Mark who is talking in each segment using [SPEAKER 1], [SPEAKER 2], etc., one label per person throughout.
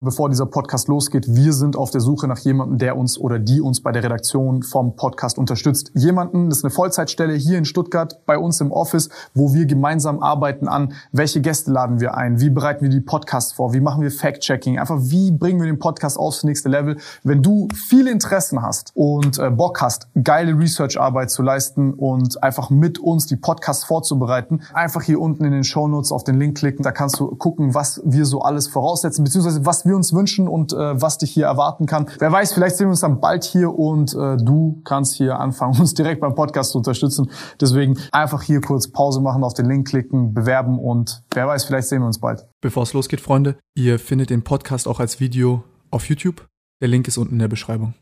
[SPEAKER 1] Bevor dieser Podcast losgeht, wir sind auf der Suche nach jemandem, der uns oder die uns bei der Redaktion vom Podcast unterstützt. Jemanden, das ist eine Vollzeitstelle hier in Stuttgart bei uns im Office, wo wir gemeinsam arbeiten an, welche Gäste laden wir ein, wie bereiten wir die Podcasts vor, wie machen wir Fact-Checking, einfach wie bringen wir den Podcast aufs nächste Level. Wenn du viele Interessen hast und Bock hast, geile Research-Arbeit zu leisten und einfach mit uns die Podcasts vorzubereiten, einfach hier unten in den Shownotes auf den Link klicken, da kannst du gucken, was wir so alles voraussetzen, beziehungsweise was wir uns wünschen und was dich hier erwarten kann. Wer weiß, vielleicht sehen wir uns dann bald hier und du kannst hier anfangen, uns direkt beim Podcast zu unterstützen. Deswegen einfach hier kurz Pause machen, auf den Link klicken, bewerben und wer weiß, vielleicht sehen wir uns bald.
[SPEAKER 2] Bevor es losgeht, Freunde, ihr findet den Podcast auch als Video auf YouTube. Der Link ist unten in der Beschreibung.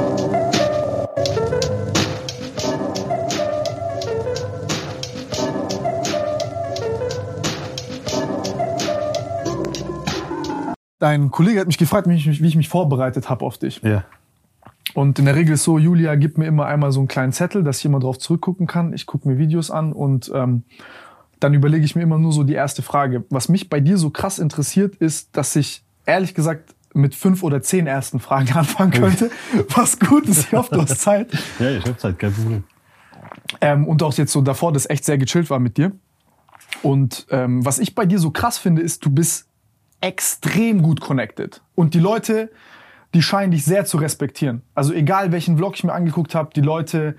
[SPEAKER 1] Dein Kollege hat mich gefragt, wie ich mich vorbereitet habe auf dich.
[SPEAKER 3] Ja.
[SPEAKER 1] Und in der Regel ist so, Julia gibt mir immer einmal so einen kleinen Zettel, dass ich immer drauf zurückgucken kann. Ich gucke mir Videos an und dann überlege ich mir immer nur so die erste Frage. Was mich bei dir so krass interessiert, ist, dass ich ehrlich gesagt mit 5 oder 10 ersten Fragen anfangen könnte. Was gut ist, ich hoffe, du hast Zeit.
[SPEAKER 3] Ja, ich habe Zeit, kein Problem.
[SPEAKER 1] Und auch jetzt so davor, das echt sehr gechillt war mit dir. Und was ich bei dir so krass finde, ist, du bist extrem gut connected. Und die Leute, die scheinen dich sehr zu respektieren. Also egal, welchen Vlog ich mir angeguckt habe, die Leute,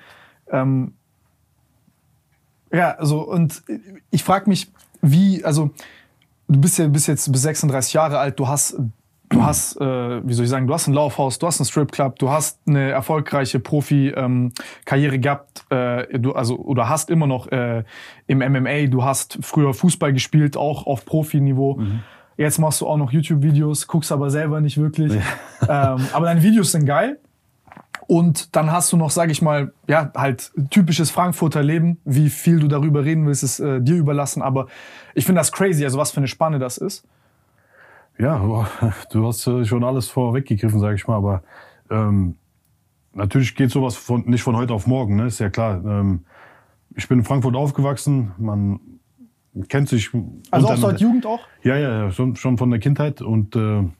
[SPEAKER 1] und ich frage mich, wie, also du bist jetzt 36 Jahre alt, du hast, wie soll ich sagen, du hast ein Laufhaus, du hast einen Stripclub, du hast eine erfolgreiche Profi-Karriere gehabt, oder hast immer noch im MMA, du hast früher Fußball gespielt, auch auf Profiniveau. Mhm. Jetzt machst du auch noch YouTube-Videos, guckst aber selber nicht wirklich. Ja. Aber deine Videos sind geil. Und dann hast du noch, sag ich mal, ja, halt typisches Frankfurter Leben. Wie viel du darüber reden willst, ist dir überlassen. Aber ich finde das crazy, also was für eine Spanne das ist.
[SPEAKER 3] Ja, du hast schon alles vorweggegriffen, sag ich mal. Aber natürlich geht sowas nicht von heute auf morgen, ne? Ist ja klar. Ich bin in Frankfurt aufgewachsen. Man kennt sich.
[SPEAKER 1] Also auch seit Jugend auch?
[SPEAKER 3] Ja, schon von der Kindheit. Und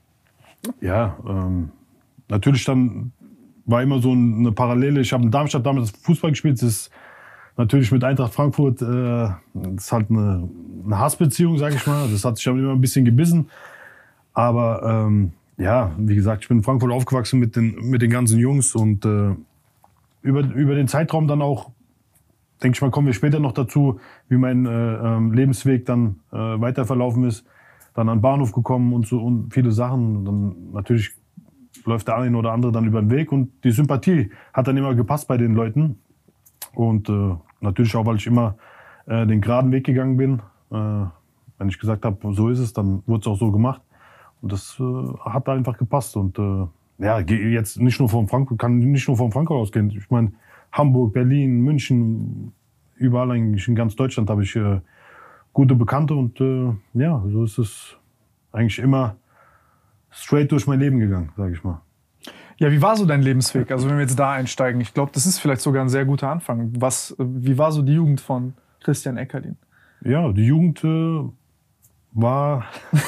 [SPEAKER 3] natürlich dann war immer so eine Parallele. Ich habe in Darmstadt damals Fußball gespielt. Das ist natürlich mit Eintracht Frankfurt, das ist halt eine Hassbeziehung, sage ich mal. Das hat sich immer ein bisschen gebissen. Aber wie gesagt, ich bin in Frankfurt aufgewachsen mit den ganzen Jungs. Und über den Zeitraum dann auch, denke ich mal, kommen wir später noch dazu, wie mein Lebensweg dann weiter verlaufen ist. Dann an den Bahnhof gekommen und so und viele Sachen. Und dann natürlich läuft der eine oder andere dann über den Weg. Und die Sympathie hat dann immer gepasst bei den Leuten. Und natürlich auch, weil ich immer den geraden Weg gegangen bin. Wenn ich gesagt habe, so ist es, dann wurde es auch so gemacht. Und das hat da einfach gepasst. Und jetzt nicht nur vom Frankfurt, kann nicht nur vom Frankfurt ausgehen. Ich meine, Hamburg, Berlin, München, überall eigentlich in ganz Deutschland habe ich gute Bekannte und so ist es eigentlich immer straight durch mein Leben gegangen, sage ich mal.
[SPEAKER 1] Ja, wie war so dein Lebensweg? Also wenn wir jetzt da einsteigen, ich glaube, das ist vielleicht sogar ein sehr guter Anfang. Wie war so die Jugend von Christian Eckerlin?
[SPEAKER 3] Ja, die Jugend war...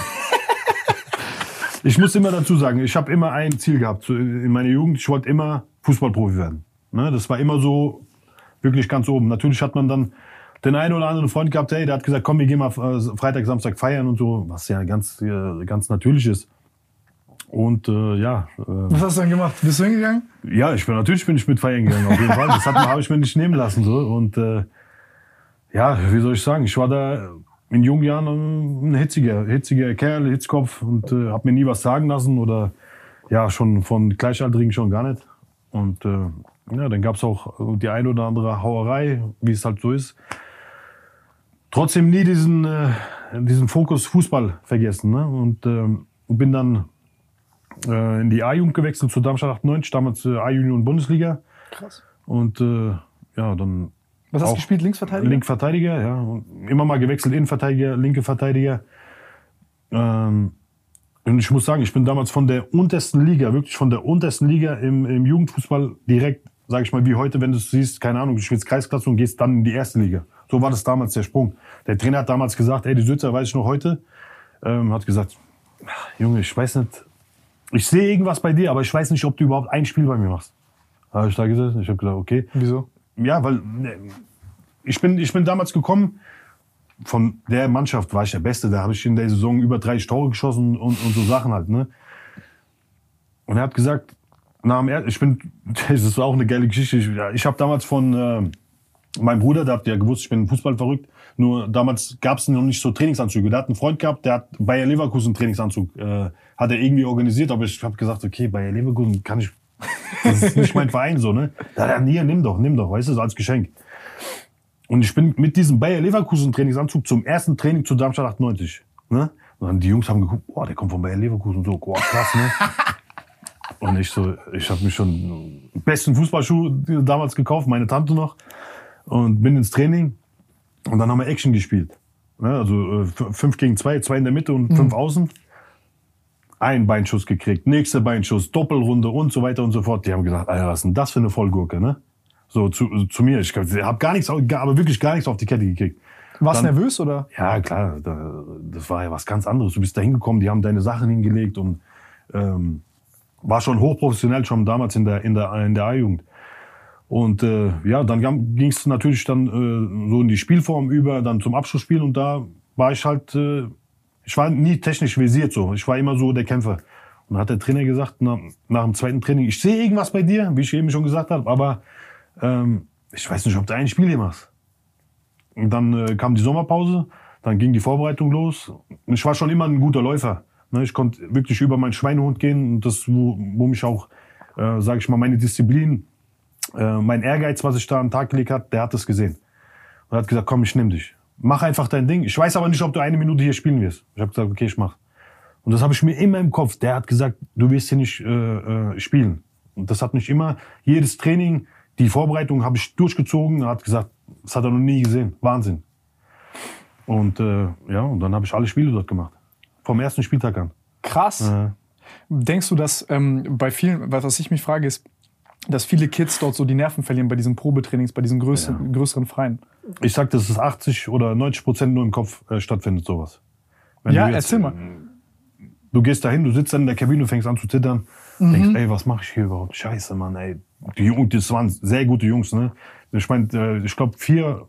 [SPEAKER 3] Ich muss immer dazu sagen, ich habe immer ein Ziel gehabt in meiner Jugend. Ich wollte immer Fußballprofi werden. Ne, das war immer so wirklich ganz oben. Natürlich hat man dann den einen oder anderen Freund gehabt, der hat gesagt, komm, wir gehen mal Freitag, Samstag feiern und so, was ja ganz natürlich ist. Und
[SPEAKER 1] Was hast du dann gemacht? Bist du hingegangen?
[SPEAKER 3] Ja, natürlich bin ich mit feiern gegangen, auf jeden Fall. Das habe ich mir nicht nehmen lassen. So. Und wie soll ich sagen, ich war da in jungen Jahren ein hitziger Kerl, Hitzkopf und habe mir nie was sagen lassen oder schon von Gleichaltrigen schon gar nicht. Und dann gab es auch die eine oder andere Hauerei, wie es halt so ist. Trotzdem nie diesen Fokus Fußball vergessen. Ne? Und bin dann in die A-Jugend gewechselt zu Darmstadt 98, damals A-Junioren Bundesliga. Krass. Und dann...
[SPEAKER 1] Was hast du gespielt? Linksverteidiger?
[SPEAKER 3] Linksverteidiger, ja. Und immer mal gewechselt, Innenverteidiger, linke Verteidiger. Und ich muss sagen, ich bin damals von der untersten Liga, wirklich von der untersten Liga im Jugendfußball direkt, sage ich mal, wie heute, wenn du es siehst, keine Ahnung, du spielst Kreisklasse und gehst dann in die erste Liga. So war das damals der Sprung. Der Trainer hat damals gesagt, die Sützer, weiß ich noch heute, hat gesagt, Junge, ich weiß nicht, ich sehe irgendwas bei dir, aber ich weiß nicht, ob du überhaupt ein Spiel bei mir machst. Habe ich da gesessen, ich habe gesagt, okay.
[SPEAKER 1] Wieso?
[SPEAKER 3] Ja, weil ich bin damals gekommen, von der Mannschaft war ich der Beste, da habe ich in der Saison über 30 Tore geschossen und so Sachen halt, ne. Und er hat gesagt, das ist auch eine geile Geschichte, ich habe damals von meinem Bruder, der hat ja gewusst, ich bin Fußball verrückt, nur damals gab es noch nicht so Trainingsanzüge. Der hat einen Freund gehabt, der hat Bayer Leverkusen Trainingsanzug, hat er irgendwie organisiert, aber ich habe gesagt, okay, Bayer Leverkusen kann ich, das ist nicht mein Verein so, ne. Ja, hier, nimm doch, weißt du, so als Geschenk. Und ich bin mit diesem Bayer Leverkusen Trainingsanzug zum ersten Training zu Darmstadt 98, ne. Und dann die Jungs haben geguckt, boah, der kommt von Bayer Leverkusen, so, boah, krass, ne. Und ich habe mir schon besten Fußballschuhe damals gekauft, meine Tante noch, und bin ins Training. Und dann haben wir Action gespielt. Also 5 gegen 2, 2 in der Mitte und 5 außen. Ein Beinschuss gekriegt, nächster Beinschuss, Doppelrunde und so weiter und so fort. Die haben gesagt, Alter, was ist denn das für eine Vollgurke, ne? So zu mir. Ich habe gar nichts, aber wirklich gar nichts auf die Kette gekriegt.
[SPEAKER 1] Warst du nervös, oder?
[SPEAKER 3] Ja, klar. Das war ja was ganz anderes. Du bist da hingekommen, die haben deine Sachen hingelegt und war schon hochprofessionell, schon damals in der A-Jugend. Und dann ging es natürlich dann so in die Spielform über, dann zum Abschlussspiel. Und da war ich halt, ich war nie technisch versiert so. Ich war immer so der Kämpfer. Und dann hat der Trainer gesagt, nach dem zweiten Training, ich sehe irgendwas bei dir, wie ich eben schon gesagt habe, aber ich weiß nicht, ob du ein Spiel hier machst. Und dann kam die Sommerpause, dann ging die Vorbereitung los. Und ich war schon immer ein guter Läufer. Ne? Ich konnte wirklich über meinen Schweinehund gehen. Und das, wo mich auch, sage ich mal, meine Disziplin, mein Ehrgeiz, was ich da an den Tag gelegt habe, der hat das gesehen. Und hat gesagt, komm, ich nehm dich. Mach einfach dein Ding. Ich weiß aber nicht, ob du 1 Minute hier spielen wirst. Ich habe gesagt, okay, ich mach. Und das habe ich mir immer im Kopf. Der hat gesagt, du wirst hier nicht spielen. Und das hat mich immer, jedes Training, die Vorbereitung habe ich durchgezogen. Er hat gesagt, das hat er noch nie gesehen. Wahnsinn. Und und dann habe ich alle Spiele dort gemacht. Vom ersten Spieltag an.
[SPEAKER 1] Krass. Denkst du, dass bei vielen, was ich mich frage, ist, dass viele Kids dort so die Nerven verlieren bei diesen Probetrainings, bei diesen größeren Vereinen?
[SPEAKER 3] Ich sag, dass es 80 oder 90% nur im Kopf stattfindet, sowas.
[SPEAKER 1] Erzähl mal.
[SPEAKER 3] Du gehst dahin, du sitzt dann in der Kabine, fängst an zu zittern, denkst, ey, was mache ich hier überhaupt? Scheiße, Mann, ey. Das waren sehr gute Jungs, ne? Ich meine, ich glaube, 4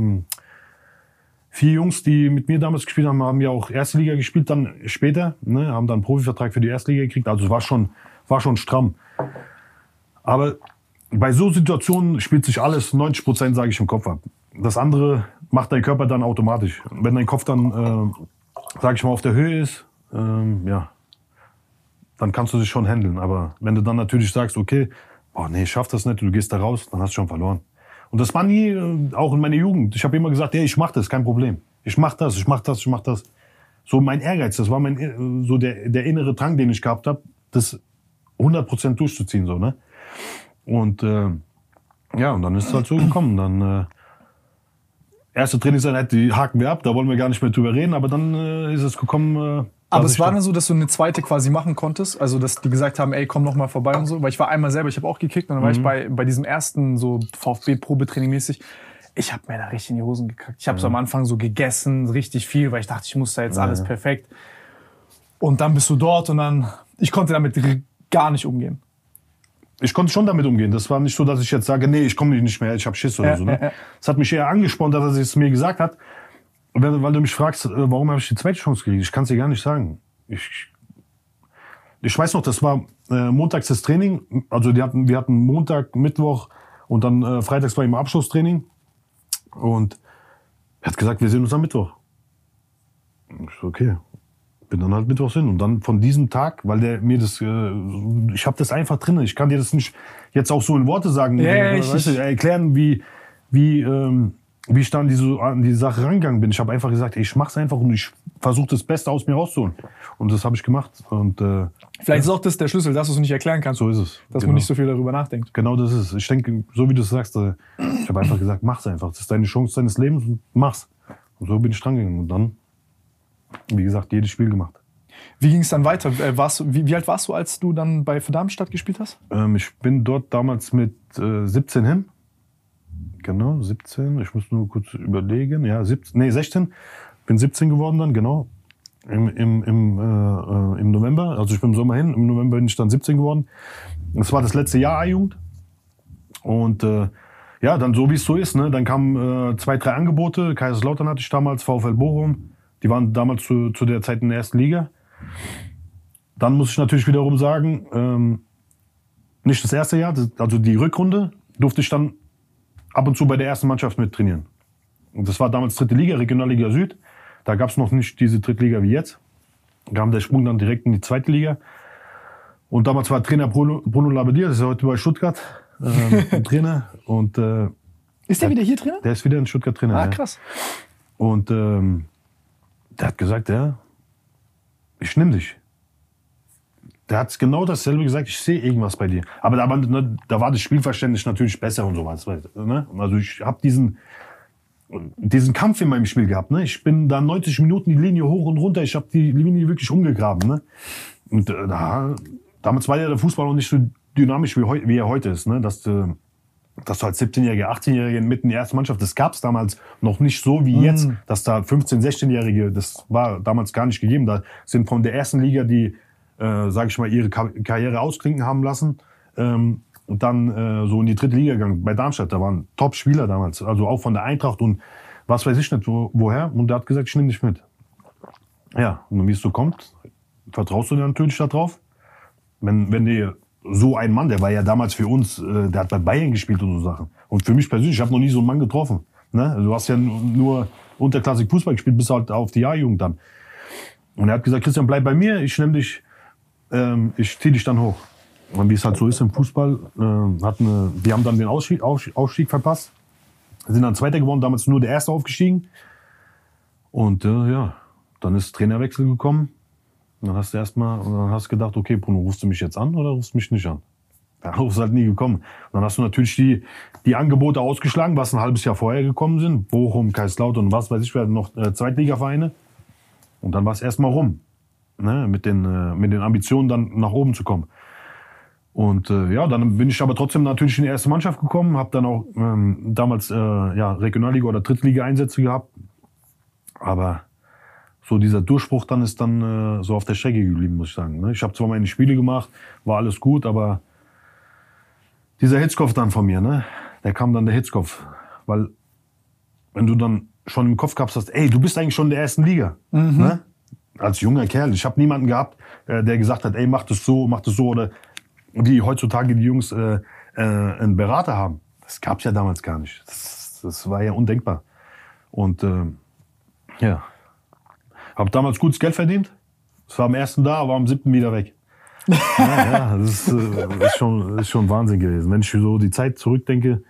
[SPEAKER 3] Jungs, die mit mir damals gespielt haben, haben ja auch erste Liga gespielt, dann später, ne? Haben dann einen Profivertrag für die erste Liga gekriegt, also es war schon stramm. Aber bei so Situationen spielt sich alles 90%, sage ich, im Kopf ab. Das andere macht dein Körper dann automatisch. Wenn dein Kopf dann, sage ich mal, auf der Höhe ist, dann kannst du dich schon handeln. Aber wenn du dann natürlich sagst, okay, boah, nee, ich schaff das nicht, du gehst da raus, dann hast du schon verloren. Und das war nie, auch in meiner Jugend. Ich habe immer gesagt, ja, ich mach das, kein Problem. Ich mach das. So mein Ehrgeiz, das war so der innere Drang, den ich gehabt habe, das 100% durchzuziehen, so, ne? Und und dann ist es halt so gekommen. Dann erste Trainingseinheit, die haken wir ab, da wollen wir gar nicht mehr drüber reden, aber dann ist es gekommen.
[SPEAKER 1] Aber es war dann so, dass du eine zweite quasi machen konntest, also dass die gesagt haben, ey, komm noch mal vorbei und so, weil ich war einmal selber, ich habe auch gekickt und dann war ich bei diesem ersten so VfB-Probetraining mäßig. Ich habe mir da richtig in die Hosen gekackt. Ich habe so am Anfang so gegessen, richtig viel, weil ich dachte, ich muss da jetzt alles perfekt. Und dann bist du dort und dann, ich konnte damit gar nicht umgehen.
[SPEAKER 3] Ich konnte schon damit umgehen. Das war nicht so, dass ich jetzt sage, nee, ich komme nicht mehr, ich habe Schiss oder so. Ne? Das hat mich eher angespornt, dass er es mir gesagt hat. Weil du mich fragst, warum habe ich die zweite Chance gekriegt? Ich kann es dir gar nicht sagen. Ich weiß noch, das war montags das Training. Also wir hatten Montag, Mittwoch und dann freitags war immer Abschlusstraining. Und er hat gesagt, wir sehen uns am Mittwoch. Ich so, okay. Bin dann halt mittwochs hin. Und dann von diesem Tag, weil der mir das, ich habe das einfach drin. Ich kann dir das nicht jetzt auch so in Worte sagen, erklären, wie ich dann an die Sache rangegangen bin. Ich habe einfach gesagt, ey, ich mach's einfach und ich versuche das Beste aus mir rauszuholen. Und das habe ich gemacht. Und
[SPEAKER 1] vielleicht ist auch das der Schlüssel, dass du es nicht erklären kannst.
[SPEAKER 3] So ist es.
[SPEAKER 1] Dass man nicht so viel darüber nachdenkt.
[SPEAKER 3] Genau das ist es. Ich denke, so wie du es sagst, ich habe einfach gesagt, mach's einfach. Das ist deine Chance deines Lebens und mach's. Und so bin ich dran gegangen. Und dann, wie gesagt, jedes Spiel gemacht.
[SPEAKER 1] Wie ging es dann weiter? Wie alt warst du, als du dann bei Darmstadt gespielt hast?
[SPEAKER 3] Ich bin dort damals mit 17 hin. Genau, 17. Ich muss nur kurz überlegen. Ja, 16. Bin 17 geworden dann, genau. im November, also ich bin im Sommer hin, im November bin ich dann 17 geworden. Das war das letzte Jahr A-Jugend. Und ja, dann so wie es so ist, ne? Dann kamen 2, 3 Angebote. Kaiserslautern hatte ich damals, VfL Bochum. Die waren damals zu der Zeit in der ersten Liga. Dann muss ich natürlich wiederum sagen, nicht das erste Jahr, also die Rückrunde, durfte ich dann ab und zu bei der ersten Mannschaft mit trainieren. Und das war damals 3. Liga, Regionalliga Süd. Da gab es noch nicht diese 3. Liga wie jetzt. Da kam der Sprung dann direkt in die 2. Liga. Und damals war Trainer Bruno Labbadia, das ist heute bei Stuttgart Trainer. Und,
[SPEAKER 1] ist der wieder hier Trainer?
[SPEAKER 3] Der ist wieder in Stuttgart Trainer.
[SPEAKER 1] Ah, krass.
[SPEAKER 3] Ja. Und der hat gesagt, ja, ich nehm dich. Der hat genau dasselbe gesagt, ich sehe irgendwas bei dir. Aber da war das Spielverständnis natürlich besser und sowas. Ne? Also ich habe diesen Kampf in meinem Spiel gehabt. Ne? Ich bin da 90 Minuten die Linie hoch und runter. Ich habe die Linie wirklich umgegraben. Ne? Und damals war ja der Fußball noch nicht so dynamisch, wie er heute ist. Ne? Dass du als 17-Jähriger, 18-Jähriger mitten in die erste Mannschaft, das gab es damals noch nicht so wie jetzt, dass da 15-, 16-Jährige, das war damals gar nicht gegeben. Da sind von der ersten Liga die, sage ich mal, ihre Karriere ausklinken haben lassen und dann so in die 3. Liga gegangen. Bei Darmstadt, da waren Top-Spieler damals, also auch von der Eintracht und was weiß ich nicht woher. Und der hat gesagt, ich nehme dich mit. Ja, und wie es so kommt, vertraust du dir natürlich da drauf. Wenn dir so ein Mann, der war ja damals für uns, der hat bei Bayern gespielt und so Sachen. Und für mich persönlich, ich habe noch nie so einen Mann getroffen. Ne? Du hast ja nur unterklassig Fußball gespielt, bis halt auf die A-Jugend dann. Und er hat gesagt, Christian, bleib bei mir, ich nehme dich, ich ziehe dich dann hoch. Und wie es halt so ist im Fußball, wir haben dann den Aufstieg verpasst, sind dann Zweiter geworden, damals nur der Erste aufgestiegen. Und ja, dann ist Trainerwechsel gekommen. Und dann hast du gedacht, okay, Bruno, rufst du mich jetzt an oder rufst du mich nicht an? Der Anruf ist halt nie gekommen. Und dann hast du natürlich die Angebote ausgeschlagen, was ein halbes Jahr vorher gekommen sind. Bochum, Kaiserslautern und was weiß ich, wir hatten noch Zweitligavereine. Und dann war es erstmal rum. Ne, mit den Ambitionen, dann nach oben zu kommen. Und ja, dann bin ich aber trotzdem natürlich in die erste Mannschaft gekommen, habe dann auch damals Regionalliga oder Drittliga-Einsätze gehabt. Aber so dieser Durchbruch dann ist dann so auf der Strecke geblieben, muss ich sagen. Ne? Ich habe zwar meine Spiele gemacht, war alles gut, aber dieser Hitzkopf dann von mir, ne? Der kam dann der Hitzkopf. Weil wenn du dann schon im Kopf gehabt hast, ey, du bist eigentlich schon in der ersten Liga. Ne? Als junger Kerl. Ich habe niemanden gehabt, der gesagt hat, ey, mach das so. Oder wie heutzutage die Jungs einen Berater haben. Das gab's ja damals gar nicht. Das war ja undenkbar. Und ja, habe damals gutes Geld verdient. Das war am 1. da, aber am 7. wieder weg. Ja, das ist schon Wahnsinn gewesen. Wenn ich so die Zeit zurückdenke.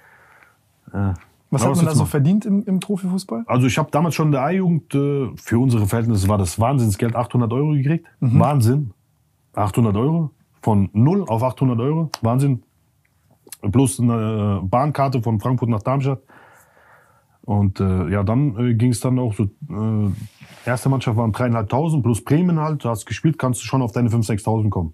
[SPEAKER 1] Was hat man da so verdient im Profifußball?
[SPEAKER 3] Also ich habe damals schon in der A-Jugend, für unsere Verhältnisse war das Wahnsinnsgeld, 800 € gekriegt. Wahnsinn. 800 €. Von 0 auf 800 €. Wahnsinn. Plus eine Bahnkarte von Frankfurt nach Darmstadt. Und ja, dann ging es dann auch so, erste Mannschaft waren 3.500 plus Prämien halt. Du hast gespielt, kannst du schon auf deine 5.000, 6.000 kommen.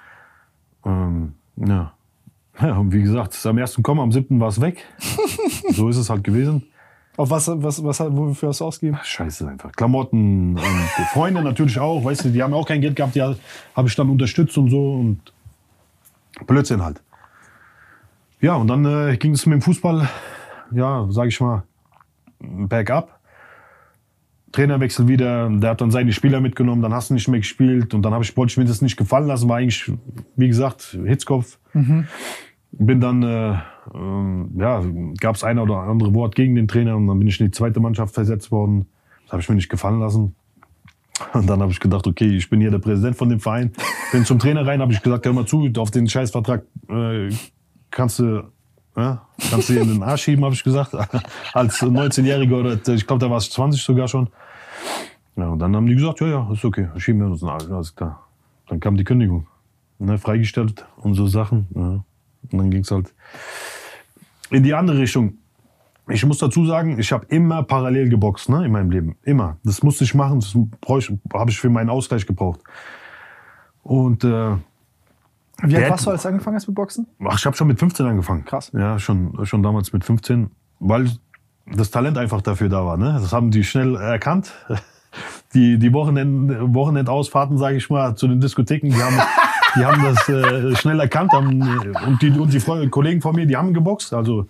[SPEAKER 3] Ja. Ja, und wie gesagt, es ist am 1. kommen, am 7. war es weg. So ist es halt gewesen.
[SPEAKER 1] Auf wofür hast du ausgegeben?
[SPEAKER 3] Scheiße einfach. Klamotten und Freunde natürlich auch, weißt du, die haben auch kein Geld gehabt, die habe ich dann unterstützt und so und Blödsinn halt. Ja, und dann ging es mit dem Fußball, ja, sag ich mal, bergab. Trainerwechsel wieder, der hat dann seine Spieler mitgenommen, dann hast du nicht mehr gespielt und dann wollte ich mir das nicht gefallen lassen, war eigentlich, wie gesagt, Hitzkopf. Bin dann, ja, gab es ein oder andere Wort gegen den Trainer und dann bin ich in die zweite Mannschaft versetzt worden. Das habe ich mir nicht gefallen lassen. Und dann habe ich gedacht, okay, ich bin hier der Präsident von dem Verein. Bin zum Trainer rein, habe ich gesagt, hör mal zu, auf den Scheißvertrag kannst du in den Arsch schieben, habe ich gesagt. Als 19-Jähriger oder ich glaube, da war es 20 sogar schon. Ja, und dann haben die gesagt, ja, ist okay, schieben wir uns in den Arsch, alles klar. Dann kam die Kündigung. Ne, freigestellt und so Sachen. Ja. Und dann ging es halt in die andere Richtung. Ich muss dazu sagen, ich habe immer parallel geboxt, ne, in meinem Leben. Immer. Das musste ich machen, das habe ich für meinen Ausgleich gebraucht. Und
[SPEAKER 1] wie alt warst du, als du angefangen hast mit Boxen?
[SPEAKER 3] Ach, ich habe schon mit 15 angefangen.
[SPEAKER 1] Krass.
[SPEAKER 3] Ja, schon damals mit 15, weil das Talent einfach dafür da war. Ne? Das haben die schnell erkannt. die Wochenendausfahrten, sage ich mal, zu den Diskotheken, die haben das schnell erkannt. Und die Kollegen von mir, die haben geboxt. Also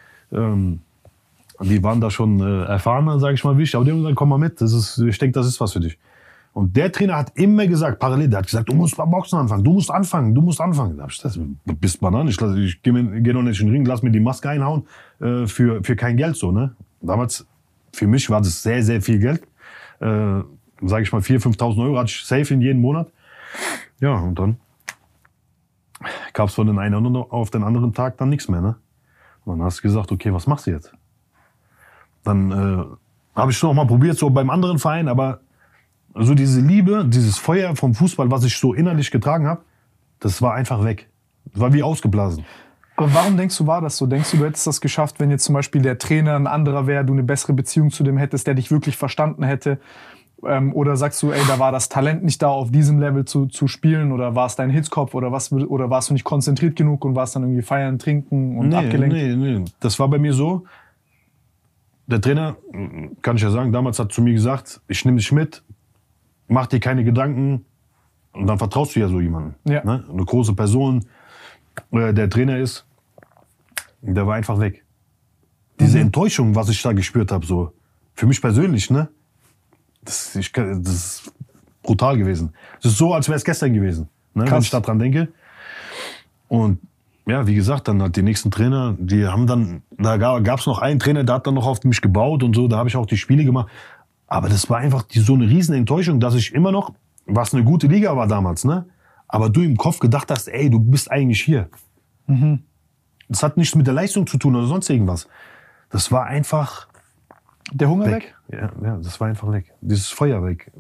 [SPEAKER 3] die waren da schon erfahrener, sage ich mal, wie ich. Aber die haben gesagt, komm mal mit, ich denke, das ist was für dich. Und der Trainer hat immer gesagt, parallel, der hat gesagt, du musst beim Boxen anfangen, du musst anfangen. Da hab ich gesagt, du bist Banane, ich geh doch nicht in den Ring, lass mir die Maske einhauen für kein Geld so, ne? Damals, für mich war das sehr, sehr viel Geld. Sage ich mal, 4.000, 5.000 Euro hatte ich safe in jeden Monat. Ja, und dann gab es von den einen auf den anderen Tag dann nichts mehr, ne? Und dann hast du gesagt, okay, was machst du jetzt? Dann habe ich es noch mal probiert, so beim anderen Verein, aber so diese Liebe, dieses Feuer vom Fußball, was ich so innerlich getragen habe, das war einfach weg. Das war wie ausgeblasen.
[SPEAKER 1] Aber warum denkst du, war das so? Denkst du, du hättest das geschafft, wenn jetzt zum Beispiel der Trainer ein anderer wäre, du eine bessere Beziehung zu dem hättest, der dich wirklich verstanden hätte? Oder sagst du, ey, da war das Talent nicht da, auf diesem Level zu spielen? Oder war es dein Hitzkopf? Oder warst du nicht konzentriert genug und warst dann irgendwie feiern, trinken und abgelenkt?
[SPEAKER 3] Nee. Das war bei mir so. Der Trainer, kann ich ja sagen, damals hat zu mir gesagt, ich nehme dich mit, mach dir keine Gedanken und dann vertraust du ja so jemandem.
[SPEAKER 1] Ja.
[SPEAKER 3] Ne? Eine große Person, der Trainer ist, der war einfach weg. Diese Enttäuschung, was ich da gespürt habe, so für mich persönlich, ne, das ist brutal gewesen. Das ist so, als wäre es gestern gewesen, ne, wenn ich da dran denke. Und ja, wie gesagt, dann halt die nächsten Trainer, die haben dann, da gab es noch einen Trainer, der hat dann noch auf mich gebaut und so, da habe ich auch die Spiele gemacht. Aber das war einfach so eine riesen Enttäuschung, dass ich immer noch, was eine gute Liga war damals, ne? Aber du im Kopf gedacht hast, ey, du bist eigentlich hier. Das hat nichts mit der Leistung zu tun oder sonst irgendwas. Das war einfach
[SPEAKER 1] Der Hunger weg?
[SPEAKER 3] Ja, das war einfach weg. Dieses Feuer weg.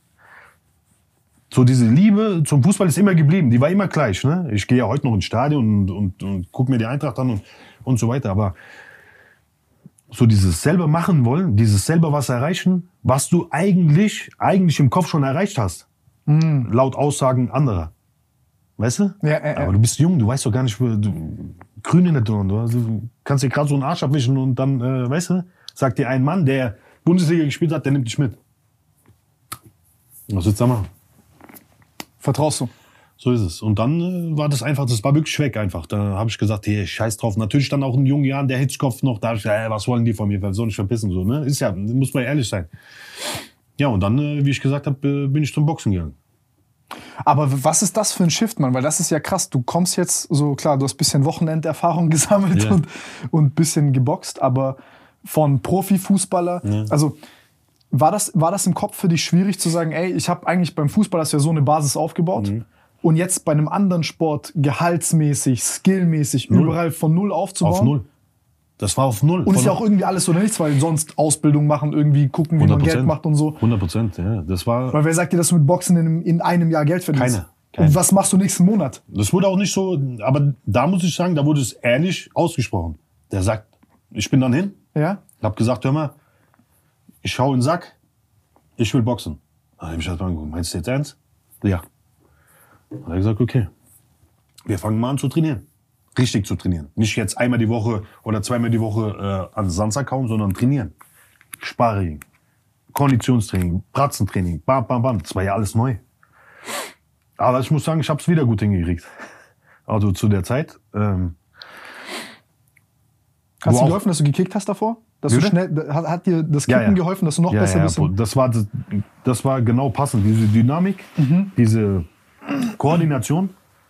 [SPEAKER 3] So diese Liebe zum Fußball ist immer geblieben. Die war immer gleich, ne? Ich gehe ja heute noch ins Stadion und gucke mir die Eintracht an und so weiter. Aber so dieses selber machen wollen, dieses selber was erreichen, was du eigentlich im Kopf schon erreicht hast. Laut Aussagen anderer. Weißt du?
[SPEAKER 1] Ja.
[SPEAKER 3] Aber du bist jung, du weißt doch gar nicht, grün in der Birne. Du kannst dir gerade so einen Arsch abwischen und dann, weißt du, sagt dir ein Mann, der Bundesliga gespielt hat, der nimmt dich mit. Was willst du da machen?
[SPEAKER 1] Vertraust du?
[SPEAKER 3] So ist es. Und dann war das einfach, das war wirklich weg einfach. Da habe ich gesagt, hey, scheiß drauf. Natürlich dann auch in jungen Jahren der Hitzkopf noch, da hab ich gesagt, was wollen die von mir, soll ich verpissen, so, ne? Ist ja, muss man ehrlich sein. Ja, und dann, wie ich gesagt habe, bin ich zum Boxen gegangen.
[SPEAKER 1] Aber was ist das für ein Shift, Mann? Weil das ist ja krass. Du kommst jetzt so, klar, du hast ein bisschen Wochenenderfahrung gesammelt und ein bisschen geboxt, aber von Profifußballer, also war das im Kopf für dich schwierig zu sagen, ey, ich habe eigentlich beim Fußball das ja so eine Basis aufgebaut und jetzt bei einem anderen Sport gehaltsmäßig, skillmäßig, überall von null aufzubauen?
[SPEAKER 3] Auf null. Das war auf null.
[SPEAKER 1] Und ist ja auch irgendwie alles oder nichts, weil sonst Ausbildung machen, irgendwie gucken, wie man Geld macht und so.
[SPEAKER 3] 100%, ja. Das war.
[SPEAKER 1] Weil wer sagt dir, dass du mit Boxen in einem Jahr Geld verdienst?
[SPEAKER 3] Keine.
[SPEAKER 1] Und was machst du nächsten Monat?
[SPEAKER 3] Das wurde auch nicht so, aber da muss ich sagen, da wurde es ehrlich ausgesprochen. Der sagt, ich bin dann hin, hab gesagt, hör mal, ich schau in den Sack, ich will boxen. Dann hab ich gesagt, meinst du jetzt ernst? Ja. Dann hat er gesagt, okay, wir fangen mal an zu trainieren. Richtig zu trainieren. Nicht jetzt einmal die Woche oder zweimal die Woche an den Sandsack hauen, sondern trainieren. Sparring, Konditionstraining, Bratzentraining, bam. Das war ja alles neu. Aber ich muss sagen, ich habe es wieder gut hingekriegt. Also zu der Zeit.
[SPEAKER 1] Hast du geholfen, dass du gekickt hast davor? Dass du schnell, hat dir das Kicken geholfen, dass du noch besser bist?
[SPEAKER 3] Das war genau passend. Diese Dynamik, diese Koordination,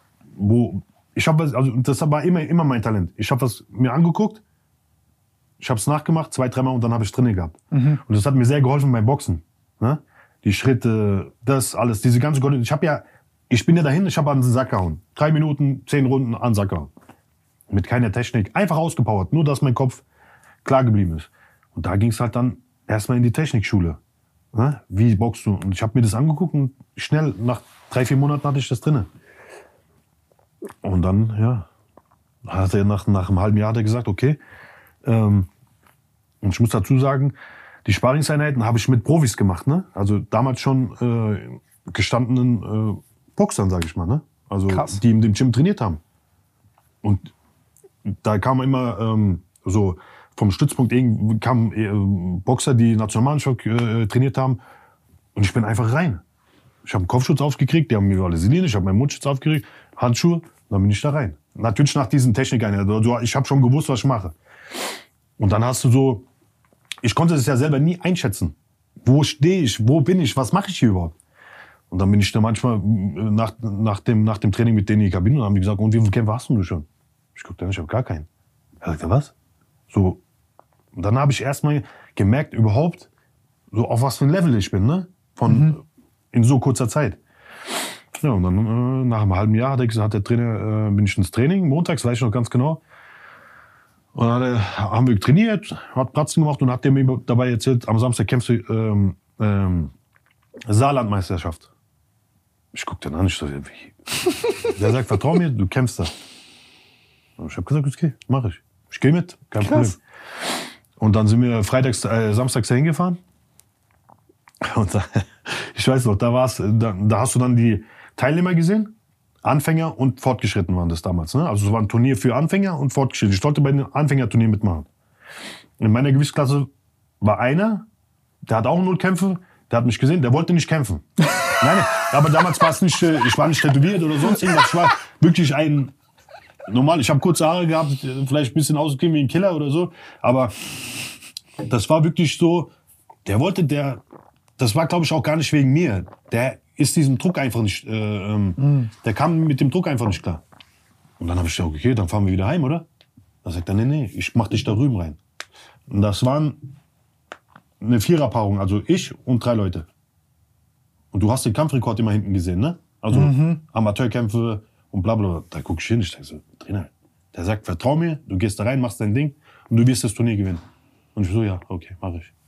[SPEAKER 3] das war immer mein Talent. Ich habe das mir angeguckt, ich habe es nachgemacht, 2-3 Mal und dann habe ich drinne gehabt. Und das hat mir sehr geholfen beim Boxen. Ne? Die Schritte, das alles, diese ganze Koordination. Ich bin ja dahin, ich habe an den Sack gehauen. 3 Minuten, 10 Runden an den Sack gehauen. Mit keiner Technik, einfach ausgepowert, nur dass mein Kopf klar geblieben ist. Und da ging es halt dann erstmal in die Technikschule. Ne? Wie boxst du? Und ich habe mir das angeguckt und schnell, nach 3-4 Monaten hatte ich das drinne. Und dann, hat er nach einem halben Jahr hat er gesagt, okay, und ich muss dazu sagen, die Sparringseinheiten habe ich mit Profis gemacht, ne? Also damals schon gestandenen Boxern, sage ich mal, ne? Also
[SPEAKER 1] krass.
[SPEAKER 3] Die in dem Gym trainiert haben. Und da kam immer so vom Stützpunkt kamen Boxer, die Nationalmannschaft trainiert haben. Und ich bin einfach rein. Ich habe einen Kopfschutz aufgekriegt, die haben mir Vaseline, ich habe meinen Mundschutz aufgekriegt, Handschuhe, dann bin ich da rein. Natürlich nach diesen Technikeinheiten. Ich habe schon gewusst, was ich mache. Und dann hast du so, ich konnte das ja selber nie einschätzen. Wo stehe ich, wo bin ich, was mache ich hier überhaupt? Und dann bin ich dann manchmal nach dem Training mit denen in die Kabine und haben die gesagt, und wie viele Kämpfe hast du schon? Ich guckte dann, ich habe gar keinen. Er sagte, was? So. Und dann habe ich erstmal gemerkt, überhaupt, so auf was für ein Level ich bin, ne? In so kurzer Zeit. Ja, und dann nach einem halben Jahr hat der Trainer, bin ich ins Training, montags, weiß ich noch ganz genau. Und dann haben wir trainiert, hat Pratzen gemacht und hat der mir dabei erzählt, am Samstag kämpfst du Saarlandmeisterschaft. Ich guck den an, ich so, wie? Der sagt, vertrau mir, du kämpfst da. Und ich habe gesagt, okay, mach ich. Ich gehe mit, kein Problem. Und dann sind wir samstags dahin gefahren. Und ich weiß noch, da hast du dann die Teilnehmer gesehen. Anfänger und Fortgeschritten waren das damals. Ne? Also es war ein Turnier für Anfänger und Fortgeschritten. Ich sollte bei den Anfängerturnier mitmachen. In meiner Gewichtsklasse war einer, der hat auch 0 Kämpfe, der hat mich gesehen, der wollte nicht kämpfen. Nein, aber damals war es nicht, ich war nicht tätowiert oder sonst irgendwas. Ich war wirklich ein normal. Ich habe kurze Haare gehabt, vielleicht ein bisschen ausgesehen wie ein Killer oder so. Aber das war wirklich so, das war glaube ich auch gar nicht wegen mir. Der ist diesem Druck einfach nicht, der kam mit dem Druck einfach nicht klar. Und dann habe ich gesagt, okay, dann fahren wir wieder heim, oder? Dann sagt er, nee, ich mach dich da drüben rein. Und das waren eine 4er-Paarung, also ich und 3 Leute. Und du hast den Kampfrekord immer hinten gesehen, ne? Also Amateurkämpfe und bla bla bla. Da guck ich hin, ich denke so, Trainer, der sagt, vertrau mir, du gehst da rein, machst dein Ding und du wirst das Turnier gewinnen. Und ich so, ja, okay, mach ich.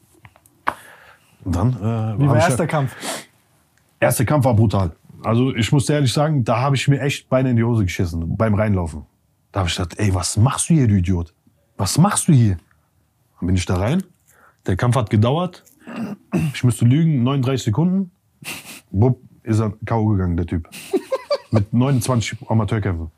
[SPEAKER 3] Und dann,
[SPEAKER 1] wie war erster Kampf?
[SPEAKER 3] Erster Kampf war brutal. Also ich muss dir ehrlich sagen, da habe ich mir echt Beine in die Hose geschissen beim Reinlaufen. Da habe ich gedacht, ey, was machst du hier, du Idiot? Was machst du hier? Dann bin ich da rein. Der Kampf hat gedauert. Ich müsste lügen, 39 Sekunden. Bupp, ist er K.O. gegangen, der Typ. Mit 29 Amateurkämpfen.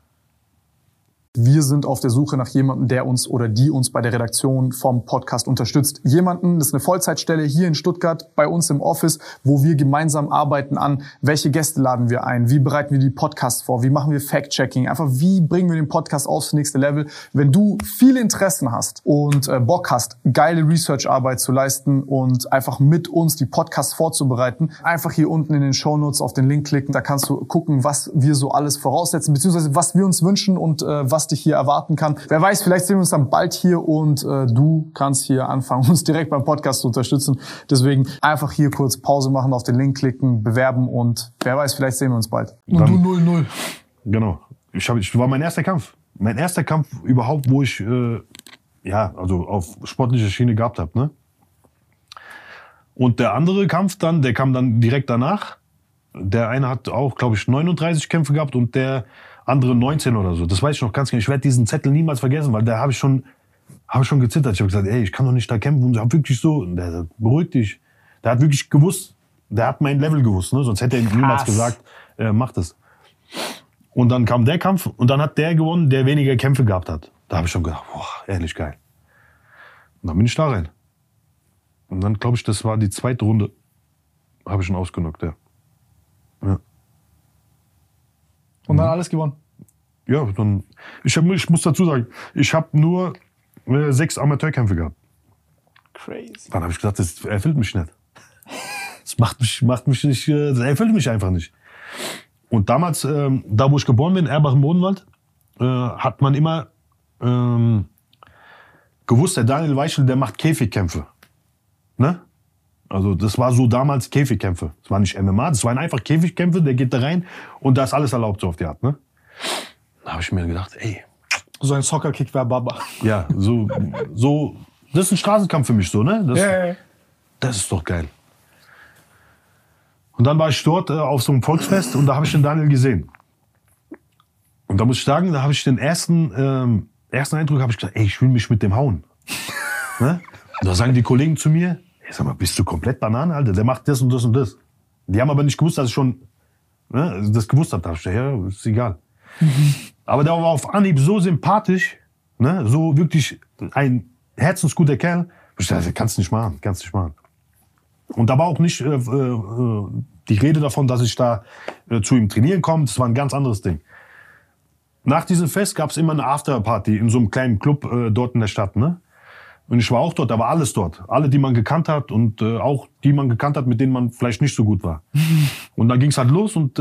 [SPEAKER 1] Wir sind auf der Suche nach jemandem, der uns oder die uns bei der Redaktion vom Podcast unterstützt. Jemanden, das ist eine Vollzeitstelle hier in Stuttgart bei uns im Office, wo wir gemeinsam arbeiten an, welche Gäste laden wir ein, wie bereiten wir die Podcasts vor, wie machen wir Fact-Checking, einfach wie bringen wir den Podcast aufs nächste Level. Wenn du viele Interessen hast und Bock hast, geile Research-Arbeit zu leisten und einfach mit uns die Podcasts vorzubereiten, einfach hier unten in den Shownotes auf den Link klicken, da kannst du gucken, was wir so alles voraussetzen, beziehungsweise was wir uns wünschen und was dich hier erwarten kann. Wer weiß, vielleicht sehen wir uns dann bald hier und du kannst hier anfangen, uns direkt beim Podcast zu unterstützen. Deswegen einfach hier kurz Pause machen, auf den Link klicken, bewerben und wer weiß, vielleicht sehen wir uns bald. Und
[SPEAKER 3] Dann,
[SPEAKER 1] du 0-0.
[SPEAKER 3] Genau. War mein erster Kampf. Mein erster Kampf überhaupt, wo ich also auf sportlicher Schiene gehabt habe. Ne? Und der andere Kampf der kam dann direkt danach. Der eine hat auch, glaube ich, 39 Kämpfe gehabt und der andere 19 oder so. Das weiß ich noch ganz genau. Ich werde diesen Zettel niemals vergessen, weil da habe ich schon gezittert. Ich habe gesagt, ey, ich kann doch nicht da kämpfen. Und ich habe wirklich so, und der sagt, beruhig dich. Der hat wirklich gewusst, der hat mein Level gewusst, ne? Sonst hätte er niemals gesagt, mach das. Und dann kam der Kampf und dann hat der gewonnen, der weniger Kämpfe gehabt hat. Da habe ich schon gedacht, boah, ehrlich geil. Und dann bin ich da rein. Und dann, glaube ich, das war die zweite Runde. Habe ich schon ausgenockt, ja.
[SPEAKER 1] Und dann alles gewonnen?
[SPEAKER 3] Ja, dann. Ich muss dazu sagen, ich habe nur 6 Amateurkämpfe gehabt.
[SPEAKER 1] Crazy.
[SPEAKER 3] Dann habe ich gesagt, das erfüllt mich nicht. Das macht mich nicht, das erfüllt mich einfach nicht. Und damals, da wo ich geboren bin, Erbach im Odenwald, hat man immer gewusst, der Daniel Weichel, der macht Käfigkämpfe. Ne? Also das war so damals Käfigkämpfe. Das war nicht MMA, das waren einfach Käfigkämpfe, der geht da rein und da ist alles erlaubt so auf die Art. Ne? Da habe ich mir gedacht, ey.
[SPEAKER 1] So ein Soccer-Kick wäre Baba.
[SPEAKER 3] Ja, so, das ist ein Straßenkampf für mich so, ne? Das ist doch geil. Und dann war ich dort auf so einem Volksfest und da habe ich den Daniel gesehen. Und da muss ich sagen, da habe ich den ersten Eindruck, habe ich gesagt, ey, ich will mich mit dem hauen. Ne? Und da sagen die Kollegen zu mir, ey, sag mal, bist du komplett Banane, Alter? Der macht das und das und das. Die haben aber nicht gewusst, dass ich schon das gewusst habe. Da habe ich gesagt, ja, ist egal. Aber der war auf Anhieb so sympathisch, ne? So wirklich ein herzensguter Kerl. Ich dachte, kannst nicht machen. Und da war auch nicht die Rede davon, dass ich da zu ihm trainieren komme. Das war ein ganz anderes Ding. Nach diesem Fest gab es immer eine Afterparty in so einem kleinen Club dort in der Stadt. Ne? Und ich war auch dort, da war alles dort. Alle, die man gekannt hat und auch die man gekannt hat, mit denen man vielleicht nicht so gut war. Und dann ging es halt los und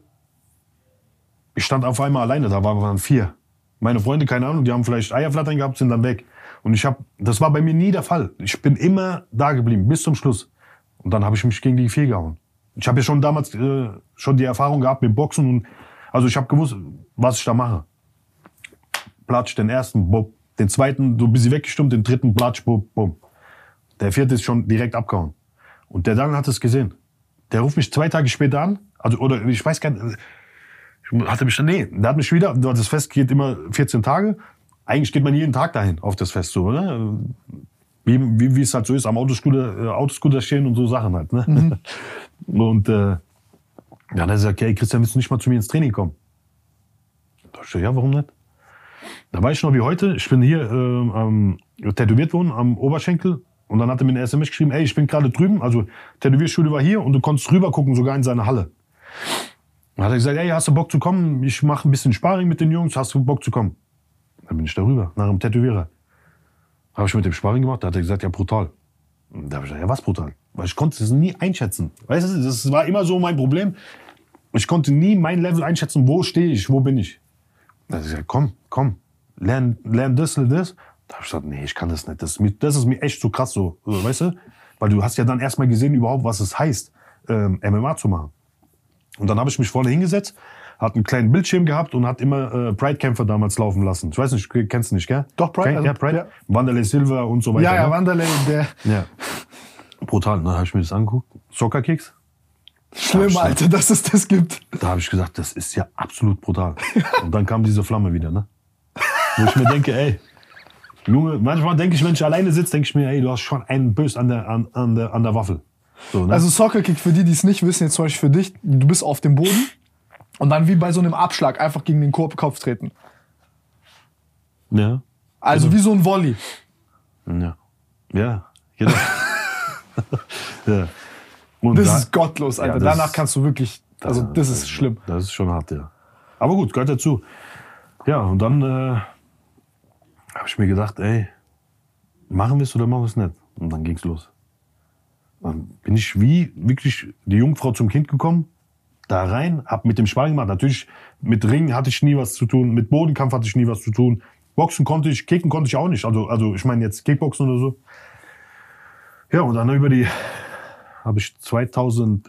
[SPEAKER 3] ich stand auf einmal alleine, da waren 4. Meine Freunde, keine Ahnung, die haben vielleicht Eierflattern gehabt, sind dann weg. Und das war bei mir nie der Fall. Ich bin immer da geblieben, bis zum Schluss. Und dann habe ich mich gegen die 4 gehauen. Ich habe ja schon damals schon die Erfahrung gehabt mit Boxen. Und, also ich habe gewusst, was ich da mache. Platsch, den ersten, bob. Den zweiten, so ein bisschen weggestimmt, den dritten, platsch, bob, bob. Der 4. ist schon direkt abgehauen. Und der Daniel hat es gesehen. Der ruft mich 2 Tage später an. Also, oder ich weiß gar nicht. Der hat mich wieder, das Fest geht immer 14 Tage. Eigentlich geht man jeden Tag dahin auf das Fest, so, ne? Wie es halt so ist, am Autoscooter stehen und so Sachen halt, ne? Mhm. Und dann hat er gesagt, hey Christian, willst du nicht mal zu mir ins Training kommen? Da dachte ich, ja, warum nicht? Da weiß ich noch wie heute, ich bin hier tätowiert worden am Oberschenkel und dann hat er mir eine SMS geschrieben, ey, ich bin gerade drüben, also Tätowierschule war hier und du konntest rüber gucken, sogar in seine Halle. Dann hat er gesagt, ey, hast du Bock zu kommen? Ich mache ein bisschen Sparring mit den Jungs, hast du Bock zu kommen? Dann bin ich darüber, nach einem Tätowierer. Habe ich mit dem Sparring gemacht, da hat er gesagt, ja, brutal. Da habe ich gesagt, ja, was brutal? Weil ich konnte es nie einschätzen. Weißt du, das war immer so mein Problem. Ich konnte nie mein Level einschätzen, wo stehe ich, wo bin ich. Da habe ich gesagt, komm, lern das. Da habe ich gesagt, nee, ich kann das nicht. Das ist mir echt zu krass so, weißt du? Weil du hast ja dann erstmal gesehen überhaupt, was es heißt, MMA zu machen. Und dann habe ich mich vorne hingesetzt, hat einen kleinen Bildschirm gehabt und hat immer Pride-Kämpfer damals laufen lassen. Ich weiß nicht, kennst du nicht, gell?
[SPEAKER 1] Doch, Pride.
[SPEAKER 3] Ja, Pride. Ja. Wanderlei Silva und so weiter.
[SPEAKER 1] Ja,
[SPEAKER 3] ne?
[SPEAKER 1] Wanderlei, der.
[SPEAKER 3] Ja. Brutal. Dann habe ich mir das angeguckt. Soccer-Kicks.
[SPEAKER 1] Schlimm, Alter, dass es das gibt.
[SPEAKER 3] Da habe ich gesagt, das ist ja absolut brutal. Und dann kam diese Flamme wieder, ne? Wo ich mir denke, ey, Junge, manchmal denke ich, wenn ich alleine sitze, denke ich mir, ey, du hast schon einen Bös an der Waffel. So, ne?
[SPEAKER 1] Also Soccer-Kick, für die, die es nicht wissen, jetzt zum Beispiel für dich, du bist auf dem Boden und dann wie bei so einem Abschlag einfach gegen den Kopf treten.
[SPEAKER 3] Ja.
[SPEAKER 1] Also
[SPEAKER 3] genau.
[SPEAKER 1] wie so ein Volley.
[SPEAKER 3] Ja, genau. Ja. Und
[SPEAKER 1] das ist gottlos, Alter.
[SPEAKER 3] Ja,
[SPEAKER 1] danach kannst du wirklich, also das ist schlimm.
[SPEAKER 3] Das ist schon hart, ja. Aber gut, gehört dazu. Ja, und dann habe ich mir gedacht, ey, machen wir es oder machen wir es nicht? Und dann ging's los. Dann bin ich wie wirklich die Jungfrau zum Kind gekommen, da rein, hab mit dem Sparring gemacht. Natürlich, mit Ringen hatte ich nie was zu tun, mit Bodenkampf hatte ich nie was zu tun. Boxen konnte ich, Kicken konnte ich auch nicht. Also ich meine jetzt Kickboxen oder so. Ja, und dann habe ich 2008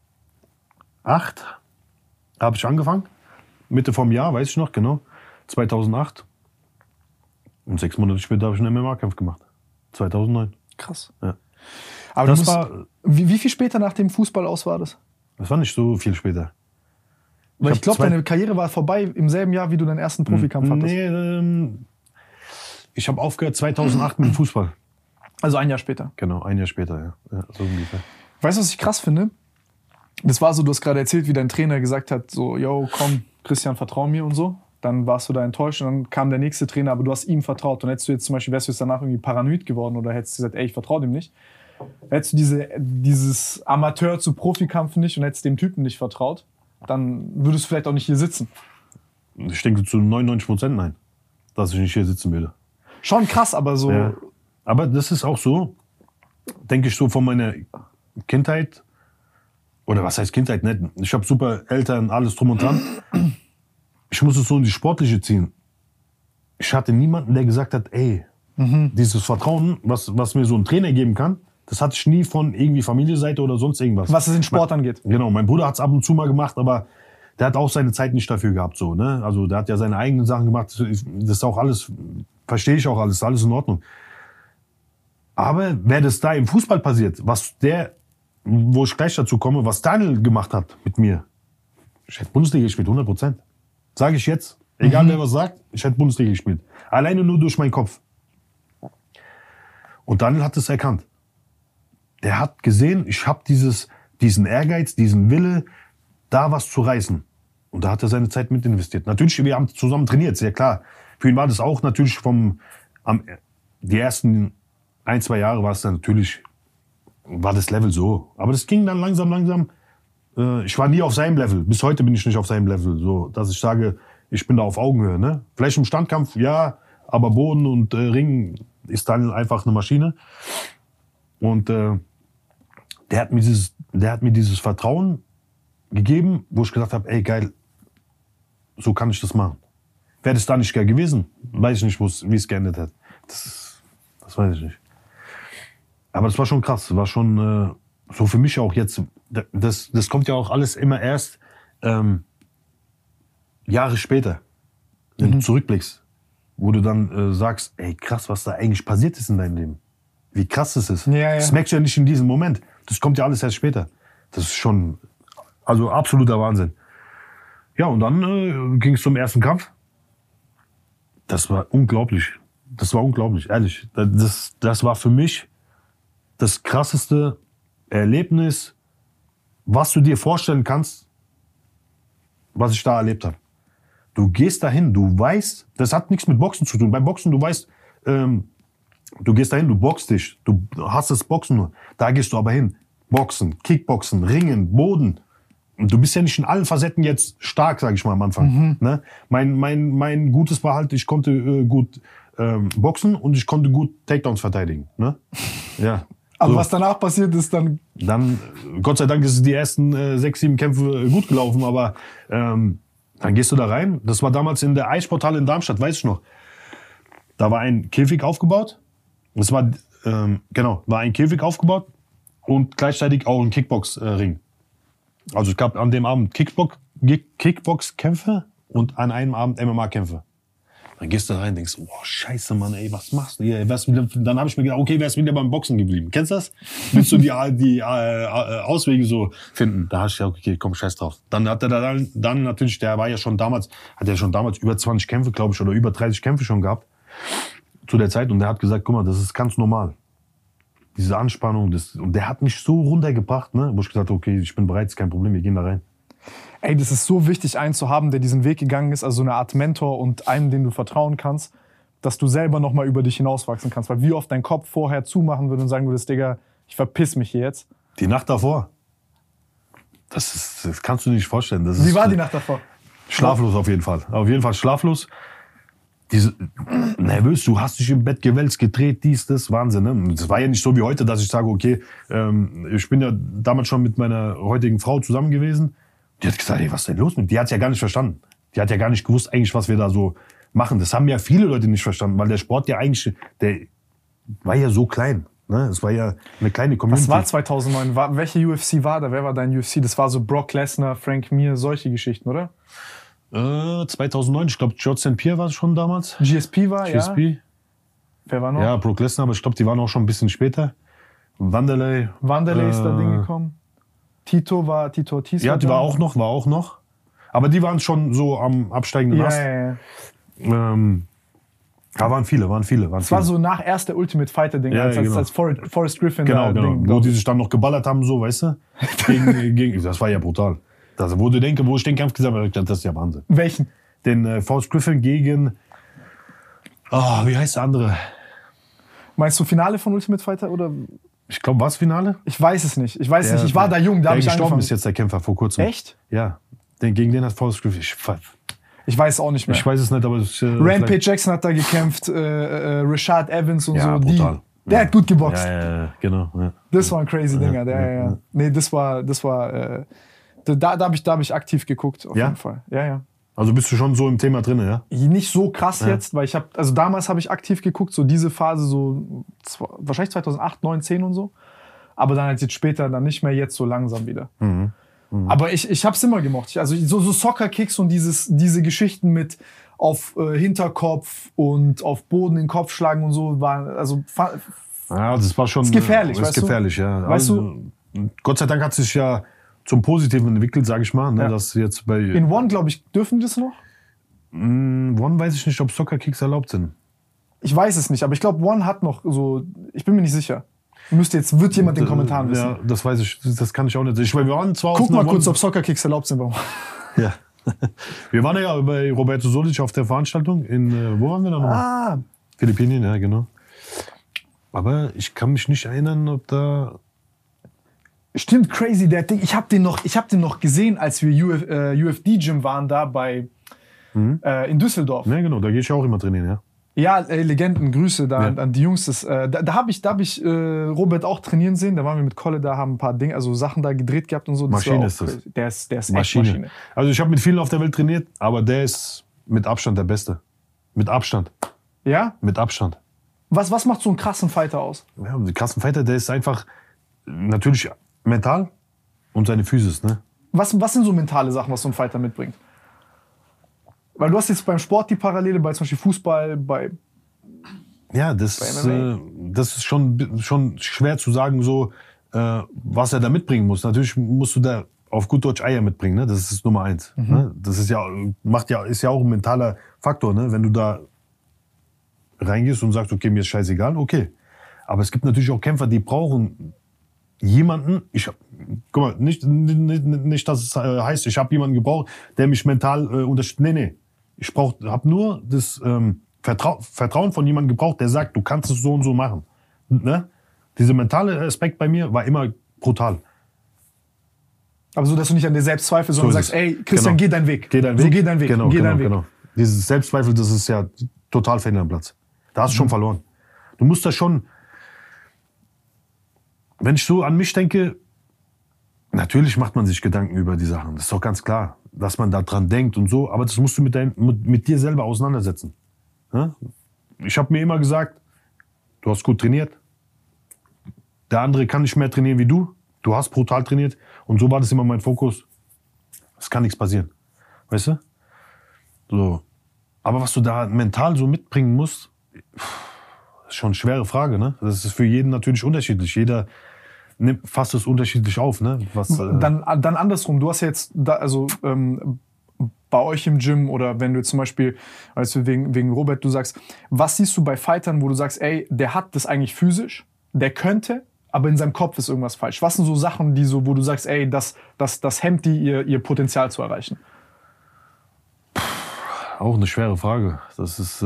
[SPEAKER 3] habe ich angefangen. Mitte vom Jahr, weiß ich noch, genau. 2008. Und 6 Monate später habe ich einen MMA-Kampf gemacht. 2009.
[SPEAKER 1] Krass.
[SPEAKER 3] Ja.
[SPEAKER 1] Aber
[SPEAKER 3] das war,
[SPEAKER 1] wie viel später nach dem Fußball aus war das?
[SPEAKER 3] Das war nicht so viel später.
[SPEAKER 1] Weil ich glaube, deine Karriere war vorbei im selben Jahr, wie du deinen ersten Profikampf hattest.
[SPEAKER 3] Nee, ich habe aufgehört 2008 mit dem Fußball.
[SPEAKER 1] Also ein Jahr später.
[SPEAKER 3] Genau, ein Jahr später, ja. So ungefähr.
[SPEAKER 1] Weißt du, was ich krass finde? Das war so, du hast gerade erzählt, wie dein Trainer gesagt hat, so, yo, komm, Christian, vertrau mir und so. Dann warst du da enttäuscht und dann kam der nächste Trainer, aber du hast ihm vertraut. Und hättest du jetzt zum Beispiel, wärst du jetzt danach irgendwie paranoid geworden oder hättest du gesagt, ey, ich vertraue dem nicht. Hättest du dieses Amateur zu Profikampf nicht und hättest dem Typen nicht vertraut, dann würdest du vielleicht auch nicht hier sitzen.
[SPEAKER 3] Ich denke zu 99% nein, dass ich nicht hier sitzen würde.
[SPEAKER 1] Schon krass, aber so...
[SPEAKER 3] Ja. Aber das ist auch so, denke ich so von meiner Kindheit, oder was heißt Kindheit, nicht. Ich habe super Eltern, alles drum und dran. Ich muss es so in die Sportliche ziehen. Ich hatte niemanden, der gesagt hat, ey, dieses Vertrauen, was mir so ein Trainer geben kann, das hatte ich nie von irgendwie Familienseite oder sonst irgendwas.
[SPEAKER 1] Was es in Sport angeht.
[SPEAKER 3] Genau, mein Bruder hat es ab und zu mal gemacht, aber der hat auch seine Zeit nicht dafür gehabt. So, ne? Also der hat ja seine eigenen Sachen gemacht. Das ist auch alles, verstehe ich auch alles in Ordnung. Aber wäre das da im Fußball passiert, wo ich gleich dazu komme, was Daniel gemacht hat mit mir, ich hätte Bundesliga gespielt, 100%. Sage ich jetzt. Egal wer was sagt, ich hätte Bundesliga gespielt. Alleine nur durch meinen Kopf. Und Daniel hat es erkannt. Der hat gesehen, ich habe diesen Ehrgeiz, diesen Wille, da was zu reißen. Und da hat er seine Zeit mit investiert. Natürlich, wir haben zusammen trainiert, sehr klar. Für ihn war das auch natürlich die ersten 1-2 Jahre war es dann natürlich war das Level so. Aber das ging dann langsam. Ich war nie auf seinem Level. Bis heute bin ich nicht auf seinem Level. So, dass ich sage, ich bin da auf Augenhöhe. Ne? Vielleicht im Standkampf, ja, aber Boden und Ring ist dann einfach eine Maschine. Und der hat mir dieses Vertrauen gegeben, wo ich gesagt habe, ey, geil, so kann ich das machen. Wäre das da nicht geil gewesen, weiß ich nicht, wie es geendet hat. Das weiß ich nicht. Aber das war schon krass. Das war schon so für mich auch jetzt. Das kommt ja auch alles immer erst Jahre später, wenn du zurückblickst, wo du dann sagst, ey, krass, was da eigentlich passiert ist in deinem Leben. Wie krass das ist. Ja. Das merkst du ja nicht in diesem Moment. Das kommt ja alles erst später. Das ist schon, also absoluter Wahnsinn. Ja, und dann ging es zum ersten Kampf. Das war unglaublich. Ehrlich. Das war für mich das krasseste Erlebnis, was du dir vorstellen kannst, was ich da erlebt habe. Du gehst dahin, du weißt, das hat nichts mit Boxen zu tun. Beim Boxen, du weißt, du gehst dahin, du boxst dich, du hast das Boxen nur. Da gehst du aber hin. Boxen, Kickboxen, Ringen, Boden. Und du bist ja nicht in allen Facetten jetzt stark, sag ich mal am Anfang. Ne? Mein Gutes war halt, ich konnte gut boxen und ich konnte gut Takedowns verteidigen. Ne? Ja.
[SPEAKER 1] Aber so. Was danach passiert ist, dann...
[SPEAKER 3] Dann, Gott sei Dank, ist die ersten 6, 7 Kämpfe gut gelaufen, aber dann gehst du da rein. Das war damals in der Eisportal in Darmstadt, weiß ich noch. Da war ein Käfig aufgebaut. Das war, war ein Käfig aufgebaut und gleichzeitig auch ein Kickbox-Ring. Also es gab an dem Abend Kickbox-Kämpfe und an einem Abend MMA-Kämpfe. Dann gehst du rein und denkst, oh scheiße Mann, ey, was machst du hier? Dann habe ich mir gedacht, okay, wer ist wieder beim Boxen geblieben? Kennst du das? Willst du die Auswege so finden? Da hast du gesagt, okay, komm, scheiß drauf. Dann hat er dann natürlich, der war ja schon damals, hat er schon damals über 20 Kämpfe, glaube ich, oder über 30 Kämpfe schon gehabt zu der Zeit. Und der hat gesagt, guck mal, das ist ganz normal. Diese Anspannung, und der hat mich so runtergebracht, ne, wo ich gesagt habe, okay, ich bin bereit, ist kein Problem, wir gehen da rein.
[SPEAKER 1] Ey, das ist so wichtig, einen zu haben, der diesen Weg gegangen ist, also so eine Art Mentor und einem, dem du vertrauen kannst, dass du selber nochmal über dich hinauswachsen kannst. Weil wie oft dein Kopf vorher zumachen würde und sagen würdest, Digga, ich verpiss mich hier jetzt.
[SPEAKER 3] Die Nacht davor, das kannst du dir nicht vorstellen.
[SPEAKER 1] Wie war die Nacht davor?
[SPEAKER 3] Schlaflos auf jeden Fall. Auf jeden Fall schlaflos. Nervös, du hast dich im Bett gewälzt, gedreht, das, Wahnsinn. Ne? Das war ja nicht so wie heute, dass ich sage, okay, ich bin ja damals schon mit meiner heutigen Frau zusammen gewesen. Die hat gesagt, ey, was ist denn los mit dir? Die hat es ja gar nicht verstanden. Die hat ja gar nicht gewusst eigentlich, was wir da so machen. Das haben ja viele Leute nicht verstanden, weil der Sport ja eigentlich, der war ja so klein. Ne? Es war ja eine kleine Community.
[SPEAKER 1] Das war 2009. Welche UFC war da? Wer war dein UFC? Das war so Brock Lesnar, Frank Mir, solche Geschichten, oder?
[SPEAKER 3] 2009, ich glaube, George St. Pierre war es schon damals.
[SPEAKER 1] GSP war,
[SPEAKER 3] GSP.
[SPEAKER 1] Ja. Wer war noch?
[SPEAKER 3] Ja, Brock Lesnar, aber ich glaube, die waren auch schon ein bisschen später. Wanderlei
[SPEAKER 1] ist da Ding gekommen. Tito Ortiz.
[SPEAKER 3] Ja, die war auch noch. Aber die waren schon so am absteigenden Ast.
[SPEAKER 1] Ja.
[SPEAKER 3] Da waren viele.
[SPEAKER 1] Das war so nach erst der Ultimate Fighter-Ding,
[SPEAKER 3] ja,
[SPEAKER 1] als Forrest Griffin.
[SPEAKER 3] Genau.
[SPEAKER 1] Ding,
[SPEAKER 3] wo die sich dann noch geballert haben, so, weißt du? Das war ja brutal. Also, wo ich den Kampf gesagt habe, das ist ja Wahnsinn.
[SPEAKER 1] Welchen?
[SPEAKER 3] Den Forrest Griffin gegen, wie heißt der andere?
[SPEAKER 1] Meinst du Finale von Ultimate Fighter oder?
[SPEAKER 3] Ich glaube, war es Finale?
[SPEAKER 1] Ich weiß es nicht. Ich war da jung, da habe ich angefangen.
[SPEAKER 3] gestorben ist jetzt der Kämpfer vor kurzem.
[SPEAKER 1] Echt?
[SPEAKER 3] Ja. Gegen den hat Forrest Griffin.
[SPEAKER 1] Ich weiß es auch nicht mehr.
[SPEAKER 3] Ich weiß es nicht, aber
[SPEAKER 1] Rampage Jackson hat da gekämpft, Rashad Evans und
[SPEAKER 3] ja,
[SPEAKER 1] so.
[SPEAKER 3] Brutal.
[SPEAKER 1] Der hat gut geboxt.
[SPEAKER 3] Ja, genau. Ja.
[SPEAKER 1] Das war ein crazy Dinger. Ja. Nee, das war. Da hab ich aktiv geguckt, auf jeden Fall. Ja.
[SPEAKER 3] Also bist du schon so im Thema drin, ja?
[SPEAKER 1] Nicht so krass jetzt, weil damals habe ich aktiv geguckt, so diese Phase, so wahrscheinlich 2008, 9, 10 und so. Aber dann halt jetzt später, dann nicht mehr, jetzt so langsam wieder. Aber ich habe es immer gemocht. Also so Soccer-Kicks und diese Geschichten mit auf Hinterkopf und auf Boden den Kopf schlagen und so,
[SPEAKER 3] ja, das war schon...
[SPEAKER 1] Ist gefährlich,
[SPEAKER 3] ist gefährlich, ja.
[SPEAKER 1] Weißt du?
[SPEAKER 3] Gott sei Dank hat sich ja zum Positiven entwickelt, sage ich mal. Ne, dass jetzt
[SPEAKER 1] in One, glaube ich, dürfen die das noch?
[SPEAKER 3] One weiß ich nicht, ob Soccer-Kicks erlaubt sind.
[SPEAKER 1] Ich weiß es nicht, aber ich glaube, One hat noch so... Ich bin mir nicht sicher. Wird jemand in den Kommentaren wissen.
[SPEAKER 3] Ja, das weiß ich, das kann ich auch nicht. Wir waren zwar
[SPEAKER 1] Guck mal kurz, ob Soccer-Kicks erlaubt sind.
[SPEAKER 3] Ja. Wir waren ja bei Roberto Solic auf der Veranstaltung wo waren wir da nochmal? Philippinen, ja, genau. Aber ich kann mich nicht erinnern, ob da
[SPEAKER 1] Stimmt, crazy, der Ding. Ich hab den noch gesehen, als wir UFD-Gym waren, da in Düsseldorf.
[SPEAKER 3] Ja, genau, da gehe ich auch immer trainieren, ja.
[SPEAKER 1] Ja, Legenden, Grüße da an die Jungs. Da hab ich Robert auch trainieren sehen. Da waren wir mit Kolle, da haben ein paar Dinge, also Sachen da gedreht gehabt und so.
[SPEAKER 3] Maschine ist das.
[SPEAKER 1] Der ist echt
[SPEAKER 3] Maschine. Also ich habe mit vielen auf der Welt trainiert, aber der ist mit Abstand der Beste. Mit Abstand.
[SPEAKER 1] Ja?
[SPEAKER 3] Mit Abstand.
[SPEAKER 1] Was macht so einen krassen Fighter aus?
[SPEAKER 3] Ja, ein krassen Fighter, der ist einfach natürlich mental und seine Physis, ne?
[SPEAKER 1] Was sind so mentale Sachen, was so ein Fighter mitbringt? Weil du hast jetzt beim Sport die Parallele, bei zum Beispiel Fußball,
[SPEAKER 3] Ja, das ist schon schwer zu sagen, so, was er da mitbringen muss. Natürlich musst du da auf gut Deutsch Eier mitbringen, ne? Das ist Nummer 1. Ne? Das ist ja auch ein mentaler Faktor, ne? Wenn du da reingehst und sagst, okay, mir ist scheißegal, okay. Aber es gibt natürlich auch Kämpfer, die brauchen jemanden, guck mal, nicht dass es heißt, ich habe jemanden gebraucht, der mich mental unterstützt. Nee. Ich habe nur das Vertrauen von jemandem gebraucht, der sagt, du kannst es so und so machen. Ne? Dieser mentale Aspekt bei mir war immer brutal.
[SPEAKER 1] Aber so, dass du nicht an dir selbst zweifelst, sondern sagst, ey, Christian, geh deinen Weg.
[SPEAKER 3] Geh deinen Weg. Genau. Dieses Selbstzweifel, das ist ja total fehl am Platz. Da hast du schon verloren. Du musst das schon, wenn ich so an mich denke, natürlich macht man sich Gedanken über die Sachen. Das ist doch ganz klar, dass man da dran denkt und so. Aber das musst du mit dir selber auseinandersetzen. Ja? Ich habe mir immer gesagt, du hast gut trainiert. Der andere kann nicht mehr trainieren wie du. Du hast brutal trainiert. Und so war das immer mein Fokus. Es kann nichts passieren. Weißt du? So. Aber was du da mental so mitbringen musst, ist schon eine schwere Frage. Ne? Das ist für jeden natürlich unterschiedlich. Jeder fasst es unterschiedlich auf. Ne?
[SPEAKER 1] Dann andersrum. Du hast ja jetzt, bei euch im Gym oder wenn du zum Beispiel, also wegen Robert, du sagst, was siehst du bei Fightern, wo du sagst, ey, der hat das eigentlich physisch, der könnte, aber in seinem Kopf ist irgendwas falsch. Was sind so Sachen, wo du sagst, ey, das hemmt die, ihr Potenzial zu erreichen?
[SPEAKER 3] Auch eine schwere Frage. Das ist,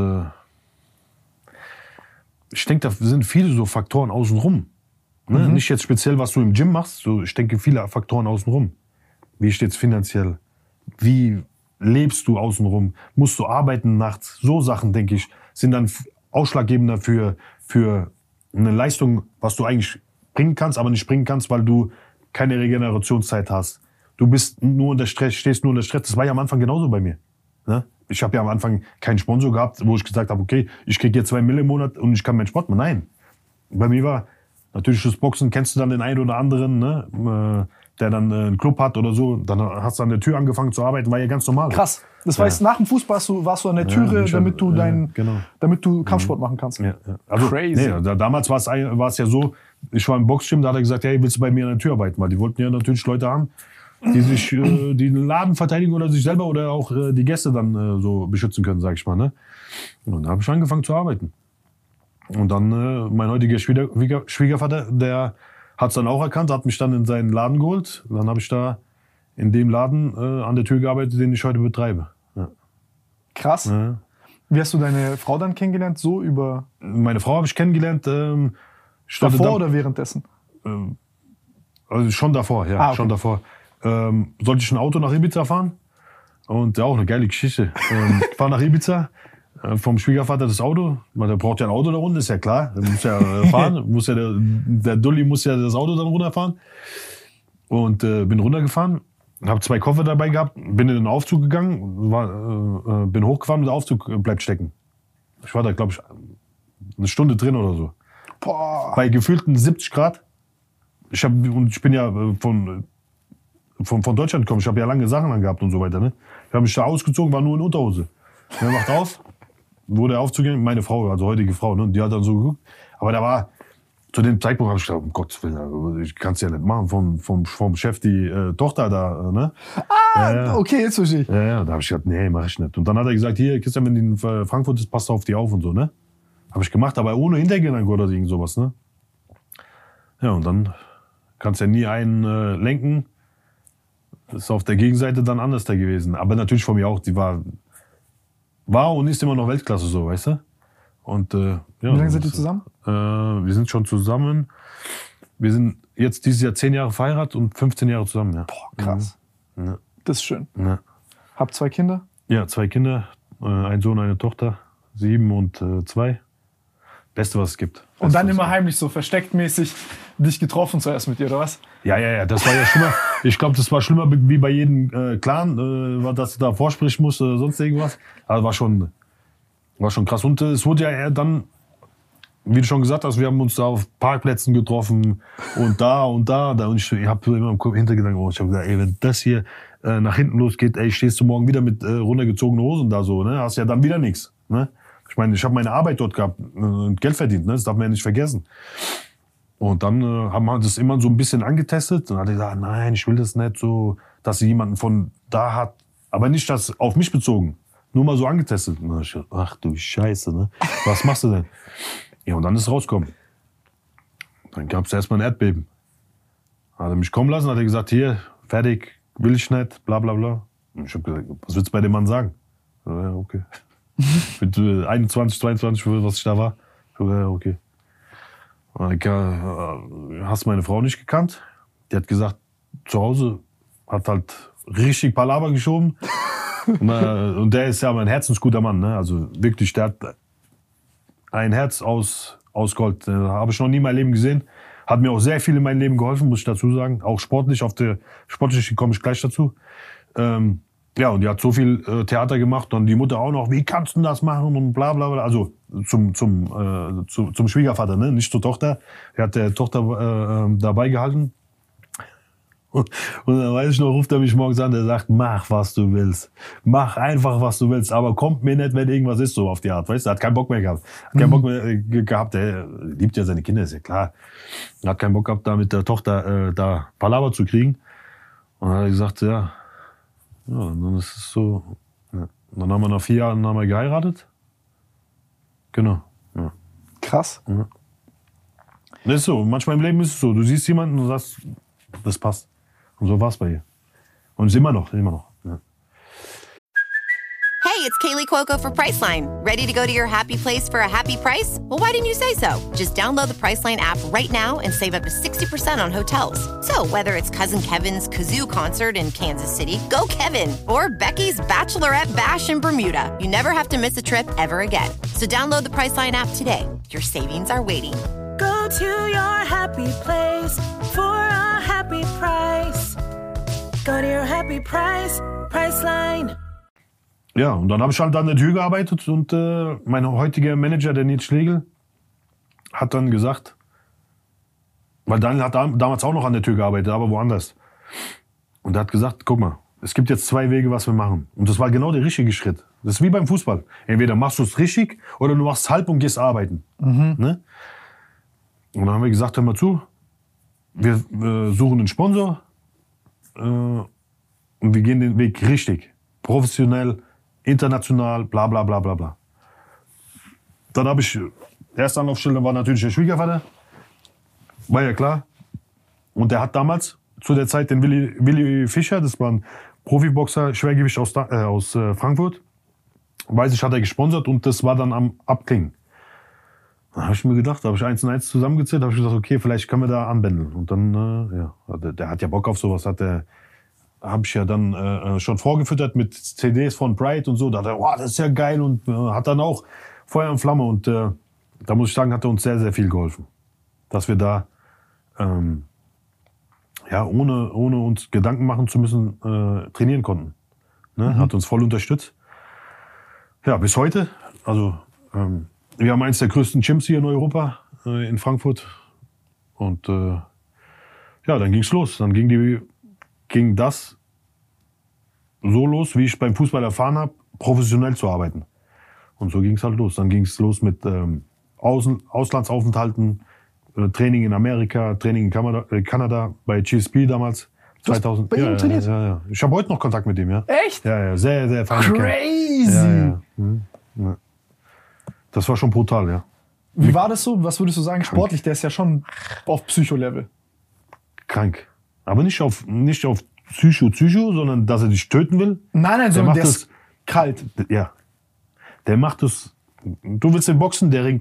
[SPEAKER 3] ich denke, da sind viele so Faktoren außenrum. Ne? Nicht jetzt speziell, was du im Gym machst. So, ich denke, viele Faktoren außenrum. Wie steht's finanziell? Wie lebst du außenrum? Musst du arbeiten nachts? So Sachen, denke ich, sind dann ausschlaggebender für eine Leistung, was du eigentlich bringen kannst, aber nicht bringen kannst, weil du keine Regenerationszeit hast. Du bist nur unter Stress, stehst nur unter Stress. Das war ja am Anfang genauso bei mir. Ne? Ich habe ja am Anfang keinen Sponsor gehabt, wo ich gesagt habe, okay, ich kriege jetzt 2 Mille im Monat und ich kann meinen Sport machen. Nein. Bei mir war natürlich das Boxen, kennst du dann den einen oder anderen, ne? Der dann einen Club hat oder so, dann hast du an der Tür angefangen zu arbeiten, war ja ganz normal.
[SPEAKER 1] Krass. Das heißt, nach dem Fußball warst du an der Türe, damit du Kampfsport machen kannst.
[SPEAKER 3] Ja. Also, crazy. Nee, damals war es ja so, ich war im Boxgym, da hat er gesagt, hey, willst du bei mir an der Tür arbeiten? Weil die wollten ja natürlich Leute haben, die sich den Laden verteidigen oder sich selber oder auch die Gäste dann so beschützen können, sag ich mal. Ne? Und da habe ich angefangen zu arbeiten. Und dann mein heutiger Schwiegervater, der hat es dann auch erkannt, hat mich dann in seinen Laden geholt. Dann habe ich da in dem Laden an der Tür gearbeitet, den ich heute betreibe. Ja.
[SPEAKER 1] Krass. Ja. Wie hast du deine Frau dann kennengelernt? So über?
[SPEAKER 3] Meine Frau habe ich kennengelernt.
[SPEAKER 1] Davor oder währenddessen?
[SPEAKER 3] Also schon davor, ja. Okay. Schon davor. Sollte ich ein Auto nach Ibiza fahren? Und ja, auch eine geile Geschichte. Ich fahre nach Ibiza. Vom Schwiegervater das Auto, der braucht ja ein Auto da unten, ist ja klar, der muss ja fahren, der Dulli muss ja das Auto dann runterfahren und bin runtergefahren, habe 2 Koffer dabei gehabt, bin in den Aufzug gegangen, bin hochgefahren und der Aufzug bleibt stecken. Ich war da, glaube ich, eine Stunde drin oder so.
[SPEAKER 1] Boah.
[SPEAKER 3] Bei gefühlten 70 Grad. Ich bin ja von Deutschland gekommen, ich habe ja lange Sachen angehabt und so weiter. Ne? Ich habe mich da ausgezogen, war nur in Unterhose. Er macht auf, wurde aufzugehen, meine Frau, also heutige Frau, ne, die hat dann so geguckt. Aber da war, zu dem Zeitpunkt habe ich gedacht, um Gottes Willen, ich kann es ja nicht machen, vom Chef die Tochter da, ne?
[SPEAKER 1] Okay, jetzt verstehe ich.
[SPEAKER 3] Ja, da habe ich gedacht, nee, mach ich nicht. Und dann hat er gesagt, hier, Christian, wenn die in Frankfurt ist, passt auf die auf und so, ne? Habe ich gemacht, aber ohne Hintergedanken oder irgend sowas, ne? Ja, und dann kannst ja nie einen lenken. Das ist auf der Gegenseite dann anders da gewesen. Aber natürlich von mir auch, die war und ist immer noch Weltklasse so, weißt du? Und, ja,
[SPEAKER 1] wie lange seid ihr zusammen?
[SPEAKER 3] Wir sind schon zusammen. Wir sind jetzt dieses Jahr 10 Jahre verheiratet und 15 Jahre zusammen. Ja.
[SPEAKER 1] Boah, krass.
[SPEAKER 3] Ja.
[SPEAKER 1] Das ist schön.
[SPEAKER 3] Ja.
[SPEAKER 1] Hab 2 Kinder?
[SPEAKER 3] Ja, 2 Kinder, ein Sohn, eine Tochter, 7 und 2. Beste, was es gibt. Beste,
[SPEAKER 1] Und dann immer heimlich so verstecktmäßig dich getroffen zuerst mit ihr, oder was?
[SPEAKER 3] Ja, das war ja schlimmer. Ich glaube, das war schlimmer wie bei jedem Clan, dass du da vorsprechen musst oder sonst irgendwas. Also war schon krass. Und es wurde ja eher dann, wie du schon gesagt hast, wir haben uns da auf Parkplätzen getroffen und da. Und ich habe immer im Hintergedanken, ich habe gesagt, ey, wenn das hier nach hinten losgeht, ey, stehst du morgen wieder mit runtergezogenen Hosen da so, ne? Hast ja dann wieder nichts, ne? Ich meine, ich habe meine Arbeit dort gehabt und Geld verdient, ne? Das darf man ja nicht vergessen. Und dann haben wir das immer so ein bisschen angetestet. Und dann hat er gesagt, nein, ich will das nicht so, dass sie jemanden von da hat. Aber nicht das auf mich bezogen. Nur mal so angetestet. Und dann ich, ach du Scheiße, ne? Was machst du denn? Ja, und dann ist es rausgekommen. Dann gab es erstmal ein Erdbeben. Hat er mich kommen lassen, hat er gesagt, hier, fertig, will ich nicht, bla bla bla. Und ich habe gesagt, was willst du bei dem Mann sagen? Ja, okay. Mit 21, 22, was ich da war. Ja, okay. Hast meine Frau nicht gekannt? Die hat gesagt, zu Hause hat halt richtig Palaver geschoben. Und der ist ja mein herzensguter Mann, ne? Also wirklich, der hat ein Herz aus Gold. Habe ich noch nie in meinem Leben gesehen. Hat mir auch sehr viel in meinem Leben geholfen, muss ich dazu sagen. Auch sportlich, sportlich komme ich gleich dazu. Ja, und die hat so viel Theater gemacht und die Mutter auch noch, wie kannst du das machen und bla bla bla. Also zum Schwiegervater, ne? Nicht zur Tochter. Er hat der Tochter dabei gehalten. Und dann weiß ich noch, ruft er mich morgens an, der sagt, mach, was du willst. Mach einfach, was du willst. Aber kommt mir nicht, wenn irgendwas ist, so auf die Art. Weißt du, er hat keinen Bock mehr gehabt. Hat keinen Bock mehr gehabt. Er liebt ja seine Kinder, ist ja klar. Er hat keinen Bock gehabt, da mit der Tochter da Palaver zu kriegen. Und dann hat er gesagt, ja, und dann ist es so. Ja. Und dann haben wir nach 4 Jahren geheiratet. Genau. Ja.
[SPEAKER 1] Krass.
[SPEAKER 3] Ja. Das ist so. Manchmal im Leben ist es so. Du siehst jemanden und sagst, das passt. Und so war es bei ihr. Und ist immer noch. Ja.
[SPEAKER 4] Hey, it's Kaylee Cuoco for Priceline. Ready to go to your happy place for a happy price? Well, why didn't you say so? Just download the Priceline app right now and save up to 60% on hotels. So whether it's Cousin Kevin's Kazoo Concert in Kansas City, go Kevin, or Becky's Bachelorette Bash in Bermuda, you never have to miss a trip ever again. So download the Priceline app today. Your savings are waiting.
[SPEAKER 5] Go to your happy place for a happy price. Go to your happy price, Priceline.
[SPEAKER 3] Ja, und dann habe ich halt an der Tür gearbeitet und mein heutiger Manager, der Nils Schlegel, hat dann gesagt, weil Daniel hat damals auch noch an der Tür gearbeitet, aber woanders. Und er hat gesagt, guck mal, es gibt jetzt 2 Wege, was wir machen. Und das war genau der richtige Schritt. Das ist wie beim Fußball. Entweder machst du es richtig oder du machst es halb und gehst arbeiten. Ne? Und dann haben wir gesagt, hör mal zu, wir suchen einen Sponsor und wir gehen den Weg richtig, professionell, international, bla bla bla bla bla. Dann habe ich, erste Anlaufstelle war natürlich der Schwiegervater, war ja klar. Und der hat damals, zu der Zeit, den Willi Fischer, das war ein Profiboxer, Schwergewicht aus Frankfurt, weiß ich, hat er gesponsert und das war dann am Abklingen. Da habe ich mir gedacht, da habe ich 1 und 1 zusammengezählt, habe ich gesagt, okay, vielleicht können wir da anbändeln. Und dann, ja, der hat ja Bock auf sowas, habe ich ja dann schon vorgefüttert mit CDs von Pride und so. Da hat er, wow, das ist ja geil und hat dann auch Feuer und Flamme. Und da muss ich sagen, hat er uns sehr, sehr viel geholfen. Dass wir da, ja, ohne uns Gedanken machen zu müssen, trainieren konnten. Ne? Hat uns voll unterstützt. Ja, bis heute. Also, wir haben eins der größten Gyms hier in Europa, in Frankfurt. Und ja, dann ging's los. Dann ging das so los, wie ich beim Fußball erfahren habe, professionell zu arbeiten. Und so ging es halt los. Dann ging es los mit Auslandsaufenthalten, Training in Amerika, Training in Kanada, bei GSP damals. 2000.
[SPEAKER 1] Bei ihm trainiert?
[SPEAKER 3] Ja. Ich habe heute noch Kontakt mit ihm, ja.
[SPEAKER 1] Echt?
[SPEAKER 3] Ja, sehr, sehr fein.
[SPEAKER 1] Crazy!
[SPEAKER 3] Ja. Das war schon brutal, ja.
[SPEAKER 1] Wie war das so? Was würdest du sagen? Sportlich, der ist ja schon auf Psycho-Level.
[SPEAKER 3] Krank. Aber nicht auf Psycho, sondern dass er dich töten will.
[SPEAKER 1] Nein, sondern der ist kalt.
[SPEAKER 3] Ja. Der macht das. Du willst den boxen, der ringt dich.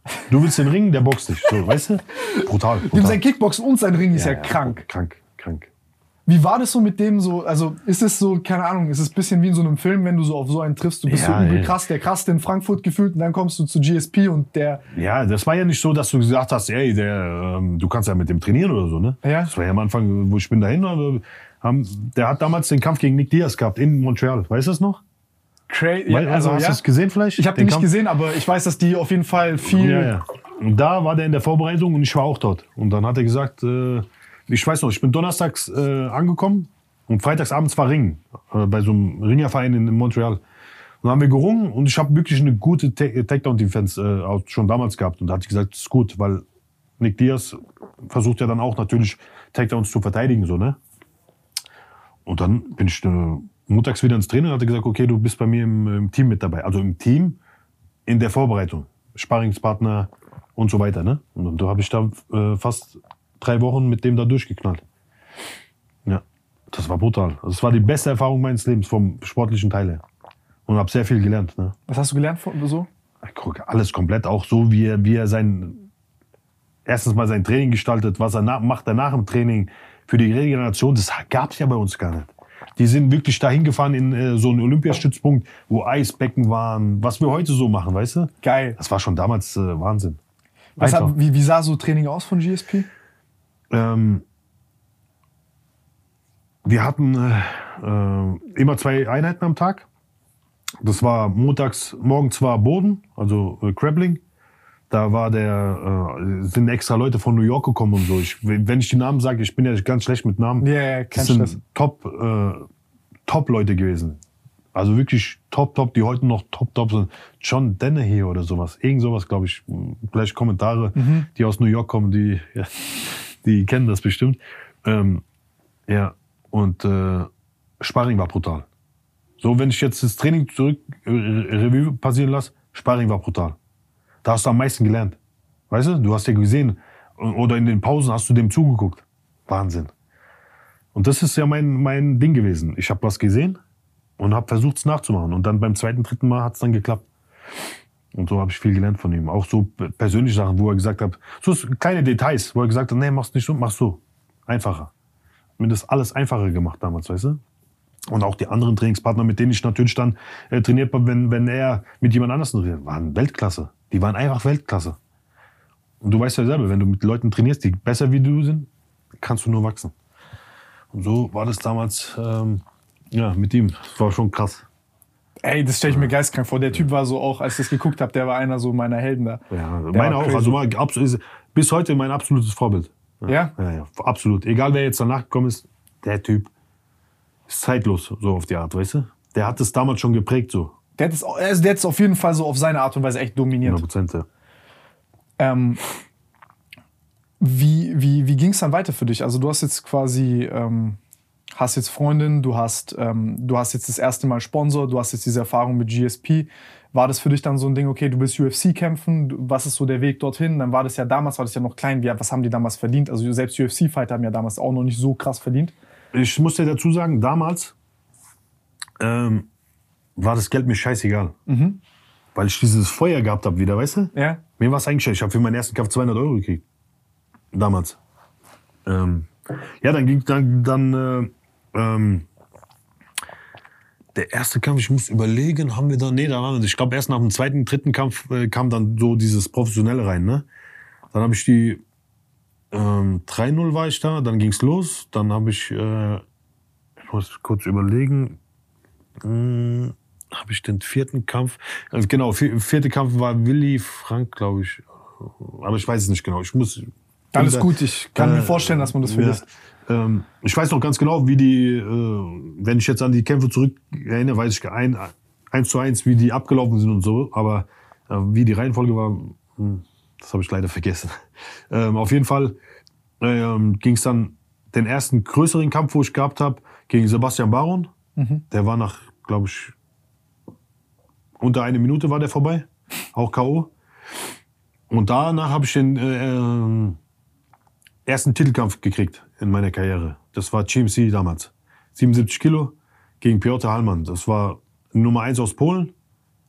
[SPEAKER 3] Du willst den Ring, der boxt dich. So, weißt du? Brutal.
[SPEAKER 1] Dem sein Kickboxen und sein Ring ist ja krank.
[SPEAKER 3] Krank.
[SPEAKER 1] Wie war das so mit dem so, also ist es so, keine Ahnung, ist es ein bisschen wie in so einem Film, wenn du so auf so einen triffst, du bist so übel krass, der krasseste in Frankfurt gefühlt und dann kommst du zu GSP und der...
[SPEAKER 3] Ja, das war ja nicht so, dass du gesagt hast, ey, du kannst ja mit dem trainieren oder so, ne? Ja. Das war ja am Anfang, wo ich bin dahin, der hat damals den Kampf gegen Nick Diaz gehabt in Montreal, weißt du das noch?
[SPEAKER 1] Also,
[SPEAKER 3] hast du es gesehen vielleicht?
[SPEAKER 1] Ich habe den nicht gesehen, aber ich weiß, dass die auf jeden Fall viel...
[SPEAKER 3] Ja. Und da war der in der Vorbereitung und ich war auch dort. Und dann hat er gesagt, ich weiß noch, ich bin donnerstags angekommen und freitags abends war Ring, bei so einem Ringerverein in Montreal. Und dann haben wir gerungen und ich habe wirklich eine gute Takedown-Defense schon damals gehabt. Und da hatte ich gesagt, das ist gut, weil Nick Diaz versucht ja dann auch natürlich Takedowns zu verteidigen, so, ne? Und dann bin ich montags wieder ins Training und hatte gesagt, okay, du bist bei mir im Team mit dabei. Also im Team in der Vorbereitung, Sparringspartner und so weiter, ne? Und da habe ich da fast 3 Wochen mit dem da durchgeknallt. Ja, das war brutal. Das war die beste Erfahrung meines Lebens vom sportlichen Teil her. Und habe sehr viel gelernt. Ne?
[SPEAKER 1] Was hast du gelernt so?
[SPEAKER 3] Alles komplett. Auch so, wie er erstens mal sein Training gestaltet, was er macht danach im Training für die Regeneration. Das gab es ja bei uns gar nicht. Die sind wirklich dahin gefahren in so einen Olympiastützpunkt, wo Eisbecken waren, was wir heute so machen, weißt du?
[SPEAKER 1] Geil.
[SPEAKER 3] Das war schon damals Wahnsinn.
[SPEAKER 1] Wie sah so Training aus von GSP?
[SPEAKER 3] Wir hatten immer 2 Einheiten am Tag. Das war morgens war Boden, also Grappling. Da war sind extra Leute von New York gekommen und so. Wenn ich die Namen sage, ich bin ja ganz schlecht mit Namen.
[SPEAKER 1] Ja,
[SPEAKER 3] das sind Top-Leute gewesen. Also wirklich top, die heute noch top sind. John Dennehy oder sowas. Irgend sowas, glaube ich. Gleich Kommentare, die aus New York kommen, die kennen das bestimmt. Und Sparring war brutal. So, wenn ich jetzt das Training zurück Revue passieren lasse, Sparring war brutal. Da hast du am meisten gelernt. Weißt du, du hast ja gesehen, oder in den Pausen hast du dem zugeguckt. Wahnsinn. Und das ist ja mein Ding gewesen. Ich habe was gesehen und habe versucht, es nachzumachen. Und dann beim 2., 3. Mal hat es dann geklappt. Und so habe ich viel gelernt von ihm. Auch so persönliche Sachen, wo er gesagt hat, so kleine Details, wo er gesagt hat, nee, mach's nicht so, mach's so. Einfacher. Mir das alles einfacher gemacht damals, weißt du? Und auch die anderen Trainingspartner, mit denen ich natürlich dann trainiert habe, wenn er mit jemand anders trainiert, waren Weltklasse. Die waren einfach Weltklasse. Und du weißt ja selber, wenn du mit Leuten trainierst, die besser wie du sind, kannst du nur wachsen. Und so war das damals mit ihm. Das war schon krass.
[SPEAKER 1] Ey, das stelle ich mir geistkrank vor. Der Typ war so auch, als ich das geguckt habe, der war einer so meiner Helden da.
[SPEAKER 3] Ja, meiner auch. Also bis heute mein absolutes Vorbild.
[SPEAKER 1] Ja?
[SPEAKER 3] Ja, absolut. Egal wer jetzt danach gekommen ist, der Typ ist zeitlos, so auf die Art, weißt du? Der hat es damals schon geprägt, so.
[SPEAKER 1] Der hat es auf jeden Fall so auf seine Art und Weise echt dominiert.
[SPEAKER 3] 100%, ja.
[SPEAKER 1] Wie ging es dann weiter für dich? Also du hast jetzt quasi, hast jetzt Freundin, du hast jetzt das erste Mal Sponsor, du hast jetzt diese Erfahrung mit GSP. War das für dich dann so ein Ding, okay, du willst UFC kämpfen, was ist so der Weg dorthin? Dann war das ja noch klein, was haben die damals verdient? Also selbst UFC-Fighter haben ja damals auch noch nicht so krass verdient.
[SPEAKER 3] Ich muss dir dazu sagen, damals war das Geld mir scheißegal. Weil ich dieses Feuer gehabt habe wieder, weißt du?
[SPEAKER 1] Ja.
[SPEAKER 3] Mir war es eigentlich scheiße. Ich habe für meinen ersten Kampf 200 € gekriegt. Damals. Dann ging der erste Kampf, ich muss überlegen, haben wir da, nee, da waren wir, ich glaube erst nach dem 2., 3. Kampf kam dann so dieses Professionelle rein, ne? Dann habe ich die 3-0 war ich da, dann ging's los, dann habe ich muss kurz überlegen, habe ich den 4. Kampf, also genau, 4. Kampf war Willi Frank, glaube ich, aber ich weiß es nicht genau, ich muss...
[SPEAKER 1] Alles gut, ich kann mir vorstellen, dass man das vergisst.
[SPEAKER 3] Ich weiß noch ganz genau, wie die, wenn ich jetzt an die Kämpfe zurück erinnere, weiß ich 1:1, wie die abgelaufen sind und so, aber wie die Reihenfolge war, das habe ich leider vergessen. Auf jeden Fall ging es dann den ersten größeren Kampf, wo ich gehabt habe, gegen Sebastian Baron. Der war nach, glaube ich, unter 1 Minute war der vorbei, auch K.O. Und danach habe ich den ersten Titelkampf gekriegt in meiner Karriere. Das war GMC damals. 77 Kilo gegen Piotr Hallmann. Das war Nummer 1 aus Polen.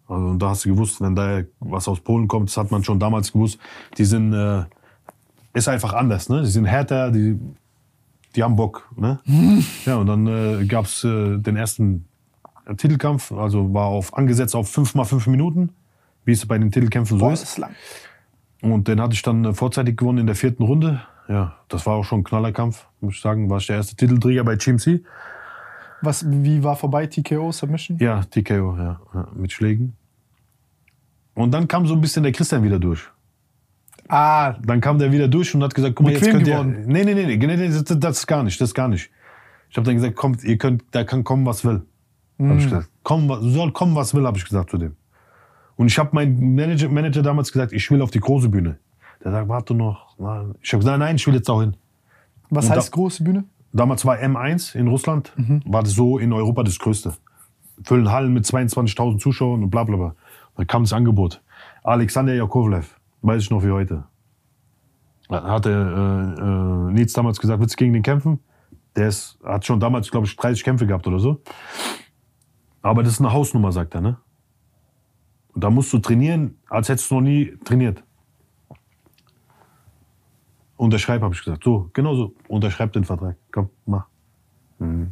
[SPEAKER 3] Also, und da hast du gewusst, wenn da was aus Polen kommt, das hat man schon damals gewusst, die sind, ist einfach anders, ne? Die sind härter, die haben Bock, ne? Ja, und dann gab's den ersten Titelkampf, also war angesetzt auf 5x5 Minuten, wie es bei den Titelkämpfen so ist.
[SPEAKER 1] Das ist lang.
[SPEAKER 3] Und den hatte ich dann vorzeitig gewonnen in der 4. Runde. Ja, das war auch schon ein Knallerkampf, muss ich sagen. War ich der erste Titelträger bei GMC.
[SPEAKER 1] Wie war vorbei? TKO, Submission?
[SPEAKER 3] Ja, TKO, ja, mit Schlägen. Und dann kam so ein bisschen der Christian wieder durch. Dann kam der wieder durch und hat gesagt, guck mal, jetzt könnt ihr... Nee, das ist gar nicht, Ich habe dann gesagt, kommt, da kann kommen, was will. Hab ich gesagt, soll kommen, was will, habe ich gesagt zu dem. Und ich habe meinem Manager damals gesagt, ich will auf die große Bühne. Der sagt, warte noch. Ich habe gesagt, nein, ich will jetzt auch hin.
[SPEAKER 1] Was heißt große Bühne?
[SPEAKER 3] Damals war M1 in Russland, war das so in Europa das Größte. Füllen Hallen mit 22.000 Zuschauern und bla bla bla. Dann kam das Angebot. Alexander Yakovlev, weiß ich noch wie heute. Da hatte Nils damals gesagt, willst du gegen den kämpfen? Hat schon damals, glaube ich, 30 Kämpfe gehabt oder so. Aber das ist eine Hausnummer, sagt er, ne? Und da musst du trainieren, als hättest du noch nie trainiert. Unterschreib, habe ich gesagt. So, genau so. Unterschreib den Vertrag. Komm, mach. Dann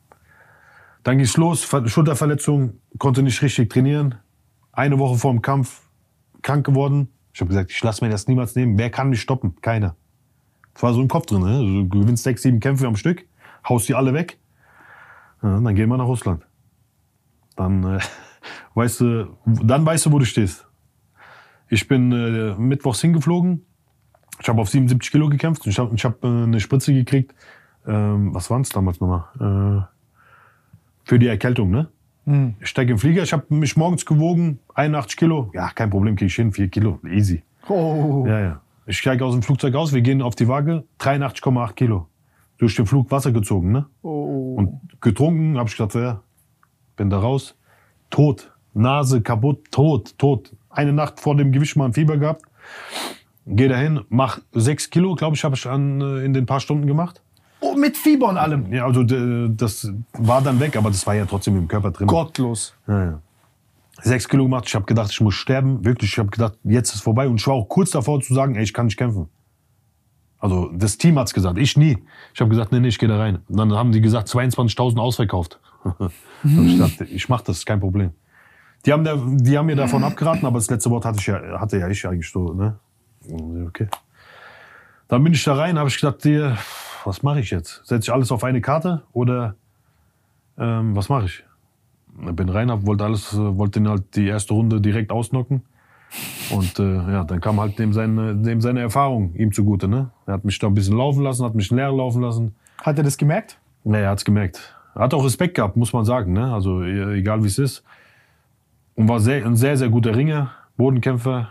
[SPEAKER 3] ging's los, Schulterverletzung, konnte nicht richtig trainieren. Eine Woche vor dem Kampf krank geworden. Ich habe gesagt, ich lasse mir das niemals nehmen. Wer kann mich stoppen? Keiner. Das war so im Kopf drin. Ne? Also, du gewinnst 6, 7 Kämpfe am Stück, haust die alle weg. Ja, dann gehen wir nach Russland. Dann weißt du, wo du stehst. Ich bin mittwochs hingeflogen. Ich habe auf 77 Kilo gekämpft. Ich hab eine Spritze gekriegt. Was waren es damals nochmal? Für die Erkältung, ne? Ich steige im Flieger. Ich habe mich morgens gewogen. 81 Kilo. Ja, kein Problem, kriege ich hin. 4 Kilo. Easy.
[SPEAKER 1] Oh.
[SPEAKER 3] Ja. Ich steige aus dem Flugzeug aus. Wir gehen auf die Waage. 83,8 Kilo. Durch den Flug Wasser gezogen, ne?
[SPEAKER 1] Oh.
[SPEAKER 3] Und getrunken. Habe ich gedacht, ja, bin da raus. Tot. Nase kaputt. Tot. Eine Nacht vor dem Gewicht mal ein Fieber gehabt. Geh dahin, mach 6 Kilo, glaube ich, habe ich in den paar Stunden gemacht.
[SPEAKER 1] Oh, mit Fieber und allem.
[SPEAKER 3] Ja, also das war dann weg, aber das war ja trotzdem im Körper drin.
[SPEAKER 1] Gottlos.
[SPEAKER 3] Ja. 6 Kilo gemacht, ich habe gedacht, ich muss sterben. Wirklich, ich habe gedacht, jetzt ist vorbei. Und ich war auch kurz davor zu sagen, ey, ich kann nicht kämpfen. Also das Team hat's gesagt, ich nie. Ich habe gesagt, nee, ich gehe da rein. Und dann haben die gesagt, 22.000 ausverkauft. Und ich dachte, ich mach das, kein Problem. Die haben mir davon abgeraten, aber das letzte Wort hatte ja ich eigentlich so, ne? Okay. Dann bin ich da rein, habe ich gedacht, was mache ich jetzt? Setze ich alles auf eine Karte oder was mache ich? Bin rein, wollte ihn halt die erste Runde direkt ausnocken. Und dann kam halt dem seine Erfahrung ihm zugute. Ne? Er hat mich da ein bisschen laufen lassen, hat mich leer laufen lassen.
[SPEAKER 1] Hat er das gemerkt?
[SPEAKER 3] Nee, er hat es gemerkt. Er hat auch Respekt gehabt, muss man sagen. Ne? Also egal wie es ist. Und war ein sehr, sehr guter Ringer, Bodenkämpfer.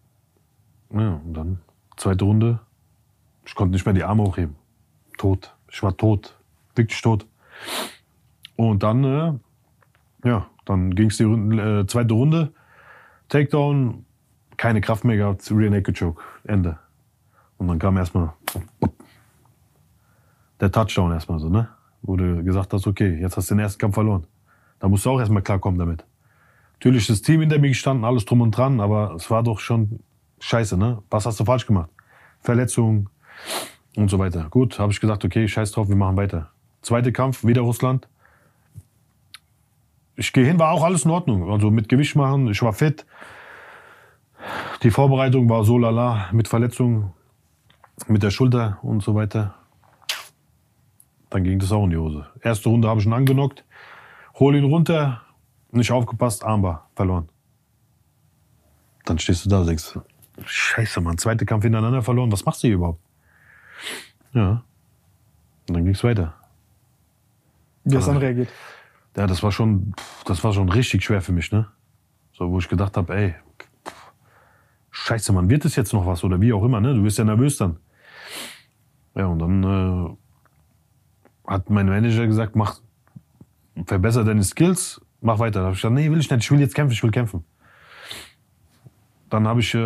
[SPEAKER 3] Ja, und dann, zweite Runde. Ich konnte nicht mehr die Arme hochheben. Tot. Ich war tot. Wirklich tot. Und dann, dann ging es die zweite Runde. Takedown. Keine Kraft mehr gehabt. Rear Naked Choke. Ende. Und dann kam erstmal der Touchdown erstmal so, ne? Wo du gesagt hast, okay, jetzt hast du den ersten Kampf verloren. Da musst du auch erstmal klarkommen damit. Natürlich ist das Team hinter mir gestanden, alles drum und dran, aber es war doch schon scheiße, ne? Was hast du falsch gemacht? Verletzung und so weiter. Gut, habe ich gesagt, okay, scheiß drauf, wir machen weiter. Zweiter Kampf, wieder Russland. Ich gehe hin, war auch alles in Ordnung. Also mit Gewicht machen, ich war fit. Die Vorbereitung war so lala, mit Verletzung, mit der Schulter und so weiter. Dann ging das auch in die Hose. Erste Runde habe ich ihn angenockt, hol ihn runter, nicht aufgepasst, Armbar, verloren. Dann stehst du da und denkst, scheiße, Mann, zweiter Kampf hintereinander verloren, was machst du hier überhaupt? Ja, und dann ging es weiter.
[SPEAKER 1] Wie hast du dann reagiert?
[SPEAKER 3] Ja, das war schon richtig schwer für mich, ne? So, wo ich gedacht habe, ey, scheiße, Mann, wird es jetzt noch was oder wie auch immer, ne? Du bist ja nervös dann. Ja, und dann hat mein Manager gesagt, verbessere deine Skills, mach weiter. Da habe ich gesagt, nee, will ich nicht, ich will jetzt kämpfen, ich will kämpfen. Dann habe ich,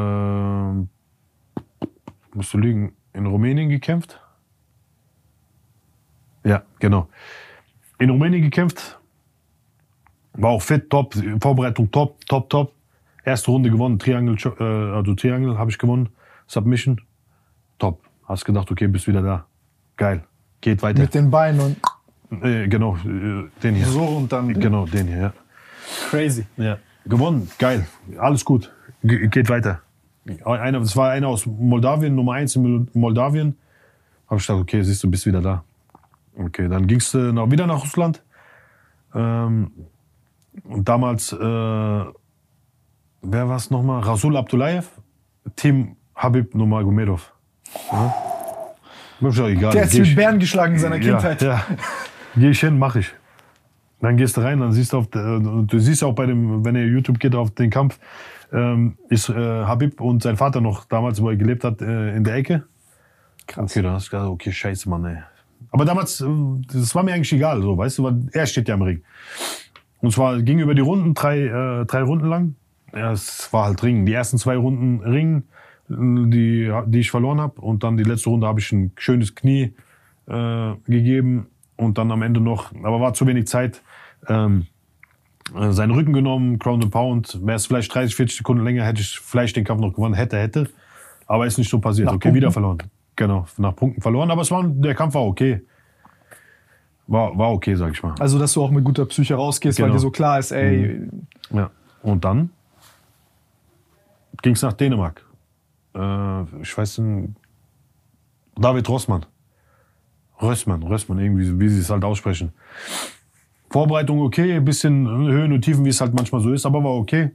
[SPEAKER 3] musst du lügen, in Rumänien gekämpft. Ja, genau. In Rumänien gekämpft. War auch fit, top, Vorbereitung top. Erste Runde gewonnen, Triangle habe ich gewonnen, Submission, top. Hast gedacht, okay, bist wieder da. Geil, geht weiter.
[SPEAKER 1] Mit den Beinen und
[SPEAKER 3] genau, den hier.
[SPEAKER 1] so und dann...
[SPEAKER 3] Genau, den hier, ja.
[SPEAKER 1] Crazy.
[SPEAKER 3] Ja. Gewonnen, geil, alles gut, geht weiter. Das war einer aus Moldawien, Nummer 1 in Moldawien. Habe ich gedacht, okay, siehst du, bist wieder da. Okay, dann ging es wieder nach Russland. Und damals, wer war es nochmal? Rasul Abdullayev, Team Habib Nurmagomedov. Ja? Egal.
[SPEAKER 1] Der hat mit Bären geschlagen in seiner Kindheit.
[SPEAKER 3] Ja. Geh ich hin, mach ich. Dann gehst du rein, dann siehst du du siehst auch wenn ihr YouTube geht auf den Kampf, ist Habib und sein Vater noch damals, wo er gelebt hat, in der Ecke. Krass. Okay, dann hast du gesagt, okay, scheiße, Mann, ey. Aber damals, das war mir eigentlich egal, so, weißt du, weil er steht ja im Ring. Und zwar ging über die Runden, drei Runden lang. Ja, es war halt Ringen. Die ersten 2 Runden Ringen, die ich verloren habe. Und dann die letzte Runde habe ich ein schönes Knie gegeben. Und dann am Ende noch, aber war zu wenig Zeit, seinen Rücken genommen, Ground and Pound. Wäre es vielleicht 30, 40 Sekunden länger, hätte ich vielleicht den Kampf noch gewonnen. Hätte. Aber ist nicht so passiert.
[SPEAKER 1] Nach
[SPEAKER 3] okay,
[SPEAKER 1] Punkten?
[SPEAKER 3] Wieder verloren. Genau, nach Punkten verloren. Aber der Kampf war okay. War okay, sag ich mal.
[SPEAKER 1] Also, dass du auch mit guter Psyche rausgehst, weil
[SPEAKER 3] Genau.
[SPEAKER 1] dir so klar ist, ey...
[SPEAKER 3] Ja. Und dann ging es nach Dänemark. Ich weiß nicht, David Rössmann, irgendwie, wie sie es halt aussprechen. Vorbereitung okay, ein bisschen Höhen und Tiefen, wie es halt manchmal so ist, aber war okay.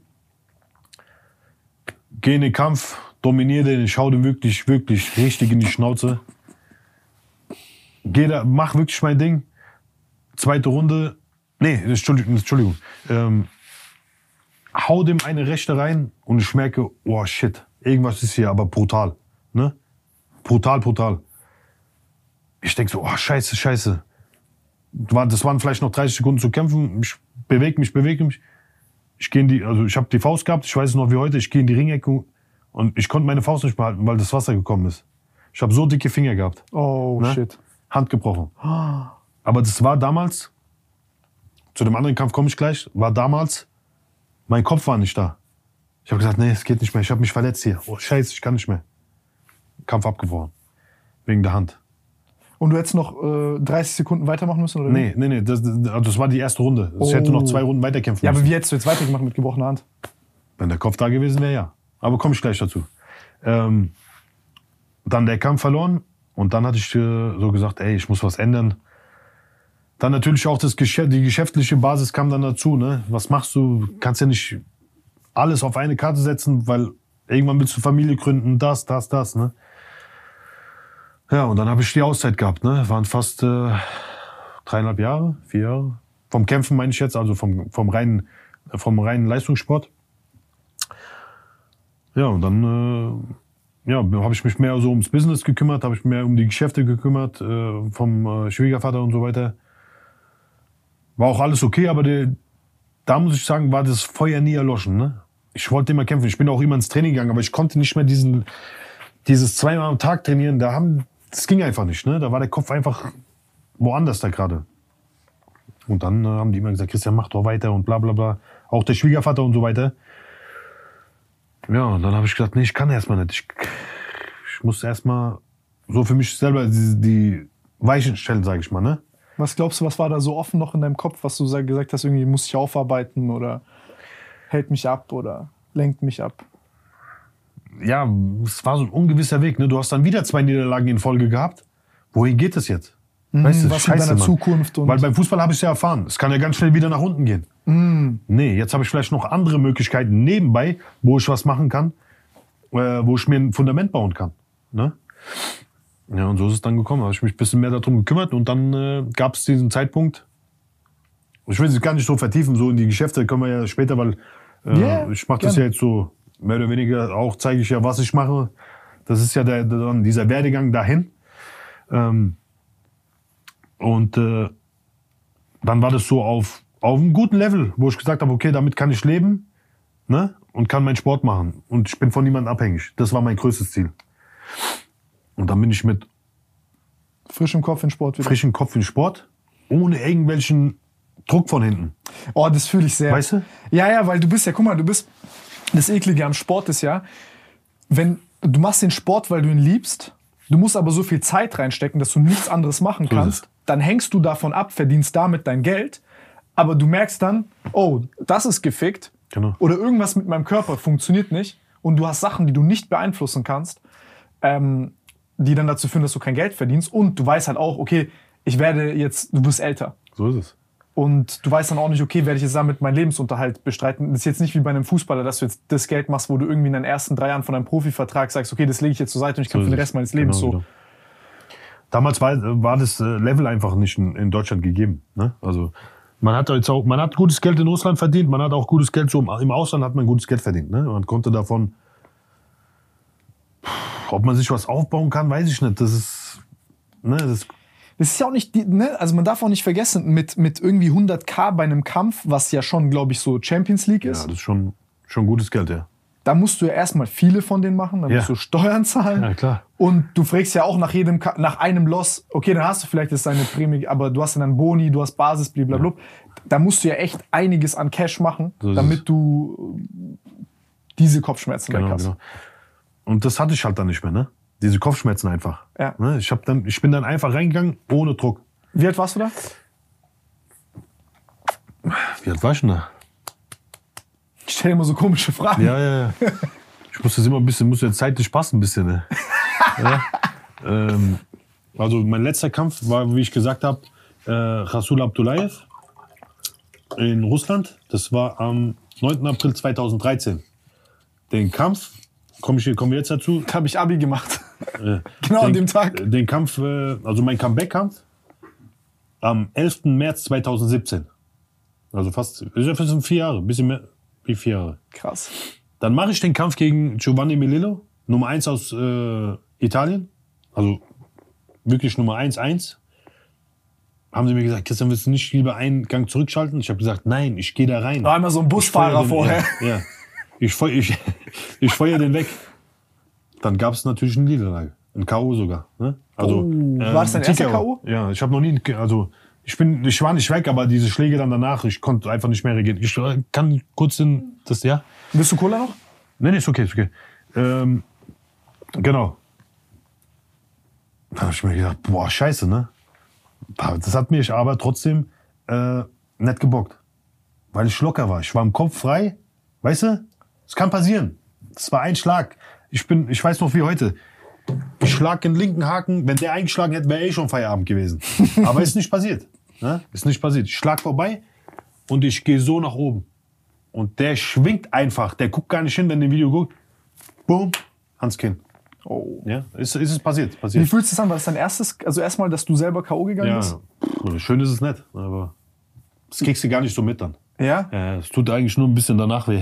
[SPEAKER 3] Geh in den Kampf, dominiere den, ich hau den wirklich richtig in die Schnauze. Geh da, mach wirklich mein Ding. Zweite Runde, Entschuldigung. Hau dem eine Rechte rein und ich merke, oh shit, irgendwas ist hier aber brutal. Ne? Brutal. Ich denke so, oh scheiße. Das waren vielleicht noch 30 Sekunden zu kämpfen. Ich bewege mich. Ich habe die Faust gehabt, ich weiß es noch wie heute, ich gehe in die Ringecke und ich konnte meine Faust nicht behalten, weil das Wasser gekommen ist. Ich habe so dicke Finger gehabt.
[SPEAKER 1] Oh,
[SPEAKER 3] Ne?
[SPEAKER 1] shit.
[SPEAKER 3] Hand gebrochen. Aber das war damals, zu dem anderen Kampf komme ich gleich, war damals, mein Kopf war nicht da. Ich habe gesagt, nee, es geht nicht mehr, ich habe mich verletzt hier. Oh scheiße, ich kann nicht mehr. Kampf abgebrochen. Wegen der Hand.
[SPEAKER 1] Und du hättest noch 30 Sekunden weitermachen müssen, oder?
[SPEAKER 3] Nee, das war die erste Runde. Ich hätte noch 2 Runden weiterkämpfen
[SPEAKER 1] Ja,
[SPEAKER 3] müssen.
[SPEAKER 1] aber wie hättest du jetzt weitergemacht mit gebrochener Hand?
[SPEAKER 3] Wenn der Kopf da gewesen wäre, ja. Aber komme ich gleich dazu. Dann der Kampf verloren und dann hatte ich so gesagt, ey, ich muss was ändern. Dann natürlich auch die geschäftliche Basis kam dann dazu. Ne? Was machst du? Kannst ja nicht alles auf eine Karte setzen, weil irgendwann willst du Familie gründen, das. Ne? Ja, und dann habe ich die Auszeit gehabt. Ne? Waren fast 3,5 Jahre, 4 Jahre. Vom Kämpfen meine ich jetzt, also vom reinen Leistungssport. Ja, und dann habe ich mich mehr so ums Business gekümmert, habe ich mehr um die Geschäfte gekümmert, vom Schwiegervater und so weiter. War auch alles okay, aber da muss ich sagen, war das Feuer nie erloschen. Ne? Ich wollte immer kämpfen. Ich bin auch immer ins Training gegangen, aber ich konnte nicht mehr dieses 2-mal am Tag trainieren. Das ging einfach nicht. Ne? Da war der Kopf einfach woanders da gerade. Und dann haben die immer gesagt, Christian, mach doch weiter und bla bla bla. Auch der Schwiegervater und so weiter. Ja, und dann habe ich gesagt, nee, ich kann erstmal nicht. Ich muss erstmal so für mich selber die Weichen stellen, sage ich mal. Ne?
[SPEAKER 1] Was glaubst du, was war da so offen noch in deinem Kopf, was du gesagt hast, irgendwie muss ich aufarbeiten oder hält mich ab oder lenkt mich ab?
[SPEAKER 3] Ja, es war so ein ungewisser Weg. Ne? Du hast dann wieder 2 Niederlagen in Folge gehabt. Wohin geht es jetzt? Weißt du,
[SPEAKER 1] was mit deiner Zukunft? Und
[SPEAKER 3] weil beim Fußball habe ich es ja erfahren. Es kann ja ganz schnell wieder nach unten gehen. Nee, jetzt habe ich vielleicht noch andere Möglichkeiten nebenbei, wo ich was machen kann, wo ich mir ein Fundament bauen kann. Ne? Ja, und so ist es dann gekommen. Da habe ich mich ein bisschen mehr darum gekümmert und dann gab es diesen Zeitpunkt. Ich will es gar nicht so vertiefen, so in die Geschäfte können wir ja später, weil ich mache das ja jetzt so mehr oder weniger, auch zeige ich ja, was ich mache. Das ist ja dieser Werdegang dahin. Und dann war das so auf einem guten Level, wo ich gesagt habe, okay, damit kann ich leben, ne? Und kann meinen Sport machen. Und ich bin von niemandem abhängig. Das war mein größtes Ziel. Und dann bin ich mit
[SPEAKER 1] frischem Kopf in Sport wieder.
[SPEAKER 3] frischem Kopf in Sport, ohne irgendwelchen Druck von hinten.
[SPEAKER 1] Oh, das fühle ich sehr.
[SPEAKER 3] Weißt du?
[SPEAKER 1] Ja, weil du bist ja, guck mal, das Eklige am Sport ist ja, wenn du machst den Sport, weil du ihn liebst, du musst aber so viel Zeit reinstecken, dass du nichts anderes machen kannst, dann hängst du davon ab, verdienst damit dein Geld, aber du merkst dann, oh, das ist gefickt,
[SPEAKER 3] Genau.
[SPEAKER 1] oder irgendwas mit meinem Körper funktioniert nicht und du hast Sachen, die du nicht beeinflussen kannst, die dann dazu führen, dass du kein Geld verdienst und du weißt halt auch, okay, du wirst älter.
[SPEAKER 3] So ist es.
[SPEAKER 1] Und du weißt dann auch nicht, okay, werde ich jetzt damit meinen Lebensunterhalt bestreiten? Das ist jetzt nicht wie bei einem Fußballer, dass du jetzt das Geld machst, wo du irgendwie in den ersten 3 Jahren von deinem Profivertrag sagst, okay, das lege ich jetzt zur Seite und ich kann für den Rest meines Lebens
[SPEAKER 3] Genau. Damals war das Level einfach nicht in Deutschland gegeben. Ne? Also man hat gutes Geld in Russland verdient, man hat auch gutes Geld, so im Ausland hat man gutes Geld verdient. Ne? Man konnte davon, ob man sich was aufbauen kann, weiß ich nicht. Das ist
[SPEAKER 1] Das ist ja auch nicht, also man darf auch nicht vergessen, mit irgendwie 100.000 bei einem Kampf, was ja schon, glaube ich, so Champions League ist.
[SPEAKER 3] Ja, das ist schon gutes Geld, ja.
[SPEAKER 1] Da musst du ja erstmal viele von denen machen, dann musst du Steuern zahlen.
[SPEAKER 3] Ja, klar.
[SPEAKER 1] Und du fragst ja auch nach einem Loss, okay, dann hast du vielleicht jetzt deine Prämie, aber du hast dann Boni, du hast Basis, blablabla. Da musst du ja echt einiges an Cash machen,
[SPEAKER 3] So ist
[SPEAKER 1] damit du diese Kopfschmerzen weg hast.
[SPEAKER 3] Genau. Und das hatte ich halt dann nicht mehr, ne? Diese Kopfschmerzen einfach.
[SPEAKER 1] Ja.
[SPEAKER 3] Ne? Ich bin dann einfach reingegangen, ohne Druck.
[SPEAKER 1] Wie alt warst du da?
[SPEAKER 3] Wie alt war ich denn da?
[SPEAKER 1] Ich stelle immer so komische Fragen.
[SPEAKER 3] Ja. Ich muss das immer ein bisschen, muss ja zeitlich passen ein bisschen. Ne? Ja. Also mein letzter Kampf war, wie ich gesagt habe, Rasul Abdullayev in Russland. Das war am 9. April 2013. Den Kampf, kommen wir jetzt dazu?
[SPEAKER 1] Habe ich Abi gemacht. Genau an dem Tag.
[SPEAKER 3] Den Kampf, also mein Comeback-Kampf, am 11. März 2017. Also fast 4 Jahre, ein bisschen mehr wie 4 Jahre.
[SPEAKER 1] Krass.
[SPEAKER 3] Dann mache ich den Kampf gegen Giovanni Melillo, Nummer 1 aus Italien. Also wirklich Nummer 1. Haben sie mir gesagt, Christian, willst du nicht lieber einen Gang zurückschalten? Ich habe gesagt, nein, ich gehe da rein.
[SPEAKER 1] War einmal so ein Busfahrer vorher.
[SPEAKER 3] Ja. Ich feuer den weg. Dann gab es natürlich eine Niederlage. Ein K.O. sogar. Ne? Also,
[SPEAKER 1] war das dein erster K.O.?
[SPEAKER 3] Ja, ich habe noch nie, also ich war nicht weg, aber diese Schläge dann danach, ich konnte einfach nicht mehr reagieren. Ich kann kurz ja?
[SPEAKER 1] Willst du Cola noch?
[SPEAKER 3] Nee, ist okay. Genau. Da habe ich mir gedacht, boah, scheiße, ne? Das hat mich aber trotzdem nicht gebockt. Weil ich locker war. Ich war im Kopf frei. Weißt du? Es kann passieren. Das war ein Schlag. Ich weiß noch wie heute. Ich schlag den linken Haken. Wenn der eingeschlagen hätte, wäre schon Feierabend gewesen. Aber ist nicht passiert. Ne? Ist nicht passiert. Ich schlag vorbei und ich gehe so nach oben. Und der schwingt einfach. Der guckt gar nicht hin, wenn der Video guckt. Boom, ans Kinn.
[SPEAKER 1] Oh.
[SPEAKER 3] Ja, ist es passiert.
[SPEAKER 1] Wie fühlt es sich an? War das dein erstes, also erstmal, dass du selber K.O. gegangen bist?
[SPEAKER 3] Ja, schön ist es nicht, aber das kriegst du gar nicht so mit dann.
[SPEAKER 1] Ja?
[SPEAKER 3] Ja, es tut eigentlich nur ein bisschen danach weh.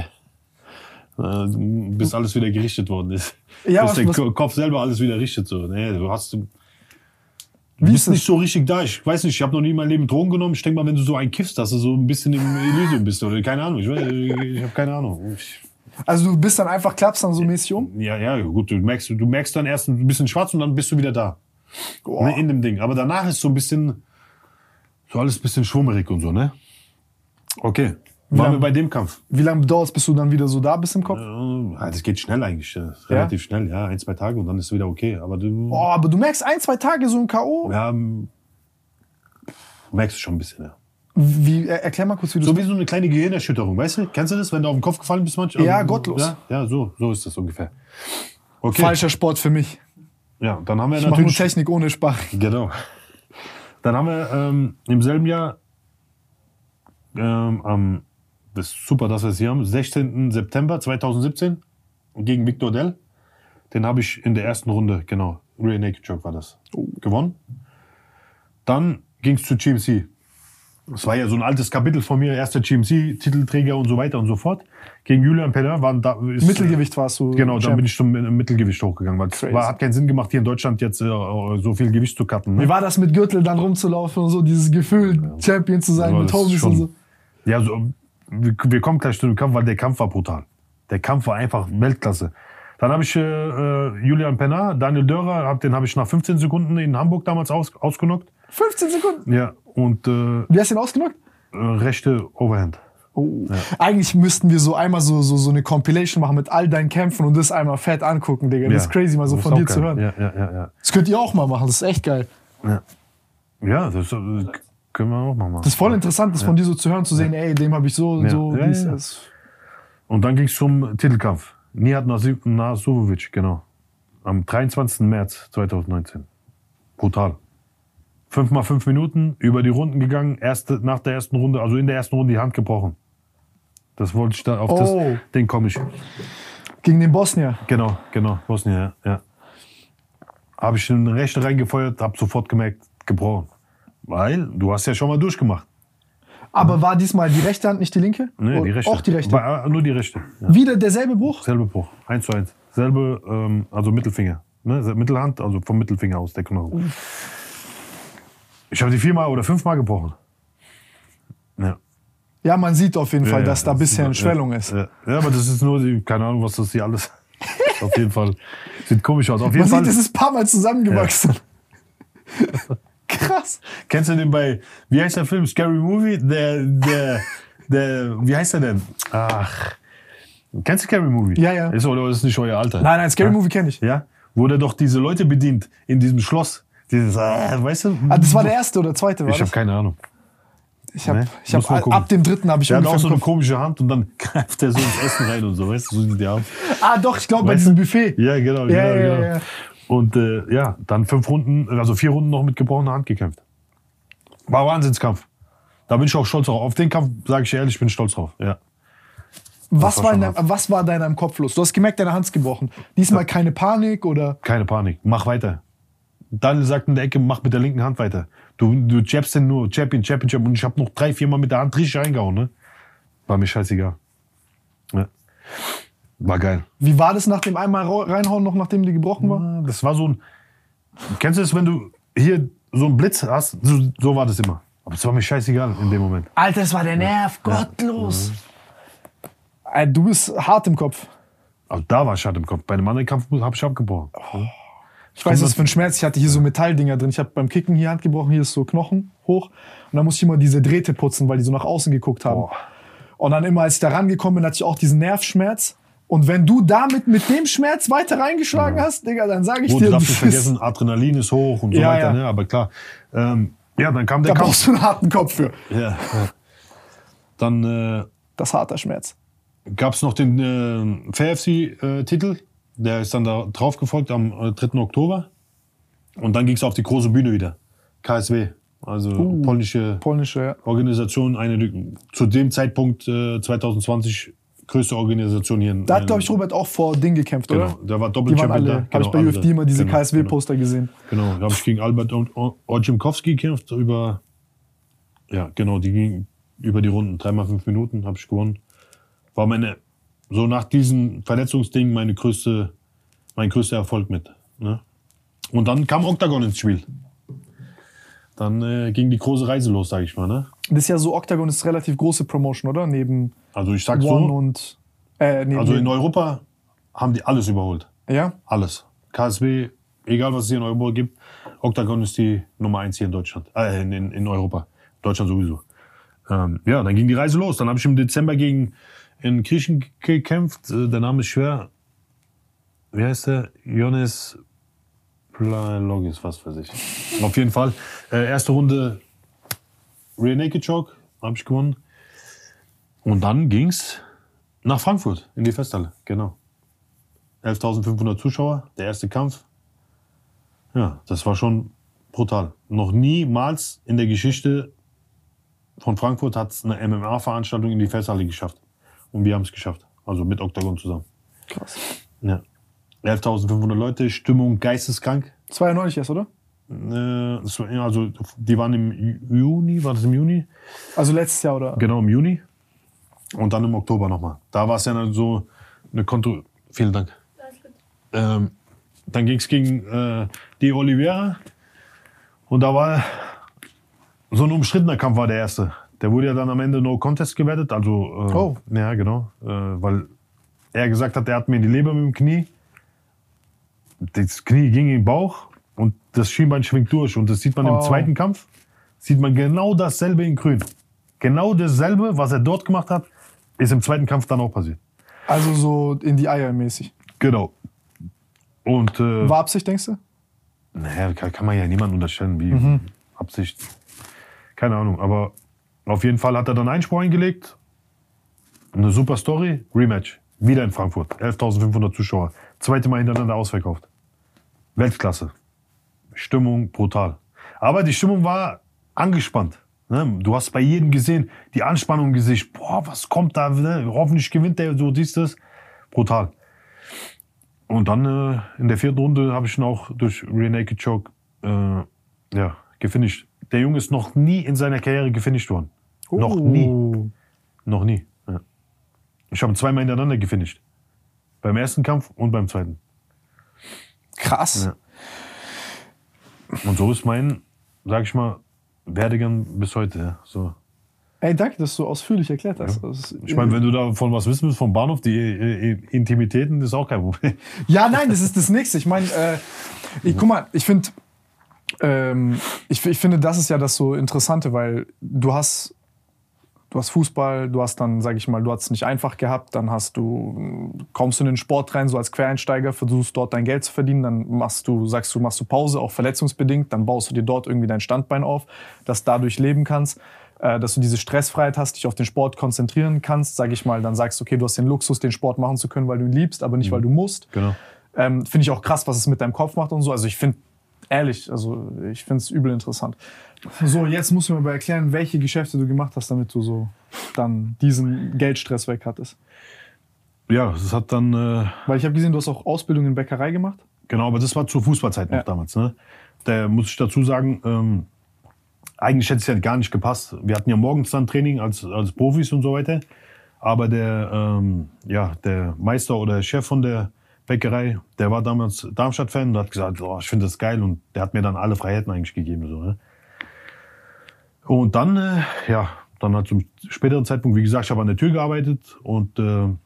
[SPEAKER 3] Bis alles wieder gerichtet worden ist.
[SPEAKER 1] Ja,
[SPEAKER 3] bis der Kopf selber alles wieder richtet. So. Nee, du
[SPEAKER 1] Wie
[SPEAKER 3] bist nicht so richtig da. Ich weiß nicht, ich habe noch nie in meinem Leben Drogen genommen. Ich denke mal, wenn du so einen kiffst, dass du so ein bisschen im Elysium bist. Oder keine Ahnung. Ich habe keine Ahnung.
[SPEAKER 1] Also du bist dann einfach, klappst dann so mäßig um?
[SPEAKER 3] Ja, gut. Du merkst dann erst ein bisschen schwarz und dann bist du wieder da.
[SPEAKER 1] Oh.
[SPEAKER 3] Ne, in dem Ding. Aber danach ist so ein bisschen, so alles ein bisschen schwummerig und so, ne? Okay. Waren wir bei dem Kampf.
[SPEAKER 1] Wie lange dauert es, bis du dann wieder so da bist im Kopf?
[SPEAKER 3] Ja, das geht schnell eigentlich. Relativ schnell, ja. 1, 2 Tage und dann ist es wieder okay. Aber
[SPEAKER 1] aber du merkst 1, 2 Tage so ein K.O.?
[SPEAKER 3] Ja, merkst du schon ein bisschen, ja.
[SPEAKER 1] Erklär mal kurz, wie du
[SPEAKER 3] so wie so eine kleine Gehirnerschütterung, weißt du? Kennst du das, wenn du auf den Kopf gefallen bist manchmal?
[SPEAKER 1] Ja, gottlos.
[SPEAKER 3] Ja, so ist das ungefähr. Okay.
[SPEAKER 1] Falscher Sport für mich.
[SPEAKER 3] Ja, dann haben wir
[SPEAKER 1] Ich mache nur Technik ohne Sparring.
[SPEAKER 3] Genau. Dann haben wir im selben Jahr das ist super, dass wir es hier haben, 16. September 2017 gegen Victor Dell. Den habe ich in der ersten Runde, genau, Rear Naked Choke war das, gewonnen. Dann ging es zu GMC. Das war ja so ein altes Kapitel von mir, erster GMC-Titelträger und so weiter und so fort. Gegen Julian Pellin waren da...
[SPEAKER 1] Mittelgewicht warst du.
[SPEAKER 3] Genau, dann bin ich zum Mittelgewicht hochgegangen, weil es hat keinen Sinn gemacht, hier in Deutschland jetzt so viel Gewicht zu cutten. Ne?
[SPEAKER 1] Wie war das mit Gürtel dann rumzulaufen und so, dieses Gefühl, Champion zu sein mit Homies und so?
[SPEAKER 3] Ja, so, wir kommen gleich zu dem Kampf, weil der Kampf war brutal. Der Kampf war einfach Weltklasse. Dann habe ich Julian Pellin, Daniel Dörer, den habe ich nach 15 Sekunden in Hamburg damals ausgenockt.
[SPEAKER 1] 15 Sekunden?
[SPEAKER 3] Ja, und...
[SPEAKER 1] Wie hast du ihn ausgenockt?
[SPEAKER 3] Rechte Overhand.
[SPEAKER 1] Oh. Ja. Eigentlich müssten wir so einmal so eine Compilation machen mit all deinen Kämpfen und das einmal fett angucken, Digga. Das ist crazy, mal so von dir zu hören.
[SPEAKER 3] Ja.
[SPEAKER 1] Das könnt ihr auch mal machen, das ist echt geil.
[SPEAKER 3] Ja, das können wir auch mal machen.
[SPEAKER 1] Das ist voll interessant, das von dir so zu hören, zu sehen, ey, dem habe ich so.
[SPEAKER 3] Und dann ging es zum Titelkampf. Nihat Nasurovic, genau. Am 23. März 2019. Brutal. 5x5 Minuten, über die Runden gegangen, nach der ersten Runde, also in der ersten Runde die Hand gebrochen. Das wollte ich da, auf das Ding komme ich.
[SPEAKER 1] Gegen den Bosnier?
[SPEAKER 3] Genau, Bosnier, ja. Habe ich eine Rechte reingefeuert, habe sofort gemerkt, gebrochen. Weil, du hast ja schon mal durchgemacht.
[SPEAKER 1] Aber war diesmal die rechte Hand, nicht die linke?
[SPEAKER 3] Nee, die rechte.
[SPEAKER 1] Auch die rechte?
[SPEAKER 3] Nur die rechte. Ja.
[SPEAKER 1] Wieder derselbe Bruch?
[SPEAKER 3] Selbe Bruch, 1:1. Selbe, also Mittelfinger. Ne? Mittelhand, also vom Mittelfinger aus, der Knochen. Ich habe die 4 oder 5 Mal gebrochen. Ja.
[SPEAKER 1] Ja, man sieht auf jeden Fall, dass da ein bisschen Schwellung ist.
[SPEAKER 3] Ja, aber das ist nur, keine Ahnung, was das hier alles auf jeden Fall sieht komisch aus. Auf jeden
[SPEAKER 1] man
[SPEAKER 3] Fall.
[SPEAKER 1] Sieht, es ist ein paar Mal zusammengewachsen. Ja. Krass.
[SPEAKER 3] Kennst du den bei, wie heißt der Film? Scary Movie? Der wie heißt der denn? Ach, kennst du Scary Movie?
[SPEAKER 1] Ja.
[SPEAKER 3] Oder ist nicht euer Alter?
[SPEAKER 1] Nein, Scary Movie kenne ich.
[SPEAKER 3] Ja? Wo der doch diese Leute bedient in diesem Schloss. Dieses, weißt du?
[SPEAKER 1] Das war der erste oder zweite, war
[SPEAKER 3] Ich habe keine Ahnung.
[SPEAKER 1] Ich hab ab dem dritten habe ich
[SPEAKER 3] der hat auch so eine komische Hand und dann greift er so ins Essen rein und so, weißt du? So sieht der aus.
[SPEAKER 1] Doch, ich glaube bei diesem Buffet.
[SPEAKER 3] Ja, genau.
[SPEAKER 1] Ja.
[SPEAKER 3] Und dann 5 Runden, also 4 Runden noch mit gebrochener Hand gekämpft. War ein Wahnsinnskampf. Da bin ich auch stolz drauf. Auf den Kampf, sage ich ehrlich, bin ich stolz drauf. Ja.
[SPEAKER 1] Was war da in deinem Kopf los? Du hast gemerkt, deine Hand ist gebrochen. Diesmal keine Panik oder?
[SPEAKER 3] Keine Panik. Mach weiter. Daniel sagt in der Ecke, mach mit der linken Hand weiter. Du jabst den nur, jab ihn. Und ich habe noch 3-4 Mal mit der Hand richtig reingehauen. Ne? War mir scheißegal. Ja. War geil.
[SPEAKER 1] Wie war das nach dem einmal reinhauen, noch nachdem die gebrochen war?
[SPEAKER 3] Das war so ein... Kennst du das, wenn du hier so einen Blitz hast? So war das immer. Aber es war mir scheißegal in dem Moment.
[SPEAKER 1] Alter, das war der Nerv. Gottlos. Ja. Du bist hart im Kopf.
[SPEAKER 3] Also da war ich hart im Kopf. Bei einem anderen Kampf habe ich abgebrochen.
[SPEAKER 1] Ich weiß, was für ein Schmerz. Ich hatte hier so Metalldinger drin. Ich habe beim Kicken hier Hand gebrochen. Hier ist so Knochen hoch. Und dann musste ich immer diese Drähte putzen, weil die so nach außen geguckt haben. Und dann immer, als ich da rangekommen bin, hatte ich auch diesen Nervschmerz. Und wenn du damit mit dem Schmerz weiter reingeschlagen hast, Digga, dann sage ich dir...
[SPEAKER 3] Du darfst nicht vergessen, Adrenalin ist hoch und so weiter. Ja. Ne? Aber klar, dann kam der Kampf.
[SPEAKER 1] Da brauchst du einen harten Kopf für.
[SPEAKER 3] Ja. Dann...
[SPEAKER 1] das ist harter Schmerz.
[SPEAKER 3] Gab es noch den FFC-Titel. Der ist dann da drauf gefolgt am 3. Oktober. Und dann ging es auf die große Bühne wieder. KSW, also polnische Organisation. Eine zu dem Zeitpunkt 2020 größte Organisation hier.
[SPEAKER 1] Da hat, glaube ich, Robert auch vor Ding gekämpft, oder?
[SPEAKER 3] Genau, der war Doppelchampion da.
[SPEAKER 1] Habe ich bei UFD immer diese KSW-Poster gesehen.
[SPEAKER 3] Genau, da habe ich gegen Albert Orzimkowski gekämpft. Die ging über die Runden. 3x5 Minuten habe ich gewonnen. War so nach diesem Verletzungsding mein größter Erfolg mit. Ne? Und dann kam Octagon ins Spiel. Dann ging die große Reise los, sage ich mal. Ne?
[SPEAKER 1] Das ist ja so, Octagon ist relativ große Promotion, oder? Neben
[SPEAKER 3] also ich sag
[SPEAKER 1] One
[SPEAKER 3] so,
[SPEAKER 1] und...
[SPEAKER 3] also in Europa haben die alles überholt.
[SPEAKER 1] Ja?
[SPEAKER 3] Alles. KSW, egal was es hier in Europa gibt, Octagon ist die Nummer 1 hier in Deutschland. In Europa. Deutschland sowieso. Dann ging die Reise los. Dann habe ich im Dezember gegen einen Griechen gekämpft. Der Name ist schwer. Wie heißt der? Ioannis Plagis, was weiß ich. Auf jeden Fall. Erste Runde Rear Naked Choke. Habe ich gewonnen. Und dann ging's nach Frankfurt in die Festhalle. Genau. 11.500 Zuschauer. Der erste Kampf. Ja, das war schon brutal. Noch niemals in der Geschichte von Frankfurt hat es eine MMA-Veranstaltung in die Festhalle geschafft. Und wir haben es geschafft. Also mit Octagon zusammen.
[SPEAKER 1] Krass.
[SPEAKER 3] Ja. 11.500 Leute, Stimmung geisteskrank.
[SPEAKER 1] Das war ja neulich erst, oder?
[SPEAKER 3] Also die waren im Juni, war das im Juni?
[SPEAKER 1] Also letztes Jahr, oder?
[SPEAKER 3] Genau, im Juni. Und dann im Oktober nochmal. Da war es ja dann so eine Vielen Dank. Dann ging es gegen die Oliveira. Und da war so ein umstrittener Kampf war der erste. Der wurde ja dann am Ende No Contest gewertet. Also, ja, genau. Weil er gesagt hat, er hat mir in die Leber mit dem Knie. Das Knie ging in den Bauch und das Schienbein schwingt durch. Und das sieht man im zweiten Kampf. Sieht man genau dasselbe in grün. genau dasselbe, was er dort gemacht hat, ist im zweiten Kampf dann auch passiert.
[SPEAKER 1] Also so in die Eier mäßig.
[SPEAKER 3] Genau. Und,
[SPEAKER 1] War Absicht, denkst du?
[SPEAKER 3] Naja, kann man ja niemandem unterstellen, wie Absicht. Keine Ahnung, aber auf jeden Fall hat er dann Einspruch eingelegt. Eine super Story, Rematch. Wieder in Frankfurt, 11.500 Zuschauer. Zweite Mal hintereinander ausverkauft. Weltklasse. Stimmung brutal. Aber die Stimmung war angespannt. Ne? Du hast bei jedem gesehen, die Anspannung im Gesicht. Boah, was kommt da? Ne? Hoffentlich gewinnt der, so dies, das. Brutal. Und dann in der 4. Runde habe ich ihn auch durch Rear Naked Choke gefinisht. Der Junge ist noch nie in seiner Karriere gefinisht worden. Noch nie. Noch nie. Ja. Ich habe ihn 2-mal hintereinander gefinisht. Beim ersten Kampf und beim zweiten.
[SPEAKER 1] Krass.
[SPEAKER 3] Ja. Und so ist mein, sag ich mal, Werdegang bis heute. Ja. So.
[SPEAKER 1] Ey, danke, dass du ausführlich erklärt hast.
[SPEAKER 3] Ja. Ich meine, wenn du davon was wissen willst vom Bahnhof, die Intimitäten, das ist auch kein Problem.
[SPEAKER 1] Ja, nein, das ist das Nächste. Ich meine, guck mal, ich finde, ich finde, das ist ja das so Interessante, weil du hast Fußball, du hast dann, sag ich mal, du hast es nicht einfach gehabt, dann kommst du in den Sport rein, so als Quereinsteiger, versuchst dort dein Geld zu verdienen, dann machst du Pause, auch verletzungsbedingt, dann baust du dir dort irgendwie dein Standbein auf, dass du dadurch leben kannst, dass du diese Stressfreiheit hast, dich auf den Sport konzentrieren kannst, sag ich mal, dann sagst du, okay, du hast den Luxus, den Sport machen zu können, weil du ihn liebst, aber nicht, weil du musst.
[SPEAKER 3] Genau.
[SPEAKER 1] Finde ich auch krass, was es mit deinem Kopf macht und so. Also ich finde, ehrlich, also ich finde es übel interessant. So, jetzt musst du mir aber erklären, welche Geschäfte du gemacht hast, damit du so dann diesen Geldstress weg hattest.
[SPEAKER 3] Ja, das hat dann...
[SPEAKER 1] Weil ich habe gesehen, du hast auch Ausbildung in Bäckerei gemacht.
[SPEAKER 3] Genau, aber das war zur Fußballzeit noch damals. Ne? Da muss ich dazu sagen, eigentlich hätte es ja gar nicht gepasst. Wir hatten ja morgens dann Training als Profis und so weiter. Aber der Meister oder Chef von der Bäckerei, der war damals Darmstadt-Fan und hat gesagt, oh, ich finde das geil. Und der hat mir dann alle Freiheiten eigentlich gegeben. So, ne? Und dann, dann halt zum späteren Zeitpunkt, wie gesagt, ich habe an der Tür gearbeitet. Und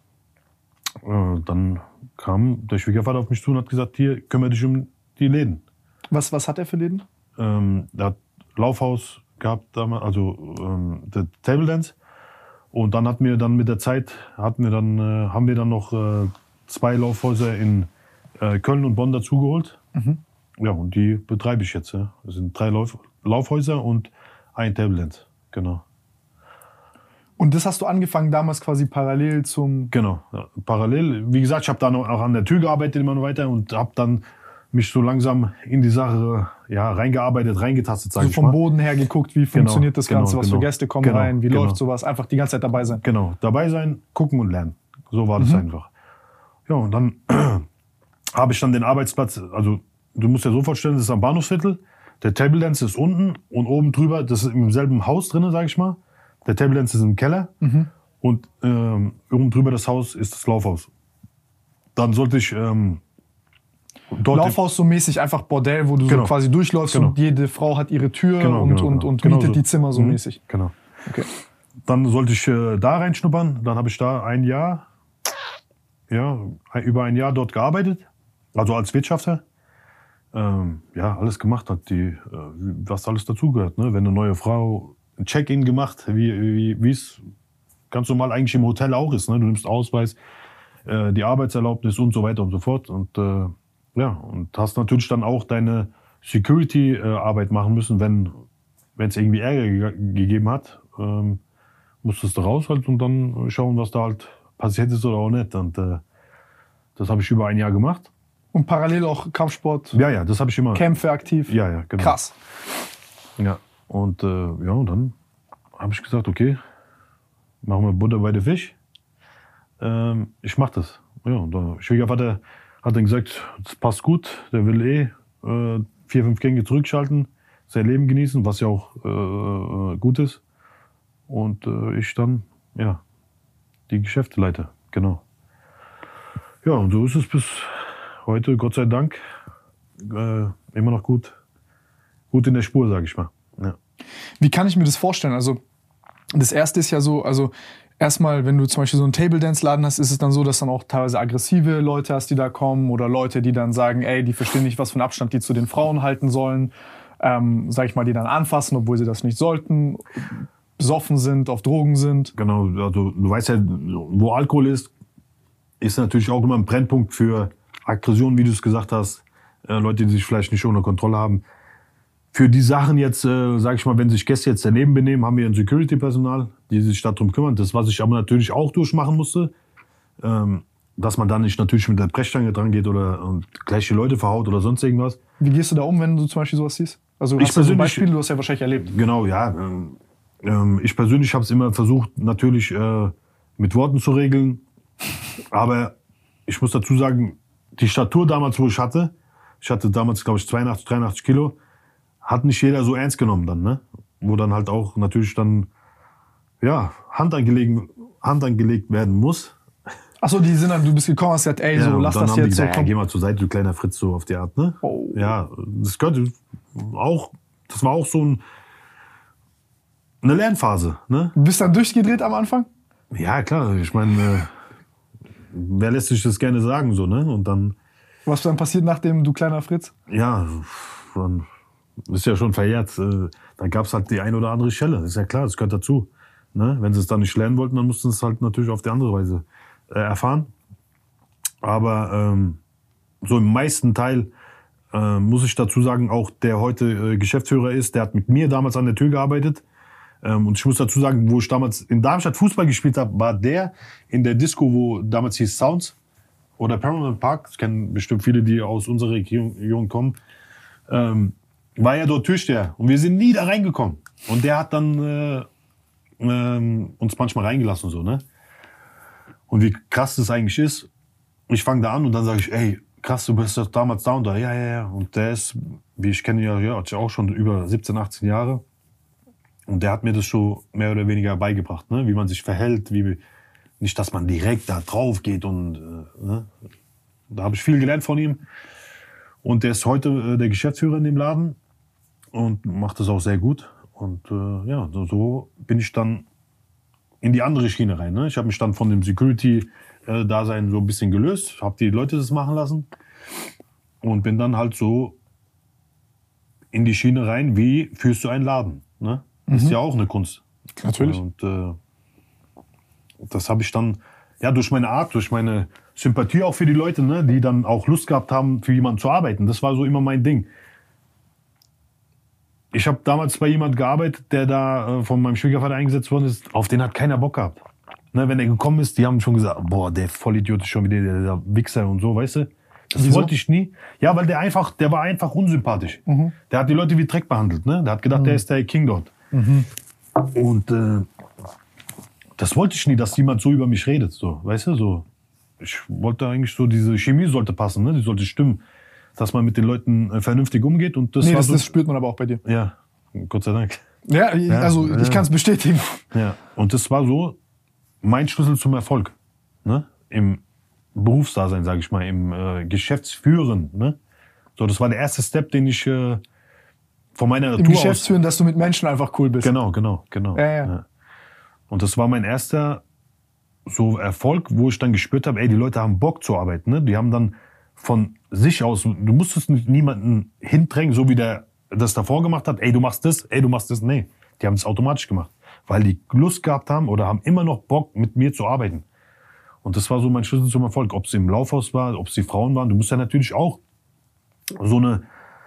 [SPEAKER 3] dann kam der Schwiegervater auf mich zu und hat gesagt, hier, kümmere dich um die Läden.
[SPEAKER 1] Was hat er für Läden?
[SPEAKER 3] Der hat Laufhaus gehabt damals, also der Table Dance. Und dann hatten wir dann mit der Zeit, haben wir dann noch 2 Laufhäuser in Köln und Bonn dazugeholt. Mhm. Ja, und die betreibe ich jetzt. Ja. Das sind 3 Laufhäuser und ein Table Dance, genau.
[SPEAKER 1] Und das hast du angefangen damals quasi parallel zum...
[SPEAKER 3] Genau, ja, parallel. Wie gesagt, ich habe dann auch an der Tür gearbeitet immer weiter und habe dann mich so langsam in die Sache reingearbeitet, reingetastet, sag ich mal.
[SPEAKER 1] Vom Boden her geguckt, wie funktioniert das Ganze, was für Gäste kommen rein, wie läuft sowas, einfach die ganze Zeit dabei sein.
[SPEAKER 3] Genau, dabei sein, gucken und lernen. So war das einfach. Ja, und dann habe ich dann den Arbeitsplatz, also du musst dir so vorstellen, das ist am Bahnhofsviertel, der Table Dance ist unten und oben drüber, das ist im selben Haus drin, sag ich mal. Der Table Dance ist im Keller und oben drüber das Haus ist das Laufhaus. Dann sollte ich
[SPEAKER 1] Laufhaus so mäßig, einfach Bordell, wo du so quasi durchläufst und jede Frau hat ihre Tür und mietet die Zimmer so mäßig.
[SPEAKER 3] Genau. Okay. Dann sollte ich da reinschnuppern. Dann habe ich da über ein Jahr dort gearbeitet, also als Wirtschafter. Alles gemacht hat, was alles dazugehört. Ne? Wenn eine neue Frau ein Check-in gemacht, wie es ganz normal eigentlich im Hotel auch ist. Ne? Du nimmst Ausweis, die Arbeitserlaubnis und so weiter und so fort. Und und hast natürlich dann auch deine Security-Arbeit machen müssen, wenn es irgendwie Ärger gegeben hat. Musstest du raus halt und dann schauen, was da halt passiert ist oder auch nicht. Und das habe ich über ein Jahr gemacht.
[SPEAKER 1] Und parallel auch Kampfsport?
[SPEAKER 3] Ja, das habe ich immer.
[SPEAKER 1] Kämpfe aktiv?
[SPEAKER 3] Ja, genau.
[SPEAKER 1] Krass.
[SPEAKER 3] Ja, und und dann habe ich gesagt, okay, machen wir Butter bei der Fisch. Ich mach das. Ja, und der Schwiegervater hat dann gesagt, das passt gut, der will 4-5 Gänge zurückschalten, sein Leben genießen, was ja auch gut ist. Und ich dann, die Geschäfte leite, genau. Ja, und so ist es bis heute, Gott sei Dank, immer noch gut in der Spur, sage ich mal. Ja.
[SPEAKER 1] Wie kann ich mir das vorstellen? Also das Erste ist ja so, also erstmal, wenn du zum Beispiel so einen Table-Dance-Laden hast, ist es dann so, dass dann auch teilweise aggressive Leute hast, die da kommen oder Leute, die dann sagen, ey, die verstehen nicht, was für einen Abstand die zu den Frauen halten sollen, sag ich mal, die dann anfassen, obwohl sie das nicht sollten. besoffen sind, auf Drogen sind.
[SPEAKER 3] Genau, also du weißt ja, wo Alkohol ist natürlich auch immer ein Brennpunkt für Aggression, wie du es gesagt hast. Leute, die sich vielleicht nicht unter Kontrolle haben. Für die Sachen jetzt, sage ich mal, wenn sich Gäste jetzt daneben benehmen, haben wir ein Security-Personal, die sich darum kümmern. Das, was ich aber natürlich auch durchmachen musste, dass man dann nicht natürlich mit der Brechstange dran geht oder gleich die Leute verhaut oder sonst irgendwas.
[SPEAKER 1] Wie gehst du da um, wenn du zum Beispiel sowas siehst? Also hast du so ein Beispiel, du hast ja wahrscheinlich erlebt.
[SPEAKER 3] Genau, ja. Ich persönlich habe es immer versucht, natürlich mit Worten zu regeln. Aber ich muss dazu sagen, die Statur damals, wo ich hatte damals, glaube ich, 82, 83 Kilo, hat nicht jeder so ernst genommen dann, ne? Wo dann halt auch natürlich dann, ja, Hand angelegt werden muss.
[SPEAKER 1] Achso, die sind dann, du bist gekommen, hast gesagt, ey,
[SPEAKER 3] Ja,
[SPEAKER 1] so,
[SPEAKER 3] und
[SPEAKER 1] lass
[SPEAKER 3] dann
[SPEAKER 1] das
[SPEAKER 3] haben die
[SPEAKER 1] jetzt
[SPEAKER 3] gesagt,
[SPEAKER 1] so.
[SPEAKER 3] ja, geh mal zur Seite, du kleiner Fritz, so auf die Art, ne?
[SPEAKER 1] Oh.
[SPEAKER 3] Ja, das war auch so eine Lernphase, ne?
[SPEAKER 1] Du bist dann durchgedreht am Anfang?
[SPEAKER 3] Ja, klar, ich meine, wer lässt sich das gerne sagen, so, ne? Und dann,
[SPEAKER 1] Was dann passiert nachdem du kleiner Fritz?
[SPEAKER 3] ja, dann ist ja schon verjährt. Da gab es halt die ein oder andere Schelle. Das ist ja klar, das gehört dazu. Ne? Wenn sie es dann nicht lernen wollten, dann mussten sie es halt natürlich auf die andere Weise erfahren. Aber so im meisten Teil muss ich dazu sagen, auch der heute Geschäftsführer ist, der hat mit mir damals an der Tür gearbeitet. Und ich muss dazu sagen, wo ich damals in Darmstadt Fußball gespielt habe, war der in der Disco, wo damals hieß Sounds oder Paramount Park. Das kennen bestimmt viele, die aus unserer Region kommen. War ja dort Türsteher. Und wir sind nie da reingekommen. Und der hat dann uns manchmal reingelassen, so, ne? Und wie krass das eigentlich ist, ich fange da an und dann sage ich, ey, krass, du bist doch damals da und da. Ja. Und der ist, wie ich kenne, ja, hat ja auch schon über 17, 18 Jahre. Und der hat mir das schon mehr oder weniger beigebracht, ne? Wie man sich verhält, nicht, dass man direkt da drauf geht. Und ne? Da habe ich viel gelernt von ihm. Und der ist heute der Geschäftsführer in dem Laden und macht das auch sehr gut. Und ja, so bin ich dann in die andere Schiene rein. Ne? Ich habe mich dann von dem Security-Dasein so ein bisschen gelöst, habe die Leute das machen lassen und bin dann halt so in die Schiene rein, wie führst du einen Laden? Ne? Das ist ja auch eine Kunst.
[SPEAKER 1] Natürlich.
[SPEAKER 3] Und das habe ich dann ja durch meine Art, durch meine Sympathie auch für die Leute, ne, die dann auch Lust gehabt haben, für jemanden zu arbeiten. Das war so immer mein Ding. Ich habe damals bei jemandem gearbeitet, der da von meinem Schwiegervater eingesetzt worden ist. Auf den hat keiner Bock gehabt. Ne, wenn er gekommen ist, die haben schon gesagt, boah, der Vollidiot ist schon wieder der Wichser und so, weißt du. Das wollte ich nie. Ja, weil der war einfach unsympathisch. Der hat die Leute wie Dreck behandelt. Ne? Der hat gedacht, der ist der King dort. Und das wollte ich nie, dass jemand so über mich redet. So, weißt du, so. Ich wollte eigentlich so, diese Chemie sollte passen, ne? Die sollte stimmen. Dass man mit den Leuten vernünftig umgeht. Und das war so,
[SPEAKER 1] das spürt man aber auch bei dir.
[SPEAKER 3] Ja, Gott sei Dank.
[SPEAKER 1] Ja, also ich kann es bestätigen.
[SPEAKER 3] Ja, und das war so mein Schlüssel zum Erfolg. Ne? Im Berufsdasein, sage ich mal, im Geschäftsführen. Ne? So, das war der erste Step, den ich von meiner Natur
[SPEAKER 1] Im Geschäftsführen, dass du mit Menschen einfach cool bist.
[SPEAKER 3] Genau.
[SPEAKER 1] Ja.
[SPEAKER 3] Und das war mein erster so Erfolg, wo ich dann gespürt habe, ey, die Leute haben Bock zu arbeiten. Ne? Die haben dann von sich aus, du musstest nicht niemanden hindrängen, so wie der das davor gemacht hat, ey, du machst das. Nee, die haben es automatisch gemacht, weil die Lust gehabt haben oder haben immer noch Bock, mit mir zu arbeiten. Und das war so mein Schlüssel zum Erfolg. Ob es im Laufhaus war, ob es die Frauen waren, du musst ja natürlich auch so eine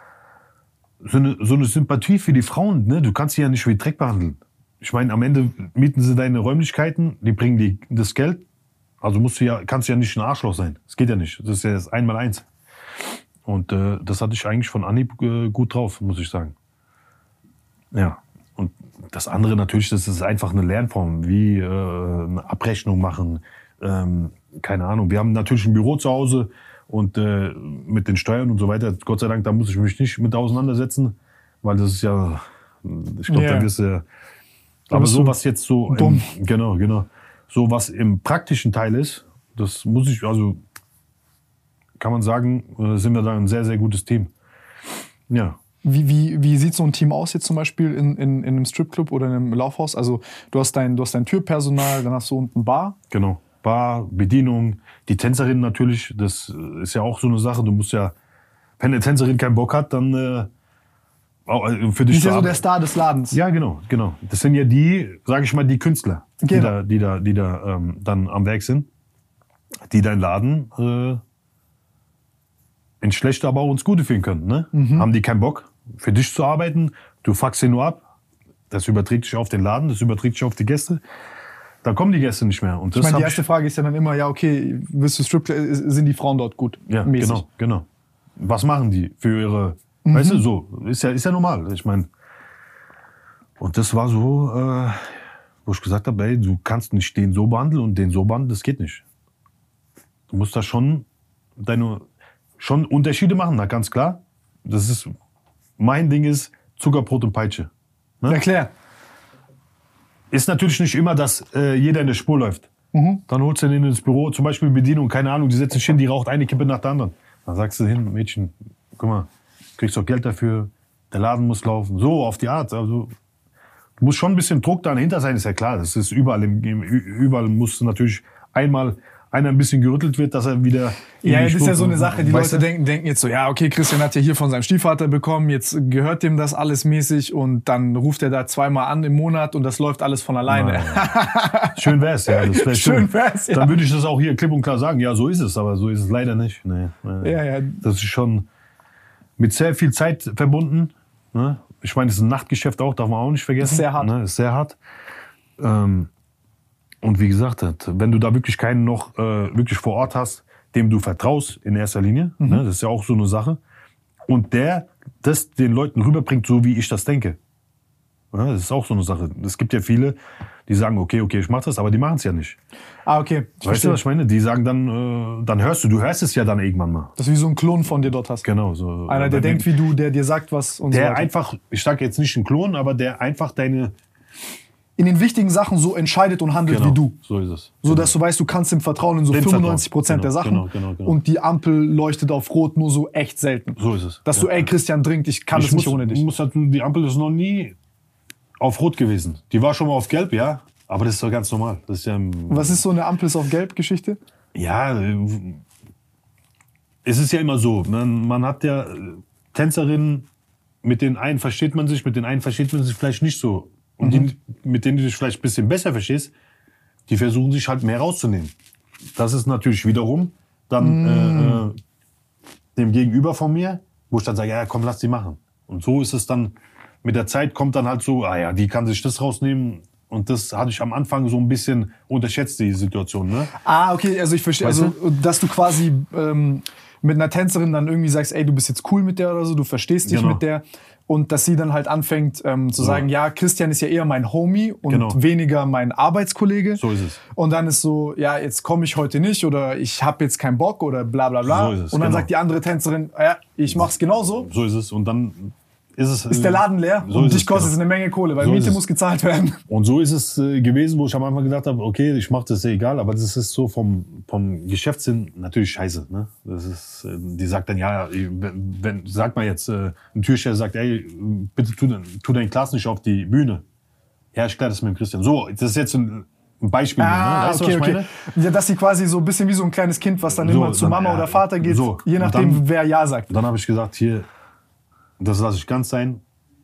[SPEAKER 3] Sympathie für die Frauen, ne? Du kannst sie ja nicht wie Dreck behandeln. Ich meine, am Ende mieten sie deine Räumlichkeiten, die bringen das Geld. Also kannst du ja nicht ein Arschloch sein. Das geht ja nicht. Das ist ja das 1x1. Und das hatte ich eigentlich von Anhieb gut drauf, muss ich sagen. Ja. Und das andere natürlich, das ist einfach eine Lernform, wie eine Abrechnung machen. Keine Ahnung. Wir haben natürlich ein Büro zu Hause und mit den Steuern und so weiter. Gott sei Dank, da muss ich mich nicht mit auseinandersetzen, weil das ist ja, ich glaube, da wirst du. Aber so was jetzt so, genau. So was im praktischen Teil ist, das muss ich, also kann man sagen, sind wir da ein sehr, sehr gutes Team. Ja.
[SPEAKER 1] Wie sieht so ein Team aus jetzt zum Beispiel in einem Stripclub oder in einem Laufhaus? Also du hast dein Türpersonal, dann hast du unten Bar.
[SPEAKER 3] Genau. Bar, Bedienung, die Tänzerin natürlich, das ist ja auch so eine Sache. Du musst ja, wenn eine Tänzerin keinen Bock hat, dann für dich
[SPEAKER 1] ist
[SPEAKER 3] zu
[SPEAKER 1] ja so
[SPEAKER 3] arbeiten.
[SPEAKER 1] der Star des Ladens.
[SPEAKER 3] Ja, genau. Das sind ja die, sage ich mal, die Künstler,
[SPEAKER 1] Genau.
[SPEAKER 3] die da dann am Werk sind, die deinen Laden ins Schlechte, aber auch ins Gute führen können. Ne? Haben die keinen Bock, für dich zu arbeiten? Du fuckst sie nur ab. Das überträgt sich auf den Laden, das überträgt sich auf die Gäste. Dann kommen die Gäste nicht mehr. Und das
[SPEAKER 1] Ich meine, die erste Frage ist ja dann immer, ja, okay, willst du sind die Frauen dort gut?
[SPEAKER 3] Ja,
[SPEAKER 1] mäßig?
[SPEAKER 3] genau. Was machen die für ihre, weißt du, so, ist ja normal. Ich meine, und das war so, wo ich gesagt habe, ey, du kannst nicht den so behandeln und den so behandeln, das geht nicht. Du musst da schon Unterschiede machen, na ganz klar. Mein Ding ist Zuckerbrot und Peitsche. Ne?
[SPEAKER 1] Ja, klar.
[SPEAKER 3] Ist natürlich nicht immer, dass jeder in der Spur läuft. Dann holst du den ins Büro, zum Beispiel Bedienung, keine Ahnung, die setzt sich hin, die raucht eine Kippe nach der anderen. Dann sagst du hin, Mädchen, guck mal, du kriegst doch Geld dafür, der Laden muss laufen. So, auf die Art. Also, du musst schon ein bisschen Druck dahinter sein, ist ja klar. Das ist überall. Überall muss natürlich einer ein bisschen gerüttelt wird, dass er wieder...
[SPEAKER 1] Ja, das ist ja so eine Sache, die Leute denken jetzt so, ja, okay, Christian hat ja hier von seinem Stiefvater bekommen, jetzt gehört dem das alles mäßig und dann ruft er da zweimal an im Monat und das läuft alles von alleine.
[SPEAKER 3] Schön wär's, ja. Das wär
[SPEAKER 1] Schön wär's, ja.
[SPEAKER 3] Dann würde ich das auch hier klipp und klar sagen, ja, so ist es, aber so ist es leider nicht. Nee.
[SPEAKER 1] Ja.
[SPEAKER 3] Das ist schon mit sehr viel Zeit verbunden. Ne? Ich meine, das ist ein Nachtgeschäft auch, darf man auch nicht vergessen.
[SPEAKER 1] Ist sehr hart.
[SPEAKER 3] Ne? Ist sehr hart. Und wie gesagt, wenn du da wirklich keinen noch wirklich vor Ort hast, dem du vertraust in erster Linie, ne? Das ist ja auch so eine Sache, und der das den Leuten rüberbringt, so wie ich das denke. Ja, das ist auch so eine Sache. Es gibt ja viele, die sagen, okay, ich mach das, aber die machen es ja nicht.
[SPEAKER 1] Ah, okay.
[SPEAKER 3] Weißt du, was ich meine? Die sagen dann hörst du hörst es ja dann irgendwann mal.
[SPEAKER 1] Das ist wie so ein Klon von dir dort hast.
[SPEAKER 3] Genau. So,
[SPEAKER 1] Einer, der denkt wie du, der dir sagt was und so
[SPEAKER 3] der
[SPEAKER 1] weiter.
[SPEAKER 3] einfach, ich sage jetzt nicht ein Klon, aber der einfach
[SPEAKER 1] in den wichtigen Sachen so entscheidet und handelt wie du.
[SPEAKER 3] So ist es.
[SPEAKER 1] So, dass du weißt, du kannst ihm vertrauen in so 95% der Sachen.
[SPEAKER 3] Genau.
[SPEAKER 1] Und die Ampel leuchtet auf Rot nur so echt selten.
[SPEAKER 3] So ist es.
[SPEAKER 1] Dass du, ey, Christian dringt, ich kann das nicht ohne dich.
[SPEAKER 3] Die Ampel ist noch nie auf Rot gewesen. Die war schon mal auf Gelb, ja. Aber das ist doch ganz normal. Das ist ja,
[SPEAKER 1] Was ist so eine Ampel ist auf Gelb-Geschichte?
[SPEAKER 3] ja, es ist ja immer so. Man hat ja Tänzerinnen, mit den einen versteht man sich vielleicht nicht so. Und die, mit denen du dich vielleicht ein bisschen besser verstehst, die versuchen sich halt mehr rauszunehmen. Das ist natürlich wiederum dann dem Gegenüber von mir, wo ich dann sage, ja komm, lass die machen. Und so ist es dann, mit der Zeit kommt dann halt so, die kann sich das rausnehmen. Und das hatte ich am Anfang so ein bisschen unterschätzt, die Situation. Ne?
[SPEAKER 1] Ah, okay, also ich verstehe,
[SPEAKER 3] Weißt
[SPEAKER 1] also dass du quasi mit einer Tänzerin dann irgendwie sagst, ey, du bist jetzt cool mit der oder so, du verstehst dich
[SPEAKER 3] Genau.
[SPEAKER 1] mit der. Und dass sie dann halt anfängt zu sagen, ja, Christian ist ja eher mein Homie und
[SPEAKER 3] Genau.
[SPEAKER 1] weniger mein Arbeitskollege.
[SPEAKER 3] So ist es.
[SPEAKER 1] Und dann ist so, ja, jetzt komme ich heute nicht oder ich habe jetzt keinen Bock oder bla bla bla.
[SPEAKER 3] So ist es,
[SPEAKER 1] und dann
[SPEAKER 3] genau.
[SPEAKER 1] sagt die andere Tänzerin, ja, ich mach's genauso.
[SPEAKER 3] So ist es. Und dann ist
[SPEAKER 1] Der Laden leer
[SPEAKER 3] So
[SPEAKER 1] und
[SPEAKER 3] ist
[SPEAKER 1] dich
[SPEAKER 3] es,
[SPEAKER 1] kostet
[SPEAKER 3] genau.
[SPEAKER 1] es eine Menge Kohle, weil
[SPEAKER 3] So ist
[SPEAKER 1] Miete
[SPEAKER 3] es.
[SPEAKER 1] muss gezahlt werden.
[SPEAKER 3] Und so ist es gewesen, wo ich am Anfang gedacht habe, okay, ich mache das ja egal, aber das ist so vom Geschäftssinn natürlich scheiße. Ne? Das ist, die sagt dann, ja, sag mal jetzt, ein Türsteher sagt, ey, bitte tu dein Glas nicht auf die Bühne. Ja, ich kläre das mit dem Christian. So, das ist jetzt ein Beispiel. Ne? Weißt du, was ich meine?
[SPEAKER 1] Ja, dass sie quasi so ein bisschen wie so ein kleines Kind, was dann
[SPEAKER 3] So,
[SPEAKER 1] immer zu
[SPEAKER 3] dann,
[SPEAKER 1] Mama
[SPEAKER 3] ja,
[SPEAKER 1] oder Vater geht,
[SPEAKER 3] so.
[SPEAKER 1] je
[SPEAKER 3] Und
[SPEAKER 1] nachdem,
[SPEAKER 3] dann-
[SPEAKER 1] wer Ja sagt.
[SPEAKER 3] Und dann habe ich gesagt, hier, das lasse ich ganz sein.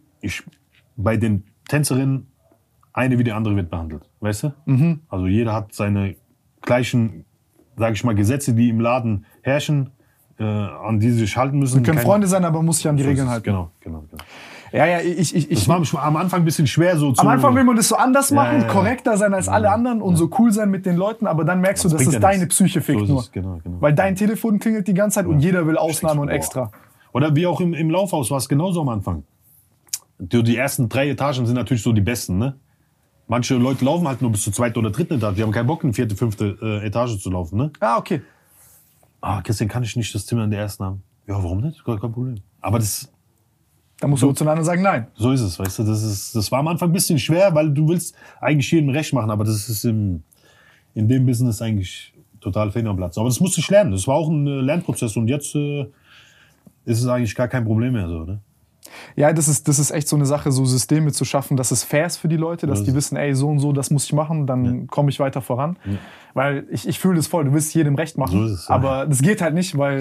[SPEAKER 3] Bei den Tänzerinnen, eine wie die andere wird behandelt. Weißt du? Also jeder hat seine gleichen, sage ich mal, Gesetze, die im Laden herrschen, an die sie sich halten müssen.
[SPEAKER 1] Wir können Freunde sein, aber muss sich an die Regeln halten.
[SPEAKER 3] Genau.
[SPEAKER 1] Ja,
[SPEAKER 3] Das war am Anfang ein bisschen schwer so zu...
[SPEAKER 1] am Anfang will man das so anders machen,
[SPEAKER 3] ja.
[SPEAKER 1] korrekter sein als alle anderen und so cool sein mit den Leuten, aber dann merkst du, dass
[SPEAKER 3] bringt
[SPEAKER 1] es
[SPEAKER 3] ja
[SPEAKER 1] deine
[SPEAKER 3] nichts.
[SPEAKER 1] Psyche fickt
[SPEAKER 3] So ist
[SPEAKER 1] nur.
[SPEAKER 3] es, genau.
[SPEAKER 1] Weil dein Telefon klingelt die ganze Zeit und jeder will Ausnahme und
[SPEAKER 3] Boah.
[SPEAKER 1] extra.
[SPEAKER 3] Oder wie auch im Laufhaus war es genauso am Anfang. Die ersten 3 Etagen sind natürlich so die besten, ne? Manche Leute laufen halt nur bis zur 2. oder 3. Etage. Die haben keinen Bock, in 4., 5. Etage zu laufen, ne?
[SPEAKER 1] Ah, okay.
[SPEAKER 3] Christian, kann ich nicht das Zimmer in der ersten haben? Ja, warum nicht? Kein Problem. Aber
[SPEAKER 1] Da musst du zueinander sagen, nein.
[SPEAKER 3] so ist es, weißt du? Das war am Anfang ein bisschen schwer, weil du willst eigentlich jedem recht machen, aber das ist in dem Business eigentlich total fehl am Platz. Aber das musste ich lernen. Das war auch ein Lernprozess und jetzt ist es eigentlich gar kein Problem mehr so, ne?
[SPEAKER 1] Ja, das ist echt so eine Sache, so Systeme zu schaffen, dass es fair ist für die Leute, dass die wissen, ey, so und so, das muss ich machen, dann komme ich weiter voran. Weil ich fühle das voll, du willst jedem recht machen,
[SPEAKER 3] So ist es, ja.
[SPEAKER 1] aber das geht halt nicht, weil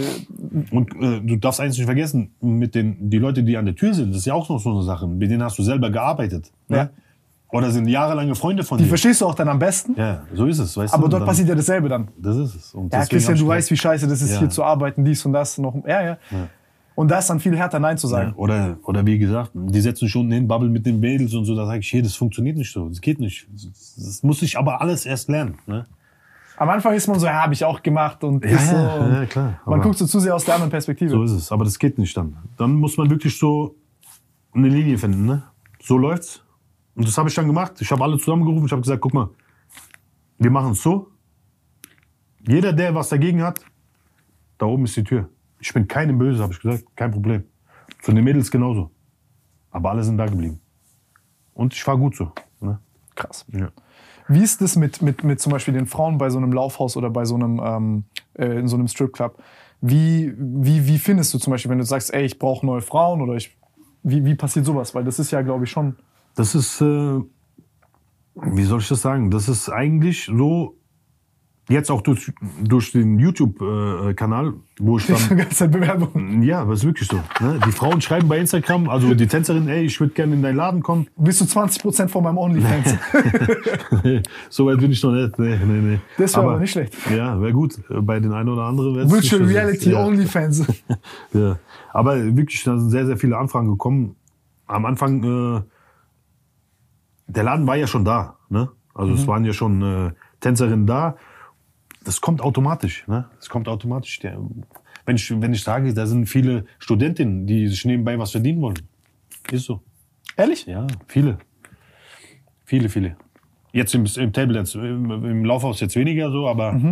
[SPEAKER 3] Und du darfst eins nicht vergessen, die Leute, die an der Tür sind, das ist ja auch noch so eine Sache. Mit denen hast du selber gearbeitet.
[SPEAKER 1] Ja.
[SPEAKER 3] Ne? Oder sind jahrelange Freunde von dir.
[SPEAKER 1] Die verstehst du auch dann am besten.
[SPEAKER 3] Ja, so ist es. Weißt
[SPEAKER 1] Aber
[SPEAKER 3] du?
[SPEAKER 1] dort passiert ja dasselbe dann.
[SPEAKER 3] Das ist es. Und
[SPEAKER 1] Ja,
[SPEAKER 3] deswegen
[SPEAKER 1] Christian,
[SPEAKER 3] hab ich
[SPEAKER 1] du weißt, wie scheiße das ist,
[SPEAKER 3] Ja.
[SPEAKER 1] hier zu arbeiten, dies und das. Noch. Ja. Und da ist dann viel härter, Nein zu sagen.
[SPEAKER 3] Ja, oder wie gesagt, die setzen schon hin, babbeln mit den Mädels und so. Da sage ich, das funktioniert nicht so. Das geht nicht. Das muss ich aber alles erst lernen. Ne?
[SPEAKER 1] Am Anfang ist man so, habe ich auch gemacht. Und ist so,
[SPEAKER 3] ja, klar.
[SPEAKER 1] man guckt so zu sehr aus der anderen Perspektive.
[SPEAKER 3] So ist es. Aber das geht nicht dann. Dann muss man wirklich so eine Linie finden. Ne? So läuft's. Und das habe ich dann gemacht. Ich habe alle zusammengerufen. Ich habe gesagt, guck mal, wir machen es so. Jeder, der was dagegen hat, da oben ist die Tür. Ich bin keinem böse, habe ich gesagt. Kein Problem. Zu den Mädels genauso. Aber alle sind da geblieben. Und ich war gut so. Ne?
[SPEAKER 1] Krass.
[SPEAKER 3] Ja.
[SPEAKER 1] Wie ist das mit zum Beispiel den Frauen bei so einem Laufhaus oder bei so einem, in so einem Stripclub? Wie findest du zum Beispiel, wenn du sagst, ey, ich brauche neue Frauen oder wie passiert sowas? Weil das ist ja, glaube ich, schon...
[SPEAKER 3] Das ist, wie soll ich das sagen? Das ist eigentlich so, jetzt auch durch den YouTube-Kanal, wo ich dann...
[SPEAKER 1] ganze Zeit Bewerbung.
[SPEAKER 3] Ja, aber ist wirklich so. Ne? Die Frauen schreiben bei Instagram, also die Tänzerin, ey, ich würde gerne in deinen Laden kommen.
[SPEAKER 1] Bist du 20% von meinem OnlyFans?
[SPEAKER 3] So weit bin ich noch nicht. Nee.
[SPEAKER 1] Das wäre aber nicht schlecht.
[SPEAKER 3] Ja, wäre gut. Bei den einen oder anderen wäre es
[SPEAKER 1] Virtual
[SPEAKER 3] nicht so
[SPEAKER 1] Reality
[SPEAKER 3] ja.
[SPEAKER 1] OnlyFans.
[SPEAKER 3] Ja. Aber wirklich, da sind sehr, sehr viele Anfragen gekommen. Am Anfang, der Laden war ja schon da. Ne? Also es waren ja schon Tänzerinnen da. Das kommt automatisch. Ne? Das kommt automatisch. Wenn ich sage, da sind viele Studentinnen, die sich nebenbei was verdienen wollen. Ist so.
[SPEAKER 1] Ehrlich?
[SPEAKER 3] Ja, viele. Viele. Jetzt im Table Dance, im Laufhaus jetzt weniger so, aber...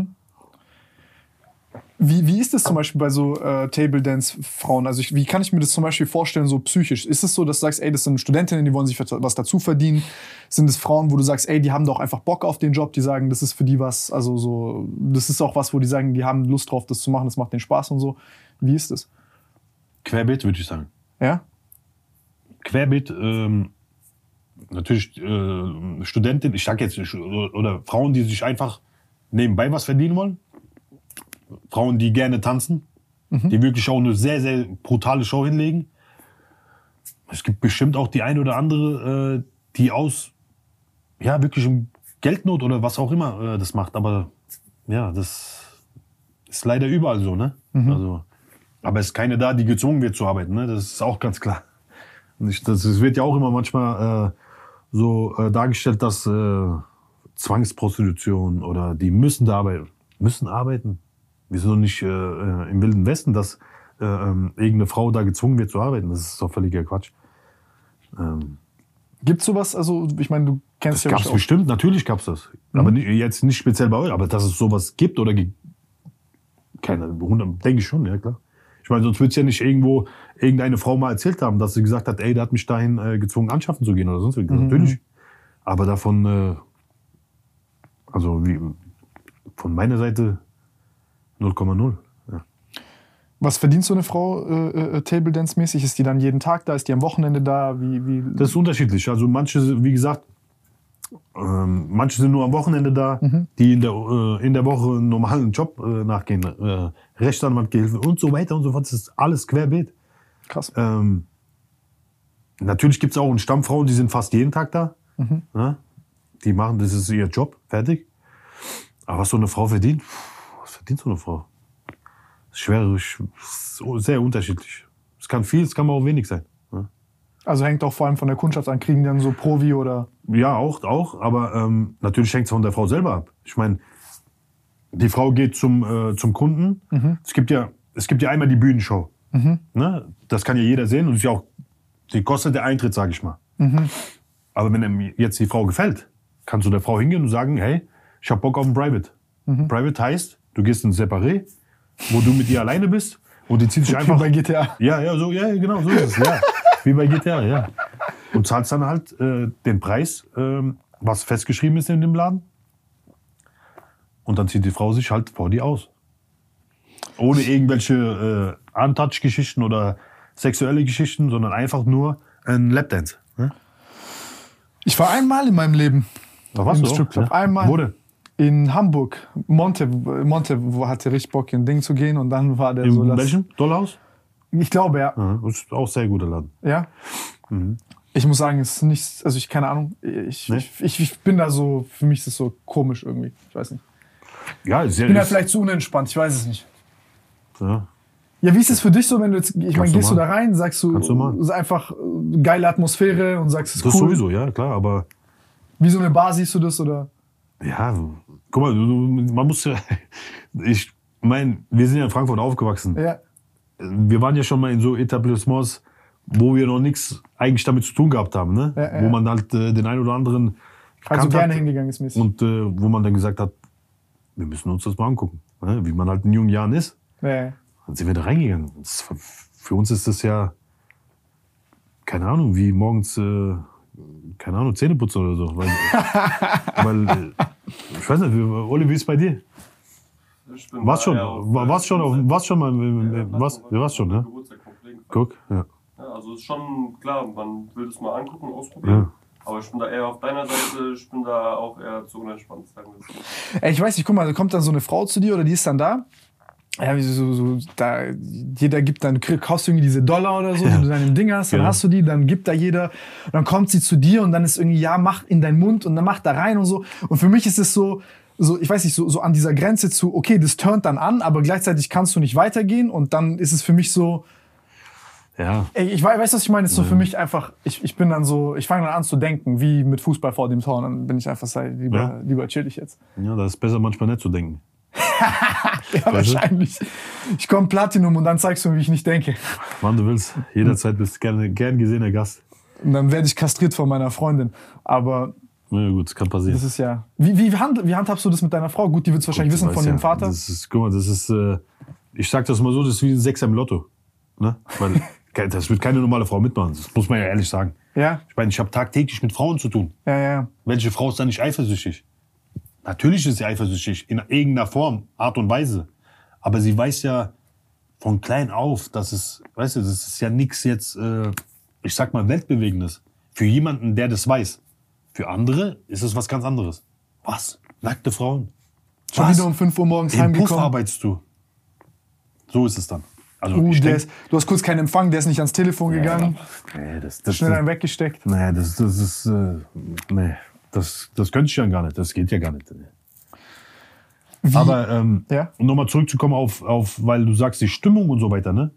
[SPEAKER 1] Wie ist das zum Beispiel bei so Table Dance Frauen? Also wie kann ich mir das zum Beispiel vorstellen, so psychisch? Ist es so, dass du sagst, ey, das sind Studentinnen, die wollen sich was dazu verdienen? Sind es Frauen, wo du sagst, ey, die haben doch einfach Bock auf den Job, die sagen, das ist für die was, also so, das ist auch was, wo die sagen, die haben Lust drauf, das zu machen, das macht denen Spaß und so. Wie ist das?
[SPEAKER 3] Querbeet, würde ich sagen.
[SPEAKER 1] Ja?
[SPEAKER 3] Querbeet, natürlich Studentinnen, ich sag jetzt, oder Frauen, die sich einfach nebenbei was verdienen wollen. Frauen, die gerne tanzen, die wirklich auch eine sehr, sehr brutale Show hinlegen. Es gibt bestimmt auch die eine oder andere, die aus, ja, wirklich Geldnot oder was auch immer das macht. Aber ja, das ist leider überall so, ne? Also, aber es ist keine da, die gezwungen wird zu arbeiten, ne? Das ist auch ganz klar. Das wird ja auch immer manchmal so dargestellt, dass Zwangsprostitution oder die müssen da arbeiten. Müssen arbeiten? Wir sind doch nicht im Wilden Westen, dass irgendeine Frau da gezwungen wird zu arbeiten. Das ist doch völliger Quatsch.
[SPEAKER 1] Gibt's sowas? Also, ich meine, du kennst
[SPEAKER 3] Das
[SPEAKER 1] ja
[SPEAKER 3] gab's bestimmt, natürlich gab's das. Aber jetzt nicht speziell bei euch, aber dass es sowas gibt oder keine, denke ich schon, ja klar. Ich meine, sonst würde es ja nicht irgendeine Frau mal erzählt haben, dass sie gesagt hat, ey, der hat mich dahin gezwungen, anschaffen zu gehen oder sonst was. Natürlich. Aber davon, also von meiner Seite 0,0. Ja.
[SPEAKER 1] Was verdient so eine Frau Table Dance mäßig? Ist die dann jeden Tag da? Ist die am Wochenende da? Wie?
[SPEAKER 3] Das ist unterschiedlich. Also manche, wie gesagt, manche sind nur am Wochenende da, die in der Woche einen normalen Job nachgehen. Rechtsanwaltgehilfe und so weiter und so fort. Das ist alles querbeet.
[SPEAKER 1] Krass.
[SPEAKER 3] Natürlich gibt es auch Stammfrauen, die sind fast jeden Tag da. Ja? Die machen, das ist ihr Job, fertig. Aber was so eine Frau verdient, was verdient so eine Frau? Sehr unterschiedlich. Es kann viel, es kann auch wenig sein. Ja?
[SPEAKER 1] Also hängt auch vor allem von der Kundschaft an, kriegen die dann so Provi oder?
[SPEAKER 3] Ja, auch. Aber natürlich hängt es von der Frau selber ab. Ich meine, die Frau geht zum Kunden. Es gibt ja einmal die Bühnenshow. Ne? Das kann ja jeder sehen und ist ja auch, die kostet der Eintritt, sage ich mal. Aber wenn ihm jetzt die Frau gefällt, kannst du der Frau hingehen und sagen, hey, ich hab Bock auf ein Private. Private heißt, du gehst in ein Separé, wo du mit ihr alleine bist und die zieht sich einfach...
[SPEAKER 1] Wie bei GTA.
[SPEAKER 3] Ja, genau, so ist es. Ja. Wie bei GTA, ja. Und zahlst dann halt den Preis, was festgeschrieben ist in dem Laden. Und dann zieht die Frau sich halt vor dir aus. Ohne irgendwelche Untouch-Geschichten oder sexuelle Geschichten, sondern einfach nur ein Lapdance. Ne?
[SPEAKER 1] Ich war einmal in meinem Leben
[SPEAKER 3] Da warst
[SPEAKER 1] im
[SPEAKER 3] du auch,
[SPEAKER 1] Stripclub.
[SPEAKER 3] ja?
[SPEAKER 1] Einmal.
[SPEAKER 3] Wo denn?
[SPEAKER 1] In Hamburg, Monte hatte richtig Bock, in ein Ding zu gehen und dann war der so...
[SPEAKER 3] In welchem? Dollhaus?
[SPEAKER 1] Ich glaube, ja.
[SPEAKER 3] Das ist auch sehr guter Laden.
[SPEAKER 1] Ja? Ich muss sagen, es ist nicht... Also keine Ahnung. Ich bin da so... Für mich ist es so komisch irgendwie. Ich weiß nicht.
[SPEAKER 3] Ja,
[SPEAKER 1] ich bin da vielleicht zu unentspannt. Ich weiß es nicht.
[SPEAKER 3] Ja.
[SPEAKER 1] Ja, wie ist es für dich so, wenn du jetzt... Ich meine, gehst du da rein, sagst du... Ist einfach geile Atmosphäre und sagst, es ist cool.
[SPEAKER 3] Das sowieso, ja, klar, aber...
[SPEAKER 1] Wie so eine Bar siehst du das, oder...
[SPEAKER 3] Ja, guck mal, man muss ja, ich meine, wir sind ja in Frankfurt aufgewachsen.
[SPEAKER 1] Ja.
[SPEAKER 3] Wir waren ja schon mal in so Etablissements, wo wir noch nichts eigentlich damit zu tun gehabt haben, ne?
[SPEAKER 1] Ja.
[SPEAKER 3] Wo man halt den einen oder anderen
[SPEAKER 1] also gerne hingegangen ist mäßig.
[SPEAKER 3] Und wo man dann gesagt hat, wir müssen uns das mal angucken, ne? Wie man halt in jungen Jahren ist.
[SPEAKER 1] Ja.
[SPEAKER 3] Dann sind wir da reingegangen. Für uns ist das ja, keine Ahnung, wie morgens... keine Ahnung, Zähneputzen oder so. Weil ich weiß nicht, Olli, wie ist es bei dir? Warst schon mal, ne? Guck, ja.
[SPEAKER 6] Also ist schon klar, man will das mal angucken, ausprobieren. Ja. Aber ich bin da eher auf deiner Seite, ich bin da auch eher zu unentspannt, sagen wir so.
[SPEAKER 1] Ich weiß nicht, guck mal, da kommt dann so eine Frau zu dir oder die ist dann da. Ja, jeder gibt dann, kaufst du irgendwie diese $, oder so, die du dann im Ding hast, dann hast du die, dann gibt da jeder, dann kommt sie zu dir und dann ist irgendwie, ja, mach in deinen Mund und dann mach da rein und so. Und für mich ist es so ich weiß nicht, so an dieser Grenze zu, okay, das turnt dann an, aber gleichzeitig kannst du nicht weitergehen und dann ist es für mich so, ich weiß, was ich meine, ist so für mich einfach, ich bin dann so, ich fange dann an zu denken, wie mit Fußball vor dem Tor, und dann bin ich einfach lieber chill ich jetzt.
[SPEAKER 3] Ja, das ist besser manchmal nicht zu denken.
[SPEAKER 1] Ja, wahrscheinlich. Ich komme Platinum und dann zeigst du mir, wie ich nicht denke.
[SPEAKER 3] Wann du willst. Jederzeit bist du gern gesehener Gast.
[SPEAKER 1] Und dann werde ich kastriert von meiner Freundin. Aber...
[SPEAKER 3] Na gut, das kann passieren.
[SPEAKER 1] Das ist ja... Wie handhabst du das mit deiner Frau? Gut, die wird es wahrscheinlich wissen von ihrem Vater.
[SPEAKER 3] Guck mal, das ist... ich sag das mal so, das ist wie ein Sechser im Lotto. Ne? Weil das wird keine normale Frau mitmachen. Das muss man ja ehrlich sagen.
[SPEAKER 1] Ja.
[SPEAKER 3] Ich meine, ich habe tagtäglich mit Frauen zu tun.
[SPEAKER 1] Ja.
[SPEAKER 3] Welche Frau ist da nicht eifersüchtig? Natürlich ist sie eifersüchtig, in irgendeiner Form, Art und Weise. Aber sie weiß ja von klein auf, dass es, weißt du, das ist ja nichts jetzt, ich sag mal, Weltbewegendes. Für jemanden, der das weiß. Für andere ist es was ganz anderes. Was? Nackte Frauen?
[SPEAKER 1] Schon wieder um 5 Uhr morgens
[SPEAKER 3] Im
[SPEAKER 1] heimgekommen?
[SPEAKER 3] Puff arbeitest du. So ist es dann. Also
[SPEAKER 1] du hast kurz keinen Empfang, der ist nicht ans Telefon gegangen.
[SPEAKER 3] Nee, das
[SPEAKER 1] schnell einen weggesteckt.
[SPEAKER 3] Nee, das ist, nee. Das könnte ich ja gar nicht, das geht ja gar nicht. Wie? Aber um nochmal zurückzukommen auf, weil du sagst, die Stimmung und so weiter, ne?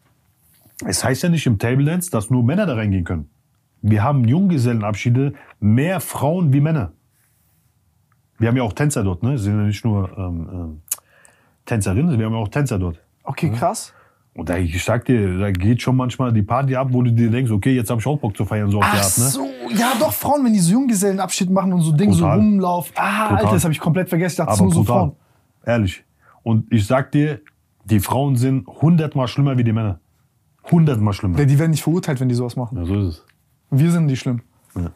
[SPEAKER 3] Es heißt ja nicht im Table Dance, dass nur Männer da reingehen können. Wir haben Junggesellenabschiede, mehr Frauen wie Männer. Wir haben ja auch Tänzer dort, ne? Es sind ja nicht nur Tänzerinnen, wir haben ja auch Tänzer dort.
[SPEAKER 1] Okay, krass.
[SPEAKER 3] Und ich sag dir, da geht schon manchmal die Party ab, wo du dir denkst, okay, jetzt habe ich auch Bock zu feiern, so auf die Art, ne?
[SPEAKER 1] So, ja doch, Frauen, wenn die so Junggesellenabschied machen und so Dinge so rumlaufen. Alter, das habe ich komplett vergessen, ich dachte, es nur so Frauen.
[SPEAKER 3] Ehrlich. Und ich sag dir, die Frauen sind 100-mal schlimmer wie die Männer. 100-mal schlimmer.
[SPEAKER 1] Ja, die werden nicht verurteilt, wenn die sowas machen.
[SPEAKER 3] Ja, so ist es.
[SPEAKER 1] Wir sind die schlimm.
[SPEAKER 3] Ja.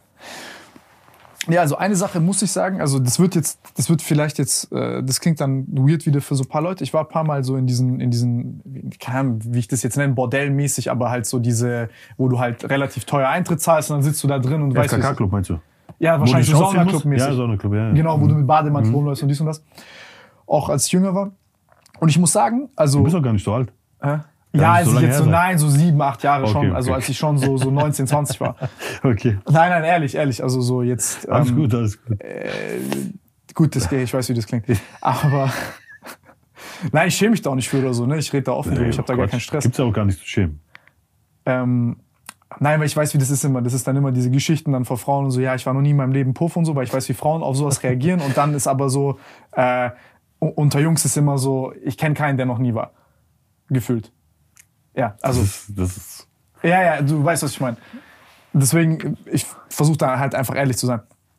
[SPEAKER 1] Ja, also eine Sache muss ich sagen, also das wird vielleicht jetzt, das klingt dann weird wieder für so ein paar Leute. Ich war ein paar Mal so in diesen, keine Ahnung, wie ich das jetzt nenne, bordellmäßig, aber halt so diese, wo du halt relativ teuer Eintritt zahlst und dann sitzt du da drin und weißt du.
[SPEAKER 3] FKK-Club meinst du?
[SPEAKER 1] Ja, wahrscheinlich so Saunaclub-mäßig.
[SPEAKER 3] Ja, Saunaclub, ja.
[SPEAKER 1] Genau, wo du mit Bademantel rumläufst und dies und das. Auch als ich jünger war. Und ich muss sagen, also...
[SPEAKER 3] Du bist doch gar nicht so alt.
[SPEAKER 1] Ja, als ich jetzt so, so 7, 8 Jahre schon,
[SPEAKER 3] okay.
[SPEAKER 1] Also als ich schon so 19, 20 war.
[SPEAKER 3] Okay.
[SPEAKER 1] Nein, ehrlich, also so jetzt...
[SPEAKER 3] Alles gut.
[SPEAKER 1] Gut, ich weiß, wie das klingt. Aber... Nein, ich schäme mich da auch nicht für oder so, ne? Ich rede da offen drüber, ich habe da gar keinen Stress.
[SPEAKER 3] Gibt's ja auch gar nicht zu schämen.
[SPEAKER 1] Nein, weil ich weiß, wie das ist immer. Das ist dann immer diese Geschichten dann vor Frauen und so, ja, ich war noch nie in meinem Leben Puff und so, weil ich weiß, wie Frauen auf sowas reagieren. Und dann ist aber so, unter Jungs ist immer so, ich kenne keinen, der noch nie war. Gefühlt. Ja, also.
[SPEAKER 3] Das ist
[SPEAKER 1] ja, du weißt, was ich meine. Deswegen, ich versuche da halt einfach ehrlich zu sein.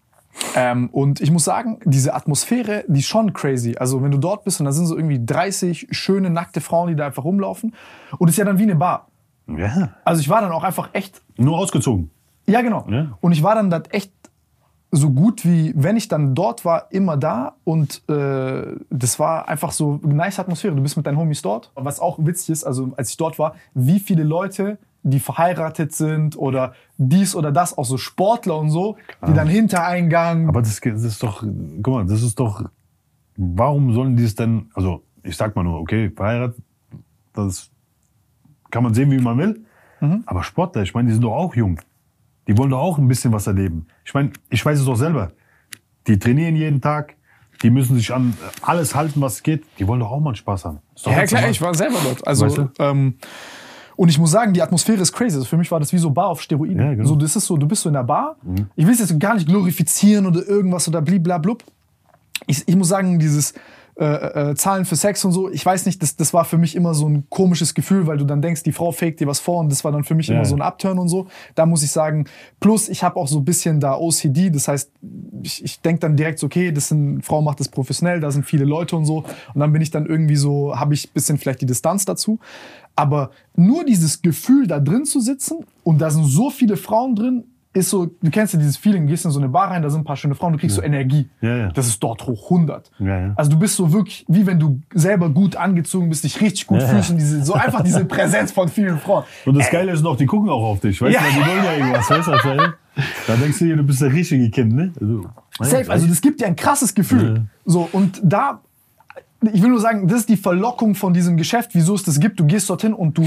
[SPEAKER 1] Und ich muss sagen, diese Atmosphäre, die ist schon crazy. Also wenn du dort bist und da sind so irgendwie 30 schöne, nackte Frauen, die da einfach rumlaufen. Und es ist ja dann wie eine Bar.
[SPEAKER 3] Ja.
[SPEAKER 1] Also ich war dann auch einfach echt...
[SPEAKER 3] Nur ausgezogen.
[SPEAKER 1] Ja, genau.
[SPEAKER 3] Ja.
[SPEAKER 1] Und ich war dann echt so gut wie, wenn ich dann dort war, immer da. Und das war einfach so eine nice Atmosphäre. Du bist mit deinen Homies dort. Was auch witzig ist, also als ich dort war, wie viele Leute die verheiratet sind oder dies oder das, auch so Sportler und so, die dann Hintereingang.
[SPEAKER 3] Aber das ist doch, guck mal, das ist doch, warum sollen die es denn, also ich sag mal nur, okay, verheiratet, das kann man sehen, wie man will, aber Sportler, ich meine, die sind doch auch jung. Die wollen doch auch ein bisschen was erleben. Ich meine, ich weiß es doch selber. Die trainieren jeden Tag, die müssen sich an alles halten, was geht. Die wollen doch auch mal einen Spaß haben.
[SPEAKER 1] Ja, klar, ich war selber dort. Also,
[SPEAKER 3] weißt du?
[SPEAKER 1] Und ich muss sagen, die Atmosphäre ist crazy. Also für mich war das wie so Bar auf Steroiden.
[SPEAKER 3] Ja, genau.
[SPEAKER 1] So, das ist so, du bist so in der Bar. Ich will es jetzt gar nicht glorifizieren oder irgendwas oder bliblablub. Ich muss sagen, dieses Zahlen für Sex und so, ich weiß nicht, das war für mich immer so ein komisches Gefühl, weil du dann denkst, die Frau faked dir was vor und das war dann für mich immer so ein Upturn und so. Da muss ich sagen, plus ich habe auch so ein bisschen da OCD, das heißt, ich denke dann direkt so, okay, Frau macht das professionell, da sind viele Leute und so und dann bin ich dann irgendwie so, habe ich ein bisschen vielleicht die Distanz dazu. Aber nur dieses Gefühl, da drin zu sitzen und da sind so viele Frauen drin, ist so, du kennst ja dieses Feeling, du gehst in so eine Bar rein, da sind ein paar schöne Frauen, du kriegst so Energie.
[SPEAKER 3] Ja.
[SPEAKER 1] Das ist dort hoch 100.
[SPEAKER 3] Ja.
[SPEAKER 1] Also du bist so wirklich, wie wenn du selber gut angezogen bist, dich richtig gut fühlst und so einfach diese Präsenz von vielen Frauen.
[SPEAKER 3] Und das Geile ist noch, die gucken auch auf dich, weißt du, weil die wollen ja irgendwas, weißt du? Da denkst du dir, du bist der richtige Kind, ne?
[SPEAKER 1] Safe, also das gibt dir ein krasses Gefühl. So, und da, ich will nur sagen, das ist die Verlockung von diesem Geschäft, wieso es das gibt. Du gehst dorthin und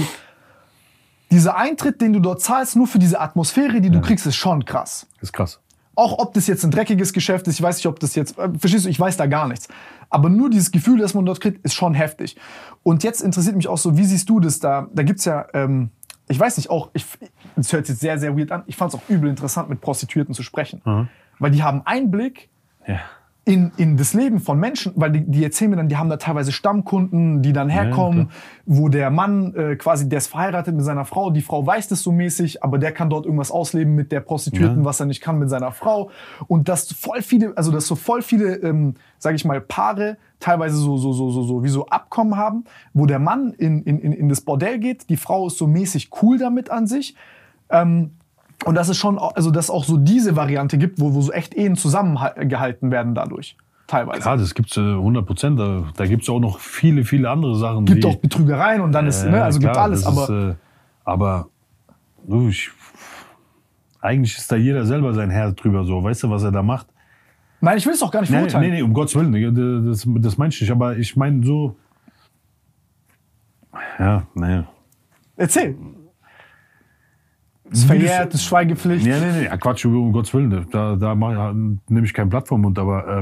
[SPEAKER 1] dieser Eintritt, den du dort zahlst, nur für diese Atmosphäre, die du kriegst, ist schon krass.
[SPEAKER 3] Das ist krass.
[SPEAKER 1] Auch ob das jetzt ein dreckiges Geschäft ist, ich weiß nicht, ob das jetzt, verstehst du, ich weiß da gar nichts. Aber nur dieses Gefühl, das man dort kriegt, ist schon heftig. Und jetzt interessiert mich auch so, wie siehst du das da? Da gibt's ja, ich weiß nicht, auch, das hört sich jetzt sehr, sehr weird an, ich fand es auch übel interessant, mit Prostituierten zu sprechen. Weil die haben Einblick in das Leben von Menschen, weil die erzählen mir dann, die haben da teilweise Stammkunden, die dann herkommen, wo der Mann quasi, der ist verheiratet mit seiner Frau, die Frau weiß das so mäßig, aber der kann dort irgendwas ausleben mit der Prostituierten, was er nicht kann mit seiner Frau. Und dass voll viele, sag ich mal, Paare teilweise so wie so Abkommen haben, wo der Mann in das Bordell geht, die Frau ist so mäßig cool damit an sich. Und dass es schon, also dass auch so diese Variante gibt, wo so echt Ehen zusammengehalten werden dadurch. Teilweise.
[SPEAKER 3] Klar, das gibt's 100%. Da gibt's auch noch viele, viele andere Sachen.
[SPEAKER 1] Gibt auch Betrügereien und dann ist, ne, also klar, gibt alles.
[SPEAKER 3] Aber du, eigentlich ist da jeder selber sein Herr drüber so. Weißt du, was er da macht?
[SPEAKER 1] Nein, ich will es auch gar nicht verurteilen.
[SPEAKER 3] Nee, um Gottes Willen. Das meine ich nicht. Aber ich meine so... Ja, nee.
[SPEAKER 1] Erzähl. Das ist verjährt, das ist Schweigepflicht.
[SPEAKER 3] Nee, Quatsch, um Gottes Willen. Da nehme ich kein Blatt vom Mund, aber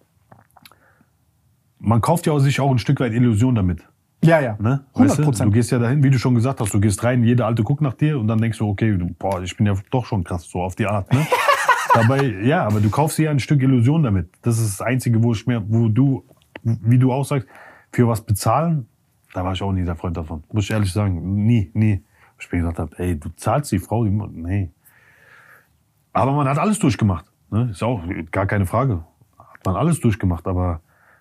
[SPEAKER 3] man kauft ja sich auch ein Stück weit Illusion damit.
[SPEAKER 1] Ja.
[SPEAKER 3] Ne?
[SPEAKER 1] 100%.
[SPEAKER 3] Du gehst ja dahin, wie du schon gesagt hast, du gehst rein, jeder Alte guckt nach dir und dann denkst du, okay, ich bin ja doch schon krass, so auf die Art. Ne? Dabei, ja, aber du kaufst dir ja ein Stück Illusion damit. Das ist das Einzige, wo du, wie du auch sagst, für was bezahlen, da war ich auch nie der Freund davon. Muss ich ehrlich sagen, nie. Ich mir gesagt habe, ey, du zahlst die Frau, nee. Aber man hat alles durchgemacht. Ne? Ist auch gar keine Frage. Hat man alles durchgemacht, aber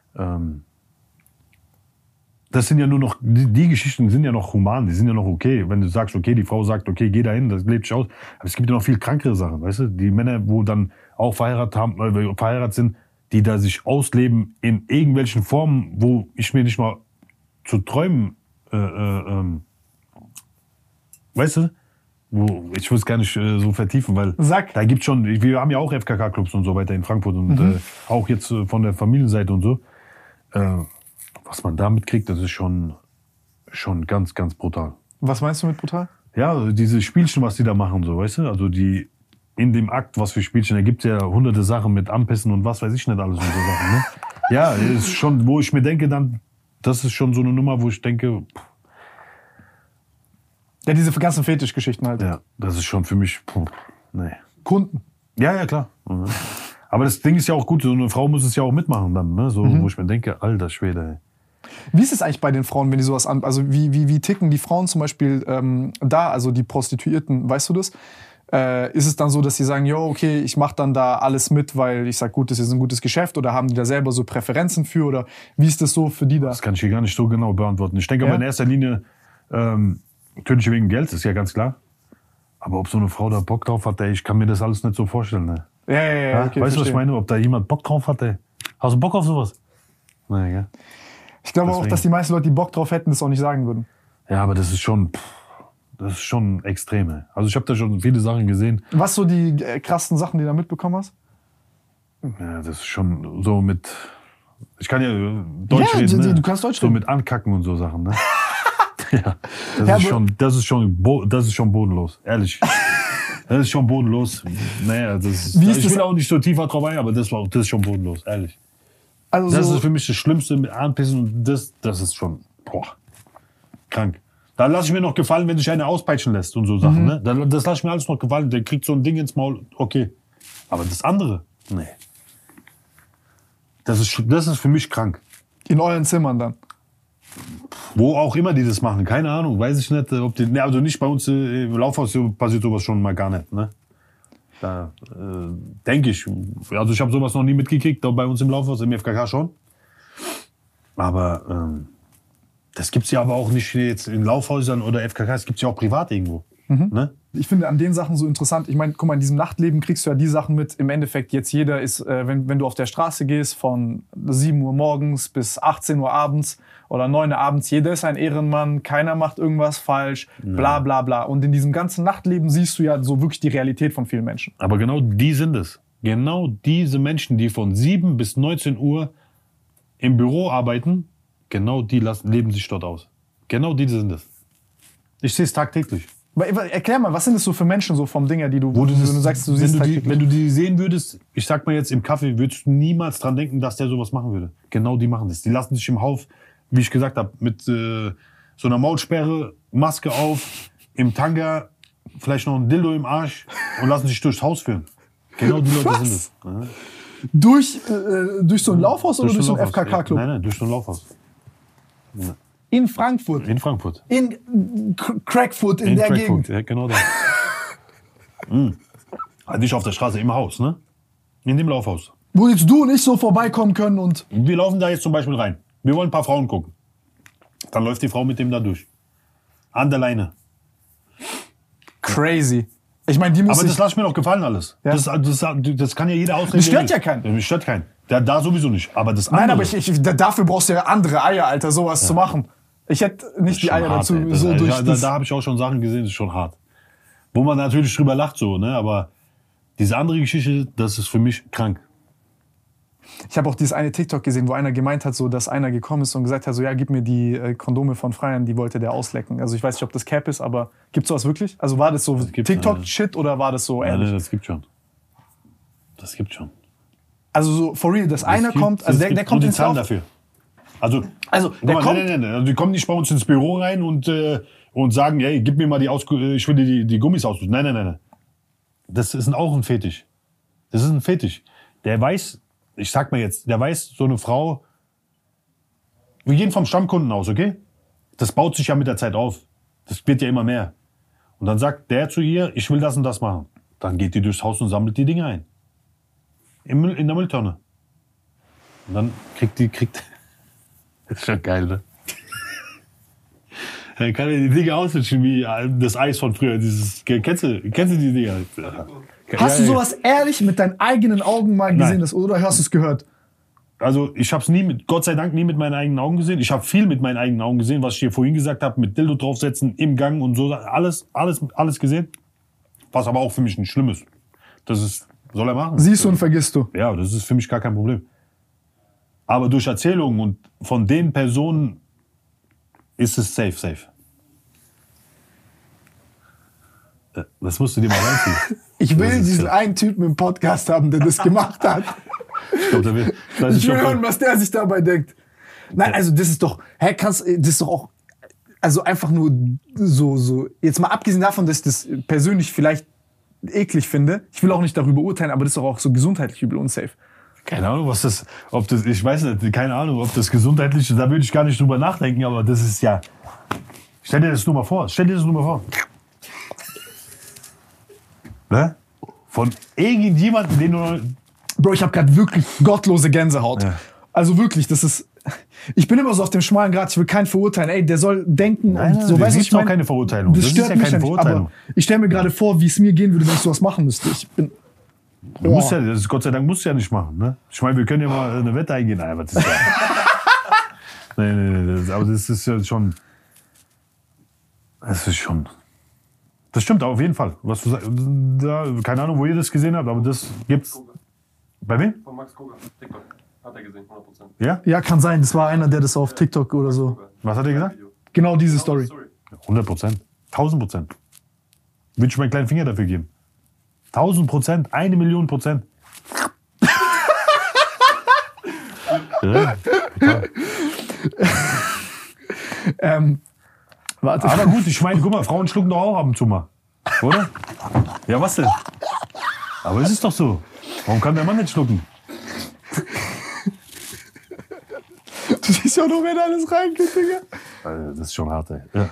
[SPEAKER 3] das sind ja nur noch, die Geschichten sind ja noch human, die sind ja noch okay. Wenn du sagst, okay, die Frau sagt, okay, geh dahin, das lebt sich aus. Aber es gibt ja noch viel krankere Sachen, weißt du? Die Männer, wo dann auch verheiratet sind, die da sich ausleben in irgendwelchen Formen, wo ich mir nicht mal zu träumen weißt du, ich will es gar nicht so vertiefen, weil da gibt's schon, wir haben ja auch FKK-Clubs und so weiter in Frankfurt und auch jetzt von der Familienseite und so. Was man da mitkriegt, das ist schon ganz, ganz brutal.
[SPEAKER 1] Was meinst du mit brutal?
[SPEAKER 3] Ja, diese Spielchen, was die da machen, so, weißt du, also die in dem Akt, was für Spielchen, da gibt's ja hunderte Sachen mit Anpissen und was weiß ich nicht alles und so Sachen, ne? Ja, ist schon, wo ich mir denke dann, das ist schon so eine Nummer, wo ich denke,
[SPEAKER 1] ja, diese ganzen Fetischgeschichten halt.
[SPEAKER 3] Ja, das ist schon für mich, nee.
[SPEAKER 1] Kunden.
[SPEAKER 3] Ja, klar. Aber das Ding ist ja auch gut, so eine Frau muss es ja auch mitmachen dann, ne? So, wo ich mir denke, alter Schwede, ey.
[SPEAKER 1] Wie ist es eigentlich bei den Frauen, wenn die sowas an, also wie ticken die Frauen zum Beispiel also die Prostituierten, weißt du das? Ist es dann so, dass sie sagen, jo, okay, ich mache dann da alles mit, weil ich sag, gut, das ist ein gutes Geschäft, oder haben die da selber so Präferenzen für, oder wie ist das so für die da?
[SPEAKER 3] Das kann ich hier gar nicht so genau beantworten. Ich denke aber in erster Linie, natürlich wegen Geld, ist ja ganz klar. Aber ob so eine Frau da Bock drauf hat, ey, ich kann mir das alles nicht so vorstellen. Ne?
[SPEAKER 1] Ja, okay,
[SPEAKER 3] weißt du, was ich meine? Ob da jemand Bock drauf hat, ey? Hast du Bock auf sowas? Nein, gell?
[SPEAKER 1] Ich glaube auch, dass die meisten Leute, die Bock drauf hätten, das auch nicht sagen würden.
[SPEAKER 3] Ja, aber das ist schon... Das ist schon extrem. Also ich habe da schon viele Sachen gesehen.
[SPEAKER 1] Was so die krassen Sachen, die du da mitbekommen hast?
[SPEAKER 3] Ja, das ist schon so mit... Ich kann ja Deutsch reden, ne?
[SPEAKER 1] Du kannst Deutsch reden.
[SPEAKER 3] So mit Ankacken und so Sachen, ne? Ja, das ist schon bodenlos, ehrlich. Das ist schon bodenlos. Naja, ich will auch nicht so tiefer drauf ein, aber das ist schon bodenlos, ehrlich. Also das ist für mich das Schlimmste mit Anpissen und das ist schon krank. Da lasse ich mir noch gefallen, wenn sich einer auspeitschen lässt und so Sachen. Ne? Das lasse ich mir alles noch gefallen. Der kriegt so ein Ding ins Maul, okay. Aber das andere, nee. Das ist für mich krank.
[SPEAKER 1] In euren Zimmern dann?
[SPEAKER 3] Wo auch immer die das machen, keine Ahnung, weiß ich nicht. Also nicht bei uns im Laufhaus passiert sowas schon mal gar nicht. Ne? Da denke ich. Also ich habe sowas noch nie mitgekriegt, bei uns im Laufhaus, im FKK schon. Aber das gibt's ja aber auch nicht jetzt in Laufhäusern oder FKK, das gibt's ja auch privat irgendwo. Ne?
[SPEAKER 1] Ich finde an den Sachen so interessant. Ich meine, guck mal, in diesem Nachtleben kriegst du ja die Sachen mit. Im Endeffekt jetzt jeder ist, wenn du auf der Straße gehst, von 7 Uhr morgens bis 18 Uhr abends oder 9 Uhr abends, jeder ist ein Ehrenmann, keiner macht irgendwas falsch, bla bla bla. Und in diesem ganzen Nachtleben siehst du ja so wirklich die Realität von vielen Menschen.
[SPEAKER 3] Aber genau die sind es. Genau diese Menschen, die von 7 bis 19 Uhr im Büro arbeiten, genau die leben sich dort aus. Genau die sind es. Ich sehe es tagtäglich.
[SPEAKER 1] Erklär mal, was sind das so für Menschen so vom Dinger, die du sagst, du siehst
[SPEAKER 3] wenn du die sehen würdest, ich sag mal jetzt im Café, würdest du niemals dran denken, dass der sowas machen würde. Genau die machen das. Die lassen sich im Haus, wie ich gesagt habe, mit so einer Maulsperre, Maske auf, im Tanga, vielleicht noch ein Dildo im Arsch und lassen sich durchs Haus führen. Genau die Leute sind es. Ja.
[SPEAKER 1] Durch so ein Laufhaus oder durch so ein FKK-Club?
[SPEAKER 3] Nein, durch so ein Laufhaus. Ja.
[SPEAKER 1] In Frankfurt?
[SPEAKER 3] In Frankfurt.
[SPEAKER 1] In Crackfoot, in der
[SPEAKER 3] Crackfoot.
[SPEAKER 1] Gegend?
[SPEAKER 3] Ja, genau da. Also nicht auf der Straße, im Haus, ne? In dem Laufhaus.
[SPEAKER 1] Wo jetzt du und ich so vorbeikommen können und...
[SPEAKER 3] Wir laufen da jetzt zum Beispiel rein. Wir wollen ein paar Frauen gucken. Dann läuft die Frau mit dem da durch. An der Leine.
[SPEAKER 1] Crazy. Ich meine, die muss.
[SPEAKER 3] Aber das lasse ich mir doch gefallen alles. Ja? Das kann ja jeder ausreden.
[SPEAKER 1] Das stört ja keinen.
[SPEAKER 3] Das stört keinen. Da sowieso nicht. Aber das
[SPEAKER 1] Nein,
[SPEAKER 3] andere.
[SPEAKER 1] aber dafür brauchst du ja andere Eier, Alter, sowas zu machen. Ich hätte nicht die Eier hart, dazu.
[SPEAKER 3] Ey.
[SPEAKER 1] So durch
[SPEAKER 3] da habe ich auch schon Sachen gesehen, das ist schon hart. Wo man natürlich drüber lacht, so, ne? Aber diese andere Geschichte, das ist für mich krank.
[SPEAKER 1] Ich habe auch dieses eine TikTok gesehen, wo einer gemeint hat, so, dass einer gekommen ist und gesagt hat, so, ja, gib mir die Kondome von Freiern, die wollte der auslecken. Also ich weiß nicht, ob das Cap ist, aber gibt's sowas wirklich? Also war das so TikTok-Shit oder war das so ähnlich?
[SPEAKER 3] Nein, das gibt schon. Das gibt schon.
[SPEAKER 1] Also so, for real, dass einer kommt, also der kommt ins Lauf.
[SPEAKER 3] Dafür. Also
[SPEAKER 1] der kommt.
[SPEAKER 3] Nein. Also die kommen nicht bei uns ins Büro rein und sagen, hey, gib mir mal ich will dir die Gummis aussuchen. Nein. Das ist auch ein Fetisch. Das ist ein Fetisch. Der weiß, ich sag mal jetzt, der weiß, so eine Frau, wir gehen vom Stammkunden aus, okay? Das baut sich ja mit der Zeit auf. Das wird ja immer mehr. Und dann sagt der zu ihr, ich will das und das machen. Dann geht die durchs Haus und sammelt die Dinge ein. In der Mülltonne. Und dann kriegt das ist schon geil, ne? Dann kann er die Dinge auswischen wie das Eis von früher. Kennst du die Dinger?
[SPEAKER 1] Hast du sowas ehrlich mit deinen eigenen Augen mal gesehen? Oder hast du es gehört?
[SPEAKER 3] Also ich habe es Gott sei Dank nie mit meinen eigenen Augen gesehen. Ich habe viel mit meinen eigenen Augen gesehen, was ich dir vorhin gesagt habe, mit Dildo draufsetzen, im Gang und so. Alles gesehen. Was aber auch für mich nicht schlimm ist. Soll er machen.
[SPEAKER 1] Siehst du und vergisst du.
[SPEAKER 3] Ja, das ist für mich gar kein Problem. Aber durch Erzählungen und von den Personen ist es safe. Das musst du dir mal reinziehen.
[SPEAKER 1] Ich will diesen einen Typen im Podcast haben, der das gemacht hat. Ich will hören, was der sich dabei denkt. Nein, also das ist doch, das ist doch auch, also einfach nur so, jetzt mal abgesehen davon, dass ich das persönlich vielleicht eklig finde, ich will auch nicht darüber urteilen, aber das ist doch auch so gesundheitlich übel unsafe.
[SPEAKER 3] Keine Ahnung, ich weiß nicht, keine Ahnung, ob das gesundheitlich ist, da würde ich gar nicht drüber nachdenken, aber das ist ja, stell dir das nur mal vor. Ne? Von irgendjemandem, den du...
[SPEAKER 1] Bro, ich habe gerade wirklich gottlose Gänsehaut. Ja. Also wirklich, ich bin immer so auf dem schmalen Grat, ich will keinen verurteilen. Ey, der soll denken
[SPEAKER 3] nein,
[SPEAKER 1] und so.
[SPEAKER 3] Das ist auch keine Verurteilung.
[SPEAKER 1] Das stört mich ja nicht, aber ich stelle mir gerade vor, wie es mir gehen würde, wenn ich sowas machen müsste.
[SPEAKER 3] Gott sei Dank musst du ja nicht machen. Ne? Ich meine, wir können ja mal eine Wette eingehen. Nein, aber das ist ja... nee, aber das ist ja schon... Das ist schon... Das stimmt auf jeden Fall. Was du sagst, keine Ahnung, wo ihr das gesehen habt, aber das gibt's. Bei wem?
[SPEAKER 6] Von Max Koga, TikTok. Hat er gesehen, 100%.
[SPEAKER 3] Ja?
[SPEAKER 1] Ja, kann sein. Das war einer, der das auf TikTok oder so.
[SPEAKER 3] Was hat er gesagt?
[SPEAKER 1] Genau diese Story.
[SPEAKER 3] 100%. 1000%. Würde ich meinen kleinen Finger dafür geben. 1000%, 1.000.000%. Ja,
[SPEAKER 1] Warte.
[SPEAKER 3] aber gut, ich meine, guck mal, Frauen schlucken doch auch ab und zu mal. Oder? Ja, was denn? Aber es ist doch so. Warum kann der Mann nicht schlucken?
[SPEAKER 1] Du siehst ja nur, wer da alles reingeht, Digga.
[SPEAKER 3] Das ist schon hart, ey. Ja.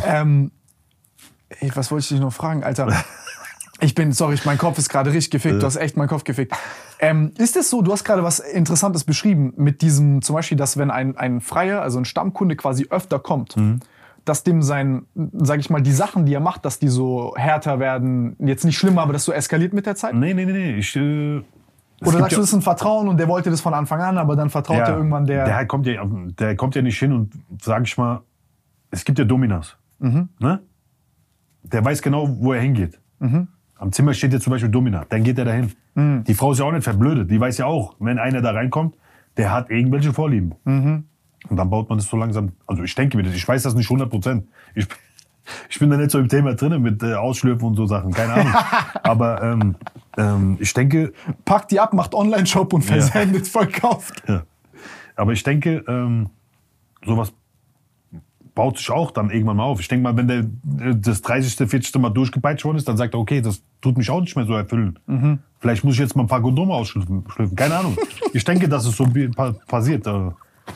[SPEAKER 1] Ey, was wollte ich dich noch fragen, Alter? Mein Kopf ist gerade richtig gefickt. Du hast echt meinen Kopf gefickt. Ist es so, du hast gerade was Interessantes beschrieben mit diesem, zum Beispiel, dass wenn ein Freier, also ein Stammkunde quasi öfter kommt, dass dem sag ich mal, die Sachen, die er macht, dass die so härter werden, jetzt nicht schlimmer, aber das so eskaliert mit der Zeit?
[SPEAKER 3] Nee.
[SPEAKER 1] Oder sagst du, das ist ein Vertrauen und der wollte das von Anfang an, aber dann vertraut er irgendwann
[SPEAKER 3] der kommt ja nicht hin und, sag ich mal, es gibt ja Dominas. Ne? Der weiß genau, wo er hingeht. Am Zimmer steht jetzt zum Beispiel Domina, dann geht er dahin. Die Frau ist ja auch nicht verblödet, die weiß ja auch, wenn einer da reinkommt, der hat irgendwelche Vorlieben. Und dann baut man das so langsam, also ich denke mir das, ich weiß das nicht 100%. Ich bin da nicht so im Thema drin mit Ausschlürfen und so Sachen, keine Ahnung. Aber ich denke...
[SPEAKER 1] Packt die ab, macht Online-Shop und versendet, verkauft.
[SPEAKER 3] Ja. Aber ich denke, sowas baut sich auch dann irgendwann mal auf. Ich denke mal, wenn der das 30., 40. Mal durchgepeitscht worden ist, dann sagt er, okay, das tut mich auch nicht mehr so erfüllen. Vielleicht muss ich jetzt mal ein paar Kondome ausschlüpfen. Keine Ahnung. Ich denke, dass es so passiert. Da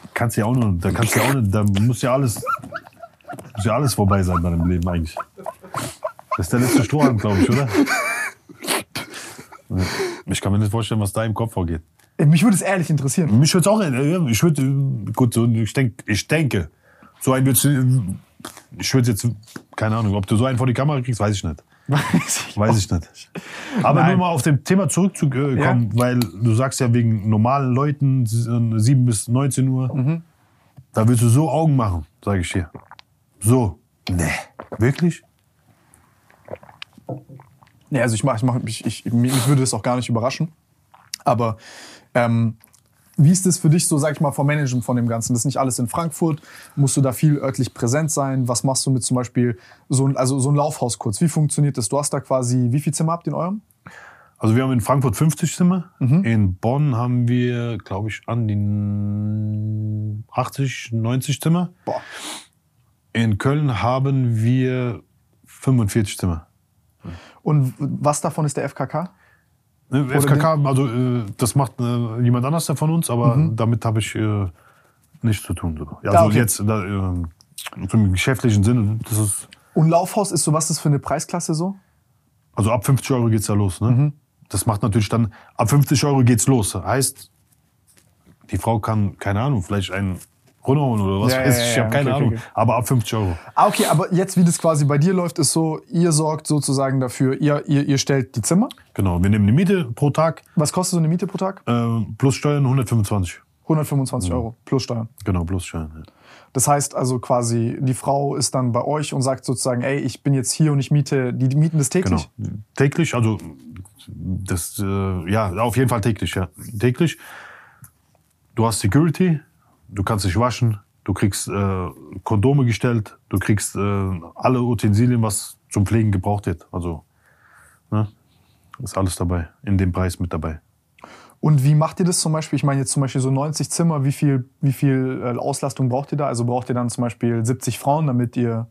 [SPEAKER 3] muss ja alles vorbei sein bei deinem Leben eigentlich. Das ist der letzte Strohhalm, glaube ich, oder? Ich kann mir nicht vorstellen, was da im Kopf vorgeht.
[SPEAKER 1] Mich würde es ehrlich interessieren.
[SPEAKER 3] Mich würde es auch, ich denke, so ein ich würde jetzt, keine Ahnung, ob du so einen vor die Kamera kriegst, weiß ich nicht. Weiß ich nicht. Aber nur mal auf dem Thema zurückzukommen, weil du sagst ja wegen normalen Leuten 7 bis 19 Uhr, da willst du so Augen machen, sage ich dir. So. Nee. Wirklich?
[SPEAKER 1] Nee, also mich würde das auch gar nicht überraschen. Aber wie ist das für dich so, sag ich mal, vom Managen von dem Ganzen? Das ist nicht alles in Frankfurt. Musst du da viel örtlich präsent sein? Was machst du mit zum Beispiel so ein Laufhaus kurz? Wie funktioniert das? Du hast da quasi, wie viele Zimmer habt ihr in eurem?
[SPEAKER 3] Also wir haben in Frankfurt 50 Zimmer. In Bonn haben wir, glaube ich, an die 80, 90 Zimmer.
[SPEAKER 1] Boah.
[SPEAKER 3] In Köln haben wir 45 Zimmer.
[SPEAKER 1] Und was davon ist der FKK?
[SPEAKER 3] FKK, also das macht jemand anders von uns, aber damit habe ich nichts zu tun. Also jetzt im geschäftlichen Sinne. Das ist
[SPEAKER 1] und Laufhaus ist so, was ist das für eine Preisklasse so?
[SPEAKER 3] Also ab 50 Euro geht's da los. Ne? Das macht natürlich dann, ab 50 Euro geht's los. Heißt, die Frau kann, keine Ahnung, vielleicht einen runterholen oder was weiß ich. Ich habe keine Ahnung. Okay. Aber ab 50 Euro.
[SPEAKER 1] Okay, aber jetzt, wie das quasi bei dir läuft, ist so, ihr sorgt sozusagen dafür, ihr stellt die Zimmer.
[SPEAKER 3] Genau, wir nehmen die Miete pro Tag.
[SPEAKER 1] Was kostet so eine Miete pro Tag?
[SPEAKER 3] Plus Steuern 125.
[SPEAKER 1] 125 Euro, plus Steuern.
[SPEAKER 3] Genau, plus Steuern. Ja.
[SPEAKER 1] Das heißt also quasi, die Frau ist dann bei euch und sagt sozusagen, ey, ich bin jetzt hier und ich miete, die mieten das täglich?
[SPEAKER 3] Genau, täglich, also das, ja, auf jeden Fall täglich, ja. Täglich. Du hast Security. Du kannst dich waschen, du kriegst Kondome gestellt, du kriegst alle Utensilien, was zum Pflegen gebraucht wird. Also, ne, ist alles dabei, in dem Preis mit dabei.
[SPEAKER 1] Und wie macht ihr das zum Beispiel? Ich meine jetzt zum Beispiel so 90 Zimmer, wie viel Auslastung braucht ihr da? Also braucht ihr dann zum Beispiel 70 Frauen, damit ihr...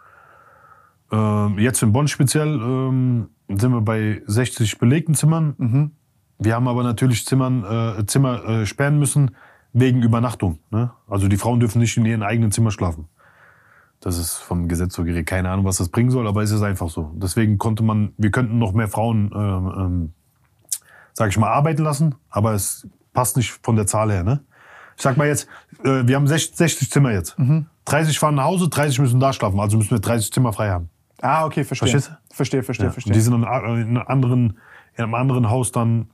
[SPEAKER 3] Jetzt in Bonn speziell sind wir bei 60 belegten Zimmern. Wir haben aber natürlich Zimmer sperren müssen, wegen Übernachtung. Ne? Also die Frauen dürfen nicht in ihren eigenen Zimmer schlafen. Das ist vom Gesetz so geregelt. Keine Ahnung, was das bringen soll, aber es ist einfach so. Deswegen wir könnten noch mehr Frauen, sag ich mal, arbeiten lassen, aber es passt nicht von der Zahl her. Ne? Ich sag mal jetzt, wir haben 60 Zimmer jetzt. 30 fahren nach Hause, 30 müssen da schlafen, also müssen wir 30 Zimmer frei haben.
[SPEAKER 1] Ah, okay, verstehe.
[SPEAKER 3] Verstehst du?
[SPEAKER 1] Verstehe.
[SPEAKER 3] Und die sind in einem anderen Haus dann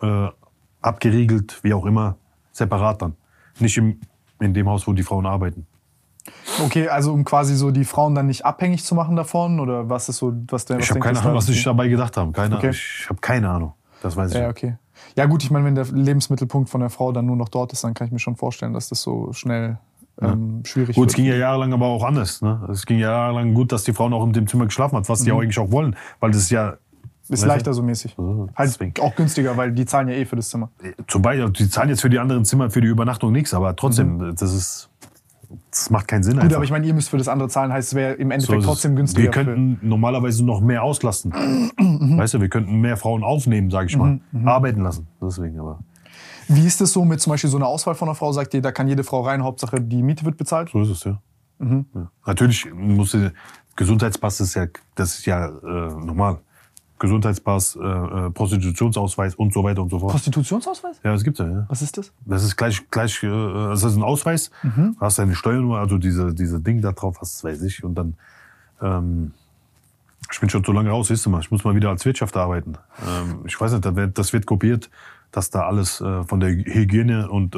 [SPEAKER 3] abgeriegelt, wie auch immer, separat dann. Nicht in dem Haus, wo die Frauen arbeiten.
[SPEAKER 1] Okay, also um quasi so die Frauen dann nicht abhängig zu machen davon? Oder was ist so,
[SPEAKER 3] Ich habe keine Ahnung, was ich dabei gedacht habe.
[SPEAKER 1] Okay.
[SPEAKER 3] Ich habe keine Ahnung. Das weiß ich
[SPEAKER 1] Ja,
[SPEAKER 3] nicht.
[SPEAKER 1] okay. Ja gut, ich meine, wenn der Lebensmittelpunkt von der Frau dann nur noch dort ist, dann kann ich mir schon vorstellen, dass das so schnell schwierig
[SPEAKER 3] Gut,
[SPEAKER 1] wird.
[SPEAKER 3] es ging ja jahrelang aber auch anders. Ne? Es ging ja jahrelang gut, dass die Frauen auch in dem Zimmer geschlafen hat, was die auch eigentlich auch wollen. Weil das ist ja...
[SPEAKER 1] Ist leichter so mäßig.
[SPEAKER 3] Also,
[SPEAKER 1] Halt
[SPEAKER 3] deswegen.
[SPEAKER 1] auch günstiger, weil die zahlen ja eh für das Zimmer.
[SPEAKER 3] Zum Beispiel, die zahlen jetzt für die anderen Zimmer, für die Übernachtung nichts, aber trotzdem, das macht keinen Sinn.
[SPEAKER 1] Gut,
[SPEAKER 3] einfach.
[SPEAKER 1] aber ich meine, ihr müsst für das andere zahlen, heißt es wäre im
[SPEAKER 3] So
[SPEAKER 1] Endeffekt
[SPEAKER 3] ist es.
[SPEAKER 1] trotzdem günstiger.
[SPEAKER 3] Wir könnten normalerweise noch mehr auslasten. Weißt du, wir könnten mehr Frauen aufnehmen, sage ich mal. Arbeiten lassen. Deswegen aber.
[SPEAKER 1] Wie ist es so mit zum Beispiel so einer Auswahl von einer Frau? Sagt ihr, da kann jede Frau rein, Hauptsache die Miete wird bezahlt?
[SPEAKER 3] So ist es, ja. Ja. Natürlich muss Gesundheitspass ist ja normal. Gesundheitspass, Prostitutionsausweis und so weiter und so fort.
[SPEAKER 1] Prostitutionsausweis?
[SPEAKER 3] Ja, das gibt's ja.
[SPEAKER 1] Was ist das?
[SPEAKER 3] Das ist gleich das ist ein Ausweis. Du hast deine Steuernummer, also diese Ding da drauf, was weiß ich. Und dann, ich bin schon so lange raus, siehst du mal, ich muss mal wieder als Wirtschaft arbeiten. Ich weiß nicht, das wird kopiert, dass da alles von der Hygiene und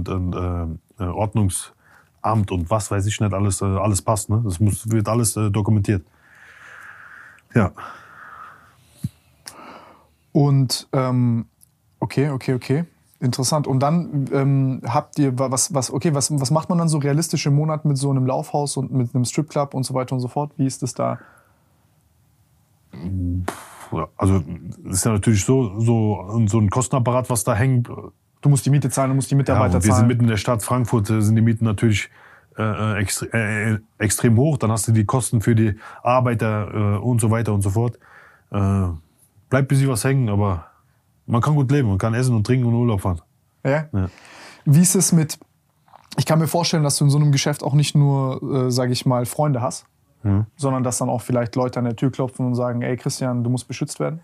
[SPEAKER 3] Ordnungsamt und was weiß ich nicht, alles passt. Ne? Das wird alles dokumentiert. Ja.
[SPEAKER 1] Und okay. Interessant. Und dann habt ihr was macht man dann so realistisch im Monat mit so einem Laufhaus und mit einem Stripclub und so weiter und so fort? Wie ist das da?
[SPEAKER 3] Also es ist ja natürlich so ein Kostenapparat, was da hängt.
[SPEAKER 1] Du musst die Miete zahlen, du musst die Mitarbeiter
[SPEAKER 3] wir sind
[SPEAKER 1] zahlen.
[SPEAKER 3] mitten in der Stadt Frankfurt, sind die Mieten natürlich extrem hoch. Dann hast du die Kosten für die Arbeiter und so weiter und so fort. Bleibt ein bisschen was hängen, aber man kann gut leben. Man kann essen und trinken und Urlaub fahren.
[SPEAKER 1] Ja?
[SPEAKER 3] Ja.
[SPEAKER 1] Wie ist es mit... Ich kann mir vorstellen, dass du in so einem Geschäft auch nicht nur, sage ich mal, Freunde hast, sondern dass dann auch vielleicht Leute an der Tür klopfen und sagen, ey Christian, du musst beschützt werden.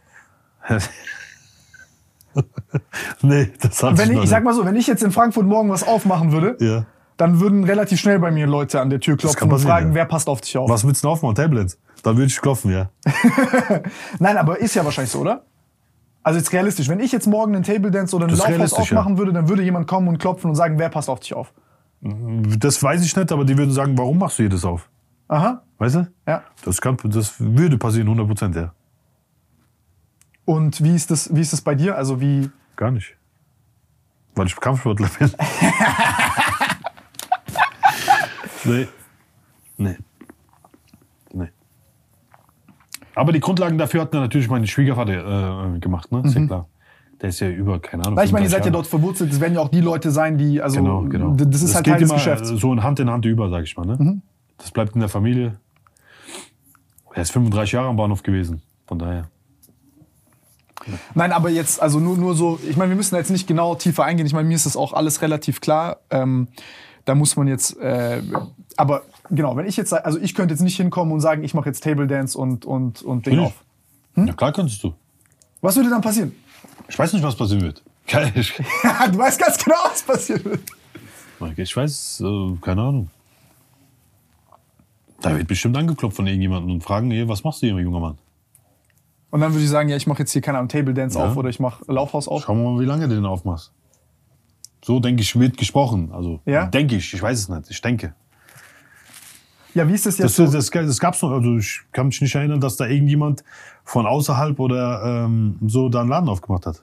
[SPEAKER 3] Nee, das hat
[SPEAKER 1] Ich sag mal so, wenn ich jetzt in Frankfurt morgen was aufmachen würde,
[SPEAKER 3] Ja.
[SPEAKER 1] dann würden relativ schnell bei mir Leute an der Tür
[SPEAKER 3] kann
[SPEAKER 1] klopfen und
[SPEAKER 3] passieren,
[SPEAKER 1] fragen,
[SPEAKER 3] ja.
[SPEAKER 1] wer passt auf dich auf.
[SPEAKER 3] Was willst du denn aufmachen? Tablet? Dann würde ich klopfen, ja.
[SPEAKER 1] Nein, aber ist ja wahrscheinlich so, oder? Also jetzt realistisch, wenn ich jetzt morgen einen Table Dance oder ein
[SPEAKER 3] Das ist
[SPEAKER 1] Laufhaus
[SPEAKER 3] realistisch,
[SPEAKER 1] aufmachen würde, dann würde jemand kommen und klopfen und sagen, wer passt auf dich auf.
[SPEAKER 3] Das weiß ich nicht, aber die würden sagen, warum machst du hier das auf?
[SPEAKER 1] Aha,
[SPEAKER 3] Weißt du?
[SPEAKER 1] ja.
[SPEAKER 3] Das würde passieren, 100%, ja.
[SPEAKER 1] Und wie ist das bei dir? Also wie...
[SPEAKER 3] Gar nicht. Weil ich Kampfsportler bin. Nee. Aber die Grundlagen dafür hat natürlich mein Schwiegervater gemacht, ne? Ist ja klar. Der ist ja über, keine Ahnung.
[SPEAKER 1] Weil ich meine, ihr seid ja
[SPEAKER 3] 35
[SPEAKER 1] dort verwurzelt, das werden ja auch die Leute sein, die, also
[SPEAKER 3] Genau.
[SPEAKER 1] das ist halt
[SPEAKER 3] geht
[SPEAKER 1] Teil des
[SPEAKER 3] immer
[SPEAKER 1] Geschäfts.
[SPEAKER 3] so in Hand über, sag ich mal. Ne? Das bleibt in der Familie. Er ist 35 Jahre am Bahnhof gewesen, von daher.
[SPEAKER 1] Nein, aber jetzt, also nur so, ich meine, wir müssen jetzt nicht genau tiefer eingehen. Ich meine, mir ist das auch alles relativ klar. Da muss man jetzt, aber genau, wenn ich jetzt, also ich könnte jetzt nicht hinkommen und sagen, ich mache jetzt Table Dance und Ding auf.
[SPEAKER 3] Na klar könntest du.
[SPEAKER 1] Was würde dann passieren?
[SPEAKER 3] Ich weiß nicht, was passieren wird.
[SPEAKER 1] Du weißt ganz genau, was passieren wird.
[SPEAKER 3] Ich weiß, keine Ahnung. Da wird bestimmt angeklopft von irgendjemandem und fragen, hey, was machst du hier, junger Mann?
[SPEAKER 1] Und dann würde ich sagen, ja, ich mache jetzt hier, keine Ahnung, Table Dance auf oder ich mache Laufhaus auf.
[SPEAKER 3] Schauen wir mal, wie lange du den aufmachst. So, denke ich, wird gesprochen. Also,
[SPEAKER 1] Ja?
[SPEAKER 3] denke ich weiß es nicht. Ich denke.
[SPEAKER 1] Ja, wie ist das jetzt
[SPEAKER 3] Das gab's noch, also ich kann mich nicht erinnern, dass da irgendjemand von außerhalb oder so da einen Laden aufgemacht hat.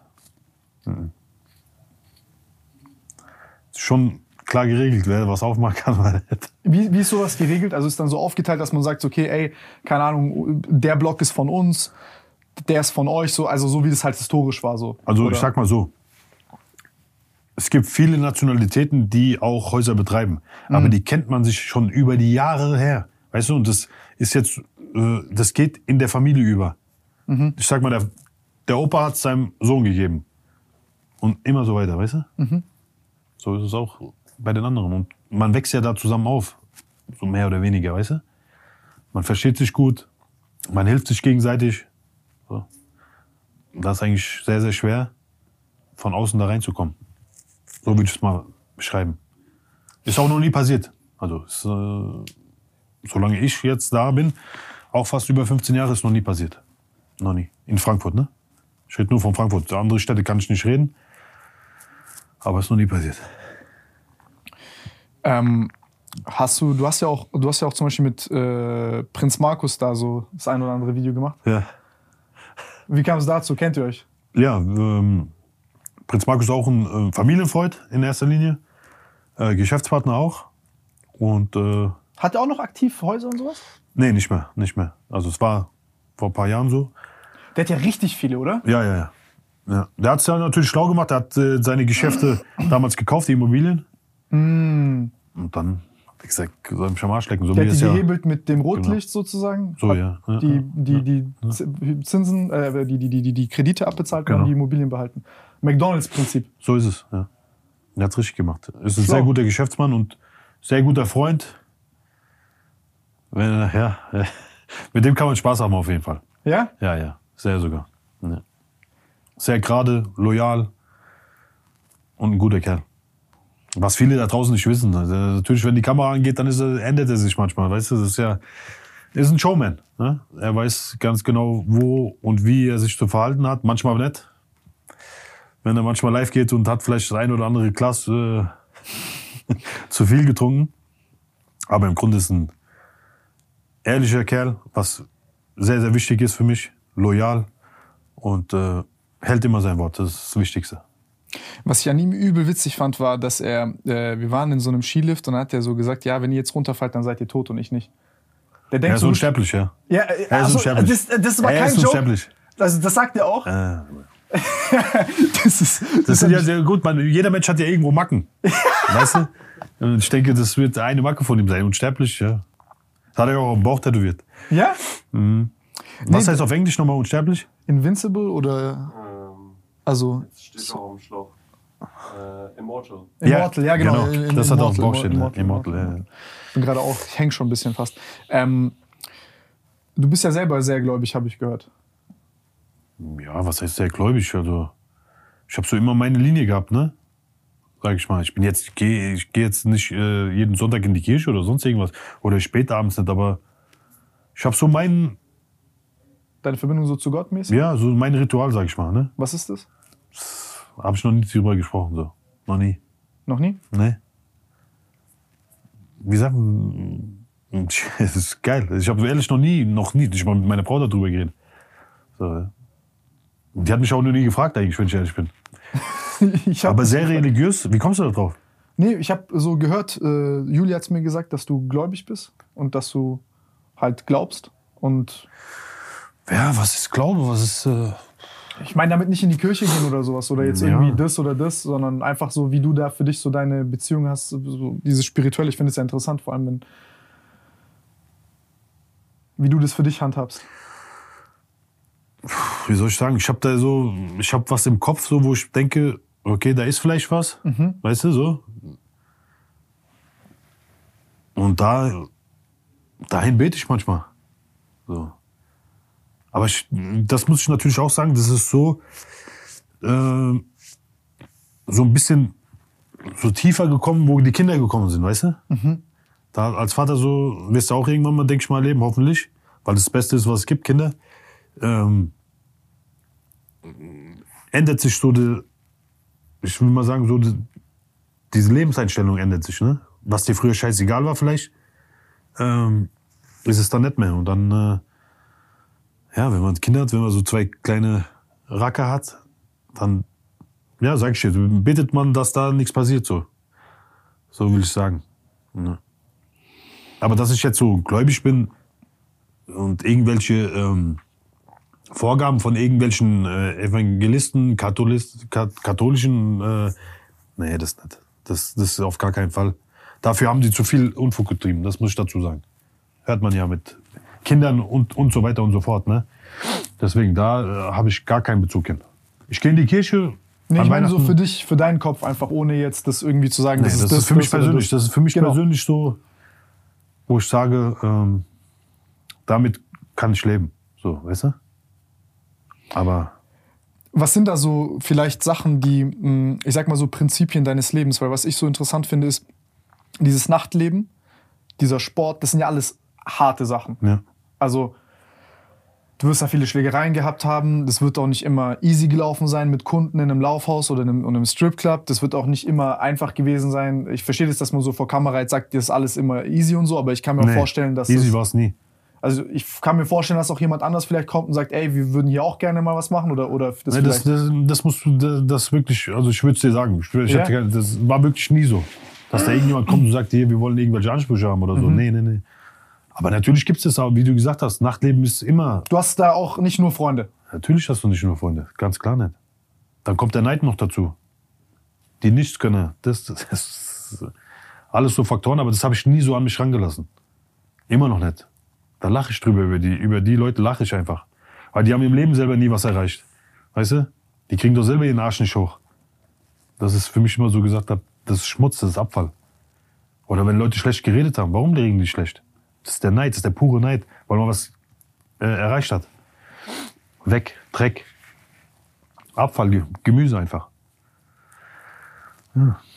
[SPEAKER 3] Ist schon klar geregelt, wer was aufmachen kann. Oder nicht.
[SPEAKER 1] Wie ist sowas geregelt? Also ist dann so aufgeteilt, dass man sagt, okay, ey, keine Ahnung, der Block ist von uns, der ist von euch, so, also so wie das halt historisch war. So.
[SPEAKER 3] Also
[SPEAKER 1] Oder?
[SPEAKER 3] ich sag mal so, es gibt viele Nationalitäten, die auch Häuser betreiben. Aber die kennt man sich schon über die Jahre her. Weißt du, und das ist jetzt, das geht in der Familie über. Ich sag mal, der Opa hat es seinem Sohn gegeben. Und immer so weiter, weißt du? So ist es auch bei den anderen. Und man wächst ja da zusammen auf. So mehr oder weniger, weißt du? Man versteht sich gut. Man hilft sich gegenseitig. So. Und das ist eigentlich sehr, sehr schwer, von außen da reinzukommen. So würde ich es mal beschreiben. Ist auch noch nie passiert. Also, solange ich jetzt da bin, auch fast über 15 Jahre, ist noch nie passiert. Noch nie. In Frankfurt, ne? Ich rede nur von Frankfurt. Andere Städte kann ich nicht reden. Aber ist noch nie passiert.
[SPEAKER 1] Du hast ja auch zum Beispiel mit Prinz Markus da so das ein oder andere Video gemacht.
[SPEAKER 3] Ja.
[SPEAKER 1] Wie kam es dazu? Kennt ihr euch?
[SPEAKER 3] Ja, Prinz Markus ist auch ein Familienfreund in erster Linie. Geschäftspartner auch. Und
[SPEAKER 1] hat er auch noch aktiv Häuser und sowas?
[SPEAKER 3] nee, nicht mehr. Also es war vor ein paar Jahren so.
[SPEAKER 1] Der hat ja richtig viele, oder?
[SPEAKER 3] Ja. Der hat es ja natürlich schlau gemacht. Er hat seine Geschäfte damals gekauft, die Immobilien. Und dann hat er gesagt, soll mich am Arsch lecken. So
[SPEAKER 1] Der
[SPEAKER 3] wie
[SPEAKER 1] hat die
[SPEAKER 3] es ja.
[SPEAKER 1] gehebelt mit dem Rotlicht sozusagen.
[SPEAKER 3] So,
[SPEAKER 1] Hat
[SPEAKER 3] ja.
[SPEAKER 1] Die Zinsen, die Kredite abbezahlt und
[SPEAKER 3] Genau.
[SPEAKER 1] die Immobilien behalten. McDonalds-Prinzip.
[SPEAKER 3] So ist es, ja. Er hat es richtig gemacht. Ist ein
[SPEAKER 1] Schlau.
[SPEAKER 3] sehr guter Geschäftsmann und sehr guter Freund. Mit dem kann man Spaß haben auf jeden Fall.
[SPEAKER 1] Ja?
[SPEAKER 3] Ja. Sehr sogar. Ja. Sehr gerade, loyal und ein guter Kerl. Was viele da draußen nicht wissen. Also natürlich, wenn die Kamera angeht, dann ändert er sich manchmal. Weißt du, ist ein Showman. Ne? Er weiß ganz genau, wo und wie er sich zu verhalten hat. Manchmal nicht. Wenn er manchmal live geht und hat vielleicht das ein oder andere Glas zu viel getrunken. Aber im Grunde ist ein ehrlicher Kerl, was sehr, sehr wichtig ist für mich. Loyal und hält immer sein Wort. Das ist das Wichtigste.
[SPEAKER 1] Was ich an ihm übel witzig fand, war, dass wir waren in so einem Skilift und dann hat er so gesagt, ja, wenn ihr jetzt runterfallt, dann seid ihr tot und ich nicht. Der denkt
[SPEAKER 3] Er ist
[SPEAKER 1] so,
[SPEAKER 3] unsterblich, ja.
[SPEAKER 1] ja,
[SPEAKER 3] Er ist
[SPEAKER 1] also,
[SPEAKER 3] unsterblich.
[SPEAKER 1] das war
[SPEAKER 3] Er
[SPEAKER 1] kein
[SPEAKER 3] ist
[SPEAKER 1] Joke.
[SPEAKER 3] unsterblich.
[SPEAKER 1] Also, das sagt er auch. Das
[SPEAKER 3] sind ja sehr gut. Jeder Mensch hat ja irgendwo Macken. Weißt du? Und ich denke, das wird eine Macke von ihm sein. Unsterblich, ja. Das hat er auch am Bauch tätowiert.
[SPEAKER 1] Ja?
[SPEAKER 3] Was heißt auf Englisch nochmal unsterblich?
[SPEAKER 1] Invincible oder also
[SPEAKER 6] Das steht auch am Schlauch. Immortal.
[SPEAKER 1] Immortal, ja genau.
[SPEAKER 3] Das hat er auf dem Bauch
[SPEAKER 1] Immortal,
[SPEAKER 3] stehen.
[SPEAKER 1] Immortal.
[SPEAKER 3] Immortal, ja.
[SPEAKER 1] Ich bin gerade auch, ich häng schon ein bisschen fast. Du bist ja selber sehr gläubig, habe ich gehört.
[SPEAKER 3] Ja, was heißt sehr gläubig? Also, ich habe so immer meine Linie gehabt, ne? Sag ich mal. Ich gehe jetzt nicht jeden Sonntag in die Kirche oder sonst irgendwas. Oder spät abends nicht, aber ich habe so
[SPEAKER 1] Deine Verbindung so zu Gott mäßig?
[SPEAKER 3] so mein Ritual, sag ich mal, ne?
[SPEAKER 1] Was ist das?
[SPEAKER 3] Habe ich noch nie drüber gesprochen, so. Noch nie.
[SPEAKER 1] Noch nie?
[SPEAKER 3] Ne? Wie gesagt, es ist geil. Ich habe ehrlich noch nie, ich habe mit meiner Frau darüber geredet. So, ja. Die hat mich auch noch nie gefragt, eigentlich, wenn ich ehrlich bin. Aber sehr religiös. Wie kommst du da drauf?
[SPEAKER 1] Nee, ich habe so gehört, Julia hat mir gesagt, dass du gläubig bist und dass du halt glaubst. Und
[SPEAKER 3] Ja, was ist Glaube? Was ist.
[SPEAKER 1] ich meine damit nicht in die Kirche gehen oder sowas oder jetzt
[SPEAKER 3] Ja.
[SPEAKER 1] irgendwie das oder das, sondern einfach so, wie du da für dich so deine Beziehung hast, so dieses Spirituelle. Ich finde es ja interessant, vor allem, wie du das für dich handhabst.
[SPEAKER 3] Wie soll ich sagen? Ich habe was im Kopf, so, wo ich denke, okay, da ist vielleicht was. Weißt du, so. Und dahin bete ich manchmal. So. Aber das muss ich natürlich auch sagen, das ist so ein bisschen so tiefer gekommen, wo die Kinder gekommen sind, weißt du? Da als Vater so wirst du auch irgendwann mal, denke ich mal, leben, hoffentlich. Weil das Beste ist, was es gibt, Kinder. Ändert sich so, ich will mal sagen, so diese Lebenseinstellung ändert sich, ne? Was dir früher scheißegal war vielleicht, ist es dann nicht mehr. Und dann, wenn man Kinder hat, wenn man so zwei kleine Racker hat, dann, ja, sag ich dir, betet man, dass da nichts passiert, so. So will ich sagen. Ja. Aber dass ich jetzt so gläubig bin und irgendwelche Vorgaben von irgendwelchen Evangelisten, katholischen, nee, das nicht. Das ist auf gar keinen Fall. Dafür haben die zu viel Unfug getrieben, das muss ich dazu sagen. Hört man ja mit Kindern und so weiter und so fort, ne? Deswegen, da habe ich gar keinen Bezug hin. Ich gehe in die Kirche.
[SPEAKER 1] Nee, ich meine so für dich, für deinen Kopf, einfach ohne jetzt das irgendwie zu sagen,
[SPEAKER 3] Nee, das ist für mich persönlich. Das ist für mich
[SPEAKER 1] Genau.
[SPEAKER 3] persönlich so, wo ich sage, damit kann ich leben. So, weißt du? Aber
[SPEAKER 1] Was sind da so vielleicht Sachen, die, ich sag mal so Prinzipien deines Lebens? Weil was ich so interessant finde, ist dieses Nachtleben, dieser Sport, das sind ja alles harte Sachen.
[SPEAKER 3] ja,
[SPEAKER 1] Also Du wirst da viele Schlägereien gehabt haben. Das wird auch nicht immer easy gelaufen sein mit Kunden in einem Laufhaus oder in einem Stripclub. Das wird auch nicht immer einfach gewesen sein. Ich verstehe das, dass man so vor Kamera jetzt sagt, das ist alles immer easy und so, aber ich kann mir auch vorstellen, dass
[SPEAKER 3] easy war es nie.
[SPEAKER 1] Also ich kann mir vorstellen, dass auch jemand anders vielleicht kommt und sagt, ey, wir würden hier auch gerne mal was machen oder das
[SPEAKER 3] das musst du, das wirklich, also ich würde es dir sagen, das war wirklich nie so, dass da irgendjemand kommt und sagt, hier, wir wollen irgendwelche Ansprüche haben oder so. Nee. Aber natürlich gibt es das auch, wie du gesagt hast, Nachtleben ist immer...
[SPEAKER 1] Du hast da auch nicht nur Freunde?
[SPEAKER 3] Natürlich hast du nicht nur Freunde, ganz klar nicht. Dann kommt der Neid noch dazu. Die Nichtskönner, das ist alles so Faktoren, aber das habe ich nie so an mich rangelassen. Immer noch nicht. Da lache ich drüber, über die Leute lache ich einfach. Weil die haben im Leben selber nie was erreicht. Weißt du? Die kriegen doch selber ihren Arsch nicht hoch. Das ist für mich immer so gesagt, das ist Schmutz, das ist Abfall. Oder wenn Leute schlecht geredet haben, warum reden die schlecht? Das ist der Neid, das ist der pure Neid, weil man was erreicht hat. Weg, Dreck, Abfall, Gemüse einfach. Ja.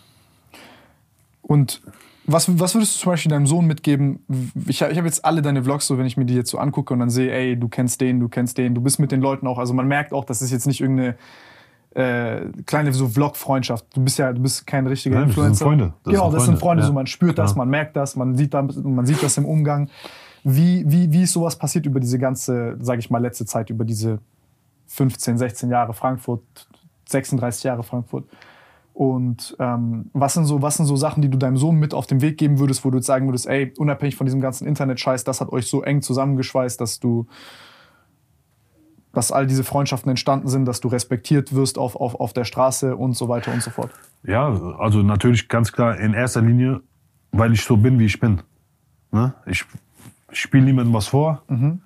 [SPEAKER 1] Und was würdest du zum Beispiel deinem Sohn mitgeben? Ich hab jetzt alle deine Vlogs, so wenn ich mir die jetzt so angucke und dann sehe, ey, du kennst den, du bist mit den Leuten auch. Also man merkt auch, das ist jetzt nicht irgendeine kleine so Vlog-Freundschaft. Du bist kein richtiger Influencer.
[SPEAKER 3] Das sind Freunde.
[SPEAKER 1] Das sind Freunde. So, man spürt das, man merkt das, man sieht das im Umgang. Wie ist sowas passiert über diese ganze, sage ich mal, letzte Zeit, über diese 15, 16 Jahre Frankfurt, 36 Jahre Frankfurt? Und was sind so Sachen, die du deinem Sohn mit auf den Weg geben würdest, wo du jetzt sagen würdest, ey, unabhängig von diesem ganzen Internet-Scheiß, das hat euch so eng zusammengeschweißt, dass all diese Freundschaften entstanden sind, dass du respektiert wirst auf der Straße und so weiter und so fort?
[SPEAKER 3] Ja, also natürlich ganz klar in erster Linie, weil ich so bin, wie ich bin. Ne? Ich spiele niemandem was vor. Mhm.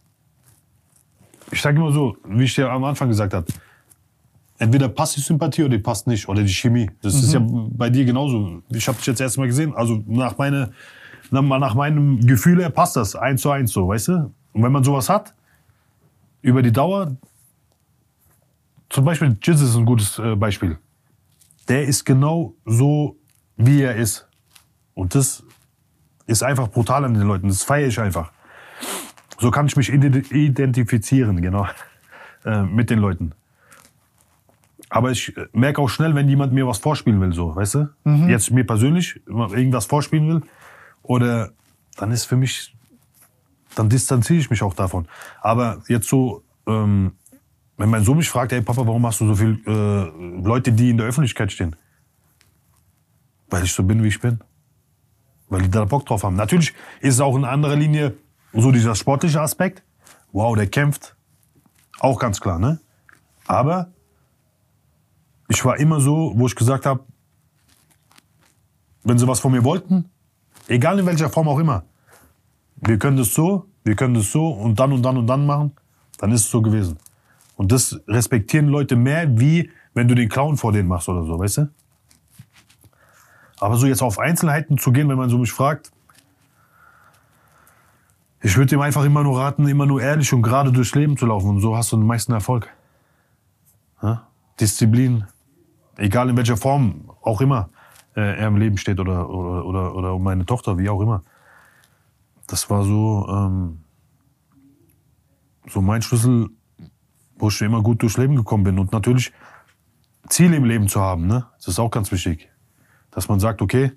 [SPEAKER 3] Ich sage immer so, wie ich dir am Anfang gesagt habe, entweder passt die Sympathie oder die passt nicht, oder die Chemie. Das ist ja bei dir genauso. Ich habe dich jetzt erst mal gesehen, also nach meinem Gefühl her passt das 1:1 so, weißt du? Und wenn man sowas hat, über die Dauer, zum Beispiel Jizz ist ein gutes Beispiel. Der ist genau so, wie er ist. Und das ist einfach brutal an den Leuten. Das feiere ich einfach. So kann ich mich identifizieren, genau, mit den Leuten. Aber ich merke auch schnell, wenn jemand mir was vorspielen will, so, weißt du? Mhm. Jetzt mir persönlich irgendwas vorspielen will, oder dann ist für mich, dann distanziere ich mich auch davon. Aber jetzt so, wenn mein Sohn mich fragt, ey Papa, warum hast du so viele Leute, die in der Öffentlichkeit stehen? Weil ich so bin, wie ich bin. Weil die da Bock drauf haben. Natürlich ist es auch in anderer Linie so dieser sportliche Aspekt. Wow, der kämpft. Auch ganz klar, ne? Aber ich war immer so, wo ich gesagt habe, wenn sie was von mir wollten, egal in welcher Form auch immer, wir können das so und dann machen, dann ist es so gewesen. Und das respektieren Leute mehr, wie wenn du den Clown vor denen machst oder so, weißt du? Aber so jetzt auf Einzelheiten zu gehen, wenn man so mich fragt, ich würde ihm einfach immer nur raten, immer nur ehrlich und gerade durchs Leben zu laufen. Und so hast du den meisten Erfolg. Ja? Disziplin, egal in welcher Form auch immer er im Leben steht oder um meine Tochter, wie auch immer. Das war so, so mein Schlüssel, wo ich immer gut durchs Leben gekommen bin. Und natürlich Ziele im Leben zu haben, ne? Das ist auch ganz wichtig. Dass man sagt, okay,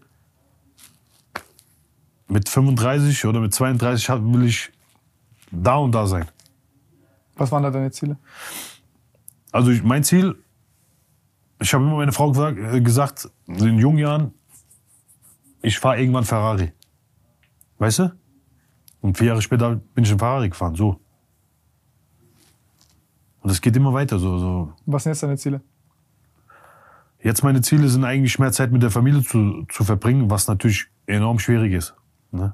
[SPEAKER 3] mit 35 oder mit 32 will ich da und da sein.
[SPEAKER 1] Was waren da deine Ziele?
[SPEAKER 3] Also mein Ziel, ich habe immer meine Frau gesagt, in jungen Jahren, ich fahre irgendwann Ferrari. Weißt du? Und 4 Jahre später bin ich in Ferrari gefahren, so. Und es geht immer weiter, so.
[SPEAKER 1] Was sind jetzt deine Ziele?
[SPEAKER 3] Jetzt meine Ziele sind eigentlich mehr Zeit mit der Familie zu verbringen, was natürlich enorm schwierig ist. Ne?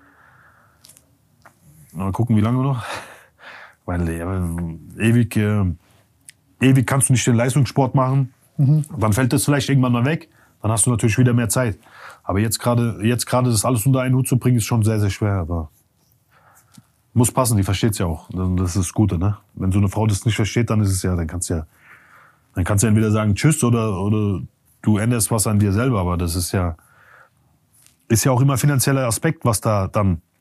[SPEAKER 3] Mal gucken, wie lange noch. Weil ewig kannst du nicht den Leistungssport machen. Mhm. Dann fällt das vielleicht irgendwann mal weg. Dann hast du natürlich wieder mehr Zeit. Aber jetzt gerade das alles unter einen Hut zu bringen, ist schon sehr, sehr schwer. Aber muss passen, die versteht es ja auch. Das ist das Gute, ne? Wenn so eine Frau das nicht versteht, dann ist es ja, dann kannst du entweder sagen Tschüss oder du änderst was an dir selber. Aber das ist ja auch immer finanzieller Aspekt, was da dann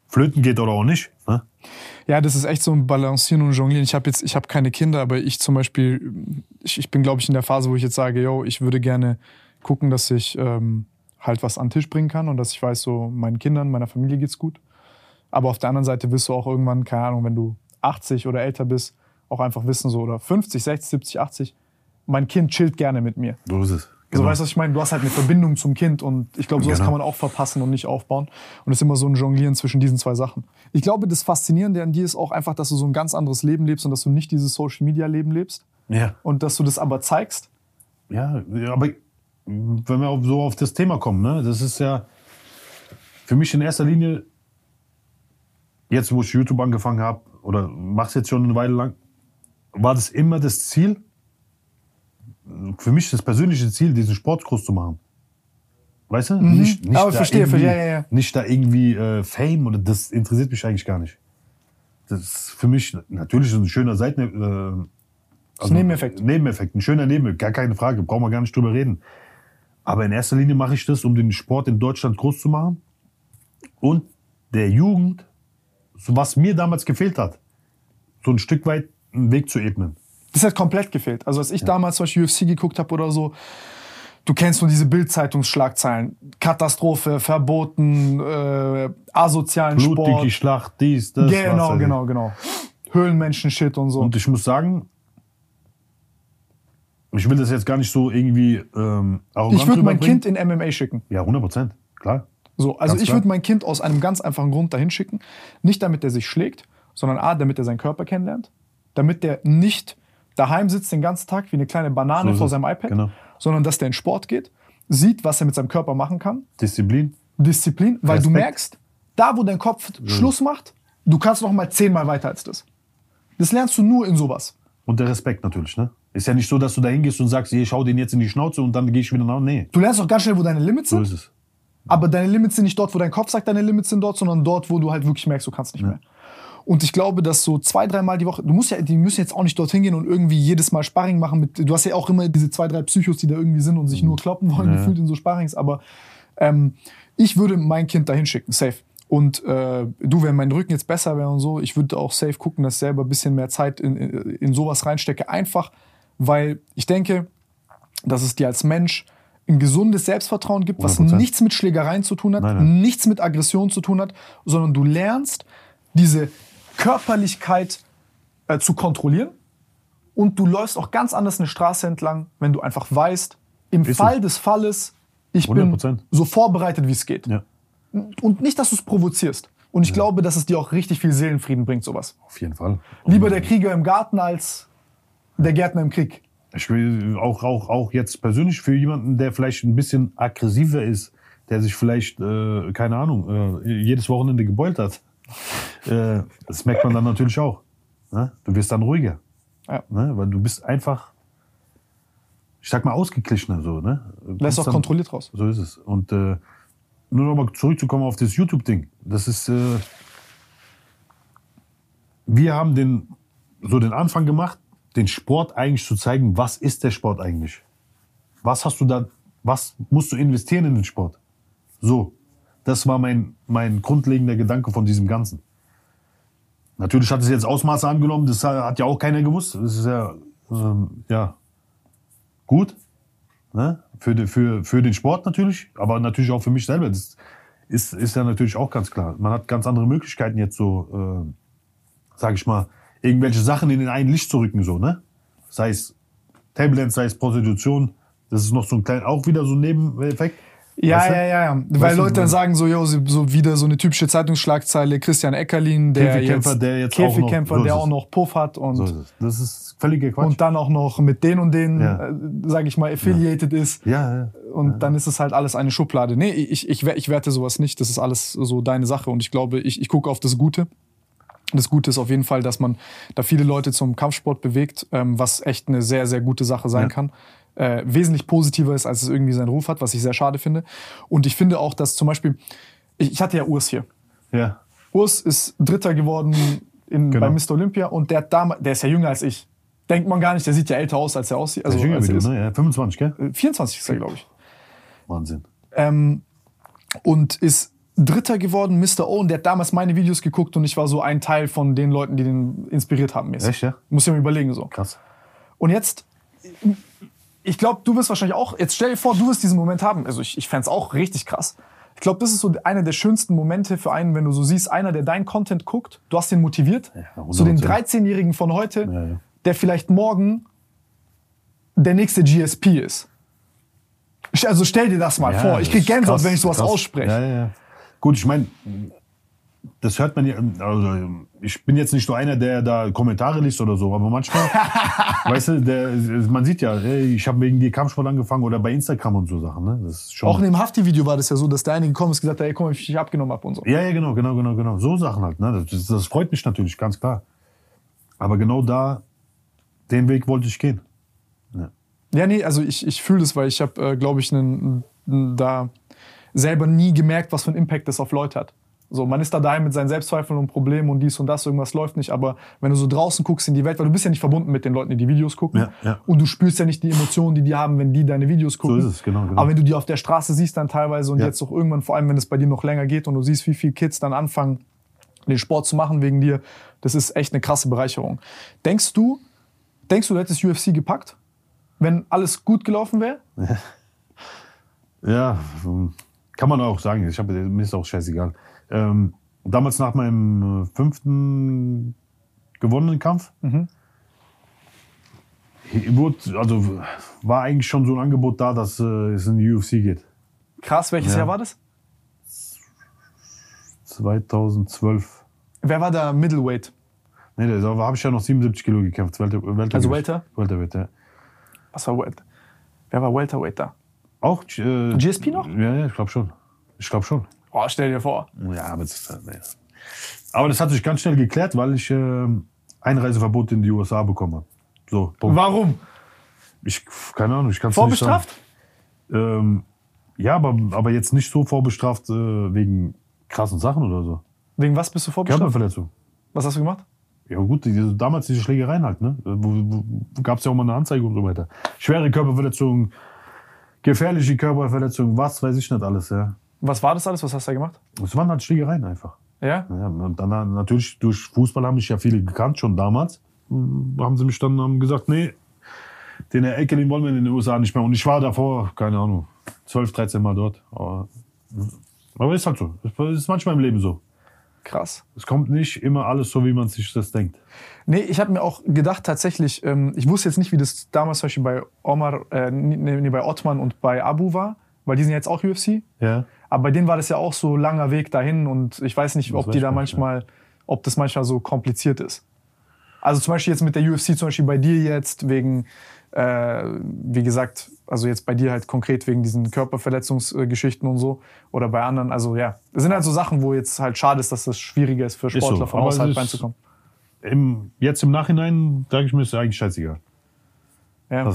[SPEAKER 3] flöten geht oder auch nicht. Ne?
[SPEAKER 1] Ja, das ist echt so ein Balancieren und Jonglieren. Ich habe keine Kinder, aber ich zum Beispiel, ich bin, glaube ich, in der Phase, wo ich jetzt sage, ich würde gerne gucken, dass ich halt was an den Tisch bringen kann und dass ich weiß, so meinen Kindern, meiner Familie geht's gut. Aber auf der anderen Seite wirst du auch irgendwann, keine Ahnung, wenn du 80 oder älter bist, auch einfach wissen, so, oder 50, 60, 70, 80, mein Kind chillt gerne mit mir.
[SPEAKER 3] So ist es.
[SPEAKER 1] Genau. So, weißt du, was ich meine? Du hast halt eine Verbindung zum Kind und ich glaube, sowas kann man auch verpassen und nicht aufbauen. Und es ist immer so ein Jonglieren zwischen diesen zwei Sachen. Ich glaube, das Faszinierende an dir ist auch einfach, dass du so ein ganz anderes Leben lebst und dass du nicht dieses Social-Media-Leben lebst.
[SPEAKER 3] Ja.
[SPEAKER 1] Und dass du das aber zeigst.
[SPEAKER 3] Ja, aber wenn wir so auf das Thema kommen, ne, das ist ja für mich in erster Linie, jetzt wo ich YouTube angefangen habe, oder mach's jetzt schon eine Weile lang, war das immer das Ziel, für mich das persönliche Ziel, diesen Sport groß zu machen. Weißt du? Nicht
[SPEAKER 1] aber
[SPEAKER 3] da
[SPEAKER 1] verstehe,
[SPEAKER 3] irgendwie, nicht da irgendwie Fame, oder das interessiert mich eigentlich gar nicht. Das ist für mich natürlich ein schöner
[SPEAKER 1] Nebeneffekt.
[SPEAKER 3] Nebeneffekt, ein schöner Nebeneffekt, gar keine Frage, brauchen wir gar nicht drüber reden. Aber in erster Linie mache ich das, um den Sport in Deutschland groß zu machen und der Jugend, so was mir damals gefehlt hat, so ein Stück weit einen Weg zu ebnen.
[SPEAKER 1] Das hat komplett gefehlt. Also als ich damals zum Beispiel UFC geguckt habe oder so, du kennst nur diese Bild-Zeitungsschlagzeilen. Katastrophe, verboten, asozialen Sport.
[SPEAKER 3] Blutige Schlacht, dies, das.
[SPEAKER 1] Genau. Höhlenmenschen-Shit und so.
[SPEAKER 3] Und ich muss sagen, ich will das jetzt gar nicht so irgendwie arrogant
[SPEAKER 1] ich würde mein Kind in MMA schicken.
[SPEAKER 3] Ja, 100%, klar.
[SPEAKER 1] So, also ich würde mein Kind aus einem ganz einfachen Grund dahin schicken. Nicht damit er sich schlägt, sondern damit er seinen Körper kennenlernt. Damit der nicht daheim sitzt den ganzen Tag wie eine kleine Banane vor seinem iPad, sondern dass der in Sport geht, sieht, was er mit seinem Körper machen kann.
[SPEAKER 3] Disziplin,
[SPEAKER 1] weil du merkst, da wo dein Kopf Schluss macht, du kannst noch mal 10-mal weiter als das. Das lernst du nur in sowas.
[SPEAKER 3] Und der Respekt natürlich, ne? Ist ja nicht so, dass du da hingehst und sagst, ich schau den jetzt in die Schnauze und dann gehe ich wieder nach. Nee.
[SPEAKER 1] Du lernst auch ganz schnell, wo deine Limits sind.
[SPEAKER 3] So ist es.
[SPEAKER 1] Aber deine Limits sind nicht dort, wo dein Kopf sagt, deine Limits sind dort, sondern dort, wo du halt wirklich merkst, du kannst nicht mehr. Und ich glaube, dass so 2-3 Mal die Woche, die müssen jetzt auch nicht dorthin gehen und irgendwie jedes Mal Sparring machen. Du hast ja auch immer diese 2-3 Psychos, die da irgendwie sind und sich nur kloppen wollen, gefühlt in so Sparrings. Aber ich würde mein Kind dahin schicken, safe. Und wenn mein Rücken jetzt besser wäre und so, ich würde auch safe gucken, dass ich selber ein bisschen mehr Zeit in sowas reinstecke. Einfach, weil ich denke, dass es dir als Mensch ein gesundes Selbstvertrauen gibt, was 100%. Nichts mit Schlägereien zu tun hat, nichts mit Aggression zu tun hat, sondern du lernst, diese Körperlichkeit zu kontrollieren und du läufst auch ganz anders eine Straße entlang, wenn du einfach weißt, im Fall des Falles, ich 100%. Bin so vorbereitet, wie es geht. Ja. Und nicht, dass du es provozierst. Und ich glaube, dass es dir auch richtig viel Seelenfrieden bringt, sowas.
[SPEAKER 3] Auf jeden Fall.
[SPEAKER 1] Lieber der Krieger im Garten als der Gärtner im Krieg.
[SPEAKER 3] Ich will auch jetzt persönlich für jemanden, der vielleicht ein bisschen aggressiver ist, der sich vielleicht, keine Ahnung, jedes Wochenende gebeult hat. Das merkt man dann natürlich auch. Ne? Du wirst dann ruhiger. Ja. Ne? Weil du bist einfach, ich sag mal, ausgeglichener. So, ne?
[SPEAKER 1] Lässt auch kontrolliert raus.
[SPEAKER 3] So ist es. Und nur noch mal zurückzukommen auf das YouTube-Ding. Das ist, wir haben den Anfang gemacht, den Sport eigentlich zu zeigen, was ist der Sport eigentlich? Was musst du investieren in den Sport? So. Das war mein grundlegender Gedanke von diesem Ganzen. Natürlich hat es jetzt Ausmaße angenommen, das hat ja auch keiner gewusst. Das ist ja gut, ne? Für den Sport natürlich, aber natürlich auch für mich selber. Das ist ja natürlich auch ganz klar. Man hat ganz andere Möglichkeiten jetzt so, sag ich mal, irgendwelche Sachen in ein Licht zu rücken, so, ne? Sei es Table Dance, sei es Prostitution. Das ist noch so auch wieder so ein Nebeneffekt.
[SPEAKER 1] Ja. Weil Leute dann sagen so wieder so eine typische Zeitungsschlagzeile, Christian Eckerlin, der Käfigkämpfer, der auch noch Puff hat und
[SPEAKER 3] so ist es. Das ist völliger Quatsch.
[SPEAKER 1] Und dann auch noch mit den und den, sage ich mal, affiliated ist.
[SPEAKER 3] Ja.
[SPEAKER 1] Und dann ist es halt alles eine Schublade. Nee, ich werte sowas nicht. Das ist alles so deine Sache. Und ich glaube, ich gucke auf das Gute. Das Gute ist auf jeden Fall, dass man da viele Leute zum Kampfsport bewegt, was echt eine sehr, sehr gute Sache sein kann. Wesentlich positiver ist, als es irgendwie seinen Ruf hat, was ich sehr schade finde. Und ich finde auch, dass zum Beispiel, ich hatte ja Urs hier.
[SPEAKER 3] Ja.
[SPEAKER 1] Urs ist Dritter geworden bei Mr. Olympia und der ist ja jünger als ich. Denkt man gar nicht, der sieht ja älter aus, als er aussieht. Also,
[SPEAKER 3] jünger wie du, ne? Ja, 25, gell?
[SPEAKER 1] 24 ist er, glaube ich.
[SPEAKER 3] Wahnsinn.
[SPEAKER 1] Und ist Dritter geworden, Mr. O, und der hat damals meine Videos geguckt und ich war so ein Teil von den Leuten, die den inspiriert haben. Mäßig.
[SPEAKER 3] Echt, ja?
[SPEAKER 1] Muss ich mir überlegen so.
[SPEAKER 3] Krass.
[SPEAKER 1] Und jetzt, ich glaube, du wirst wahrscheinlich auch, jetzt stell dir vor, du wirst diesen Moment haben. Also ich fänd's auch richtig krass. Ich glaube, das ist so einer der schönsten Momente für einen, wenn du so siehst, einer, der deinen Content guckt, du hast den motiviert, so den 13-Jährigen von heute, der vielleicht morgen der nächste GSP ist. Also stell dir das mal vor. Ich krieg Gänsehaut, wenn ich sowas ausspreche.
[SPEAKER 3] Ja. Gut, ich meine, das hört man ja, also ich bin jetzt nicht so einer, der da Kommentare liest oder so, aber manchmal, weißt du, man sieht ja, hey, ich habe wegen dir Kampfsport angefangen oder bei Instagram und so Sachen. Ne? Das ist schon
[SPEAKER 1] auch in dem Hafti-Video war das ja so, dass der eine gekommen ist und gesagt hat, hey, komm, ich dich abgenommen habe und so.
[SPEAKER 3] Ja, genau. So Sachen halt. Ne? Das freut mich natürlich, ganz klar. Aber genau da, den Weg wollte ich gehen.
[SPEAKER 1] Ja, nee, also ich fühle das, weil ich habe, glaube ich, da selber nie gemerkt, was für einen Impact das auf Leute hat. So, man ist da daheim mit seinen Selbstzweifeln und Problemen und dies und das, irgendwas läuft nicht. Aber wenn du so draußen guckst in die Welt, weil du bist ja nicht verbunden mit den Leuten, die die Videos gucken.
[SPEAKER 3] Ja.
[SPEAKER 1] Und du spürst ja nicht die Emotionen, die die haben, wenn die deine Videos gucken.
[SPEAKER 3] So ist es, genau.
[SPEAKER 1] Aber wenn du die auf der Straße siehst dann teilweise und jetzt auch irgendwann, vor allem wenn es bei dir noch länger geht und du siehst, wie viele Kids dann anfangen, den Sport zu machen wegen dir, das ist echt eine krasse Bereicherung. Denkst du hättest UFC gepackt, wenn alles gut gelaufen wäre?
[SPEAKER 3] Ja, kann man auch sagen. Mir ist auch scheißegal. Damals nach meinem 5. gewonnenen Kampf war eigentlich schon so ein Angebot da, dass es in die UFC geht.
[SPEAKER 1] Krass, welches Jahr war das?
[SPEAKER 3] 2012.
[SPEAKER 1] Wer war da Middleweight?
[SPEAKER 3] Nee, da habe ich ja noch 77 Kilo gekämpft.
[SPEAKER 1] Also Welter?
[SPEAKER 3] Welterweight, ja.
[SPEAKER 1] Was war Welter? Wer war Welterweight da?
[SPEAKER 3] Auch
[SPEAKER 1] GSP noch?
[SPEAKER 3] Ja, ich glaube schon.
[SPEAKER 1] Oh, stell dir vor.
[SPEAKER 3] Ja, aber das hat sich ganz schnell geklärt, weil ich Einreiseverbot in die USA bekommen habe. So, Punkt.
[SPEAKER 1] Warum?
[SPEAKER 3] Keine Ahnung, ich kann es nicht sagen.
[SPEAKER 1] Vorbestraft?
[SPEAKER 3] Ja, aber jetzt nicht so vorbestraft wegen krassen Sachen oder so.
[SPEAKER 1] Wegen was bist du vorbestraft?
[SPEAKER 3] Körperverletzung.
[SPEAKER 1] Was hast du gemacht?
[SPEAKER 3] Ja gut, damals diese Schlägereien halt, ne? Gab es ja auch mal eine Anzeige und so weiter. Schwere Körperverletzung, gefährliche Körperverletzung, was weiß ich nicht alles, ja.
[SPEAKER 1] Was war das alles? Was hast du da gemacht?
[SPEAKER 3] Es waren halt Schlägereien einfach.
[SPEAKER 1] Ja?
[SPEAKER 3] Ja, und dann natürlich durch Fußball haben mich ja viele gekannt, schon damals. Haben sie mich dann gesagt, nee, den Herr Eckelin wollen wir in den USA nicht mehr. Und ich war davor, keine Ahnung, 12, 13 Mal dort. Aber ist halt so. Es ist manchmal im Leben so.
[SPEAKER 1] Krass.
[SPEAKER 3] Es kommt nicht immer alles so, wie man sich das denkt.
[SPEAKER 1] Nee, ich habe mir auch gedacht, tatsächlich, ich wusste jetzt nicht, wie das damals zum Beispiel bei bei Ottman und bei Abu war, weil die sind jetzt auch UFC.
[SPEAKER 3] Ja.
[SPEAKER 1] Aber bei denen war das ja auch so langer Weg dahin und ich weiß nicht, ob das manchmal so kompliziert ist. Also zum Beispiel jetzt mit der UFC, zum Beispiel bei dir jetzt wegen, wie gesagt, also jetzt bei dir halt konkret wegen diesen Körperverletzungsgeschichten und so oder bei anderen, also ja. Das sind halt so Sachen, wo jetzt halt schade ist, dass das schwieriger ist für Sportler
[SPEAKER 3] so,
[SPEAKER 1] von außerhalb reinzukommen.
[SPEAKER 3] Jetzt im Nachhinein, sage ich mir, ist eigentlich scheißegal.
[SPEAKER 1] Ja.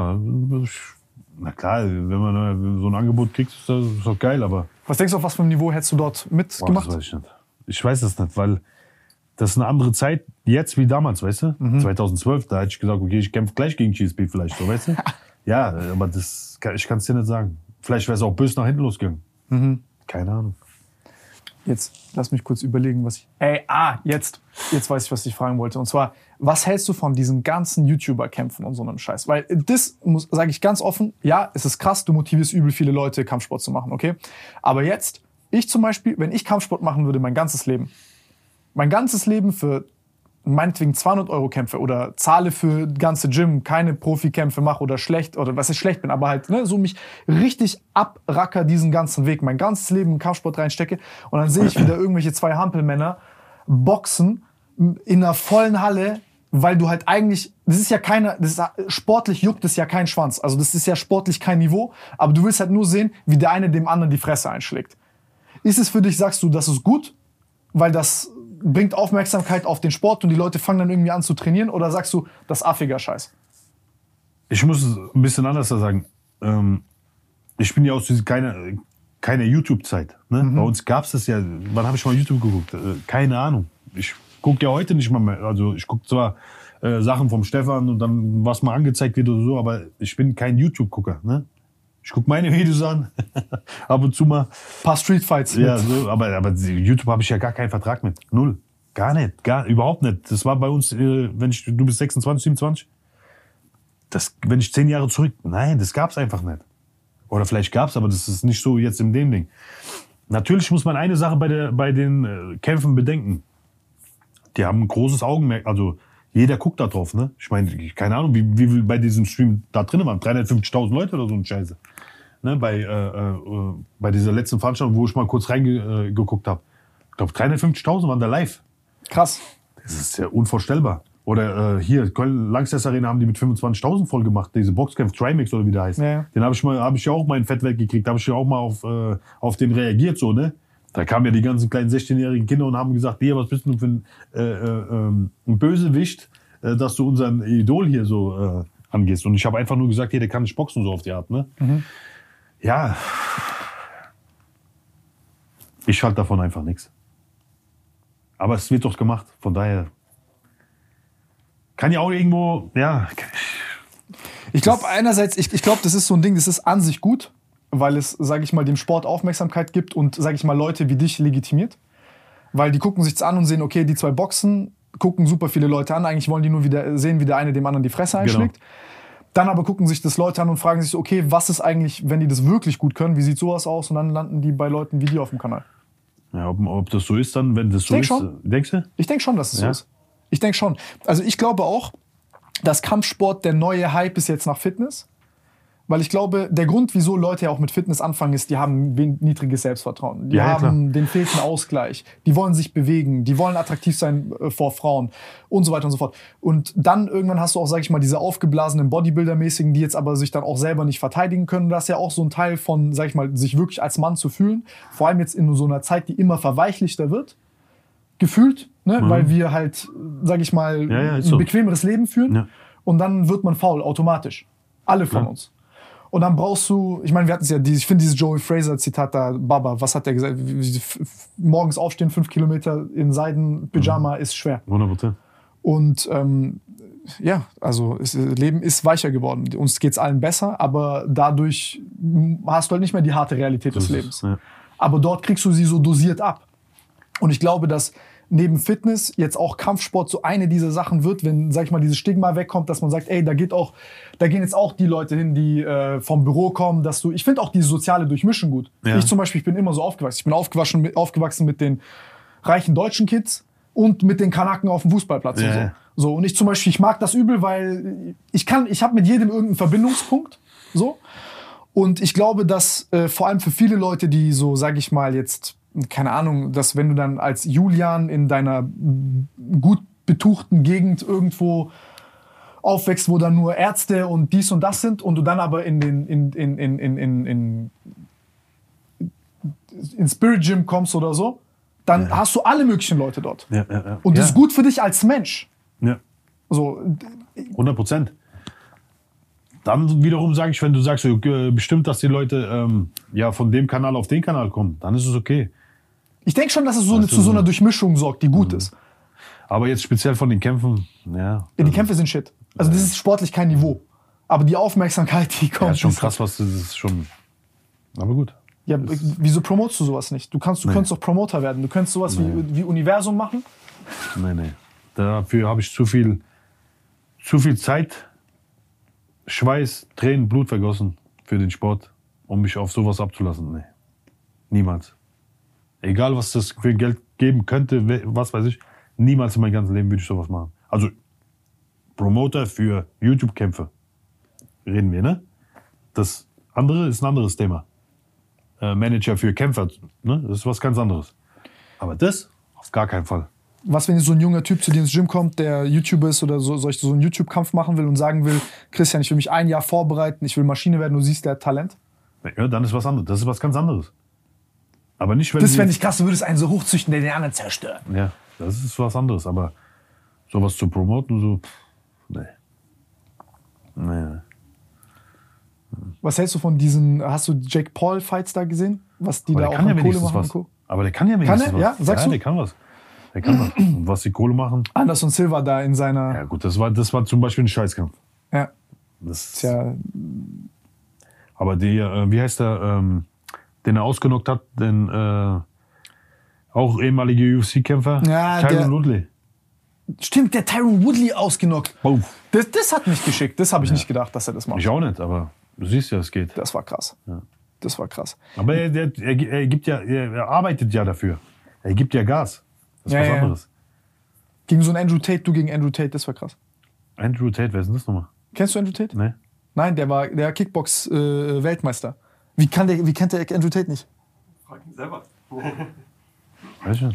[SPEAKER 3] Na klar, wenn man so ein Angebot kriegt, ist das doch geil, aber...
[SPEAKER 1] Was denkst du, auf was für einem Niveau hättest du dort mitgemacht?
[SPEAKER 3] Das weiß ich nicht. Ich weiß es nicht, weil das ist eine andere Zeit jetzt wie damals, weißt du? 2012, da hätte ich gesagt, okay, ich kämpfe gleich gegen GSP vielleicht, so, weißt du? Ja, aber ich kann es dir nicht sagen. Vielleicht wäre es auch böse nach hinten losgegangen. Keine Ahnung.
[SPEAKER 1] Jetzt lass mich kurz überlegen, was ich... Jetzt weiß ich, was ich fragen wollte. Und zwar, was hältst du von diesen ganzen YouTuber-Kämpfen und so einem Scheiß? Weil das, sage ich ganz offen, ja, es ist krass, du motivierst übel viele Leute, Kampfsport zu machen, okay? Aber jetzt, ich zum Beispiel, wenn ich Kampfsport machen würde, mein ganzes Leben für meinetwegen 200 € kämpfe oder zahle für ganze Gym, keine Profikämpfe mache oder schlecht, oder was ich schlecht bin, aber halt so mich richtig abracker diesen ganzen Weg, mein ganzes Leben in Kampfsport reinstecke und dann sehe ich wieder irgendwelche 2 Hampelmänner boxen in einer vollen Halle, weil du halt eigentlich, sportlich juckt es ja kein Schwanz, also das ist ja sportlich kein Niveau, aber du willst halt nur sehen, wie der eine dem anderen die Fresse einschlägt. Ist es für dich, sagst du, das ist gut, weil das bringt Aufmerksamkeit auf den Sport und die Leute fangen dann irgendwie an zu trainieren? Oder sagst du, das ist affiger Scheiß?
[SPEAKER 3] Ich muss es ein bisschen anders sagen. Ich bin ja aus keiner YouTube-Zeit. Ne? Bei uns gab es das ja. Wann habe ich mal YouTube geguckt? Keine Ahnung. Ich gucke ja heute nicht mal mehr. Also ich gucke zwar Sachen vom Stefan und dann was mal angezeigt wird oder so, aber ich bin kein YouTube-Gucker. Ne? Ich gucke meine Videos an, ab und zu mal.
[SPEAKER 1] Ein paar Streetfights.
[SPEAKER 3] Ja, so, aber YouTube habe ich ja gar keinen Vertrag mit. Null. Gar nicht. Überhaupt nicht. Das war bei uns, du bist 26, 27. Wenn ich 10 Jahre zurück, nein, das gab's einfach nicht. Oder vielleicht gab's, aber das ist nicht so jetzt in dem Ding. Natürlich muss man eine Sache bei den Kämpfen bedenken. Die haben ein großes Augenmerk, also jeder guckt da drauf, ne? Ich meine, keine Ahnung, wie viel bei diesem Stream da drin waren. 350.000 Leute oder so ein Scheiße. Ne? Bei dieser letzten Veranstaltung, wo ich mal kurz reingeguckt habe. Ich glaube, 350.000 waren da live.
[SPEAKER 1] Krass.
[SPEAKER 3] Das ist ja unvorstellbar. Oder hier, Köln-Langsess Arena haben die mit 25.000 voll gemacht. Diese Boxkampf Trimax oder wie der heißt. Ja. Den habe ich ja auch mal in Fett weggekriegt. Da habe ich ja auch mal auf den reagiert, so, ne? Da kamen ja die ganzen kleinen 16-jährigen Kinder und haben gesagt, was bist du für ein Bösewicht, dass du unseren Idol hier so angehst. Und ich habe einfach nur gesagt, der kann nicht boxen, so auf die Art, ne? Mhm. Ja. Ich halte davon einfach nichts. Aber es wird doch gemacht, von daher kann ja auch irgendwo, ja.
[SPEAKER 1] Ich glaube einerseits, ich glaube, das ist so ein Ding, das ist an sich gut, weil es, sage ich mal, dem Sport Aufmerksamkeit gibt und, sage ich mal, Leute wie dich legitimiert. Weil die gucken sich's an und sehen, okay, die zwei boxen, gucken super viele Leute an, eigentlich wollen die nur wieder sehen, wie der eine dem anderen die Fresse einschlägt. Genau. Dann aber gucken sich das Leute an und fragen sich so, okay, was ist eigentlich, wenn die das wirklich gut können, wie sieht sowas aus? Und dann landen die bei Leuten wie dir auf dem Kanal.
[SPEAKER 3] Ja, ob das so ist dann, wenn das so ist,
[SPEAKER 1] schon.
[SPEAKER 3] Denkst du?
[SPEAKER 1] Ich denke schon, dass es so ist. Ich denke schon. Also ich glaube auch, dass Kampfsport der neue Hype ist jetzt nach Fitness. Weil ich glaube, der Grund, wieso Leute ja auch mit Fitness anfangen, ist, die haben niedriges Selbstvertrauen. Die haben den fehlenden Ausgleich. Die wollen sich bewegen. Die wollen attraktiv sein vor Frauen und so weiter und so fort. Und dann irgendwann hast du auch, sag ich mal, diese aufgeblasenen Bodybuilder-mäßigen, die jetzt aber sich dann auch selber nicht verteidigen können. Das ist ja auch so ein Teil von, sag ich mal, sich wirklich als Mann zu fühlen. Vor allem jetzt in so einer Zeit, die immer verweichlichter wird. Gefühlt, ne? Weil wir halt, sag ich mal, ein bequemeres Leben führen. Ja. Und dann wird man faul, automatisch. Alle von uns. Und dann brauchst du, ich meine, wir hatten es ja, ich finde dieses Joey Fraser-Zitat da, Baba, was hat der gesagt? Morgens aufstehen, 5 Kilometer in Seiden-Pyjama ist schwer.
[SPEAKER 3] 100%.
[SPEAKER 1] Und also Leben ist weicher geworden. Uns geht's allen besser, aber dadurch hast du halt nicht mehr die harte Realität des Lebens. Ja. Aber dort kriegst du sie so dosiert ab. Und ich glaube, dass neben Fitness jetzt auch Kampfsport so eine dieser Sachen wird, wenn, sag ich mal, dieses Stigma wegkommt, dass man sagt, ey, da gehen jetzt auch die Leute hin, die vom Büro kommen, ich finde auch diese soziale Durchmischung gut. Ja. Ich zum Beispiel, ich bin immer so aufgewachsen. Ich bin aufgewachsen mit den reichen deutschen Kids und mit den Kanaken auf dem Fußballplatz und so. So, und ich zum Beispiel, ich mag das übel, weil ich habe mit jedem irgendeinen Verbindungspunkt, so. Und ich glaube, dass vor allem für viele Leute, die so, sag ich mal, jetzt keine Ahnung, dass wenn du dann als Julian in deiner gut betuchten Gegend irgendwo aufwächst, wo dann nur Ärzte und dies und das sind und du dann aber in Spirit Gym kommst oder so, dann hast du alle möglichen Leute dort. Ja. Und das ist gut für dich als Mensch.
[SPEAKER 3] Ja.
[SPEAKER 1] So.
[SPEAKER 3] 100%. Dann wiederum sage ich, wenn du sagst, bestimmt, dass die Leute von dem Kanal auf den Kanal kommen, dann ist es okay.
[SPEAKER 1] Ich denke schon, dass es zu so einer Durchmischung sorgt, die gut ist.
[SPEAKER 3] Aber jetzt speziell von den Kämpfen,
[SPEAKER 1] die Kämpfe sind shit. Also das ist sportlich kein Niveau. Aber die Aufmerksamkeit, die kommt.
[SPEAKER 3] Ja, ist schon krass, das ist schon. Aber gut.
[SPEAKER 1] Ja, wieso promotest du sowas nicht? Du könntest doch Promoter werden. Du könntest sowas wie Universum machen.
[SPEAKER 3] Nee. Dafür habe ich zu viel Zeit, Schweiß, Tränen, Blut vergossen für den Sport, um mich auf sowas abzulassen. Nee. Niemals. Egal, was das für Geld geben könnte, was weiß ich, niemals in meinem ganzen Leben würde ich sowas machen. Also, Promoter für YouTube-Kämpfe reden wir, ne? Das andere ist ein anderes Thema. Manager für Kämpfer, ne? Das ist was ganz anderes. Aber das auf gar keinen Fall.
[SPEAKER 1] Was, wenn jetzt so ein junger Typ zu dir ins Gym kommt, der YouTuber ist oder so einen YouTube-Kampf machen will und sagen will, Christian, ich will mich 1 Jahr vorbereiten, ich will Maschine werden, du siehst, der hat Talent?
[SPEAKER 3] Ja, dann ist was anderes. Das ist was ganz anderes. Aber nicht, wenn
[SPEAKER 1] das fände ich krass, du würdest einen so hochzüchten, der den anderen zerstört.
[SPEAKER 3] Ja, das ist was anderes. Aber sowas zu promoten, so, nee.
[SPEAKER 1] Was hältst du von diesen, hast du Jake Paul-Fights da gesehen? Was die da auch an Kohle machen?
[SPEAKER 3] Was. Aber der kann ja wenigstens was.
[SPEAKER 1] Ja, sagst du?
[SPEAKER 3] Der kann was. Und was die Kohle machen.
[SPEAKER 1] Anderson Silva da in seiner...
[SPEAKER 3] Ja gut, das war zum Beispiel ein Scheißkampf.
[SPEAKER 1] Ja.
[SPEAKER 3] Das
[SPEAKER 1] ja...
[SPEAKER 3] Aber wie heißt der, den er ausgenockt hat, den auch ehemalige UFC-Kämpfer,
[SPEAKER 1] Ja,
[SPEAKER 3] Tyron Woodley.
[SPEAKER 1] Stimmt, der Tyron Woodley ausgenockt.
[SPEAKER 3] Oh.
[SPEAKER 1] Das hat mich geschickt. Das habe ich nicht gedacht, dass er das macht.
[SPEAKER 3] Ich auch nicht, aber du siehst ja, es geht.
[SPEAKER 1] Das war krass.
[SPEAKER 3] Ja.
[SPEAKER 1] Das war krass.
[SPEAKER 3] Aber er gibt ja, er arbeitet ja dafür. Er gibt ja Gas. Das ist was anderes.
[SPEAKER 1] Gegen so einen Andrew Tate, du gegen Andrew Tate, das war krass.
[SPEAKER 3] Andrew Tate, wer ist denn das nochmal?
[SPEAKER 1] Kennst du Andrew Tate?
[SPEAKER 3] Nee.
[SPEAKER 1] Nein, der war der Kickbox-Weltmeister. Wie kennt der Andrew Tate nicht?
[SPEAKER 6] Frag ihn selber.
[SPEAKER 3] Weiß schon.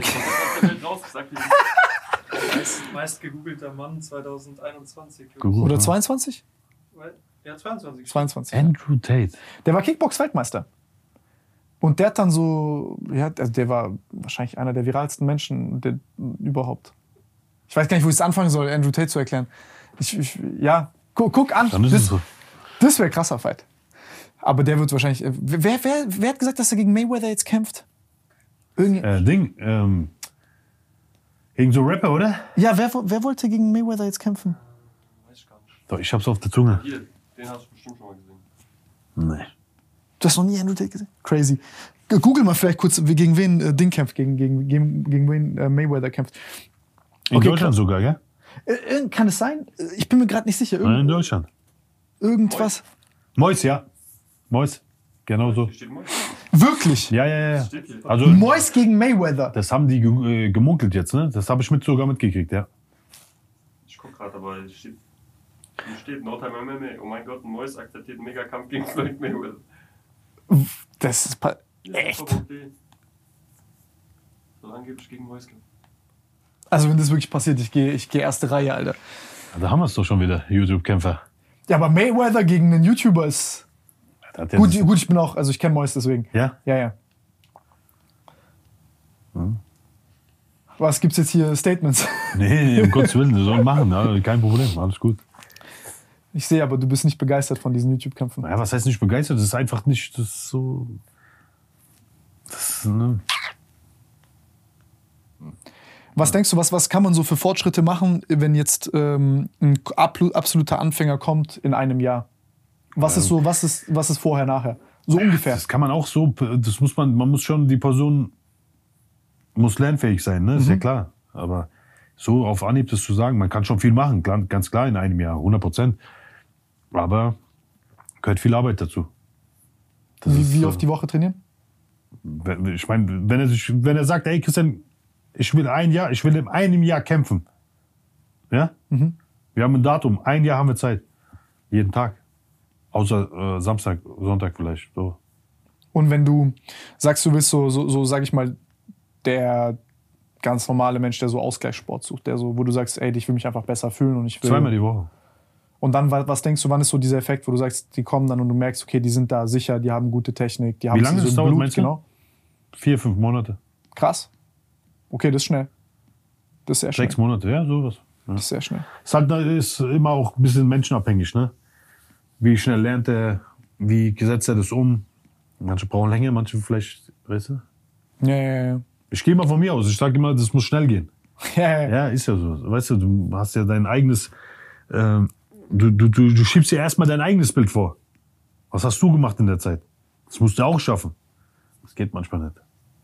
[SPEAKER 7] Meist gegoogelter Mann 2021.
[SPEAKER 1] Oder 22?
[SPEAKER 7] Ja, 22.
[SPEAKER 1] 22.
[SPEAKER 3] Andrew Tate.
[SPEAKER 1] Der war Kickbox-Weltmeister. Und der hat dann so, ja, also der war wahrscheinlich einer der viralsten Menschen überhaupt. Ich weiß gar nicht, wo ich es anfangen soll, Andrew Tate zu erklären. Ja, guck an.
[SPEAKER 3] Dann ist es so.
[SPEAKER 1] Das wäre krasser Fight. Aber der wird wahrscheinlich. Wer hat gesagt, dass er gegen Mayweather jetzt kämpft?
[SPEAKER 3] Gegen so Rapper, oder?
[SPEAKER 1] Ja, wer wollte gegen Mayweather jetzt kämpfen?
[SPEAKER 6] Weiß ich gar nicht.
[SPEAKER 3] Doch, ich hab's auf der Zunge.
[SPEAKER 6] Hier, den hast du bestimmt schon mal gesehen.
[SPEAKER 3] Nee.
[SPEAKER 1] Du hast noch nie Andrew Tate gesehen? Crazy. Google mal vielleicht kurz, gegen wen Ding kämpft, gegen wen Mayweather kämpft.
[SPEAKER 3] In Deutschland sogar, gell?
[SPEAKER 1] Kann es sein? Ich bin mir gerade nicht sicher.
[SPEAKER 3] Nein, in Deutschland.
[SPEAKER 1] Irgendwas.
[SPEAKER 3] Mois, ja. Mois. Genau so.
[SPEAKER 6] Hier steht Mois.
[SPEAKER 1] Wirklich?
[SPEAKER 3] Ja.
[SPEAKER 6] Steht hier.
[SPEAKER 3] Also,
[SPEAKER 1] Mois gegen Mayweather.
[SPEAKER 3] das haben die gemunkelt jetzt, ne? Das habe ich sogar mitgekriegt, ja.
[SPEAKER 6] Ich guck gerade, aber hier steht No Time MMA. Oh mein Gott, ein Mois akzeptiert einen Megakampf gegen Floyd Mayweather.
[SPEAKER 1] Das ist echt.
[SPEAKER 6] Soll angeblich gegen Mois kämpfen.
[SPEAKER 1] Also wenn das wirklich passiert, ich gehe erste Reihe, Alter.
[SPEAKER 3] Da haben wir es doch schon wieder, YouTube-Kämpfer.
[SPEAKER 1] Ja, aber Mayweather gegen einen YouTuber ist... Gut, ich bin auch, also ich kenne Mois deswegen.
[SPEAKER 3] Ja?
[SPEAKER 1] Ja. Was gibt's jetzt hier? Statements?
[SPEAKER 3] Nee, um Gottes Willen, das sollen machen, ja, kein Problem, alles gut.
[SPEAKER 1] Ich sehe aber, du bist nicht begeistert von diesen YouTube-Kämpfen.
[SPEAKER 3] Ja, was heißt nicht begeistert? Das ist einfach nicht, das ist so... ne?
[SPEAKER 1] Was denkst du, was kann man so für Fortschritte machen, wenn jetzt ein absoluter Anfänger kommt in einem Jahr? Was ist vorher, nachher? So ungefähr.
[SPEAKER 3] Das kann man auch so, man muss schon, die Person muss lernfähig sein, ne? Ist ja klar. Aber so auf Anhieb das zu sagen, man kann schon viel machen, ganz klar in einem Jahr, 100%. Aber gehört viel Arbeit dazu.
[SPEAKER 1] Wie oft die Woche trainieren?
[SPEAKER 3] Ich meine, wenn er sagt, ey Christian, ich will in einem Jahr kämpfen. Ja? Wir haben ein Datum, ein Jahr haben wir Zeit. Jeden Tag. Außer Samstag, Sonntag vielleicht. So.
[SPEAKER 1] Und wenn du sagst, du willst so sag ich mal, der ganz normale Mensch, der so Ausgleichssport sucht, der so, wo du sagst, ey, ich will mich einfach besser fühlen und ich will...
[SPEAKER 3] Zweimal die Woche.
[SPEAKER 1] Und dann, was denkst du, wann ist so dieser Effekt, wo du sagst, die kommen dann und du merkst, okay, die sind da sicher, die haben gute Technik, die haben
[SPEAKER 3] Wie lange das dauert, meinst du?
[SPEAKER 1] Genau.
[SPEAKER 3] 4-5 Monate.
[SPEAKER 1] Krass. Okay, das ist schnell. Das ist sehr schnell.
[SPEAKER 3] 6 Monate, ja, sowas. Ja.
[SPEAKER 1] Das ist sehr schnell.
[SPEAKER 3] Ist immer auch ein bisschen menschenabhängig, ne? Wie schnell lernt er, wie setzt er das um? Manche brauchen länger, manche vielleicht, weißt du?
[SPEAKER 1] Ja.
[SPEAKER 3] Ich gehe mal von mir aus, ich sage immer, das muss schnell gehen.
[SPEAKER 1] Ja.
[SPEAKER 3] Ja, ist ja so. Weißt du hast ja dein eigenes, du schiebst dir erstmal dein eigenes Bild vor. Was hast du gemacht in der Zeit? Das musst du auch schaffen. Das geht manchmal nicht.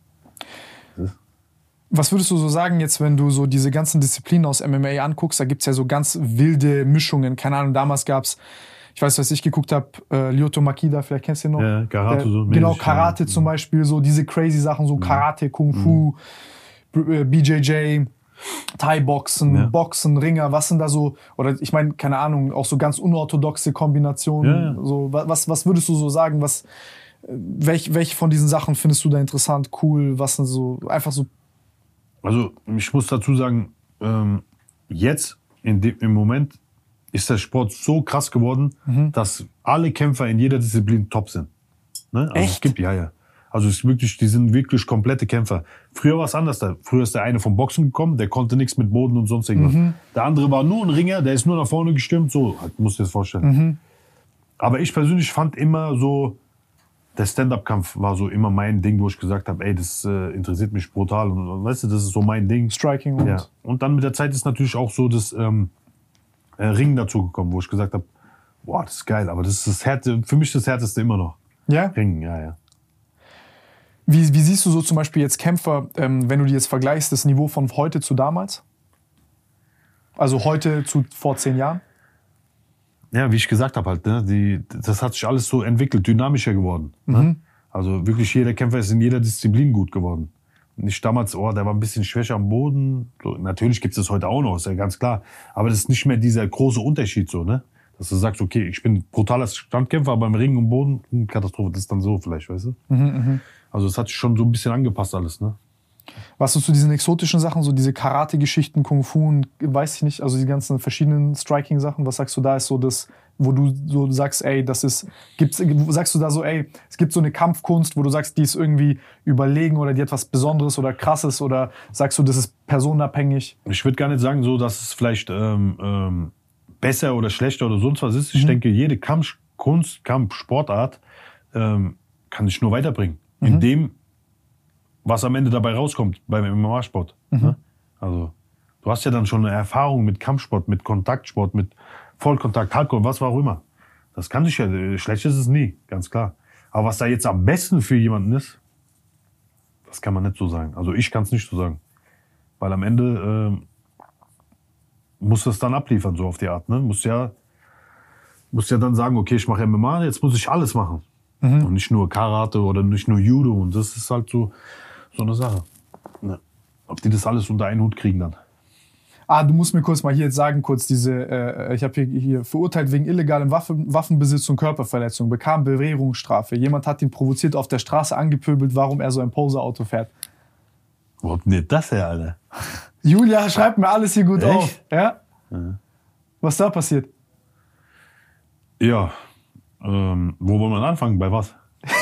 [SPEAKER 1] Was würdest du so sagen jetzt, wenn du so diese ganzen Disziplinen aus MMA anguckst? Da gibt's ja so ganz wilde Mischungen. Keine Ahnung, damals gab's, ich weiß, was ich geguckt habe, Lyoto Makida, vielleicht kennst du ihn noch?
[SPEAKER 3] Ja, Karate so.
[SPEAKER 1] Genau, Karate zum Beispiel, so diese crazy Sachen, so Karate, Kung Fu, BJJ, Thai-Boxen, Boxen, Ringer, was sind da so, oder ich meine, keine Ahnung, auch so ganz unorthodoxe Kombinationen.
[SPEAKER 3] Ja.
[SPEAKER 1] So, was würdest du so sagen, welche von diesen Sachen findest du da interessant, cool, was sind so, einfach so.
[SPEAKER 3] Also ich muss dazu sagen, jetzt im Moment ist der Sport so krass geworden, dass alle Kämpfer in jeder Disziplin top sind. Ne? Also
[SPEAKER 1] echt?
[SPEAKER 3] Es gibt, ja. Also es ist wirklich, die sind wirklich komplette Kämpfer. Früher war es anders. Früher ist der eine vom Boxen gekommen, der konnte nichts mit Boden und sonst irgendwas. Der andere war nur ein Ringer, der ist nur nach vorne gestürmt. So, musst du dir das vorstellen. Aber ich persönlich fand immer so, der Stand-Up-Kampf war so immer mein Ding, wo ich gesagt habe, ey, das interessiert mich brutal. Und weißt du, das ist so mein Ding.
[SPEAKER 1] Striking und...
[SPEAKER 3] Ja. Und dann mit der Zeit ist natürlich auch so das Ringen dazu gekommen, wo ich gesagt habe, Boah, das ist geil. Aber das ist für mich das Härteste immer noch.
[SPEAKER 1] Ja?
[SPEAKER 3] Ringen, ja.
[SPEAKER 1] Wie siehst du so zum Beispiel jetzt Kämpfer, wenn du die jetzt vergleichst, das Niveau von heute zu damals? Also heute zu vor 10 Jahren?
[SPEAKER 3] Ja, wie ich gesagt habe halt, ne, das hat sich alles so entwickelt, dynamischer geworden. Ne? Also wirklich jeder Kämpfer ist in jeder Disziplin gut geworden. Nicht damals, der war ein bisschen schwächer am Boden. So, natürlich gibt es das heute auch noch, ist ja ganz klar. Aber das ist nicht mehr dieser große Unterschied so, ne? Dass du sagst, okay, ich bin brutaler Standkämpfer, aber im Ring und Boden, Katastrophe, das ist dann so vielleicht, weißt du? Also es hat sich schon so ein bisschen angepasst alles, ne?
[SPEAKER 1] Was du zu diesen exotischen Sachen, so diese Karate-Geschichten, Kung-Fu und weiß ich nicht, also die ganzen verschiedenen Striking-Sachen, was sagst du da ist so das, wo du so sagst, ey, sagst du da so, ey, es gibt so eine Kampfkunst, wo du sagst, die ist irgendwie überlegen oder die hat was Besonderes oder Krasses oder sagst du, das ist personenabhängig?
[SPEAKER 3] Ich würde gar nicht sagen so, dass es vielleicht besser oder schlechter oder sonst was ist. Ich denke, jede Kampfkunst, Kampfsportart kann dich nur weiterbringen. In dem, was am Ende dabei rauskommt beim MMA-Sport. Ne? Also du hast ja dann schon eine Erfahrung mit Kampfsport, mit Kontaktsport, mit Vollkontakt, Hardcore, was auch immer. Das kann sich ja, schlecht ist es nie, ganz klar. Aber was da jetzt am besten für jemanden ist, das kann man nicht so sagen. Also ich kann es nicht so sagen. Weil am Ende musst du es dann abliefern, so auf die Art. Ne? Musst ja dann sagen, okay, ich mache MMA, jetzt muss ich alles machen. Und nicht nur Karate oder nicht nur Judo. Und das ist halt so eine Sache. Ne? Ob die das alles unter einen Hut kriegen dann.
[SPEAKER 1] Du musst mir kurz mal hier jetzt sagen, ich habe hier verurteilt wegen illegalem Waffenbesitz und Körperverletzung, bekam Bewährungsstrafe. Jemand hat ihn provoziert, auf der Straße angepöbelt, warum er so ein Poser-Auto fährt.
[SPEAKER 3] Wo kommt denn das her, Alter?
[SPEAKER 1] Julia, schreibt mir alles hier gut
[SPEAKER 3] Echt?
[SPEAKER 1] auf. Ja? Was da passiert?
[SPEAKER 3] Ja, wo wollen wir anfangen? Bei was?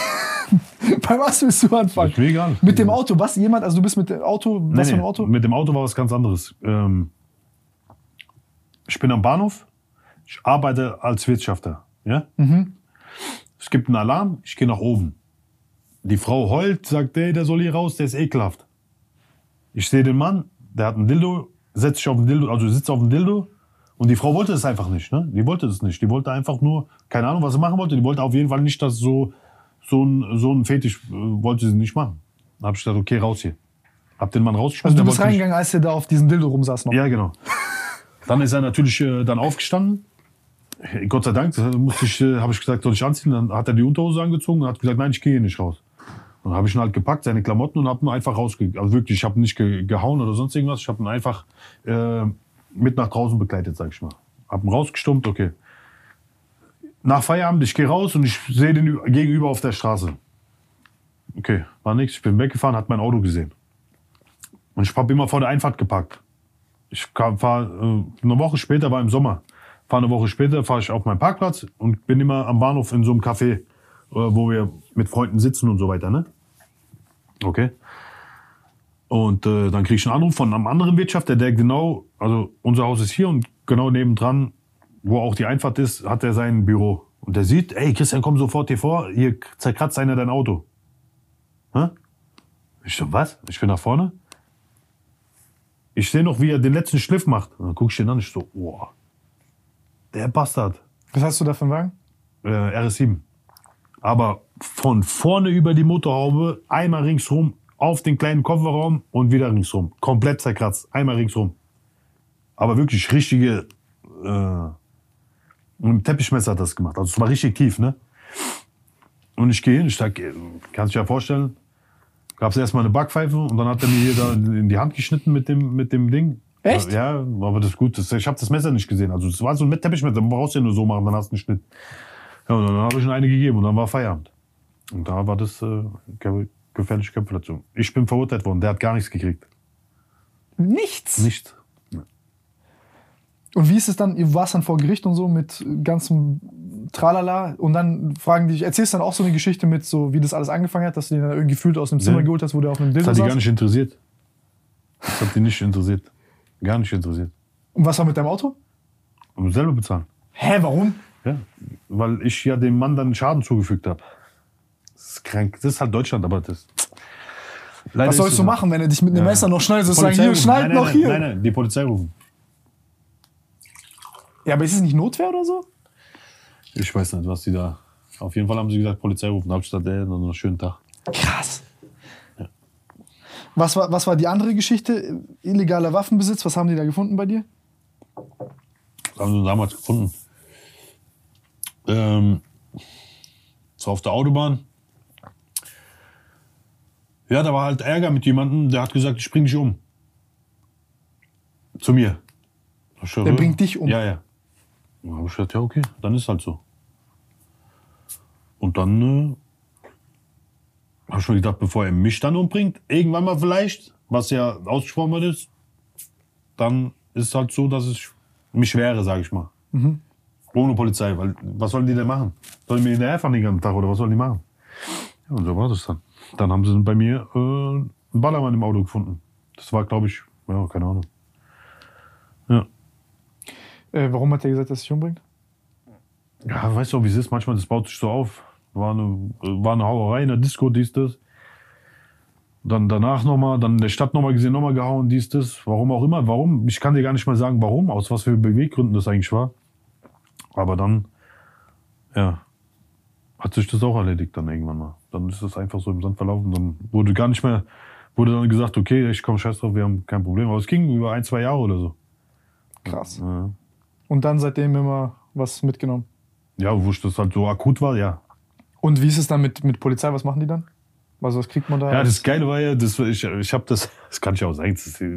[SPEAKER 1] Bei was willst du anfangen?
[SPEAKER 3] Ist mir egal.
[SPEAKER 1] Mit dem Auto, was? Also du bist mit dem Auto, was für ein Auto?
[SPEAKER 3] Mit dem Auto war was ganz anderes. Ich bin am Bahnhof, ich arbeite als Wirtschafter. Ja? Es gibt einen Alarm, ich gehe nach oben. Die Frau heult, sagt, ey, der soll hier raus, der ist ekelhaft. Ich sehe den Mann, der hat ein Dildo, setzt sich auf den Dildo, also sitzt auf dem Dildo. Und die Frau wollte es einfach nicht, ne? Die wollte es nicht. Die wollte einfach nur, keine Ahnung, was sie machen wollte. Die wollte auf jeden Fall nicht, dass so ein Fetisch wollte sie nicht machen. Dann hab ich gesagt, okay, raus hier. Hab den Mann rausgeschmissen.
[SPEAKER 1] Also du bist reingegangen, als der da auf diesem Dildo rumsaß noch?
[SPEAKER 3] Ja, genau. Dann ist er natürlich dann aufgestanden. Gott sei Dank, habe ich gesagt, soll ich anziehen? Dann hat er die Unterhose angezogen und hat gesagt, nein, ich gehe hier nicht raus. Dann habe ich ihn halt gepackt, seine Klamotten, und habe ihn einfach rausgegangen. Also wirklich, ich habe ihn nicht gehauen oder sonst irgendwas. Ich habe ihn einfach mit nach draußen begleitet, sag ich mal. Hab ihn rausgestummt, okay. Nach Feierabend, ich gehe raus und ich sehe den gegenüber auf der Straße. Okay, war nichts. Ich bin weggefahren, hat mein Auto gesehen. Und ich habe immer vor der Einfahrt geparkt. Ich fahre eine Woche später, war im Sommer. Eine Woche später fahre ich auf meinen Parkplatz und bin immer am Bahnhof in so einem Café, wo wir mit Freunden sitzen und so weiter, ne? Okay. Und dann kriege ich einen Anruf von einem anderen Wirtschafter, der genau, also unser Haus ist hier und genau nebendran, wo auch die Einfahrt ist, hat er sein Büro. Und der sieht, ey Christian, komm sofort hier vor, hier zerkratzt einer dein Auto. Hä? Ich so, was? Ich bin nach vorne. Ich sehe noch, wie er den letzten Schliff macht. Und dann gucke ich den an, ich so, oh, der Bastard.
[SPEAKER 1] Was hast du da für einen Wagen?
[SPEAKER 3] RS7. Aber von vorne über die Motorhaube, einmal ringsrum, auf den kleinen Kofferraum und wieder ringsrum. Komplett zerkratzt. Einmal ringsrum. Aber wirklich richtige... Und ein Teppichmesser hat das gemacht. Also es war richtig tief, ne? Und ich gehe hin, ich sag, kannst du dir ja vorstellen, gab es erstmal eine Backpfeife und dann hat er mir hier da in die Hand geschnitten mit dem Ding.
[SPEAKER 1] Echt?
[SPEAKER 3] Ja, aber das ist gut. Ich habe das Messer nicht gesehen. Also es war so ein Teppichmesser, man brauchst ja nur so machen, dann hast du einen Schnitt. Ja, und dann habe ich ihm eine gegeben und dann war Feierabend. Und da war das gefährliche Körperverletzung. Ich bin verurteilt worden, der hat gar nichts gekriegt.
[SPEAKER 1] Nichts?
[SPEAKER 3] Nichts.
[SPEAKER 1] Und wie ist es dann, du warst dann vor Gericht und so mit ganzem Tralala und dann fragen die dich, erzählst dann auch so eine Geschichte mit so, wie das alles angefangen hat, dass du den dann irgendwie gefühlt aus dem Zimmer geholt hast, wo der auf einem Dildo saß?
[SPEAKER 3] Das hat die gar nicht interessiert. Das hat die nicht interessiert. Gar nicht interessiert.
[SPEAKER 1] Und was war mit deinem Auto?
[SPEAKER 3] Und selber bezahlen.
[SPEAKER 1] Hä, warum?
[SPEAKER 3] Ja, weil ich ja dem Mann dann Schaden zugefügt habe. Das ist krank. Das ist halt Deutschland, aber das... Leider
[SPEAKER 1] was sollst du machen, wenn er dich mit einem Messer noch schneidet? So sagen, hier, schneid noch hier.
[SPEAKER 3] Nein, die Polizei rufen.
[SPEAKER 1] Ja, aber ist es nicht Notwehr oder so?
[SPEAKER 3] Ich weiß nicht, was die da... Auf jeden Fall haben sie gesagt, Polizei rufen. Da habe ich gesagt, dann noch einen schönen Tag.
[SPEAKER 1] Krass. Ja. Was war die andere Geschichte? Illegaler Waffenbesitz, was haben die da gefunden bei dir?
[SPEAKER 3] Was haben sie damals gefunden? So auf der Autobahn. Ja, da war halt Ärger mit jemandem, der hat gesagt, ich bring dich um. Zu mir.
[SPEAKER 1] Der bringt dich um?
[SPEAKER 3] Ja. Dann habe ich gesagt, ja okay, dann ist halt so. Und dann habe ich mir gedacht, bevor er mich dann umbringt, irgendwann mal vielleicht, was ja ausgesprochen wird ist, dann ist es halt so, dass ich mich wehre, sage ich mal. Mhm. Ohne Polizei, weil was sollen die denn machen? Sollen die mir hinterherfahren den ganzen Tag oder was sollen die machen? Ja, und so war das dann. Dann haben sie bei mir einen Ballermann im Auto gefunden. Das war, glaube ich, ja, keine Ahnung. Ja.
[SPEAKER 1] Warum hat er gesagt, dass er sich umbringt?
[SPEAKER 3] Ja, weißt du, wie es ist, manchmal, das baut sich so auf. War eine Hauerei in der Disco, dies, das. Dann danach nochmal, dann in der Stadt nochmal gesehen, nochmal gehauen, dies, das. Warum auch immer, warum? Ich kann dir gar nicht mal sagen, warum, aus was für Beweggründen das eigentlich war. Aber dann, ja, hat sich das auch erledigt dann irgendwann mal. Dann ist das einfach so im Sand verlaufen. Dann wurde dann gesagt, okay, ich komm, scheiß drauf, wir haben kein Problem. Aber es ging über 1-2 Jahre oder so.
[SPEAKER 1] Krass.
[SPEAKER 3] Ja.
[SPEAKER 1] Und dann seitdem immer was mitgenommen?
[SPEAKER 3] Ja, wo das halt so akut war, ja.
[SPEAKER 1] Und wie ist es dann mit Polizei? Was machen die dann? Also was kriegt man da?
[SPEAKER 3] Ja, das Geile war ja, ich habe das kann ich auch sagen,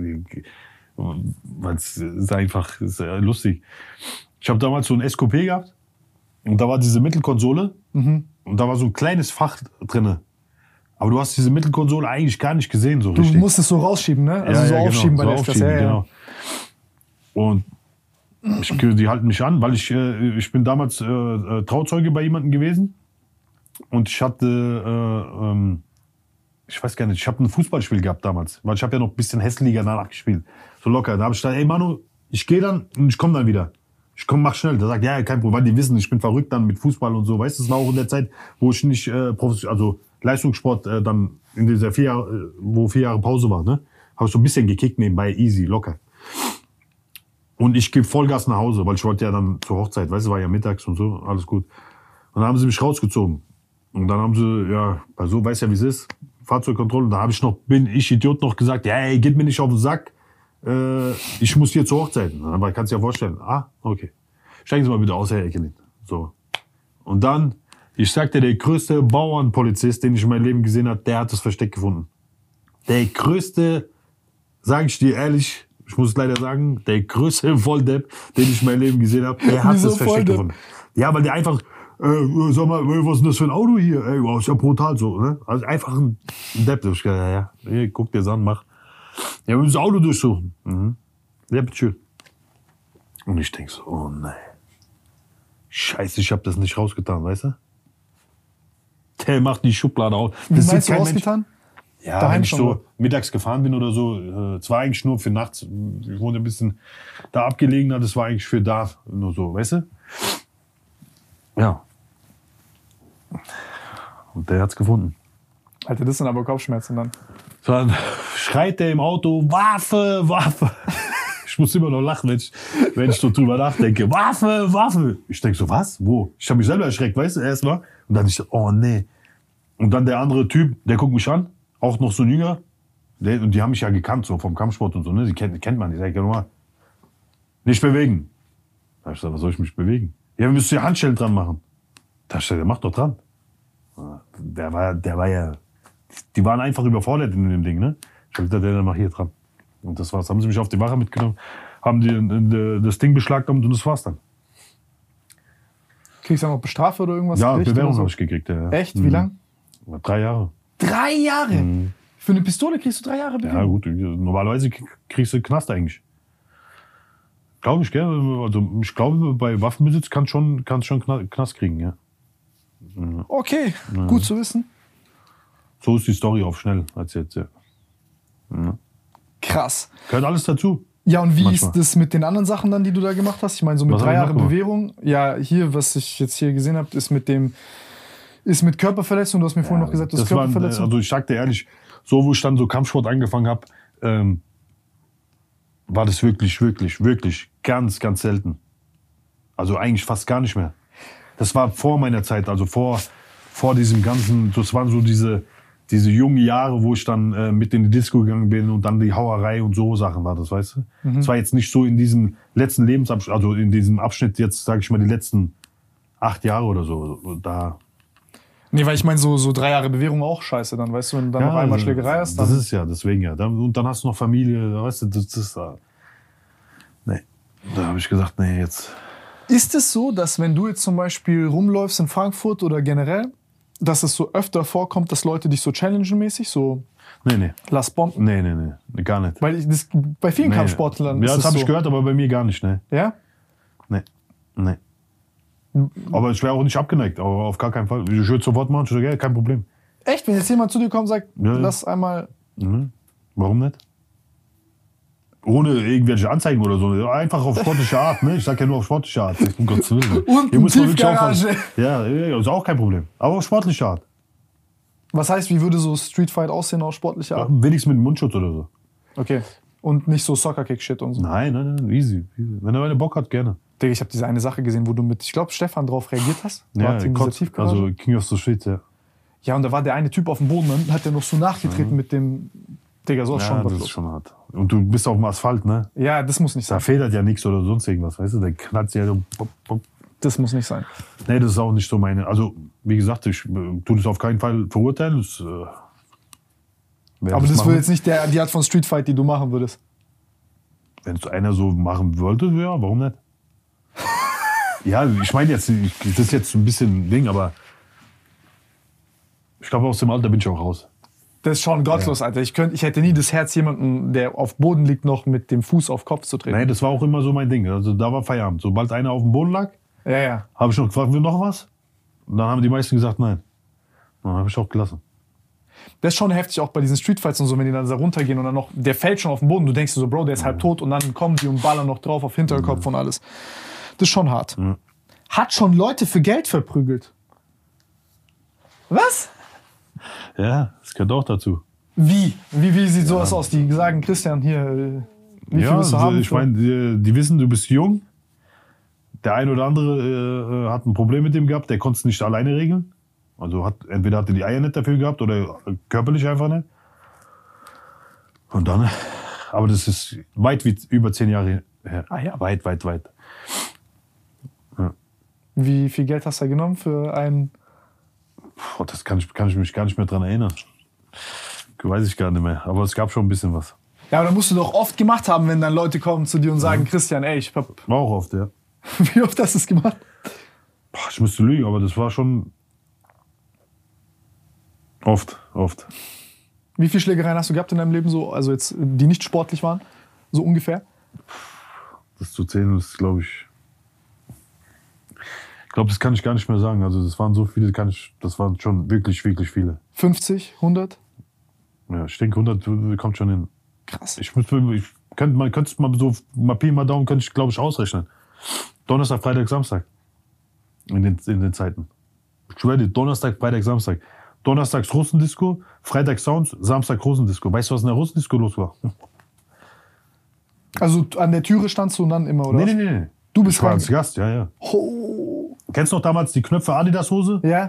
[SPEAKER 3] weil es ist einfach lustig. Ich habe damals so ein SQP gehabt und da war diese Mittelkonsole und da war so ein kleines Fach drinne. Aber du hast diese Mittelkonsole eigentlich gar nicht gesehen so richtig.
[SPEAKER 1] Du musst es so rausschieben, ne? Also
[SPEAKER 3] ja,
[SPEAKER 1] so aufschieben
[SPEAKER 3] genau,
[SPEAKER 1] bei der Klasse.
[SPEAKER 3] Genau. Und die halten mich an, weil ich bin damals Trauzeuge bei jemandem gewesen und ich hatte, ich weiß gar nicht, ich habe ein Fußballspiel gehabt damals, weil ich habe ja noch ein bisschen Hessenliga danach gespielt, so locker. Da habe ich gesagt, ey Manu, ich gehe dann und ich komme dann wieder. Ich komm, mach schnell. Der sagt, ja, kein Problem, weil die wissen, ich bin verrückt dann mit Fußball und so. Weißt du, das war auch in der Zeit, wo ich nicht also Leistungssport dann in dieser 4 Jahre, wo 4 Jahre Pause war, ne, habe ich so ein bisschen gekickt nebenbei, easy, locker. Und ich gebe Vollgas nach Hause, weil ich wollte ja dann zur Hochzeit, weißt du, war ja mittags und so, alles gut. Und dann haben sie mich rausgezogen. Und dann haben sie, ja, bei so, weißt ja, wie es ist, Fahrzeugkontrolle. Und da habe ich bin ich Idiot noch gesagt, ja, ey, geht mir nicht auf den Sack. Ich muss hier zur Hochzeit. Aber kannst du dir ja vorstellen. Ah, okay. Steigen Sie mal wieder aus, Herr Eckelin. So. Und dann, ich sagte, der größte Bauernpolizist, den ich in meinem Leben gesehen habe, der hat das Versteck gefunden. Der größte, sage ich dir ehrlich, ich muss es leider sagen, der größte Volldepp, den ich in meinem Leben gesehen habe, der hat das Versteck gefunden. Ja, weil der einfach, sag mal, was ist denn das für ein Auto hier? Ey, wow, ist ja brutal so, ne? Also einfach ein Depp. Ich gesagt, ja, hier, guck dir das an, mach. Ja, wir müssen das Auto durchsuchen. Ja, bitteschön. Und ich denk so, oh nein. Scheiße, ich hab das nicht rausgetan, weißt du? Der macht die Schublade auf.
[SPEAKER 1] Wie meinst du rausgetan?
[SPEAKER 3] Ja, daheim wenn ich so mittags gefahren bin oder so, es war eigentlich nur für nachts. Ich wohne ein bisschen da abgelegener, das war eigentlich für da, nur so, weißt du? Ja. Und der hat's gefunden.
[SPEAKER 1] Alter, das sind aber Kopfschmerzen dann.
[SPEAKER 3] Dann schreit der im Auto, Waffe, Waffe. Ich muss immer noch lachen, wenn ich so drüber nachdenke. Waffe, Waffe. Ich denke so, was? Wo? Ich habe mich selber erschreckt, weißt du, erstmal. Und dann ich so, oh nee. Und dann der andere Typ, der guckt mich an, auch noch so ein Jünger. Und die haben mich ja gekannt, so vom Kampfsport und so, ne? Die kennt man, die sag ich ja nochmal. Nicht bewegen. Da hab ich gesagt, was soll ich mich bewegen? Ja, wir müssen ja Handschellen dran machen. Da hab ich gesagt, der macht doch dran. Der war ja, die waren einfach überfordert in dem Ding, ne? Ich hab gesagt, der mach hier dran. Und das war's. Haben sie mich auf die Wache mitgenommen, haben die das Ding beschlagnahmt und das war's dann.
[SPEAKER 1] Kriegst du noch Bestrafe oder irgendwas?
[SPEAKER 3] Ja, Bewährung habe ich gekriegt. Ja.
[SPEAKER 1] Echt? Wie lang?
[SPEAKER 3] 3 Jahre.
[SPEAKER 1] 3 Jahre? Für eine Pistole kriegst du 3 Jahre Bewährung?
[SPEAKER 3] Ja gut, normalerweise kriegst du Knast eigentlich. Glaube ich, gell? Also ich glaube, bei Waffenbesitz kannst schon Knast kriegen, ja.
[SPEAKER 1] Okay, gut zu wissen.
[SPEAKER 3] So ist die Story auf schnell erzählt, ja.
[SPEAKER 1] Krass.
[SPEAKER 3] Gehört alles dazu.
[SPEAKER 1] Ja, und wie ist das mit den anderen Sachen dann, die du da gemacht hast? Ich meine, so mit 3 Jahren Bewährung. Ja, hier, was ich jetzt hier gesehen habe, ist mit Körperverletzung. Du hast mir vorhin noch gesagt, das ist Körperverletzung.
[SPEAKER 3] Also ich sag dir ehrlich, so wo ich dann so Kampfsport angefangen habe, war das wirklich, wirklich, wirklich ganz, ganz selten. Also eigentlich fast gar nicht mehr. Das war vor meiner Zeit, also vor diesem ganzen, das waren so diese jungen Jahre, wo ich dann mit in die Disco gegangen bin und dann die Hauerei und so Sachen war das, weißt du? Das war jetzt nicht so in diesem letzten Lebensabschnitt, also in diesem Abschnitt jetzt, sage ich mal, die letzten 8 Jahre oder so, da...
[SPEAKER 1] Nee, weil ich meine, so 3 Jahre Bewährung auch scheiße dann, weißt du, wenn du dann noch einmal Schlägerei hast. Dann
[SPEAKER 3] das ist ja, deswegen ja. Und dann hast du noch Familie, weißt du, das ist... Nee, da habe ich gesagt, nee, jetzt...
[SPEAKER 1] Ist es so, dass wenn du jetzt zum Beispiel rumläufst in Frankfurt oder generell, dass es so öfter vorkommt, dass Leute dich so challengen-mäßig, so
[SPEAKER 3] Nee.
[SPEAKER 1] lass Bomben?
[SPEAKER 3] Nee, gar nicht.
[SPEAKER 1] Weil das, bei vielen Kampfsportlern
[SPEAKER 3] Ja,
[SPEAKER 1] ist
[SPEAKER 3] das
[SPEAKER 1] es
[SPEAKER 3] habe
[SPEAKER 1] so.
[SPEAKER 3] ich gehört, aber bei mir gar nicht, ne?
[SPEAKER 1] Ja?
[SPEAKER 3] Nee. Aber ich wäre auch nicht abgeneigt, aber auf gar keinen Fall. Ich würde sofort machen, ich sage, ja, kein Problem.
[SPEAKER 1] Echt? Wenn jetzt jemand zu dir kommt und sagt,
[SPEAKER 3] Ja.
[SPEAKER 1] lass einmal...
[SPEAKER 3] Mhm. Warum nicht? Ohne irgendwelche Anzeigen oder so. Einfach auf sportliche Art, ne? Ich sag ja nur auf sportliche Art. Um Gottes Willen.
[SPEAKER 1] Und
[SPEAKER 3] Hier muss man wirklich
[SPEAKER 1] Tiefgarage.
[SPEAKER 3] aufpassen. Ja, ist auch kein Problem. Aber auf sportliche Art.
[SPEAKER 1] Was heißt, wie würde so Streetfight aussehen auf sportlicher Art?
[SPEAKER 3] Wenigstens mit Mundschutz oder so.
[SPEAKER 1] Okay. Und nicht so Soccer-Kick-Shit und so.
[SPEAKER 3] Nein, easy. Wenn er eine Bock hat, gerne.
[SPEAKER 1] Digga, ich habe diese eine Sache gesehen, wo du mit, ich glaube, Stefan drauf reagiert hast.
[SPEAKER 3] Ja,
[SPEAKER 1] in dieser Tiefgarage.
[SPEAKER 3] also King of the Street, ja.
[SPEAKER 1] Ja, und da war der eine Typ auf dem Boden, dann hat der noch so nachgetreten mit dem... Digga, so ist
[SPEAKER 3] Ja,
[SPEAKER 1] schon was
[SPEAKER 3] das ist
[SPEAKER 1] los.
[SPEAKER 3] schon hart. Und du bist auf dem Asphalt, ne?
[SPEAKER 1] Ja, das muss nicht
[SPEAKER 3] Da
[SPEAKER 1] sein.
[SPEAKER 3] federt ja nichts oder sonst irgendwas, weißt du? Der knallt ja so.
[SPEAKER 1] Das muss nicht sein.
[SPEAKER 3] Nee, das ist auch nicht so meine. Also, wie gesagt, ich tue das auf keinen Fall verurteilen. Das,
[SPEAKER 1] Aber das wäre jetzt nicht die Art von Streetfight, die du machen würdest.
[SPEAKER 3] Wenn es einer so machen wollte, ja, warum nicht? Ja, ich meine jetzt, das ist jetzt ein bisschen Ding, aber ich glaube, aus dem Alter bin ich auch raus.
[SPEAKER 1] Das ist schon gottlos, Alter. Ich hätte nie das Herz, jemanden, der auf Boden liegt, noch mit dem Fuß auf Kopf zu treten.
[SPEAKER 3] Nein, das war auch immer so mein Ding. Also da war Feierabend. Sobald einer auf dem Boden lag,
[SPEAKER 1] Ja.
[SPEAKER 3] habe ich noch gefragt, will noch was? Und dann haben die meisten gesagt, nein. Und dann habe ich auch gelassen.
[SPEAKER 1] Das ist schon heftig, auch bei diesen Streetfights und so, wenn die dann da runtergehen und dann noch, der fällt schon auf den Boden. Du denkst dir so, Bro, der ist halb tot und dann kommen die und ballern noch drauf auf Hinterkopf und alles. Das ist schon hart. Hat schon Leute für Geld verprügelt. Was?
[SPEAKER 3] Ja, das gehört auch dazu.
[SPEAKER 1] Wie sieht sowas aus? Die sagen, Christian, hier, wie viel willst du haben?
[SPEAKER 3] Ich meine, die wissen, du bist jung. Der ein oder andere hat ein Problem mit dem gehabt, der konnte es nicht alleine regeln. Also entweder hatte die Eier nicht dafür gehabt oder körperlich einfach nicht. Und dann, aber das ist weit über 10 Jahre her.
[SPEAKER 1] Ah ja.
[SPEAKER 3] Weit. Ja.
[SPEAKER 1] Wie viel Geld hast du da genommen für einen?
[SPEAKER 3] Boah, das kann ich mich gar nicht mehr dran erinnern. Weiß ich gar nicht mehr. Aber es gab schon ein bisschen was.
[SPEAKER 1] Ja, aber da musst du doch oft gemacht haben, wenn dann Leute kommen zu dir und sagen, Christian, ey, ich hab...
[SPEAKER 3] War auch oft, ja.
[SPEAKER 1] Wie oft hast du es gemacht?
[SPEAKER 3] Boah, ich müsste lügen, aber das war schon oft.
[SPEAKER 1] Wie viele Schlägereien hast du gehabt in deinem Leben, so, also jetzt, die nicht sportlich waren? So ungefähr?
[SPEAKER 3] Das zu zählen ist, glaube ich... Ich glaube, das kann ich gar nicht mehr sagen. Also das waren so viele, das waren schon wirklich viele.
[SPEAKER 1] 50, 100?
[SPEAKER 3] Ja, ich denke 100 kommt schon hin.
[SPEAKER 1] Krass.
[SPEAKER 3] Man könnte es mal so, mal Pi, mal Daumen, könnte ich, glaube ich, ausrechnen. Donnerstag, Freitag, Samstag. In den Zeiten. Ich schwöre dir, Donnerstag, Freitag, Samstag. Donnerstags Russendisco, Freitag Sounds, Samstag Russendisco. Weißt du, was in der Russendisco los war?
[SPEAKER 1] Also an der Türe standst du und dann immer, oder?
[SPEAKER 3] Nee.
[SPEAKER 1] Du bist
[SPEAKER 3] Ich war
[SPEAKER 1] rein.
[SPEAKER 3] als Gast, ja.
[SPEAKER 1] Oh.
[SPEAKER 3] Kennst du noch damals die Knöpfe Adidas-Hose?
[SPEAKER 1] Ja?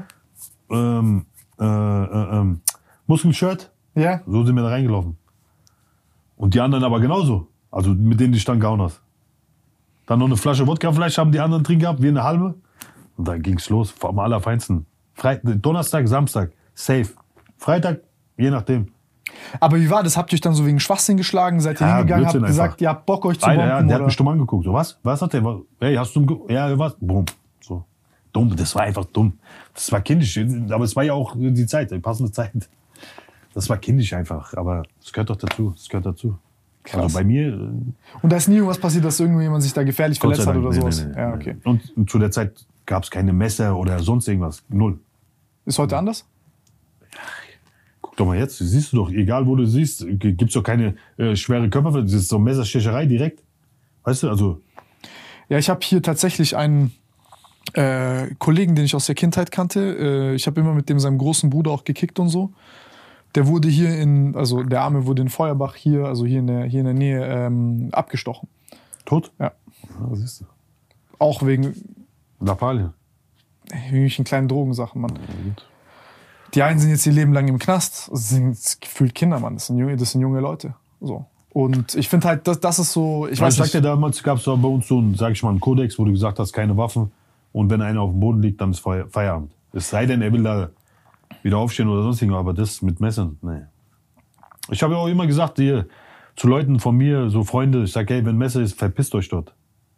[SPEAKER 3] Muskelshirt?
[SPEAKER 1] Ja?
[SPEAKER 3] So sind wir da reingelaufen. Und die anderen aber genauso. Also mit denen, die dann gehauen hast. Dann noch eine Flasche Wodkafleisch haben die anderen drin gehabt, wir eine halbe. Und dann ging's los, vom Allerfeinsten. Donnerstag, Samstag, safe. Freitag, je nachdem.
[SPEAKER 1] Aber wie war das? Habt ihr euch dann so wegen Schwachsinn geschlagen? Seid ihr
[SPEAKER 3] Ja,
[SPEAKER 1] hingegangen, habt
[SPEAKER 3] Blödsinn
[SPEAKER 1] gesagt,
[SPEAKER 3] einfach.
[SPEAKER 1] ihr habt Bock euch zu
[SPEAKER 3] Einer,
[SPEAKER 1] bomben?
[SPEAKER 3] ja, der hat
[SPEAKER 1] oder?
[SPEAKER 3] mich stumm angeguckt. So, was? Was hat der? Hey, hast du ja, was? Boom. So. Dumm, das war einfach dumm. Das war kindisch. Aber es war ja auch die Zeit, die passende Zeit. Das war kindisch einfach. Aber es gehört doch dazu.
[SPEAKER 1] Krass.
[SPEAKER 3] Also bei mir.
[SPEAKER 1] Und da ist nie irgendwas passiert, dass irgendjemand sich da gefährlich
[SPEAKER 3] Gott sei
[SPEAKER 1] verletzt hat
[SPEAKER 3] Dank,
[SPEAKER 1] oder sowas?
[SPEAKER 3] nee.
[SPEAKER 1] Ja, okay.
[SPEAKER 3] Und zu der Zeit gab es keine Messer oder sonst irgendwas. Null.
[SPEAKER 1] Ist heute anders?
[SPEAKER 3] Guck doch mal jetzt, siehst du doch, egal wo du siehst, gibt's doch keine schwere Körperverletzung. Das ist so Messerstecherei direkt. Weißt du, also.
[SPEAKER 1] Ja, ich habe hier tatsächlich einen Kollegen, den ich aus der Kindheit kannte. Ich habe immer mit dem seinem großen Bruder auch gekickt und so. Der wurde hier also der Arme wurde in Feuerbach hier, also hier in der Nähe, abgestochen.
[SPEAKER 3] Tot?
[SPEAKER 1] Ja.
[SPEAKER 3] Ja, siehst du.
[SPEAKER 1] Auch wegen,
[SPEAKER 3] Lappalien.
[SPEAKER 1] Irgendwelchen kleinen Drogensachen, Mann. Die einen sind jetzt ihr Leben lang im Knast, das sind gefühlt Kinder, Mann. Das sind junge Leute. So. Und ich finde halt, das ist so, ich weiß nicht.
[SPEAKER 3] Damals gab es bei uns so einen, sag ich mal, einen Kodex, wo du gesagt hast, keine Waffen. Und wenn einer auf dem Boden liegt, dann ist Feierabend. Es sei denn, er will da wieder aufstehen oder sonst irgendwas, aber das mit Messern, nee. Ich habe ja auch immer gesagt, hier, zu Leuten von mir, so Freunde, ich sage, hey, wenn Messer ist, verpisst euch dort.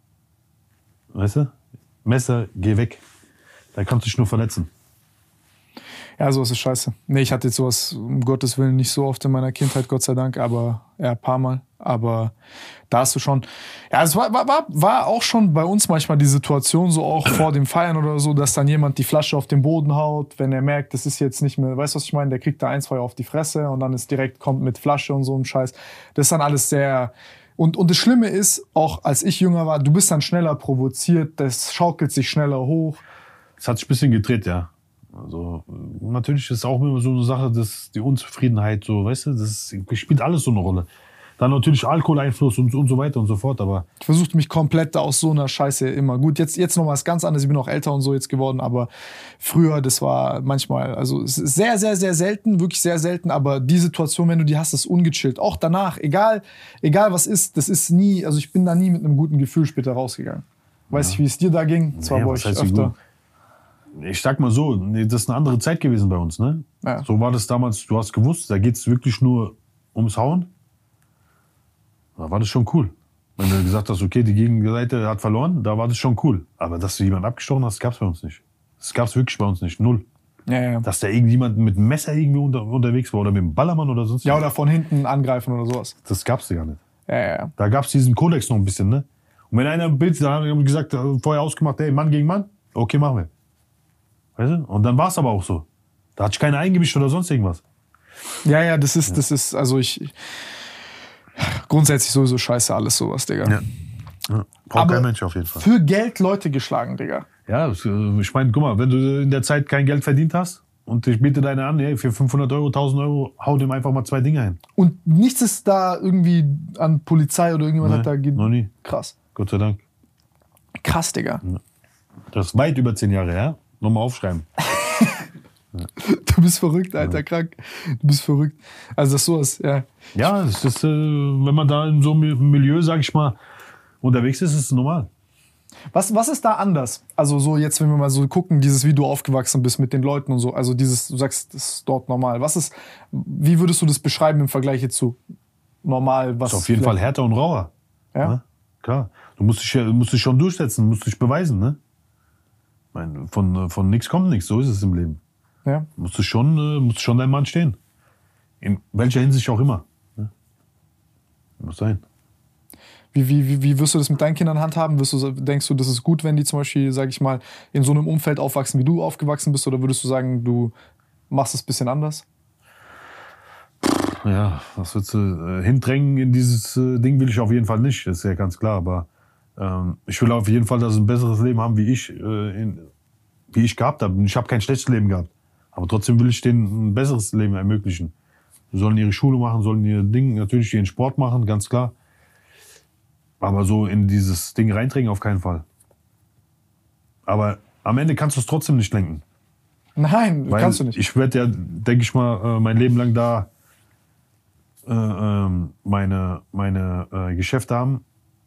[SPEAKER 3] Weißt du? Messer, geh weg. Da kannst du dich nur verletzen.
[SPEAKER 1] Ja, sowas ist scheiße. Nee, ich hatte jetzt sowas, um Gottes Willen, nicht so oft in meiner Kindheit, Gott sei Dank, aber ja, ein paar Mal. Aber da hast du schon, ja, es war auch schon bei uns manchmal die Situation, so auch vor dem Feiern oder so, dass dann jemand die Flasche auf den Boden haut, wenn er merkt, das ist jetzt nicht mehr, weißt du, was ich meine? Der kriegt da 1, 2 auf die Fresse und dann ist direkt, kommt mit Flasche und so ein Scheiß. Das ist dann alles sehr, und das Schlimme ist, auch als ich jünger war, du bist dann schneller provoziert, das schaukelt sich schneller hoch.
[SPEAKER 3] Es hat sich ein bisschen gedreht, ja. Also, natürlich ist es auch immer so eine Sache, dass die Unzufriedenheit, so, weißt du, das spielt alles so eine Rolle. Dann natürlich Alkoholeinfluss und so weiter und so fort, aber...
[SPEAKER 1] Ich versuchte mich komplett aus so einer Scheiße immer. Gut, jetzt noch was ganz anderes, ich bin auch älter und so jetzt geworden, aber früher, das war manchmal, also es ist sehr, sehr, sehr selten, wirklich sehr selten, aber die Situation, wenn du die hast, ist ungechillt. Auch danach, egal was ist, das ist nie, also ich bin da nie mit einem guten Gefühl später rausgegangen. Weiß ich, wie es dir da ging? Zwar bei euch öfter...
[SPEAKER 3] Ich sag mal so, das ist eine andere Zeit gewesen bei uns, ne? Ja. So war das damals, du hast gewusst, da geht's wirklich nur ums Hauen. Da war das schon cool. Wenn du gesagt hast, okay, die Gegenseite hat verloren, da war das schon cool. Aber dass du jemanden abgestochen hast, gab's bei uns nicht. Das gab's wirklich bei uns nicht, null.
[SPEAKER 1] Ja.
[SPEAKER 3] Dass da irgendjemand mit einem Messer irgendwie unterwegs war oder mit einem Ballermann oder sonst was.
[SPEAKER 1] Ja, oder von hinten angreifen oder sowas.
[SPEAKER 3] Das gab's gar nicht.
[SPEAKER 1] Ja.
[SPEAKER 3] Da gab's diesen Kodex noch ein bisschen, ne? Und wenn einer ein Bild, dann haben wir gesagt, vorher ausgemacht, hey, Mann gegen Mann, okay, machen wir. Weißt du? Und dann war es aber auch so. Da hat sich keiner eingemischt oder sonst irgendwas.
[SPEAKER 1] Ja, das ist, also grundsätzlich sowieso scheiße alles sowas, Digga.
[SPEAKER 3] Ja. Braucht kein Mensch auf jeden Fall.
[SPEAKER 1] Für Geld Leute geschlagen, Digga.
[SPEAKER 3] Ja, ich meine, guck mal, wenn du in der Zeit kein Geld verdient hast und ich biete deine an, hey, für 500 Euro, 1000 Euro, hau dem einfach mal 2 Dinge ein.
[SPEAKER 1] Und nichts ist da irgendwie an Polizei oder irgendjemand hat da...
[SPEAKER 3] Noch nie.
[SPEAKER 1] Krass.
[SPEAKER 3] Gott sei Dank.
[SPEAKER 1] Krass, Digga.
[SPEAKER 3] Das ist weit über 10 Jahre her. Nochmal aufschreiben.
[SPEAKER 1] Du bist verrückt, Alter, krank. Du bist verrückt. Also das ist sowas, ja.
[SPEAKER 3] Ja, das ist, wenn man da in so einem Milieu, sag ich mal, unterwegs ist, ist es normal.
[SPEAKER 1] Was ist da anders? Also so jetzt, wenn wir mal so gucken, wie du aufgewachsen bist mit den Leuten und so, also du sagst, das ist dort normal. Wie würdest du das beschreiben im Vergleich jetzt zu normal?
[SPEAKER 3] Das ist auf jeden Fall härter und rauer.
[SPEAKER 1] Ja?
[SPEAKER 3] Ne? Klar. Du musst dich schon durchsetzen, musst dich beweisen, ne? Von nichts kommt nichts, so ist es im Leben.
[SPEAKER 1] Ja.
[SPEAKER 3] Musst du schon dein Mann stehen. In welcher Hinsicht auch immer. Ne? Muss sein.
[SPEAKER 1] Wie wirst du das mit deinen Kindern handhaben? Denkst du, das ist gut, wenn die zum Beispiel, sag ich mal, in so einem Umfeld aufwachsen, wie du aufgewachsen bist? Oder würdest du sagen, du machst es ein bisschen anders?
[SPEAKER 3] Ja, was willst du hindrängen in dieses Ding will ich auf jeden Fall nicht, das ist ja ganz klar. Aber ich will auf jeden Fall, dass sie ein besseres Leben haben, wie ich gehabt habe. Ich habe kein schlechtes Leben gehabt. Aber trotzdem will ich denen ein besseres Leben ermöglichen. Sie sollen ihre Schule machen, sollen ihr Ding, natürlich ihren Sport machen, ganz klar. Aber so in dieses Ding reindrängen auf keinen Fall. Aber am Ende kannst du es trotzdem nicht lenken.
[SPEAKER 1] Nein, kannst du nicht.
[SPEAKER 3] Ich werde ja, denke ich mal, mein Leben lang da meine Geschäfte haben.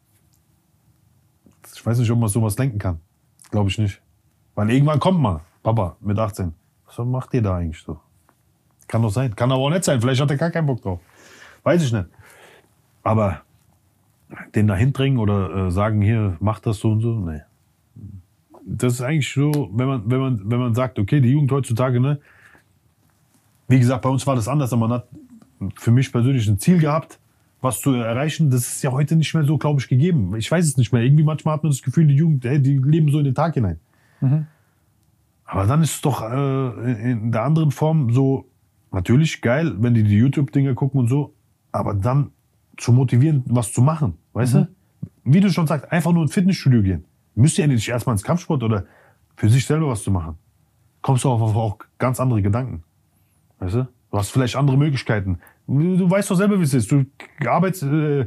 [SPEAKER 3] Ich weiß nicht, ob man sowas lenken kann. Glaube ich nicht. Weil irgendwann kommt mal, Papa, mit 18. Was macht ihr da eigentlich so? Kann doch sein. Kann aber auch nicht sein. Vielleicht hat er gar keinen Bock drauf. Weiß ich nicht. Aber den da hindrängen oder sagen, hier, mach das so und so, nee. Das ist eigentlich so, wenn man sagt, okay, die Jugend heutzutage, ne? Wie gesagt, bei uns war das anders, aber man hat für mich persönlich ein Ziel gehabt, was zu erreichen. Das ist ja heute nicht mehr so, glaube ich, gegeben. Ich weiß es nicht mehr. Irgendwie manchmal hat man das Gefühl, die Jugend, die leben so in den Tag hinein. Mhm. Aber dann ist es doch in der anderen Form so, natürlich geil, wenn die YouTube-Dinger gucken und so, aber dann zu motivieren, was zu machen, weißt du? Wie du schon sagst, einfach nur ins Fitnessstudio gehen. Müsst ihr ja nicht erstmal ins Kampfsport oder für sich selber was zu machen. Kommst du auf auch ganz andere Gedanken, weißt du? Du hast vielleicht andere Möglichkeiten. Du weißt doch selber, wie es ist. Du arbeitest, du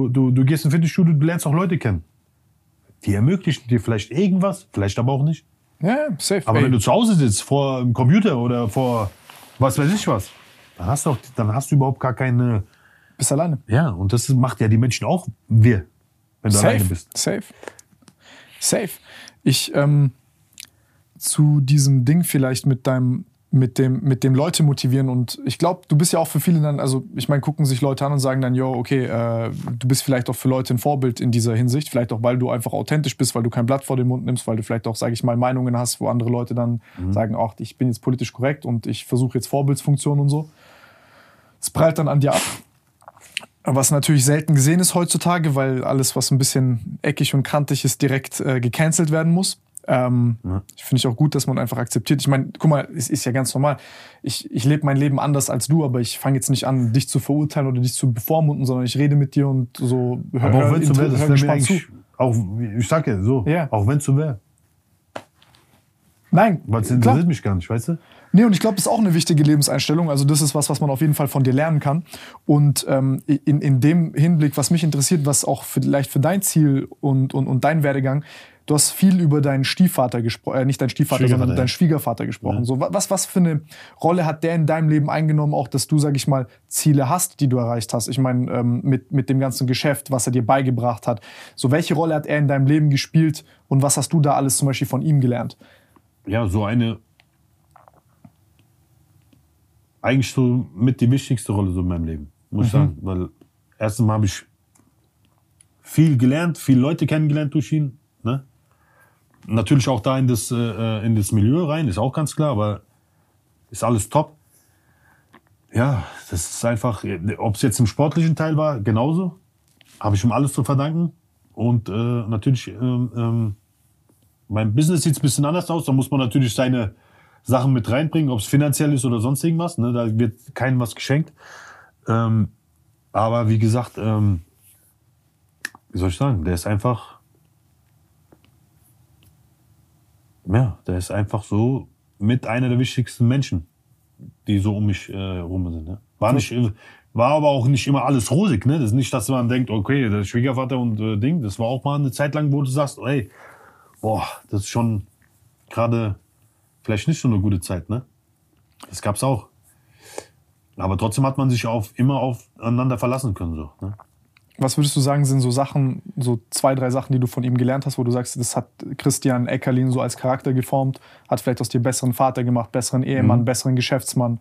[SPEAKER 3] gehst ins Fitnessstudio, du lernst auch Leute kennen. Die ermöglichen dir vielleicht irgendwas, vielleicht aber auch nicht.
[SPEAKER 1] Ja, safe.
[SPEAKER 3] Aber wenn du zu Hause sitzt, vor dem Computer oder vor was weiß ich was, dann hast du überhaupt gar keine...
[SPEAKER 1] Bist alleine.
[SPEAKER 3] Ja, und das macht ja die Menschen auch wirr, wenn du alleine bist.
[SPEAKER 1] Safe. Ich, zu diesem Ding vielleicht mit dem Leute motivieren, und ich glaube, du bist ja auch für viele dann, also ich meine, gucken sich Leute an und sagen dann, jo, okay, du bist vielleicht auch für Leute ein Vorbild in dieser Hinsicht, vielleicht auch, weil du einfach authentisch bist, weil du kein Blatt vor den Mund nimmst, weil du vielleicht auch, sage ich mal, Meinungen hast, wo andere Leute dann sagen, ach, ich bin jetzt politisch korrekt und ich versuche jetzt Vorbildsfunktion und so. Es prallt dann an dir ab. Was natürlich selten gesehen ist heutzutage, weil alles, was ein bisschen eckig und kantig ist, direkt gecancelt werden muss. Finde ich auch gut, dass man einfach akzeptiert. Ich meine, guck mal, es ist ja ganz normal. Ich lebe mein Leben anders als du, aber ich fange jetzt nicht an, dich zu verurteilen oder dich zu bevormunden, sondern ich rede mit dir und so.
[SPEAKER 3] Aber auch wenn es so wäre, das wäre mir eigentlich, auch, ich sag ja so, auch wenn es so wäre.
[SPEAKER 1] Nein,
[SPEAKER 3] weil es interessiert mich gar nicht, weißt du?
[SPEAKER 1] Nee, und ich glaube, das ist auch eine wichtige Lebenseinstellung. Also das ist was man auf jeden Fall von dir lernen kann. Und in dem Hinblick, was mich interessiert, was auch vielleicht für dein Ziel und dein Werdegang, du hast viel über deinen Stiefvater gesprochen, nicht deinen Stiefvater, sondern deinen Schwiegervater gesprochen. Ja. So, was für eine Rolle hat der in deinem Leben eingenommen, auch dass du, sag ich mal, Ziele hast, die du erreicht hast? Ich meine, mit dem ganzen Geschäft, was er dir beigebracht hat. So, welche Rolle hat er in deinem Leben gespielt und was hast du da alles zum Beispiel von ihm gelernt?
[SPEAKER 3] Ja, eigentlich so mit die wichtigste Rolle so in meinem Leben, muss ich sagen. Weil erstens mal habe ich viel gelernt, viele Leute kennengelernt durch ihn. Ne? Natürlich auch da in das Milieu rein, ist auch ganz klar, aber ist alles top. Ja, das ist einfach, ob es jetzt im sportlichen Teil war, genauso. Habe ich ihm alles zu verdanken. Und natürlich, mein Business sieht ein bisschen anders aus. Da muss man natürlich seine Sachen mit reinbringen, ob es finanziell ist oder sonst irgendwas. Ne? Da wird keinem was geschenkt. Aber wie gesagt, wie soll ich sagen, der ist einfach so mit einer der wichtigsten Menschen, die so um mich rum sind. Ne? War aber auch nicht immer alles rosig. Ne? Das ist nicht, dass man denkt, okay, der Schwiegervater und Ding. Das war auch mal eine Zeit lang, wo du sagst, ey, boah, das ist schon gerade vielleicht nicht so eine gute Zeit. Ne? Das gab's auch. Aber trotzdem hat man sich immer aufeinander verlassen können. So, ne?
[SPEAKER 1] Was würdest du sagen, sind so Sachen, so 2, 3 Sachen, die du von ihm gelernt hast, wo du sagst, das hat Christian Eckerlin so als Charakter geformt, hat vielleicht aus dir besseren Vater gemacht, besseren Ehemann, besseren Geschäftsmann?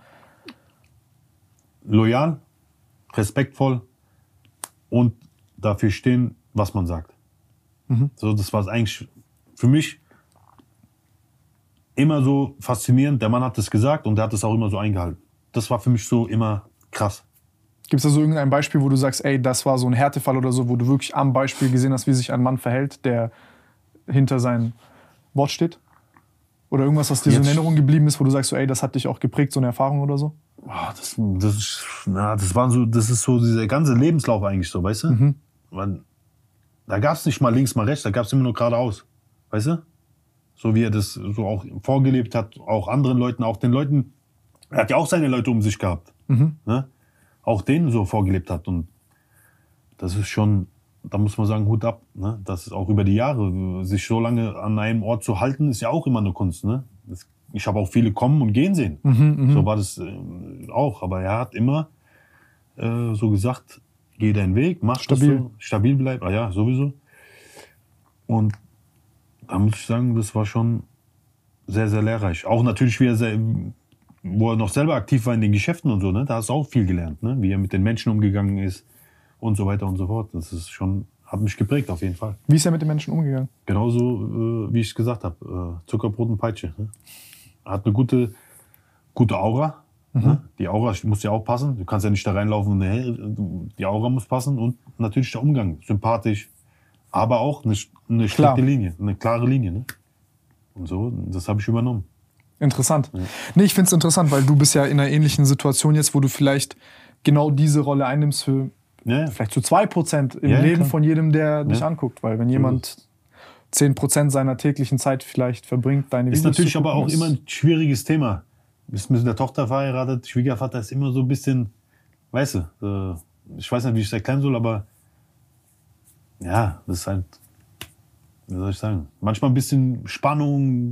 [SPEAKER 3] Loyal, respektvoll und dafür stehen, was man sagt. So, das war eigentlich für mich immer so faszinierend. Der Mann hat das gesagt und der hat das auch immer so eingehalten. Das war für mich so immer krass.
[SPEAKER 1] Gibt es da so irgendein Beispiel, wo du sagst, ey, das war so ein Härtefall oder so, wo du wirklich am Beispiel gesehen hast, wie sich ein Mann verhält, der hinter seinem Wort steht? Oder irgendwas, was dir so in Erinnerung geblieben ist, wo du sagst, so, ey, das hat dich auch geprägt, so eine Erfahrung oder so?
[SPEAKER 3] Das ist so dieser ganze Lebenslauf eigentlich so, weißt du? Da gab es nicht mal links, mal rechts, da gab es immer nur geradeaus, weißt du? So wie er das so auch vorgelebt hat, auch anderen Leuten, auch den Leuten, er hat ja auch seine Leute um sich gehabt, ne? Auch denen so vorgelebt hat. Und das ist schon, da muss man sagen, Hut ab. Ne? Das ist auch über die Jahre, sich so lange an einem Ort zu halten, ist ja auch immer eine Kunst. Ne? Ich habe auch viele kommen und gehen sehen. So war das auch. Aber er hat immer so gesagt, geh deinen Weg, mach stabil. Das so, stabil bleib. Ah ja, sowieso. Und da muss ich sagen, das war schon sehr, sehr lehrreich. Auch natürlich, wo er noch selber aktiv war in den Geschäften und so, ne? Da hast du auch viel gelernt, ne? Wie er mit den Menschen umgegangen ist und so weiter und so fort. Das ist schon, hat mich geprägt auf jeden Fall.
[SPEAKER 1] Wie ist er mit den Menschen umgegangen?
[SPEAKER 3] Genauso, wie ich es gesagt habe, Zuckerbrot und Peitsche. Ne? Er hat eine gute Aura. Ne? Die Aura muss ja auch passen. Du kannst ja nicht da reinlaufen und die Aura muss passen und natürlich der Umgang. Sympathisch, aber auch eine strikte Linie, eine klare Linie. Ne? Und so, das habe ich übernommen.
[SPEAKER 1] Interessant. Ja. Nee, ich finde es interessant, weil du bist ja in einer ähnlichen Situation jetzt, wo du vielleicht genau diese Rolle einnimmst für vielleicht zu 2% im Leben von jedem, der dich anguckt. Weil wenn jemand 10% seiner täglichen Zeit vielleicht verbringt, deine Videos
[SPEAKER 3] ist natürlich aber auch immer ein schwieriges Thema. Du bist mit der Tochter verheiratet, Schwiegervater ist immer so ein bisschen, weißt du, ich weiß nicht, wie ich es erklären soll, aber ja, das ist halt, wie soll ich sagen, manchmal ein bisschen Spannung,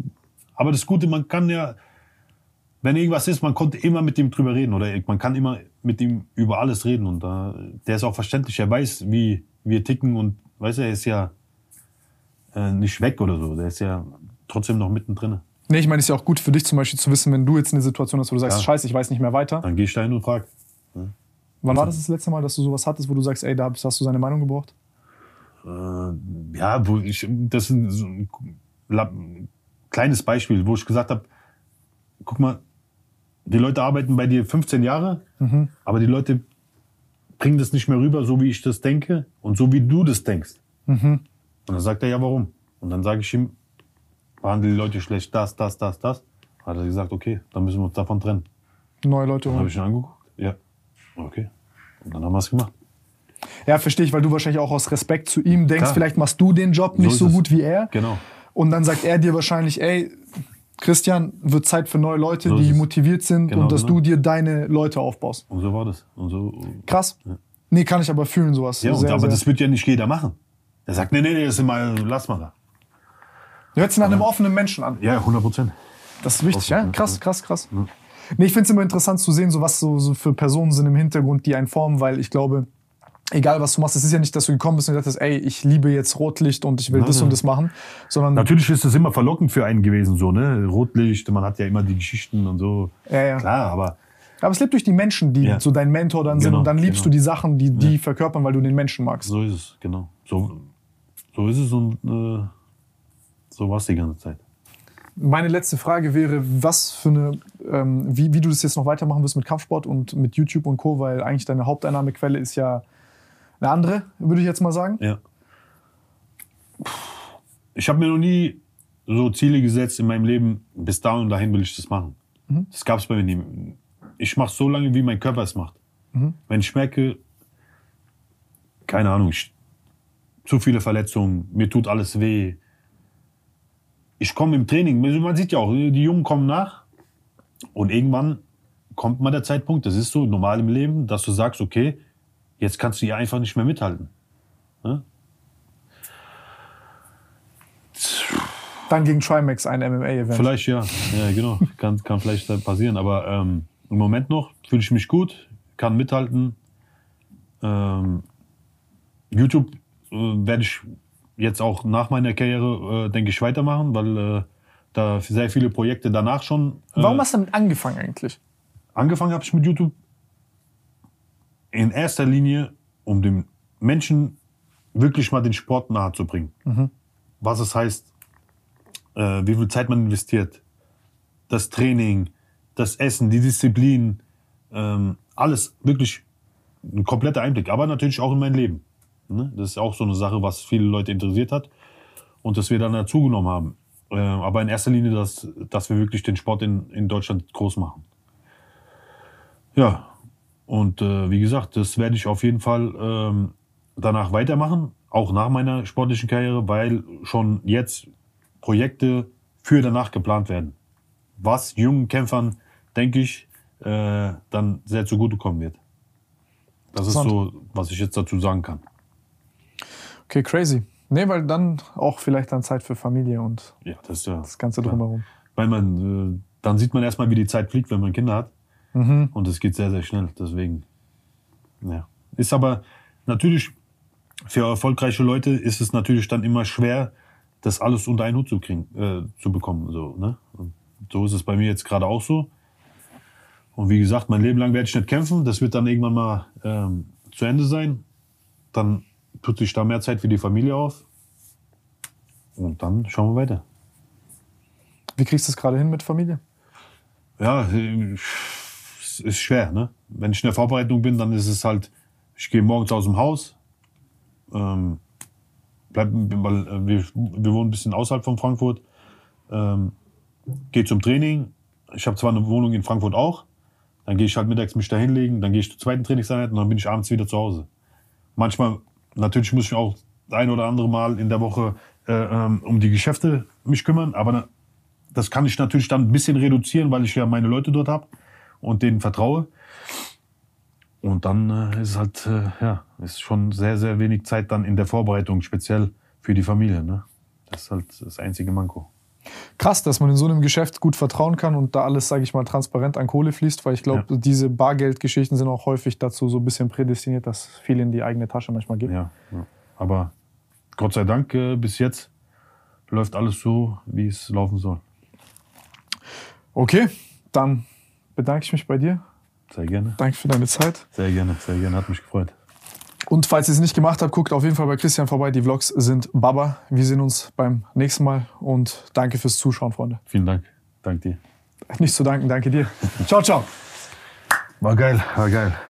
[SPEAKER 3] Aber das Gute, man kann ja, wenn irgendwas ist, man konnte immer mit ihm drüber reden oder man kann immer mit ihm über alles reden und der ist auch verständlich, er weiß, wie wir ticken und weißt du, er ist ja nicht weg oder so, der ist ja trotzdem noch mittendrin.
[SPEAKER 1] Nee, ich meine, es ist ja auch gut für dich zum Beispiel zu wissen, wenn du jetzt eine Situation hast, wo du sagst, scheiße, ich weiß nicht mehr weiter.
[SPEAKER 3] Dann geh ich da hin und frag. Ja.
[SPEAKER 1] Wann war das letzte Mal, dass du sowas hattest, wo du sagst, ey, da hast du seine Meinung gebraucht?
[SPEAKER 3] Ja, das ist so ein kleines Beispiel, wo ich gesagt habe, guck mal, die Leute arbeiten bei dir 15 Jahre, aber die Leute bringen das nicht mehr rüber, so wie ich das denke und so wie du das denkst. Und dann sagt er, ja, warum? Und dann sage ich ihm, behandle die Leute schlecht, das. Hat er gesagt, okay, dann müssen wir uns davon trennen.
[SPEAKER 1] Neue Leute
[SPEAKER 3] Dann
[SPEAKER 1] holen.
[SPEAKER 3] habe ich ihn angeguckt, ja, okay. Und dann haben wir es gemacht.
[SPEAKER 1] Ja, verstehe ich, weil du wahrscheinlich auch aus Respekt zu ihm denkst,
[SPEAKER 3] Klar.
[SPEAKER 1] vielleicht machst du den Job nicht so
[SPEAKER 3] ist
[SPEAKER 1] gut
[SPEAKER 3] es.
[SPEAKER 1] wie er.
[SPEAKER 3] Genau.
[SPEAKER 1] Und dann sagt er dir wahrscheinlich, ey, Christian, wird Zeit für neue Leute,
[SPEAKER 3] So ist
[SPEAKER 1] die
[SPEAKER 3] es.
[SPEAKER 1] motiviert sind
[SPEAKER 3] Genau,
[SPEAKER 1] und dass
[SPEAKER 3] genau.
[SPEAKER 1] du dir deine Leute aufbaust.
[SPEAKER 3] Und so war das. Und so,
[SPEAKER 1] Krass. Nee, kann ich aber fühlen, sowas.
[SPEAKER 3] ja, und,
[SPEAKER 1] Sehr,
[SPEAKER 3] aber
[SPEAKER 1] sehr.
[SPEAKER 3] das wird ja nicht jeder machen. Er sagt, nee, das ist immer, lass mal da.
[SPEAKER 1] Du hörst dich nach einem offenen Menschen an.
[SPEAKER 3] Ja, 100%.
[SPEAKER 1] Das ist wichtig, ja?
[SPEAKER 3] Offen,
[SPEAKER 1] Krass. Nee, ich finde es immer interessant zu sehen, so was so für Personen sind im Hintergrund, die einen formen, weil ich glaube, egal was du machst, es ist ja nicht, dass du gekommen bist und gesagt hast, ey, ich liebe jetzt Rotlicht und ich will das und das machen, sondern
[SPEAKER 3] Natürlich ist es immer verlockend für einen gewesen, so, ne? Rotlicht, man hat ja immer die Geschichten und so.
[SPEAKER 1] Ja.
[SPEAKER 3] Klar, aber
[SPEAKER 1] Aber es lebt durch die Menschen, die
[SPEAKER 3] Ja.
[SPEAKER 1] so dein Mentor dann sind
[SPEAKER 3] Genau,
[SPEAKER 1] und dann liebst
[SPEAKER 3] genau.
[SPEAKER 1] du die Sachen, die verkörpern, weil du den Menschen magst.
[SPEAKER 3] so ist es, genau. So ist es und so war es die ganze Zeit.
[SPEAKER 1] Meine letzte Frage wäre, was für eine, wie du das jetzt noch weitermachen wirst mit Kampfsport und mit YouTube und Co., weil eigentlich deine Haupteinnahmequelle ist ja eine andere, würde ich jetzt mal sagen.
[SPEAKER 3] Ja. Ich habe mir noch nie so Ziele gesetzt in meinem Leben, bis da und dahin will ich das machen. Das gab es bei mir nie. Ich mache so lange, wie mein Körper es macht. Wenn ich merke, keine Ahnung, zu viele Verletzungen, mir tut alles weh. Ich komme im Training, man sieht ja auch, die Jungen kommen nach und irgendwann kommt mal der Zeitpunkt, das ist so normal im Leben, dass du sagst, okay, jetzt kannst du hier einfach nicht mehr mithalten. Ne?
[SPEAKER 1] Dann gegen Trimax ein MMA-Event.
[SPEAKER 3] Vielleicht ja, genau, kann vielleicht passieren, aber im Moment noch fühle ich mich gut, kann mithalten. YouTube werde ich jetzt auch nach meiner Karriere, denke ich, weitermachen, weil da sehr viele Projekte danach schon...
[SPEAKER 1] Warum hast du damit angefangen eigentlich?
[SPEAKER 3] Angefangen habe ich mit YouTube in erster Linie, um dem Menschen wirklich mal den Sport nahe zu bringen. Was es heißt, wie viel Zeit man investiert, das Training, das Essen, die Disziplin, alles wirklich ein kompletter Einblick, aber natürlich auch in mein Leben. Ne? Das ist auch so eine Sache, was viele Leute interessiert hat und das wir dann dazugenommen haben. Aber in erster Linie, dass wir wirklich den Sport in Deutschland groß machen. Ja, und wie gesagt, das werde ich auf jeden Fall danach weitermachen, auch nach meiner sportlichen Karriere, weil schon jetzt Projekte für danach geplant werden. Was jungen Kämpfern, denke ich, dann sehr zugutekommen wird. Das ist so, was ich jetzt dazu sagen kann.
[SPEAKER 1] Okay, crazy. Nee, weil dann auch vielleicht dann Zeit für Familie und
[SPEAKER 3] Ja, das ist ja
[SPEAKER 1] das Ganze
[SPEAKER 3] klar.
[SPEAKER 1] drumherum.
[SPEAKER 3] Weil dann sieht man erstmal, wie die Zeit fliegt, wenn man Kinder hat. Und es geht sehr, sehr schnell. Deswegen, ja. Ist aber natürlich, für erfolgreiche Leute ist es natürlich dann immer schwer, das alles unter einen Hut zu bekommen. So, ne? Und so ist es bei mir jetzt gerade auch so. Und wie gesagt, mein Leben lang werde ich nicht kämpfen. Das wird dann irgendwann mal zu Ende sein. Dann tut sich da mehr Zeit für die Familie auf. Und dann schauen wir weiter.
[SPEAKER 1] Wie kriegst du es gerade hin mit Familie?
[SPEAKER 3] Ja, es ist schwer. Ne? Wenn ich in der Vorbereitung bin, dann ist es halt, ich gehe morgens aus dem Haus. Weil wir wohnen ein bisschen außerhalb von Frankfurt. Gehe zum Training. Ich habe zwar eine Wohnung in Frankfurt auch. Dann gehe ich halt mittags mich da hinlegen. Dann gehe ich zur zweiten Trainingseinheit und dann bin ich abends wieder zu Hause. Manchmal, natürlich muss ich auch ein oder andere Mal in der Woche um die Geschäfte mich kümmern. Aber das kann ich natürlich dann ein bisschen reduzieren, weil ich ja meine Leute dort habe und denen vertraue. Und dann ist es halt, ist schon sehr, sehr wenig Zeit dann in der Vorbereitung, speziell für die Familie. Ne? Das ist halt das einzige Manko.
[SPEAKER 1] Krass, dass man in so einem Geschäft gut vertrauen kann und da alles, sage ich mal, transparent an Kohle fließt, weil ich glaube, diese Bargeldgeschichten sind auch häufig dazu so ein bisschen prädestiniert, dass viel in die eigene Tasche manchmal geht.
[SPEAKER 3] Ja. Aber Gott sei Dank, bis jetzt läuft alles so, wie es laufen soll.
[SPEAKER 1] Okay, dann bedanke ich mich bei dir.
[SPEAKER 3] Sehr gerne.
[SPEAKER 1] Danke für deine Zeit.
[SPEAKER 3] Sehr gerne. Hat mich gefreut.
[SPEAKER 1] Und falls ihr es nicht gemacht habt, guckt auf jeden Fall bei Christian vorbei. Die Vlogs sind Baba. Wir sehen uns beim nächsten Mal und danke fürs Zuschauen, Freunde.
[SPEAKER 3] Vielen Dank. Danke dir.
[SPEAKER 1] Nicht zu danken, danke dir. Ciao, ciao.
[SPEAKER 3] War geil.